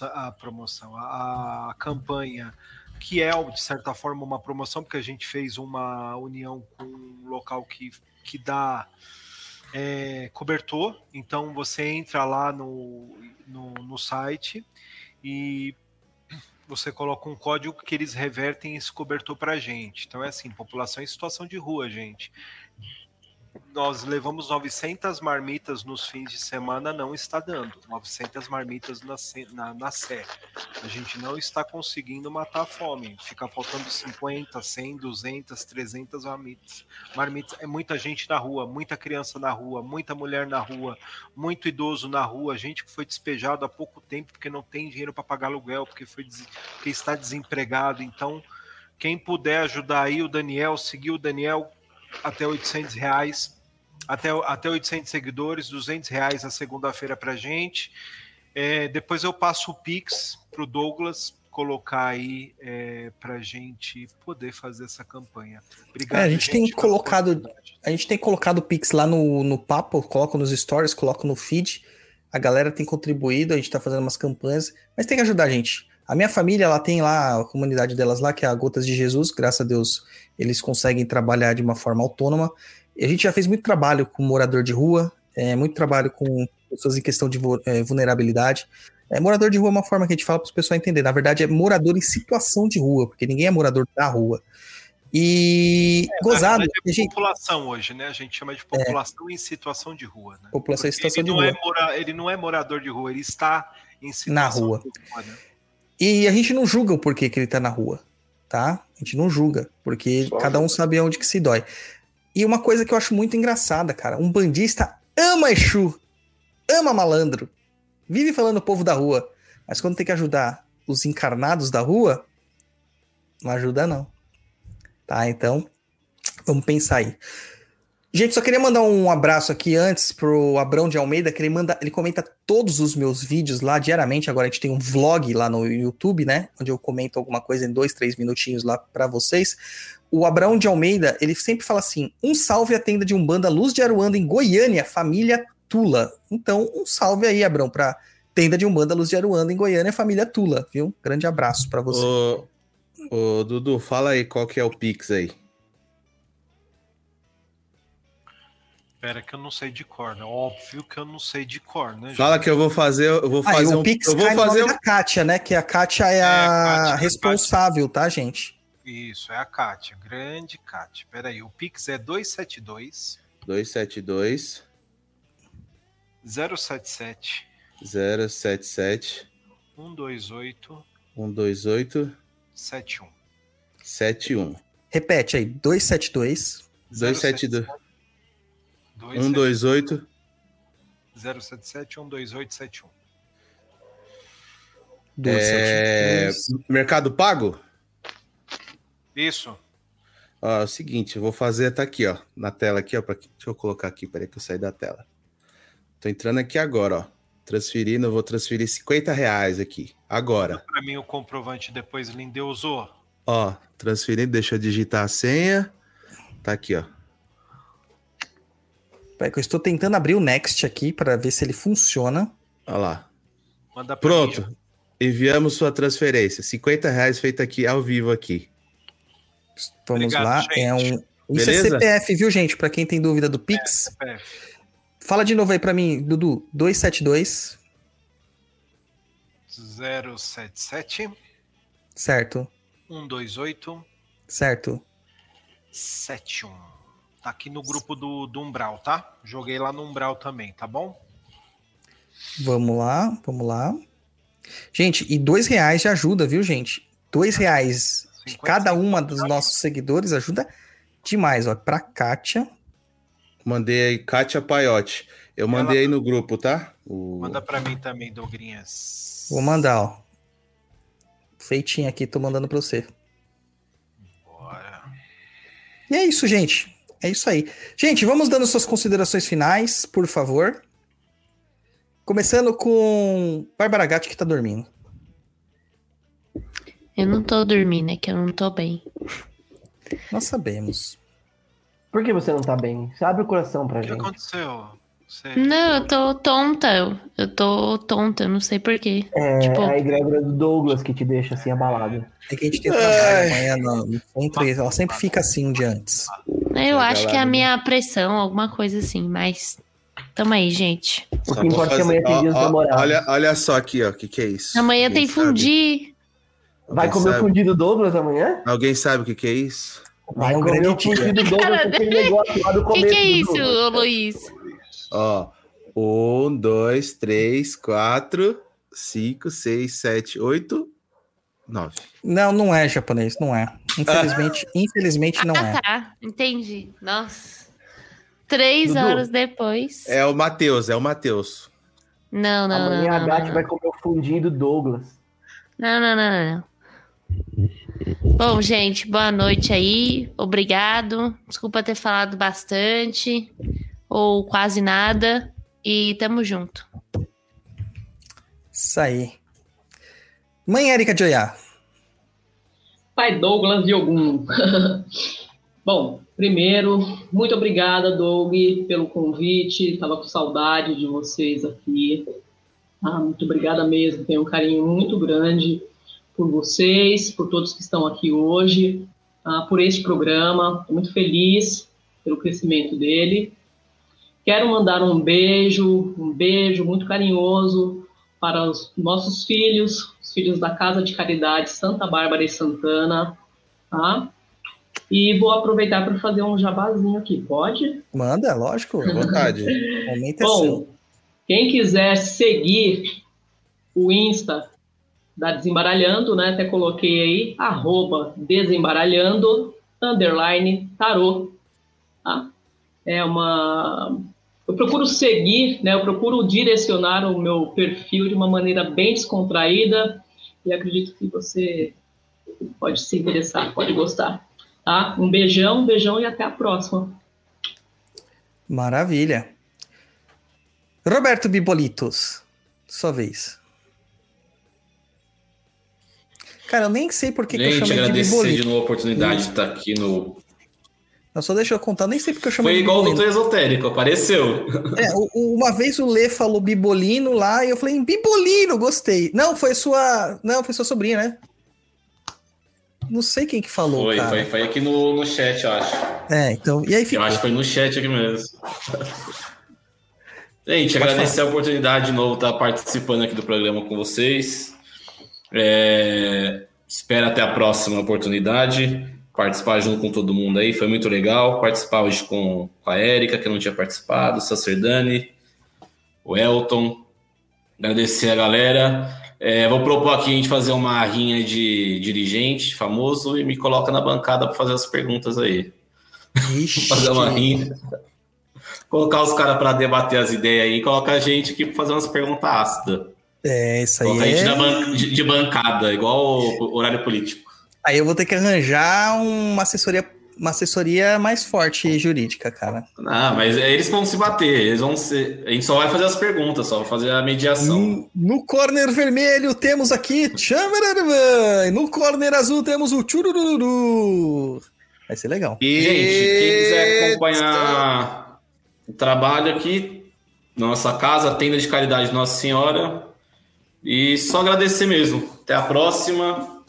campanha, que é de certa forma uma promoção, porque a gente fez uma união com um local que dá cobertor. Então você entra lá no site e você coloca um código que eles revertem esse cobertor para a gente. Então é assim, população em situação de rua, gente. Nós levamos 900 marmitas nos fins de semana, não está dando. 900 marmitas na Sé. A gente não está conseguindo matar a fome. Fica faltando 50, 100, 200, 300 marmitas. É muita gente na rua, muita criança na rua, muita mulher na rua, muito idoso na rua, gente que foi despejado há pouco tempo porque não tem dinheiro para pagar aluguel, porque está desempregado. Então, quem puder ajudar aí o Daniel, seguir o Daniel até R$800, até 800 seguidores, R$200 na segunda-feira pra gente. Depois eu passo o Pix pro Douglas colocar aí pra gente poder fazer essa campanha. Obrigado, a gente tem colocado o Pix lá no papo, coloco nos stories, coloco no feed. A galera tem contribuído, a gente tá fazendo umas campanhas, mas tem que ajudar a gente. A minha família, ela tem lá a comunidade delas lá, que é a Gotas de Jesus. Graças a Deus, eles conseguem trabalhar de uma forma autônoma. E a gente já fez muito trabalho com morador de rua, muito trabalho com pessoas em questão de vulnerabilidade. Morador de rua é uma forma que a gente fala para as pessoas entenderem. Na verdade, é morador em situação de rua, porque ninguém é morador da rua. E gozado. População hoje, né? A gente chama de população em situação de rua. Né? População em situação de rua. Ele não é morador de rua, ele está em situação na rua. De rua, né? E a gente não julga o porquê que ele tá na rua, tá? A gente não julga, porque cada um sabe onde que se dói. E uma coisa que eu acho muito engraçada, cara. Um bandista ama Exu, ama malandro, vive falando povo da rua. Mas quando tem que ajudar os encarnados da rua, não ajuda não. Tá, então, vamos pensar aí. Gente, só queria mandar um abraço aqui antes pro Abrão de Almeida, que ele comenta todos os meus vídeos lá diariamente. Agora a gente tem um vlog lá no YouTube, né? Onde eu comento alguma coisa em 2, 3 minutinhos lá pra vocês. O Abrão de Almeida, ele sempre fala assim, um salve à tenda de Umbanda Luz de Aruanda em Goiânia, família Tula. Então, um salve aí, Abrão, pra tenda de Umbanda Luz de Aruanda em Goiânia, família Tula, viu? Grande abraço pra você. Ô, Dudu, fala aí qual que é o Pix aí. Pera que eu não sei de cor, né? Óbvio que eu não sei de cor, né? Fala gente? que eu vou fazer o Pix cai no nome da Kátia, né? Que a Kátia é a Kátia, responsável, tá, gente? Isso, é a Kátia, grande Kátia. Pera aí, o Pix é 272 272 077 077 128 128 71. Repete aí, 272 272 128 077 128 71. Mercado Pago? Isso. Ó, é o seguinte, eu vou fazer, tá aqui, ó, na tela aqui, ó, deixa eu colocar aqui, peraí que eu saí da tela. Tô entrando aqui agora, ó, eu vou transferir R$50 aqui, agora. Manda pra mim o comprovante depois, Lindeusou. Ó, transferindo, deixa eu digitar a senha, tá aqui, ó. Peraí que eu estou tentando abrir o Next aqui para ver se ele funciona. Olha lá. Manda pra Pronto, mim, enviamos sua transferência, R$50 feito aqui, ao vivo aqui. Vamos Obrigado, lá, gente. Isso Beleza? é CPF, viu, gente? Para quem tem dúvida do Pix. CPF. Fala de novo aí para mim, Dudu. 272. 077 Certo. 128 Certo. 71. Tá aqui no grupo do Umbral, tá? Joguei lá no Umbral também, tá bom? Vamos lá. Gente, e R$2 já ajuda, viu, gente? R$2 de cada uma dos nossos seguidores ajuda demais, ó. Pra Kátia. Mandei aí, Kátia Paiotti. Eu mandei aí no grupo, tá? Manda pra mim também, Dogrinhas. Vou mandar, ó. Feitinho aqui, tô mandando pra você. Bora. E é isso, gente. É isso aí. Gente, vamos dando suas considerações finais, por favor. Começando com Bárbara Gatti, que tá dormindo. Eu não tô dormindo, é que eu não tô bem. Nós sabemos. Por que você não tá bem? Você abre o coração pra O que gente. aconteceu? Não, eu tô tonta. Eu tô tonta, eu não sei porquê. É Tipo, a egrégora do Douglas que te deixa assim abalada. É que a gente tem trabalho amanhã no centro, ela sempre fica assim um dia antes. eu acho que é a minha pressão, alguma coisa assim, mas tamo aí, gente. O que importa é que amanhã tem dia dos namorados. Olha só aqui, ó, o que é isso? Amanhã Alguém tem sabe? fundi. Vai comer o fundido Douglas amanhã? Alguém sabe o que é isso? Vai um comer grande o fundido Douglas com aquele negócio lá do O começo. que é isso, Douglas. ô Luiz? Ó, 1, 2, 3, 4, 5, 6, 7, 8, 9. Não é japonês, não é. Infelizmente não é. Tá, entendi. Nossa. 3 Dudu. horas depois. É o Matheus. Não. Amanhã a Gatti vai comer o fundido Douglas. Não. Bom, gente, boa noite aí. Obrigado. Desculpa ter falado bastante ou quase nada. E tamo junto. Isso aí. Mãe Érica de Oiá. Pai Douglas de Ogum. Bom, primeiro, muito obrigada, Doug, pelo convite. Estava com saudade de vocês aqui. Muito obrigada mesmo. Tenho um carinho muito grande por vocês, por todos que estão aqui hoje, por este programa. Estou muito feliz pelo crescimento dele. Quero mandar um beijo muito carinhoso para os nossos filhos, os filhos da Casa de Caridade Santa Bárbara e Santana, tá? E vou aproveitar para fazer um jabazinho aqui, pode? Manda, lógico. À vontade. O momento é Bom, seu. quem quiser seguir o Insta da Desembaralhando, né? Até coloquei aí, @desembaralhando_tarô. Tá? Eu procuro seguir, né? Eu procuro direcionar o meu perfil de uma maneira bem descontraída e acredito que você pode se interessar, pode gostar. Tá? Um beijão e até a próxima. Maravilha. Roberto Bibolitos, sua vez. Cara, eu nem sei por que eu chamei de agradecer Bibolito. de novo a oportunidade de estar aqui no... Só deixa eu contar, nem sei porque eu chamei Foi de igual o Bibolino. Doutor Esotérico, apareceu. Uma vez o Lê falou Bibolino lá e eu falei, Bibolino, gostei. Não, foi sua sobrinha, né? Não sei quem que falou, cara. Foi aqui no chat, eu acho. Então, e aí ficou. Eu acho que foi no chat aqui mesmo. Gente, agradecer a oportunidade de novo de estar participando aqui do programa com vocês. Espero até a próxima oportunidade. Participar junto com todo mundo aí, foi muito legal. Participar hoje com a Érica, que não tinha participado, o Sacerdani, o Elton. Agradecer a galera. Vou propor aqui a gente fazer uma rinha de dirigente famoso e me coloca na bancada para fazer as perguntas aí. Fazer uma rinha. Colocar os caras para debater as ideias aí e colocar a gente aqui para fazer umas perguntas ácidas. Isso aí. Colocar a gente de bancada, igual o horário político. Aí eu vou ter que arranjar uma assessoria mais forte jurídica, cara. Mas eles vão se bater, a gente só vai fazer as perguntas, só vai fazer a mediação. No corner vermelho temos aqui Tchamararvan, no corner azul temos o Tchurururu. Vai ser legal. E, gente, quem quiser acompanhar o trabalho aqui, nossa casa, tenda de caridade Nossa Senhora, e só agradecer mesmo. Até a próxima.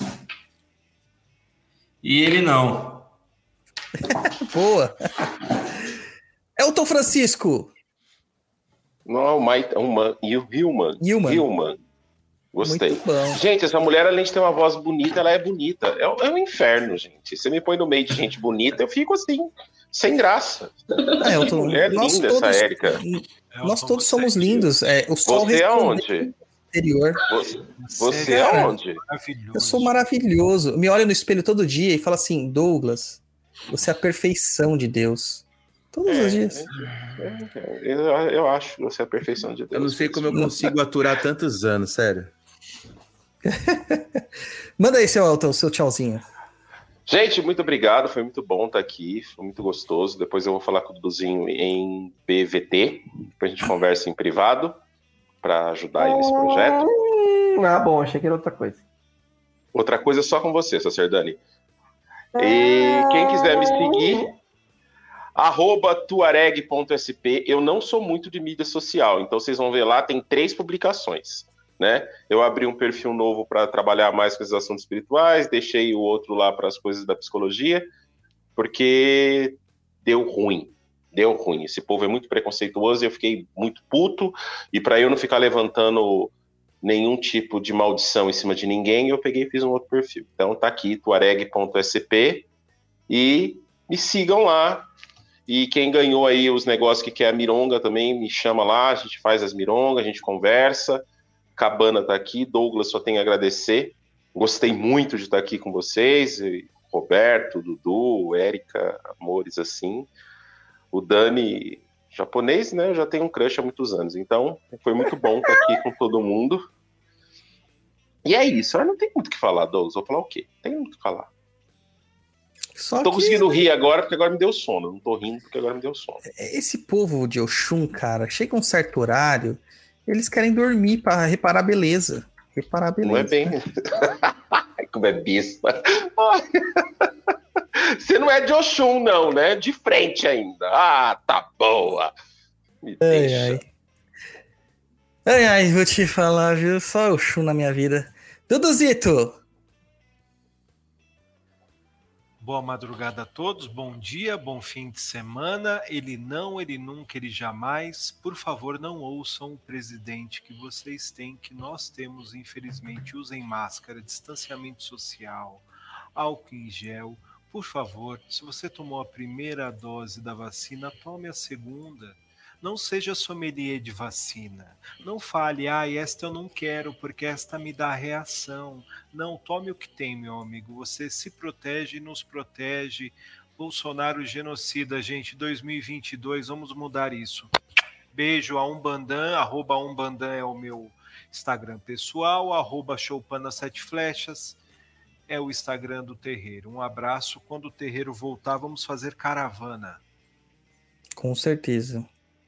E ele não. Boa. Elton Francisco. Não, Hillman. Gostei. Muito bom. Gente, essa mulher, além de ter uma voz bonita, ela é bonita. É um inferno, gente. Você me põe no meio de gente bonita, eu fico assim, sem graça. Elton, mulher linda, essa Érica. Nós todos somos lindos. O sol Você aonde? Exterior. Você aonde? Eu sou maravilhoso. Me olha no espelho todo dia e fala assim, Douglas, você é a perfeição de Deus. Todos os dias. Eu acho que você é a perfeição de Deus. Eu não sei como eu consigo aturar tantos anos, sério. Manda aí, seu Elton, seu tchauzinho. Gente, muito obrigado. Foi muito bom estar aqui. Foi muito gostoso. Depois eu vou falar com o Duduzinho em PVT. Depois a gente conversa em privado para ajudar aí nesse projeto. Bom, achei que era outra coisa. Outra coisa só com você, Sacerdani. E quem quiser me seguir, @tuareg.sp. Eu não sou muito de mídia social, então vocês vão ver lá, tem 3 publicações, né? Eu abri um perfil novo para trabalhar mais com os assuntos espirituais, deixei o outro lá para as coisas da psicologia, porque deu ruim. Esse povo é muito preconceituoso e eu fiquei muito puto, e para eu não ficar levantando nenhum tipo de maldição em cima de ninguém, eu peguei e fiz um outro perfil. Então tá aqui, tuareg.sp, e me sigam lá. E quem ganhou aí os negócios que quer a mironga também, me chama lá, a gente faz as mirongas, a gente conversa. Cabana tá aqui, Douglas, só tenho a agradecer. Gostei muito de estar aqui com vocês, Roberto, Dudu, Érica, amores assim. O Dani, japonês, né? Eu já tenho um crush há muitos anos, então foi muito bom estar aqui com todo mundo. E é isso, eu não tem muito o que falar, Douglas. Vou falar o quê? Tem muito o que falar. Tô conseguindo rir agora porque agora me deu sono. Não tô rindo porque agora me deu sono. Esse povo de Oxum, cara, chega um certo horário, eles querem dormir para reparar a beleza. Não é bem. Como é besta. Você não é de Oxum, não, né? De frente ainda. Ah, tá boa. Me deixa. Ai, vou te falar, viu? Só Oxum na minha vida. Duduzito! Boa madrugada a todos, bom dia, bom fim de semana. Ele não, ele nunca, ele jamais. Por favor, não ouçam o presidente que vocês têm, que nós temos, infelizmente. Usem máscara, distanciamento social, álcool em gel. Por favor, se você tomou a primeira dose da vacina, tome a segunda. Não seja sommelier de vacina. Não fale, esta eu não quero porque esta me dá reação. Não, tome o que tem, meu amigo. Você se protege e nos protege Bolsonaro genocida, gente. 2022, vamos mudar isso. Beijo a Umbandã, @Umbandã é o meu Instagram pessoal, @Choupana7flechas é o Instagram do terreiro. Um abraço. Quando o terreiro voltar, vamos fazer caravana. Com certeza.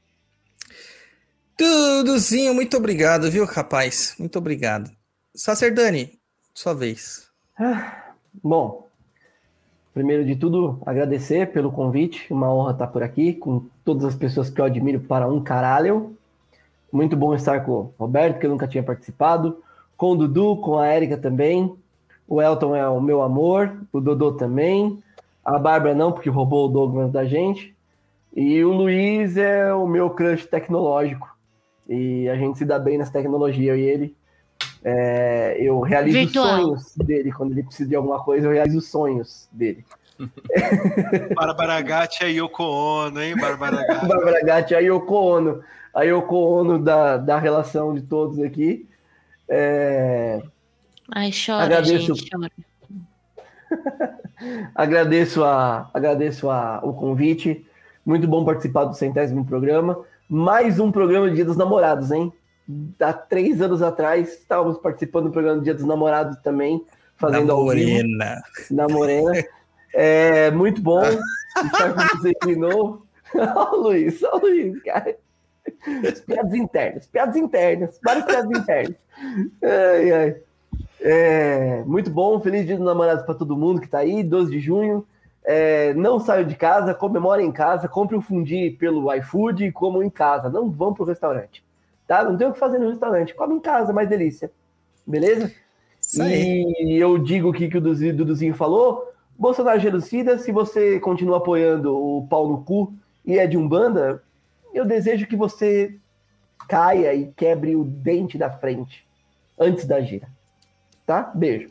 Duduzinho, muito obrigado, viu, rapaz? Muito obrigado. Sacerdani, sua vez. Bom, primeiro de tudo, agradecer pelo convite. Uma honra estar por aqui com todas as pessoas que eu admiro para um caralho. Muito bom estar com o Roberto, que eu nunca tinha participado. Com o Dudu, com a Érica também. O Elton é o meu amor. O Dodô também. A Bárbara não, porque roubou o Douglas da gente. E o Luiz é o meu crush tecnológico. E a gente se dá bem nessa tecnologia, eu e ele. Eu realizo Virtual. os sonhos dele. Quando ele precisa de alguma coisa, eu realizo os sonhos dele. Bárbara Gatti é Yoko Ono, hein, Bárbara Gatti? Bárbara Gatti, a Yoko Ono. A Yoko Ono da relação de todos aqui. Ai, chora, Agradeço. gente, chora. Agradeço o convite. Muito bom participar do 100º programa. Mais um programa de Dia dos Namorados, hein? Há 3 anos atrás, estávamos participando do programa do Dia dos Namorados também, fazendo ao vivo. Na Morena. Muito bom estar com você de novo. Olha o Luiz, cara. Piadas internas, várias piadas internas. Ai. Muito bom, feliz Dia dos Namorados para todo mundo que está aí, 12 de junho. Não saiam de casa, comemorem em casa, compre um fundi pelo iFood e comam em casa. Não vão pro restaurante, tá? Não tem o que fazer no restaurante, come em casa, mais delícia. Beleza? E eu digo o que o Duduzinho falou. Bolsonaro genocida, se você continua apoiando o pau no cu e é de Umbanda, eu desejo que você caia e quebre o dente da frente antes da gira. Tá? Beijo.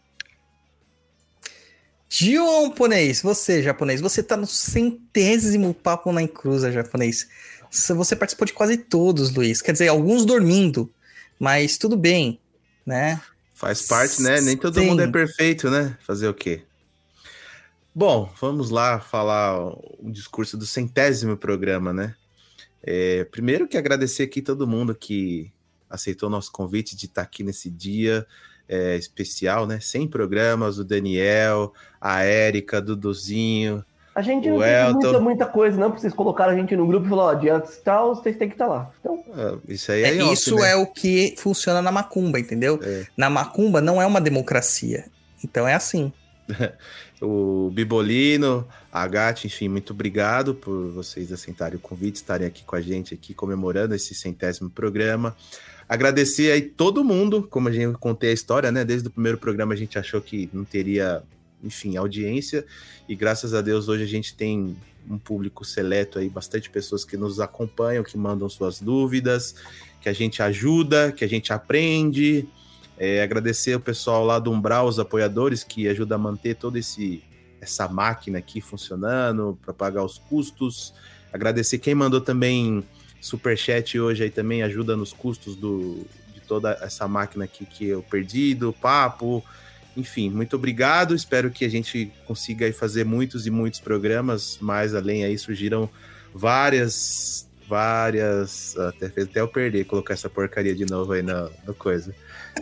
Japonês, você tá no 100º Papo na Encruza, japonês. Você participou de quase todos, Luiz. Quer dizer, alguns dormindo, mas tudo bem, né? Faz parte, né? Nem todo mundo é perfeito, né? Fazer o quê? Bom, vamos lá falar o discurso do 100º programa, né? Primeiro que agradecer aqui todo mundo que aceitou o nosso convite de estar aqui nesse dia especial, né? 100 programas, o Daniel, a Érica, Duduzinho, a gente não o tem Elton. muita coisa, não, porque vocês colocaram a gente no grupo e falaram, dia tal, vocês têm que estar lá. Então... isso aí é isso né? é o que funciona na macumba, entendeu? Na macumba não é uma democracia, então é assim. O Bibolino, a Gatti, enfim, muito obrigado por vocês aceitarem o convite, estarem aqui com a gente, aqui comemorando esse 100º programa. Agradecer aí todo mundo, como a gente contei a história, né? Desde o primeiro programa a gente achou que não teria, enfim, audiência, e graças a Deus hoje a gente tem um público seleto aí, bastante pessoas que nos acompanham, que mandam suas dúvidas, que a gente ajuda, que a gente aprende. Agradecer o pessoal lá do Umbral, os apoiadores, que ajudam a manter toda essa máquina aqui funcionando, para pagar os custos. Agradecer quem mandou também superchat hoje aí também, ajuda nos custos de toda essa máquina aqui que eu perdi, do papo. Enfim, muito obrigado. Espero que a gente consiga aí fazer muitos e muitos programas. Mais além aí surgiram várias... Até eu perder, colocar essa porcaria de novo aí no coisa.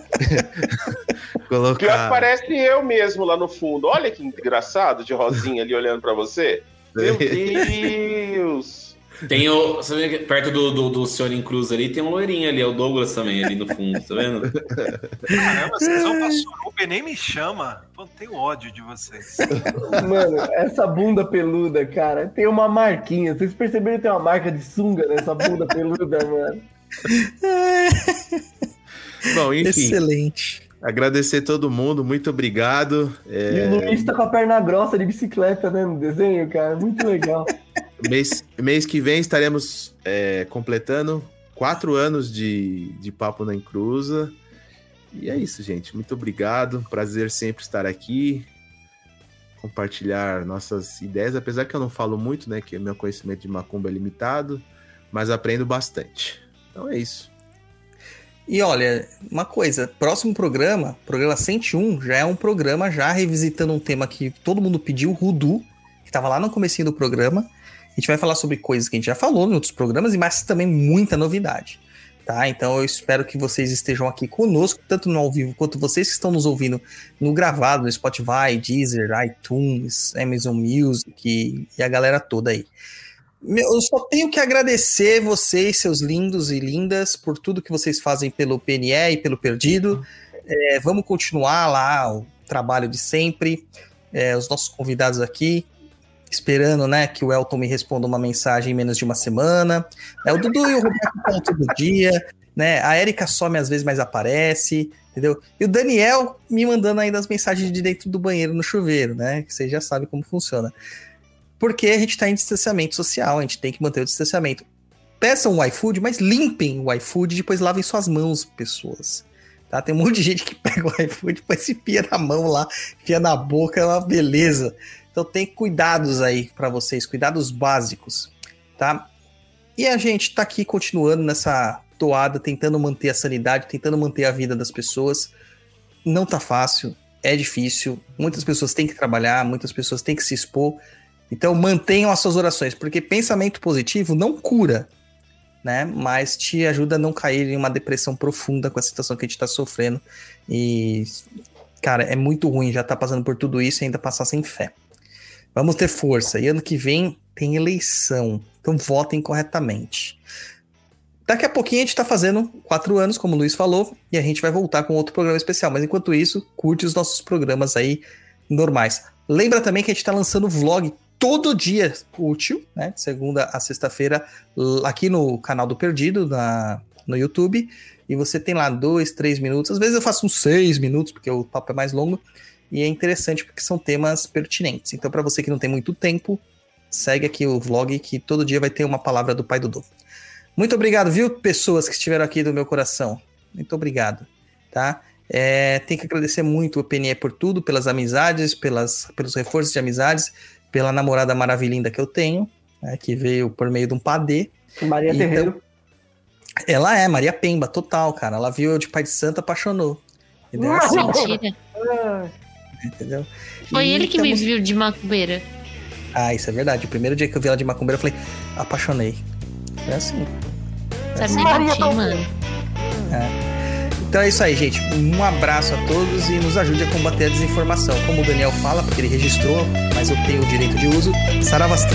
Pior que parece eu mesmo lá no fundo. Olha que engraçado, de rosinha ali olhando pra você. Meu Deus! Tem o. Você vê que perto do senhor em cruz ali, tem um loirinho ali, é o Douglas também, ali no fundo, tá vendo? Caramba, vocês vão pra Suruba e nem me chama. Pô, tenho ódio de vocês. Mano, essa bunda peluda, cara, tem uma marquinha. Vocês perceberam que tem uma marca de sunga nessa bunda peluda, mano? Bom, enfim. Excelente. Agradecer todo mundo, muito obrigado. E o Luiz tá com a perna grossa de bicicleta, né, no desenho, cara. Muito legal. Mês que vem estaremos completando 4 anos de Papo na Encruza. E é isso, gente. Muito obrigado. Prazer sempre estar aqui. Compartilhar nossas ideias. Apesar que eu não falo muito, né? Que meu conhecimento de macumba é limitado. Mas aprendo bastante. Então é isso. E olha, uma coisa. Próximo programa 101, já é um programa já revisitando um tema que todo mundo pediu, Voodoo. que estava lá no comecinho do programa. A gente vai falar sobre coisas que a gente já falou em outros programas, mas também muita novidade. Tá? Então eu espero que vocês estejam aqui conosco, tanto no ao vivo, quanto vocês que estão nos ouvindo no gravado, no Spotify, Deezer, iTunes, Amazon Music e a galera toda aí. Eu só tenho que agradecer vocês, seus lindos e lindas, por tudo que vocês fazem pelo PNE e pelo Perdido. Vamos continuar lá o trabalho de sempre. Os nossos convidados aqui, esperando, né, que o Elton me responda uma mensagem em menos de uma semana. O Dudu e o Roberto falam todo dia, né? A Erika some às vezes, mas aparece, entendeu? E o Daniel me mandando ainda as mensagens de dentro do banheiro no chuveiro, né? Que vocês já sabem como funciona. Porque a gente tá em distanciamento social, a gente tem que manter o distanciamento. Peçam o iFood, mas limpem o iFood e depois lavem suas mãos, pessoas. Tá? Tem um monte de gente que pega o iFood, depois se enfia na mão lá, enfia na boca, é uma beleza. Então tem cuidados aí para vocês, cuidados básicos, tá? E a gente tá aqui continuando nessa toada, tentando manter a sanidade, tentando manter a vida das pessoas. Não tá fácil, é difícil, muitas pessoas têm que trabalhar, muitas pessoas têm que se expor. Então mantenham as suas orações, porque pensamento positivo não cura, né? Mas te ajuda a não cair em uma depressão profunda com a situação que a gente tá sofrendo. E, cara, é muito ruim já tá passando por tudo isso e ainda passar sem fé. Vamos ter força. E ano que vem tem eleição. Então votem corretamente. Daqui a pouquinho a gente tá fazendo 4 anos, como o Luiz falou, e a gente vai voltar com outro programa especial. Mas enquanto isso, curte os nossos programas aí normais. Lembra também que a gente tá lançando vlog todo dia útil, né? De segunda a sexta-feira, aqui no canal do Perdido, no YouTube. E você tem lá 2, 3 minutos. Às vezes eu faço uns 6 minutos, porque o papo é mais longo. E é interessante porque são temas pertinentes. Então, para você que não tem muito tempo, segue aqui o vlog que todo dia vai ter uma palavra do Pai Dudu. Muito obrigado, viu, pessoas que estiveram aqui do meu coração. Muito obrigado, tá? Tem que agradecer muito o PNE por tudo, pelas amizades, pelos reforços de amizades, pela namorada maravilhinda que eu tenho, né, que veio por meio de um padê. Maria Terreiro. Ela é Maria Pemba, total, cara. Ela viu eu de pai de santo, apaixonou. Entendeu? Mentira. Entendeu? Foi ele que me viu de macumbeira. Ah, isso é verdade. O primeiro dia que eu vi ela de macumbeira, eu falei, apaixonei. É assim. Sabe nem bati, mano. Então é isso aí, gente. Um abraço a todos e nos ajude a combater a desinformação. Como o Daniel fala, porque ele registrou, mas eu tenho o direito de uso. Saravastê.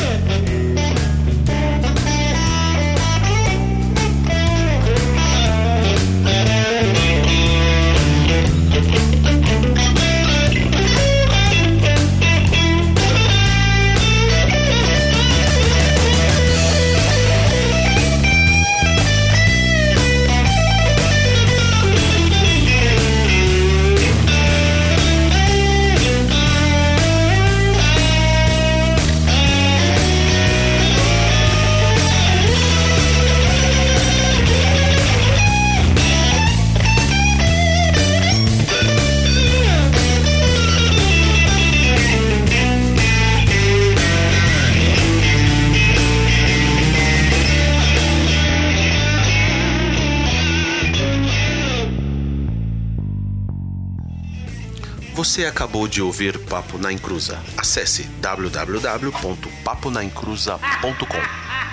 Você acabou de ouvir Papo na Encruza. Acesse www.paponaencruza.com.